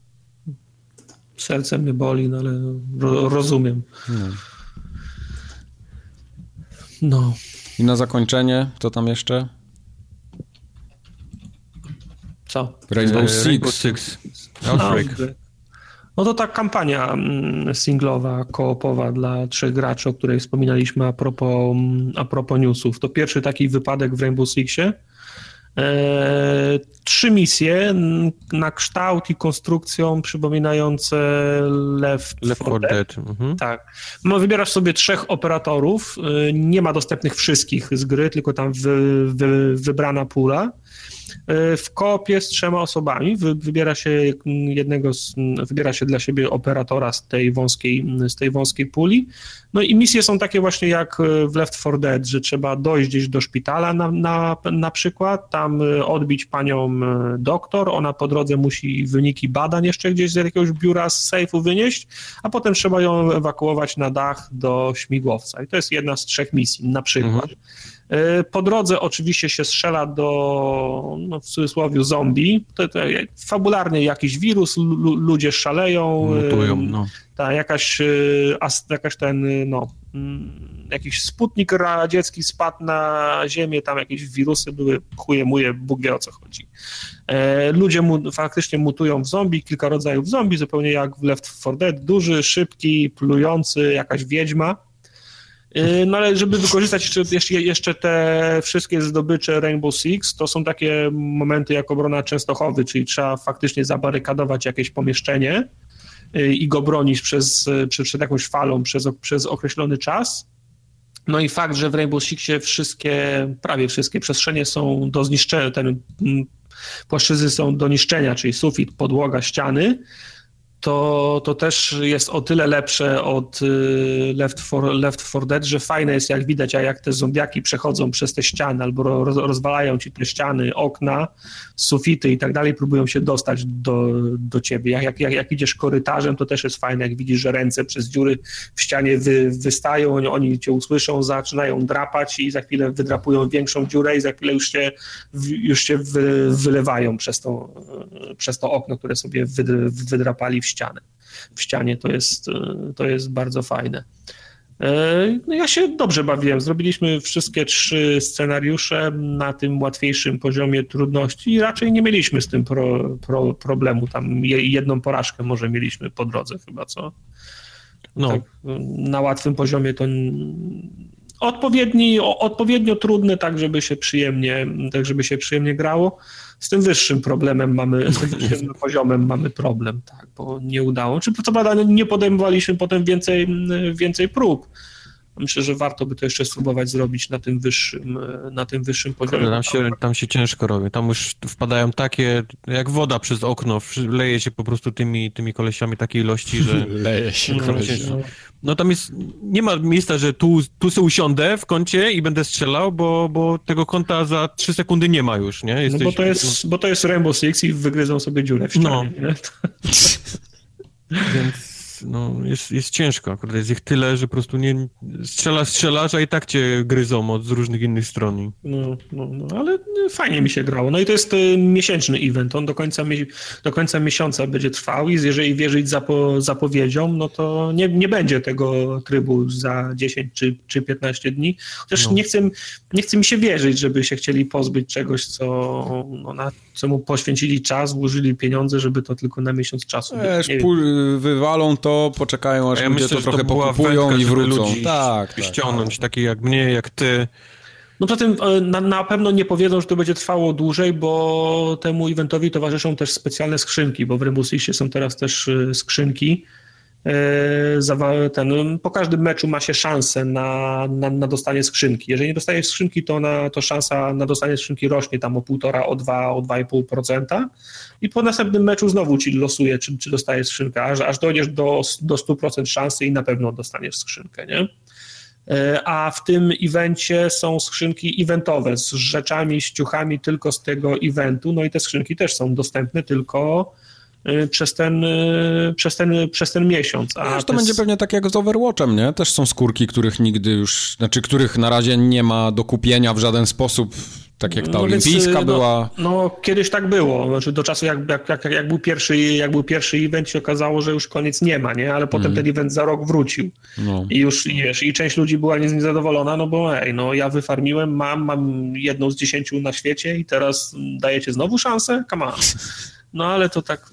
Serce mnie boli, no ale rozumiem. No. I na zakończenie, co tam jeszcze? Co? Rainbow Six. Outbreak. No to ta kampania singlowa, koopowa dla 3 graczy, o której wspominaliśmy a propos newsów. To pierwszy taki wypadek w Rainbow Sixie. 3 misje na kształt i konstrukcją przypominające Left 4 Dead. Tak. No, wybierasz sobie 3 operatorów. Nie ma dostępnych wszystkich z gry, tylko tam wybrana pula. W koopie z 3 osobami wybiera się dla siebie operatora z tej wąskiej puli. No i misje są takie właśnie jak w Left 4 Dead, że trzeba dojść gdzieś do szpitala na przykład, tam odbić panią doktor, ona po drodze musi wyniki badań jeszcze gdzieś z jakiegoś biura z sejfu wynieść, a potem trzeba ją ewakuować na dach do śmigłowca. I to jest jedna z 3 misji na przykład. Po drodze oczywiście się strzela do, no w cudzysłowie, zombie. To fabularnie jakiś wirus, ludzie szaleją. Mutują, no. Jakiś sputnik radziecki spadł na ziemię, tam jakieś wirusy były, chuje, Bóg wie o co chodzi. Ludzie faktycznie mutują w zombie, kilka rodzajów zombie, zupełnie jak w Left 4 Dead, duży, szybki, plujący, jakaś wiedźma. No ale żeby wykorzystać jeszcze te wszystkie zdobycze Rainbow Six, to są takie momenty jak obrona Częstochowy, czyli trzeba faktycznie zabarykadować jakieś pomieszczenie i go bronić przed jakąś falą przez określony czas. No i fakt, że w Rainbow Sixie prawie wszystkie przestrzenie są do zniszczenia, płaszczyzny są do niszczenia, czyli sufit, podłoga, ściany, to też jest o tyle lepsze od Left 4 Dead, że fajne jest jak widać, a jak te zombiaki przechodzą przez te ściany albo rozwalają ci te ściany, okna, sufity i tak dalej, próbują się dostać do ciebie. Jak idziesz korytarzem, to też jest fajne, jak widzisz, że ręce przez dziury w ścianie wystają, oni cię usłyszą, zaczynają drapać i za chwilę wydrapują większą dziurę i za chwilę już się wylewają przez to okno, które sobie wydrapali w ścianie. To jest bardzo fajne. No ja się dobrze bawiłem. Zrobiliśmy wszystkie 3 scenariusze na tym łatwiejszym poziomie trudności i raczej nie mieliśmy z tym problemu. Tam jedną porażkę może mieliśmy po drodze chyba, co? No. Tak, na łatwym poziomie to odpowiednio trudne, tak żeby się przyjemnie grało. Z tym wyższym poziomem mamy problem, tak, bo nie udało. Co prawda nie podejmowaliśmy potem więcej prób. Myślę, że warto by to jeszcze spróbować zrobić na tym wyższym poziomie. Tam się ciężko robi. Tam już wpadają takie, jak woda przez okno, leje się po prostu tymi kolesiami takiej ilości, że... Leje się kolesiami. No tam nie ma miejsca, że tu sobie usiądę w kącie i będę strzelał, bo tego kąta za 3 sekundy nie ma już, nie? Bo to jest Rainbow Six i wygryzą sobie dziurę w ścianie, nie? Więc jest ciężko. Akurat jest ich tyle, że po prostu nie strzelasz, a i tak cię gryzą z różnych innych stron. Ale fajnie mi się grało. No i to jest miesięczny event. On do końca miesiąca będzie trwał i jeżeli wierzyć zapowiedziom, no to nie będzie tego trybu za 10 czy 15 dni. Chociaż nie chce mi się wierzyć, żeby się chcieli pozbyć czegoś, na co mu poświęcili czas, włożyli pieniądze, żeby to tylko na miesiąc czasu. Wywalą to, poczekają, aż ludzie to trochę pokupują i wrócą. Tak. Ściągnąć, takie jak mnie, jak ty. No poza tym na pewno nie powiedzą, że to będzie trwało dłużej, bo temu eventowi towarzyszą też specjalne skrzynki, bo w Rainbow Sixie są teraz też skrzynki. Po każdym meczu ma się szansę na dostanie skrzynki. Jeżeli nie dostajesz skrzynki, to szansa na dostanie skrzynki rośnie tam o 1,5, o 2, o 2,5% i po następnym meczu znowu ci losuje, czy dostajesz skrzynkę, aż dojdziesz do 100% szansy i na pewno dostaniesz skrzynkę, nie? A w tym evencie są skrzynki eventowe z rzeczami, z ciuchami tylko z tego eventu, no i te skrzynki też są dostępne tylko przez ten miesiąc. To będzie pewnie tak jak z Overwatchem, nie? Też są skórki, których na razie nie ma do kupienia w żaden sposób, tak jak ta olimpijska była. No, kiedyś tak było, znaczy do czasu jak był pierwszy event się okazało, że już koniec nie ma, nie? Ale potem ten event za rok wrócił. No. I już i część ludzi była niezadowolona, no bo ja wyfarmiłem, mam jedną z 10 na świecie i teraz dajecie znowu szansę? Come on. No ale to tak,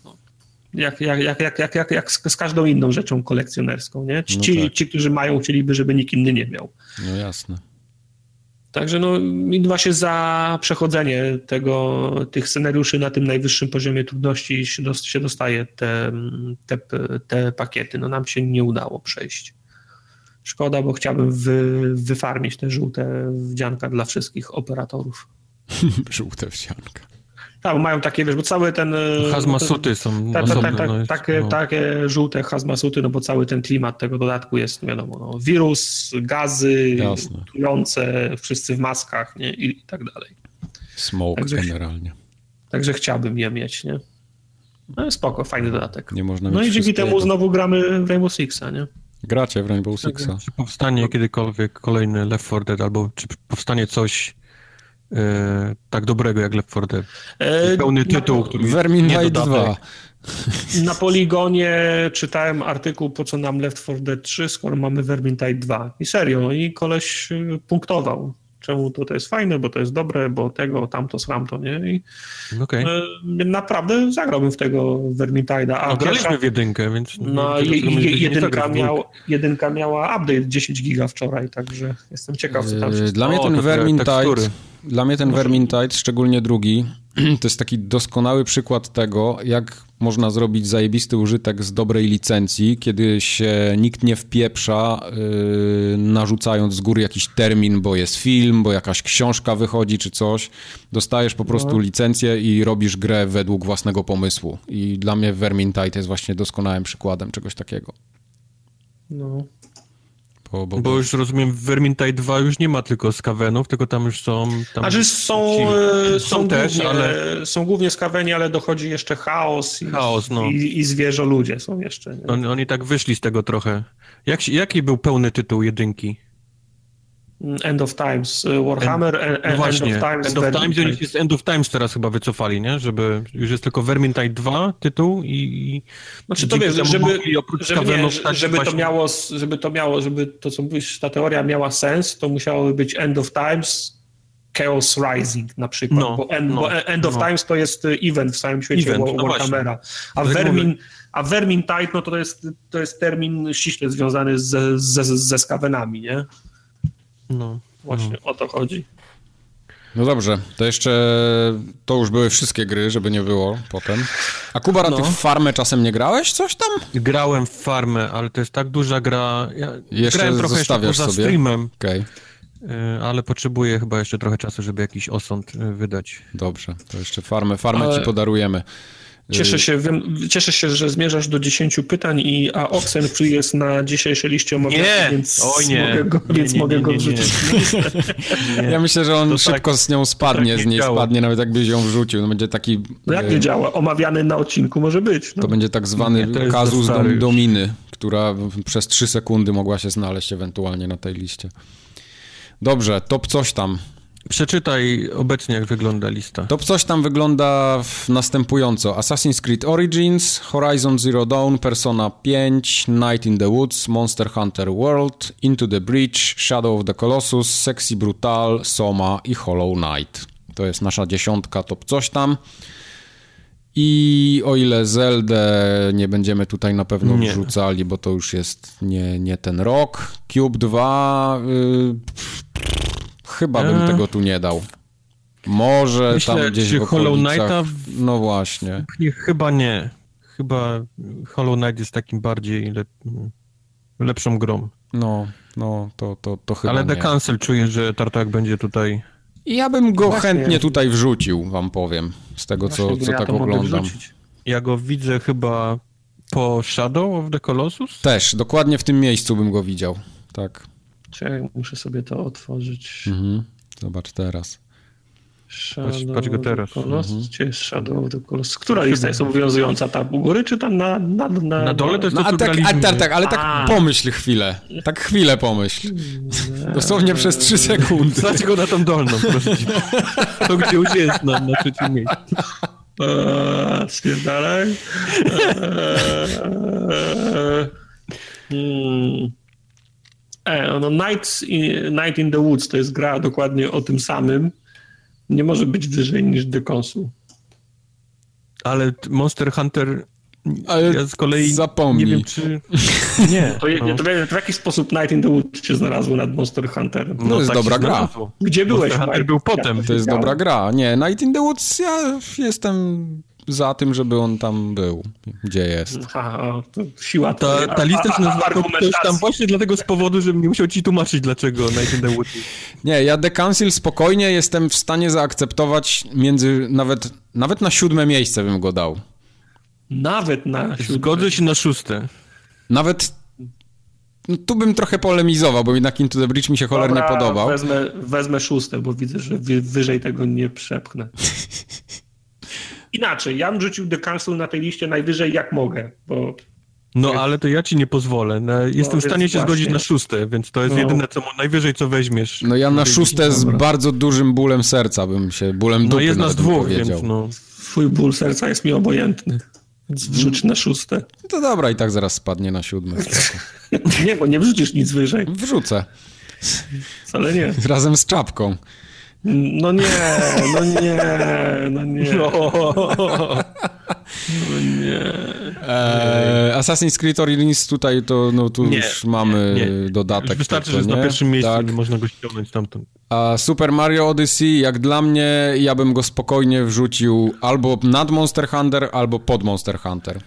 jak z każdą inną rzeczą kolekcjonerską, nie? Ci, którzy mają, chcieliby, żeby nikt inny nie miał. No jasne. Także właśnie za przechodzenie tych scenariuszy na tym najwyższym poziomie trudności się dostaje te pakiety. No nam się nie udało przejść. Szkoda, bo chciałbym wyfarmić te żółte wdzianka dla wszystkich operatorów. Żółte wdzianka. Tak, mają takie, bo cały ten... Hazmasuty są osobne. Takie żółte hazmasuty, no bo cały ten klimat tego dodatku jest, wiadomo, wirus, gazy, trujące, wszyscy w maskach, nie? I tak dalej. Smoke generalnie. Także chciałbym je mieć, nie? No spoko, fajny dodatek. Nie można i dzięki temu znowu gramy w Rainbow Sixa, nie? Gracie w Rainbow Sixa. Czy powstanie kiedykolwiek kolejny Left 4 Dead, albo czy powstanie coś tak dobrego jak Left 4 Dead. Pełny tytuł, który Vermintide 2. Na Poligonie czytałem artykuł, po co nam Left 4 Dead 3, skoro mamy Vermintide 2. I serio, i koleś punktował. Czemu to jest fajne, bo to jest dobre, bo tego, tamto, sramto, nie? I naprawdę zagrałbym w tego Vermintide'a. Graliśmy w jedynkę, więc... Jedynka miała update 10 giga wczoraj, także jestem ciekaw, co tam się Dla mnie ten Vermintide, szczególnie drugi, to jest taki doskonały przykład tego, jak można zrobić zajebisty użytek z dobrej licencji, kiedy się nikt nie wpieprza, narzucając z góry jakiś termin, bo jest film, bo jakaś książka wychodzi czy coś. Dostajesz po prostu licencję i robisz grę według własnego pomysłu. I dla mnie Vermintide jest właśnie doskonałym przykładem czegoś takiego. No. Bo już rozumiem, w Vermintide 2 już nie ma tylko skawenów, tylko tam już są... Są też, ale... Są głównie skaweni, ale dochodzi jeszcze chaos i zwierzoludzie są jeszcze. Oni tak wyszli z tego trochę. Jaki był pełny tytuł jedynki? End of Times, Warhammer, właśnie, End of Times. Oni się z End of Times teraz chyba wycofali, nie? Żeby już jest tylko Vermintide 2 tytuł i znaczy to wiesz, żeby to, co mówisz, ta teoria miała sens, to musiałoby być End of Times, Chaos Rising na przykład, bo End of Times to jest event w całym świecie Warhammera, a Vermintide, no to jest termin ściśle związany ze skawenami, nie? Właśnie o to chodzi. No dobrze, to już były wszystkie gry, żeby nie było potem. A Kuba, ty w Farmę czasem nie grałeś? Coś tam? Grałem w Farmę, ale to jest tak duża gra. Grałem trochę jeszcze poza streamem, okay. Ale potrzebuję chyba jeszcze trochę czasu, żeby jakiś osąd wydać. Dobrze, to jeszcze Farmę ci podarujemy. Cieszę się, że zmierzasz do 10 pytań, a Oxenfree jest na dzisiejszej liście omawiany, więc mogę go wrzucić. Ja myślę, że on szybko z nią spadnie, spadnie, nawet jakbyś ją wrzucił. No będzie taki... No jak nie działa? Omawiany na odcinku może być. No. To będzie tak zwany kazus dominy, która przez 3 sekundy mogła się znaleźć ewentualnie na tej liście. Dobrze, top coś tam. Przeczytaj obecnie, jak wygląda lista. Top coś tam wygląda następująco. Assassin's Creed Origins, Horizon Zero Dawn, Persona 5, Night in the Woods, Monster Hunter World, Into the Breach, Shadow of the Colossus, Sexy Brutal, Soma i Hollow Knight. To jest nasza 10 top coś tam. I o ile Zeldę nie będziemy tutaj na pewno wrzucali, bo to już jest nie ten rok. Cube 2... Chyba bym tego tu nie dał. Może myślę, tam gdzieś czy w okolicach... Hollow Knighta... No właśnie. Chyba nie. Chyba Hollow Knight jest takim bardziej lepszą grą. No, to chyba ale nie. The Cancel czuję, że Tartak będzie tutaj... Ja bym go chętnie tutaj wrzucił, wam powiem. Z tego, co tak oglądam. Ja go widzę chyba po Shadow of the Colossus? Też, dokładnie w tym miejscu bym go widział. Tak. Czekaj, muszę sobie to otworzyć. Zobacz teraz. Patrz go teraz. Gdzie jest Shadow of the Colossus? Która lista jest obowiązująca? Ta u góry, czy tam na dole? To jest to, tak, ale tak pomyśl chwilę. Tak chwilę pomyśl. Dosłownie przez 3 sekundy. Dać go na tą dolną, proszę cię. To gdzie już jest na trzecim miejscu. Spierdalaj. Night in the Woods to jest gra dokładnie o tym samym. Nie może być wyżej niż The Consul. Ale Monster Hunter... Ale ja z kolei zapomnij. Nie wiem, czy... Nie. To w jaki sposób Night in the Woods się znalazło nad Monster Hunterem? No, to jest dobra gra. Gdzie byłeś? Monster Hunter był potem. To jest dobra gra. Nie, Night in the Woods ja jestem za tym, żeby on tam był, gdzie jest. To siła ta lista się nazywa ktoś tam właśnie dlatego z powodu, żebym nie musiał ci tłumaczyć, dlaczego Night in the Woods. Nie, ja The Council spokojnie jestem w stanie zaakceptować nawet na 7 miejsce bym go dał. Nawet na 7. Zgodzę się na 6. Nawet tu bym trochę polemizował, bo jednak Into the Breach mi się cholernie podobał. Wezmę 6, bo widzę, że wyżej tego nie przepchnę. Inaczej, ja bym rzucił The Council na tej liście najwyżej jak mogę, bo... No, ale to ja ci nie pozwolę. Jestem w stanie się zgodzić na 6, więc to jest jedyne, co najwyżej, co weźmiesz. No ja na 6 z bardzo dużym bólem serca bym się, bólem dupy jest nas 2, powiedział. Więc no... Twój ból serca jest mi obojętny. Wrzuć na 6. To dobra, i tak zaraz spadnie na 7. Nie, bo nie wrzucisz nic wyżej. Wrzucę. Wcale nie. Razem z czapką. No nie. Assassin's Creed Origins tutaj to już mamy dodatek. Już wystarczy, że jest na pierwszym miejscu, tak. Nie można go ściągnąć stamtąd. A Super Mario Odyssey, jak dla mnie, ja bym go spokojnie wrzucił albo nad Monster Hunter, albo pod Monster Hunter.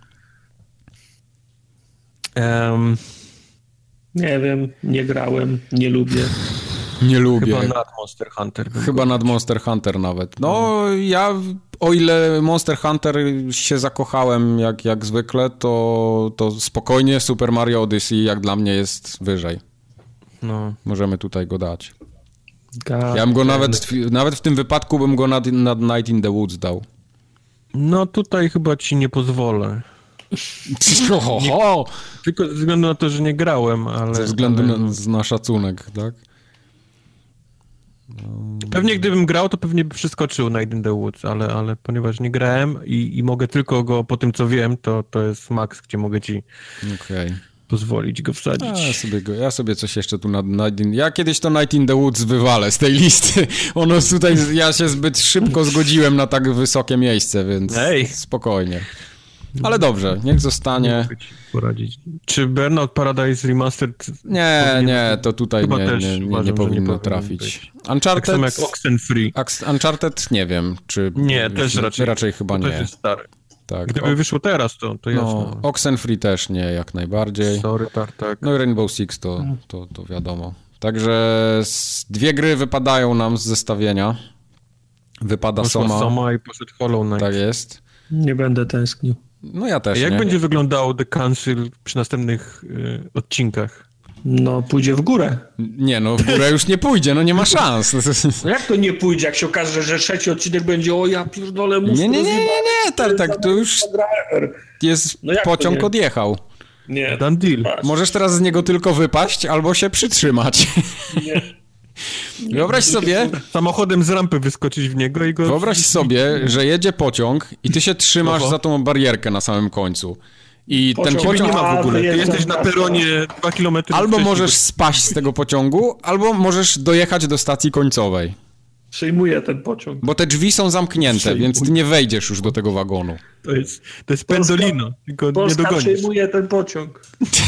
Nie wiem, nie grałem, nie lubię. Nie lubię. Chyba nad Monster Hunter. Chyba nad Monster Hunter nawet. No, ja o ile Monster Hunter się zakochałem jak zwykle, to spokojnie Super Mario Odyssey jak dla mnie jest wyżej. No. Możemy tutaj go dać. Ja bym go nawet w tym wypadku bym go nad Night in the Woods dał. No tutaj chyba ci nie pozwolę. Tylko ze względu na to, że nie grałem, ale... Ze względu na szacunek, tak? Pewnie gdybym grał, to pewnie by przeskoczył Night in the Woods, ale ponieważ nie grałem i mogę tylko go po tym, co wiem, to jest max, gdzie mogę ci pozwolić go wsadzić. Ja sobie coś jeszcze tu ja kiedyś to Night in the Woods wywalę z tej listy. Ono tutaj, ja się zbyt szybko zgodziłem na tak wysokie miejsce, więc spokojnie. Ale dobrze, niech zostanie. Nie mogę ci poradzić. Czy Burnout Paradise Remastered? Nie, to tutaj nie powinno trafić. Uncharted, tak samo jak Oxenfree. Uncharted nie wiem, czy... Nie, też raczej chyba nie. To jest stary. Tak. Gdyby wyszło teraz, to jasne. No, Oxenfree też nie, jak najbardziej. Sorry, tak. No i Rainbow Six to wiadomo. Także 2 gry wypadają nam z zestawienia. Wypada Poszła Soma i poszedł Hollow Knight. Tak jest. Nie będę tęsknił. No ja też Jak nie. będzie wyglądało The Council przy następnych odcinkach? No, pójdzie w górę. Nie, no w górę już nie pójdzie, no nie ma szans. No jak to nie pójdzie, jak się okaże, że 3 odcinek będzie ja pierdolę mózg Nie, tak, to już jest pociąg odjechał. Nie. Done deal. Możesz teraz z niego tylko wypaść albo się przytrzymać. Nie. Wyobraź sobie... Samochodem z rampy wyskoczyć w niego i go... Wyobraź sobie, że jedzie pociąg i ty się trzymasz za tą barierkę na samym końcu. I ten pociąg nie ma w ogóle. Ty jesteś na peronie 2 kilometry. Albo możesz spaść z tego pociągu, albo możesz dojechać do stacji końcowej. Przejmuję ten pociąg. Bo te drzwi są zamknięte, więc ty nie wejdziesz już do tego wagonu. To jest pendolino, tylko Polska nie dogonisz. przejmuje ten pociąg.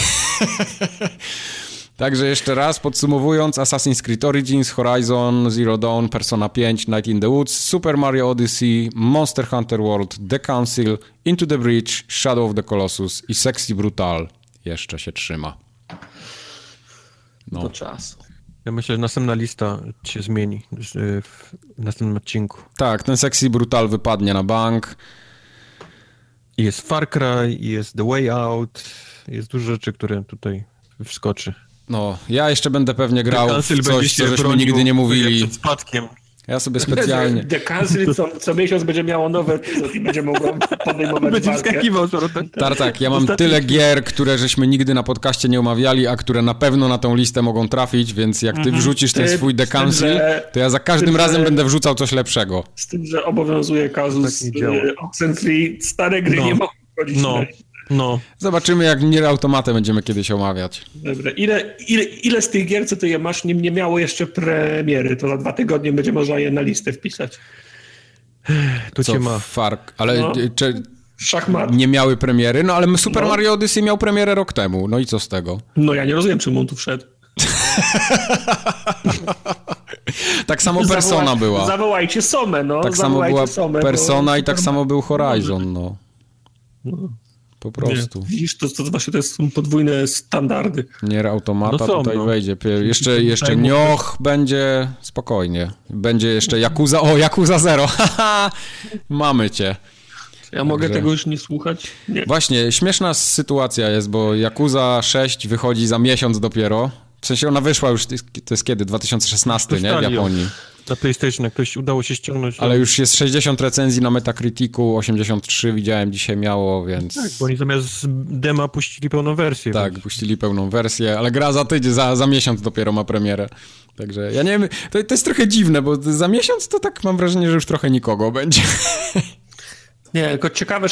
Także jeszcze raz podsumowując, Assassin's Creed Origins, Horizon Zero Dawn, Persona 5, Night in the Woods, Super Mario Odyssey, Monster Hunter World, The Council, Into the Breach, Shadow of the Colossus i Sexy Brutal jeszcze się trzyma. Do czasu. Ja myślę, że następna lista się zmieni w następnym odcinku. Tak, ten Sexy Brutal wypadnie na bank. Jest Far Cry, jest The Way Out, jest dużo rzeczy, które tutaj wskoczy. No, ja jeszcze będę pewnie grał w coś, co żeśmy nigdy nie mówili. Przed spadkiem. Ja sobie specjalnie... The Council co miesiąc będzie miało nowy epizod i będzie mogło podejmować Będzie walkę. wskakiwał. Tak, ja mam tyle gier, które żeśmy nigdy na podcaście nie omawiali, a które na pewno na tą listę mogą trafić, więc jak ty wrzucisz ten swój The Council, to ja za każdym razem będę wrzucał coś lepszego. Z tym, że obowiązuje kazus Oxenfree, stare gry nie mogą wchodzić na listę. No. Zobaczymy, jak Nier Automatę będziemy kiedyś omawiać. Dobra. Ile z tych gier, co ty je masz, nie miało jeszcze premiery? To za 2 tygodnie będzie można je na listę wpisać. To cię ma. Ale Szachmat. nie miały premiery? No ale Super Mario Odyssey miał premierę rok temu. No i co z tego? No ja nie rozumiem, czym on tu wszedł. Tak samo Persona była. Zawołajcie Somę, no. Tak samo była Persona i tak samo był Horizon, no. Po prostu. Nie, widzisz, to właśnie to są podwójne standardy. Nier Automata tutaj wejdzie. Jeszcze Nioh będzie spokojnie. Będzie jeszcze Yakuza. O, Yakuza 0. Mamy cię. Ja mogę tego już nie słuchać? Nie. Właśnie, śmieszna sytuacja jest, bo Yakuza 6 wychodzi za miesiąc dopiero. W sensie ona wyszła już, to jest kiedy? 2016, nie? W Japonii. Na PlayStation, jak ktoś udało się ściągnąć. Ale już jest 60 recenzji na Metacriticu, 83 widziałem dzisiaj miało, więc... Tak, bo oni zamiast dema puścili pełną wersję. Tak, więc... puścili pełną wersję, ale gra za tydzień, za miesiąc dopiero ma premierę. Także ja nie wiem, to jest trochę dziwne, bo za miesiąc to tak mam wrażenie, że już trochę nikogo będzie. Nie, tylko ciekawe,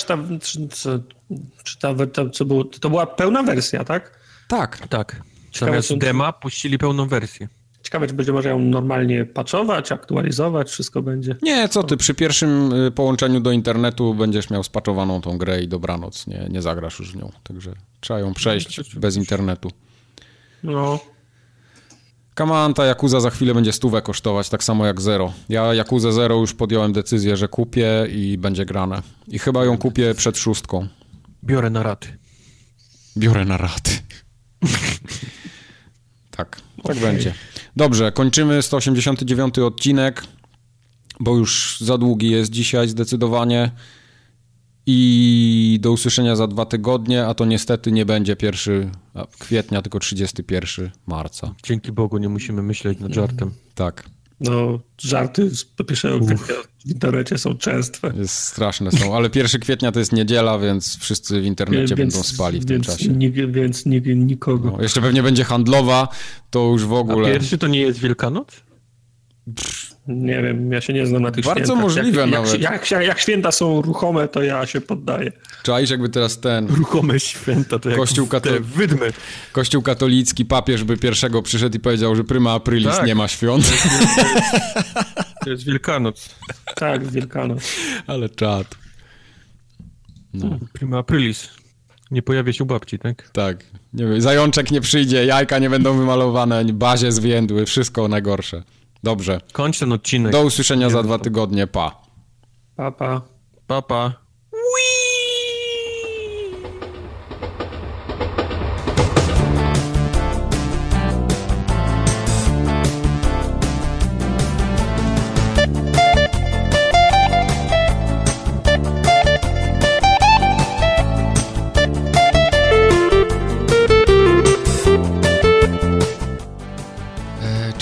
czy to była pełna wersja, tak? Tak. Zamiast dema puścili pełną wersję. Ciekawe, czy będzie można ją normalnie patchować, aktualizować, wszystko będzie. Nie, co ty, przy pierwszym połączeniu do internetu będziesz miał spaczowaną tą grę i dobranoc, nie zagrasz już w nią. Także trzeba ją przejść bez internetu. No. Come on, ta Yakuza za chwilę będzie 100 kosztować, tak samo jak Zero. Ja Yakuza Zero już podjąłem decyzję, że kupię i będzie grane. I chyba ją kupię przed 6. Biorę na raty. Tak będzie. Dobrze, kończymy 189 odcinek, bo już za długi jest dzisiaj zdecydowanie. I do usłyszenia za 2 tygodnie, a to niestety nie będzie 1 kwietnia, tylko 31 marca. Dzięki Bogu nie musimy myśleć nad żartem. Tak. No, żarty z 1 kwietnia w internecie są częste. Straszne są, ale 1 kwietnia to jest niedziela, więc wszyscy w internecie będą spali w tym czasie. Więc nikogo. No, jeszcze pewnie będzie handlowa, to już w ogóle... A 1 to nie jest Wielkanoc? Nie wiem, ja się nie znam na tych Bardzo świętach. Możliwe nawet. Jak święta są ruchome, to ja się poddaję. Czaisz, jakby teraz Ruchome święta, to jak wydmy. Kościół katolicki, papież by 1 przyszedł i powiedział, że prima aprilis nie ma świąt. To jest Wielkanoc. Tak, Wielkanoc. Ale czad. No. Prima aprilis. Nie pojawia się u babci, tak? Tak. Nie wiem, zajączek nie przyjdzie, jajka nie będą wymalowane, bazie zwiędły, wszystko najgorsze. Dobrze. Kończ ten odcinek. Do usłyszenia za 2 tygodnie. Pa. Pa.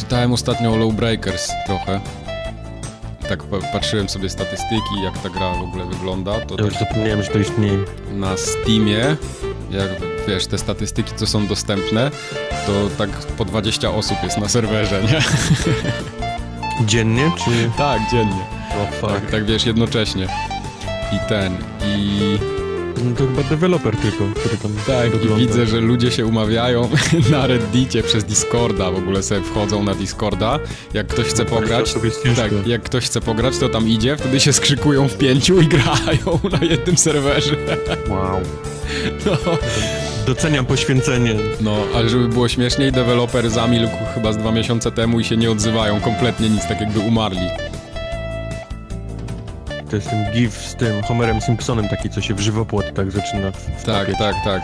Czytałem ostatnio o Lawbreakers trochę. Tak patrzyłem sobie statystyki, jak ta gra w ogóle wygląda. To ja już zapomniałem, że to istnieje. Na Steamie, jak wiesz, te statystyki, co są dostępne, to tak po 20 osób jest na serwerze, nie? Dziennie, czy...? Tak, dziennie. Oh, fuck. Tak wiesz, jednocześnie. No to chyba deweloper tylko, który tam dogląda. I widzę, że ludzie się umawiają na Reddicie przez Discorda, w ogóle sobie wchodzą na Discorda. Jak ktoś chce pograć, jak ktoś chce pograć, to tam idzie, wtedy się skrzykują w 5 i grają na jednym serwerze. Wow. No. Doceniam poświęcenie. No, ale żeby było śmieszniej, deweloper zamilkł chyba z 2 miesiące temu i się nie odzywają kompletnie nic, tak jakby umarli. To jest ten gif z tym Homerem Simpsonem, taki, co się w żywopłot tak zaczyna Tak.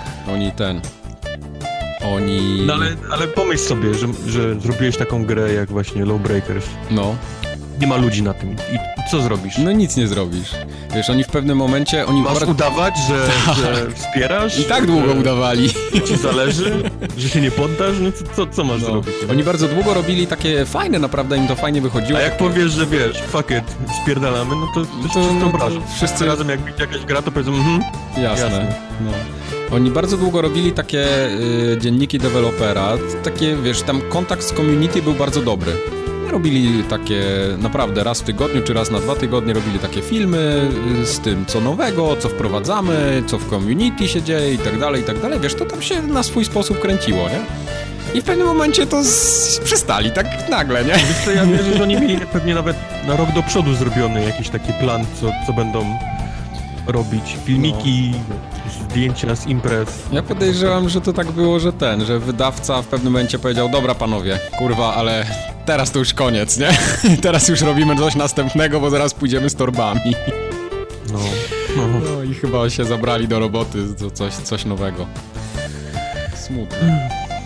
Oni... No ale pomyśl sobie, że zrobiłeś taką grę jak właśnie Lawbreakers. No. Nie ma ludzi na tym. I co zrobisz? No nic nie zrobisz. Wiesz, oni w pewnym momencie... Masz udawać, że wspierasz? I tak długo udawali. Ci zależy? Że się nie poddasz? No co masz zrobić? Oni bardzo długo robili takie fajne, naprawdę im to fajnie wychodziło. A jak powiesz, że wiesz, fuck it, spierdalamy, no to wszyscy razem jak widzi jakaś gra, to powiedzą, jasne. No. Oni bardzo długo robili takie dzienniki dewelopera, takie, wiesz, tam kontakt z community był bardzo dobry. Robili takie naprawdę raz w tygodniu, czy raz na 2 tygodnie robili takie filmy z tym, co nowego, co wprowadzamy, co w community się dzieje i tak dalej, wiesz, to tam się na swój sposób kręciło, nie? I w pewnym momencie to przestali, tak nagle, nie? Wiesz co, ja wierzę, że oni mieli pewnie nawet na rok do przodu zrobiony jakiś taki plan, co będą robić, filmiki, zdjęcia z imprez. Ja podejrzewam, że to tak było, że wydawca w pewnym momencie powiedział, dobra panowie, kurwa, ale teraz to już koniec, nie? Teraz już robimy coś następnego, bo zaraz pójdziemy z torbami. No i chyba się zabrali do roboty, to coś nowego. Smutne.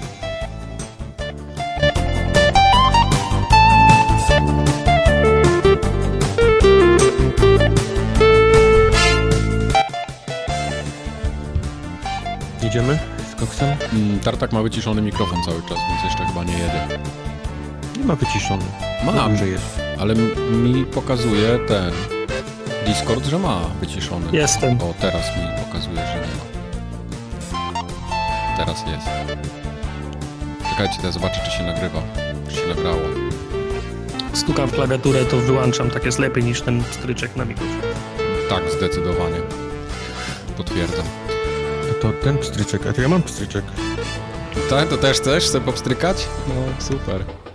Idziemy z koksem? Tartak ma wyciszony mikrofon cały czas, więc jeszcze chyba nie jedzie. Nie ma wyciszony. Mam, że jest. Ale mi pokazuje ten Discord, że ma wyciszony. Jestem. O, teraz mi pokazuje, że nie ma. Teraz jest. Czekajcie, ja zobaczę, czy się nagrywa. Czy się nagrało. Stukam w klawiaturę, to wyłączam. Tak jest lepiej niż ten stryczek na mikrofon. Tak, zdecydowanie. Potwierdzam. To ten pstryczek, a to ja mam pstryczek. Tak, to też chcesz? Chcę popstrykać? No, super.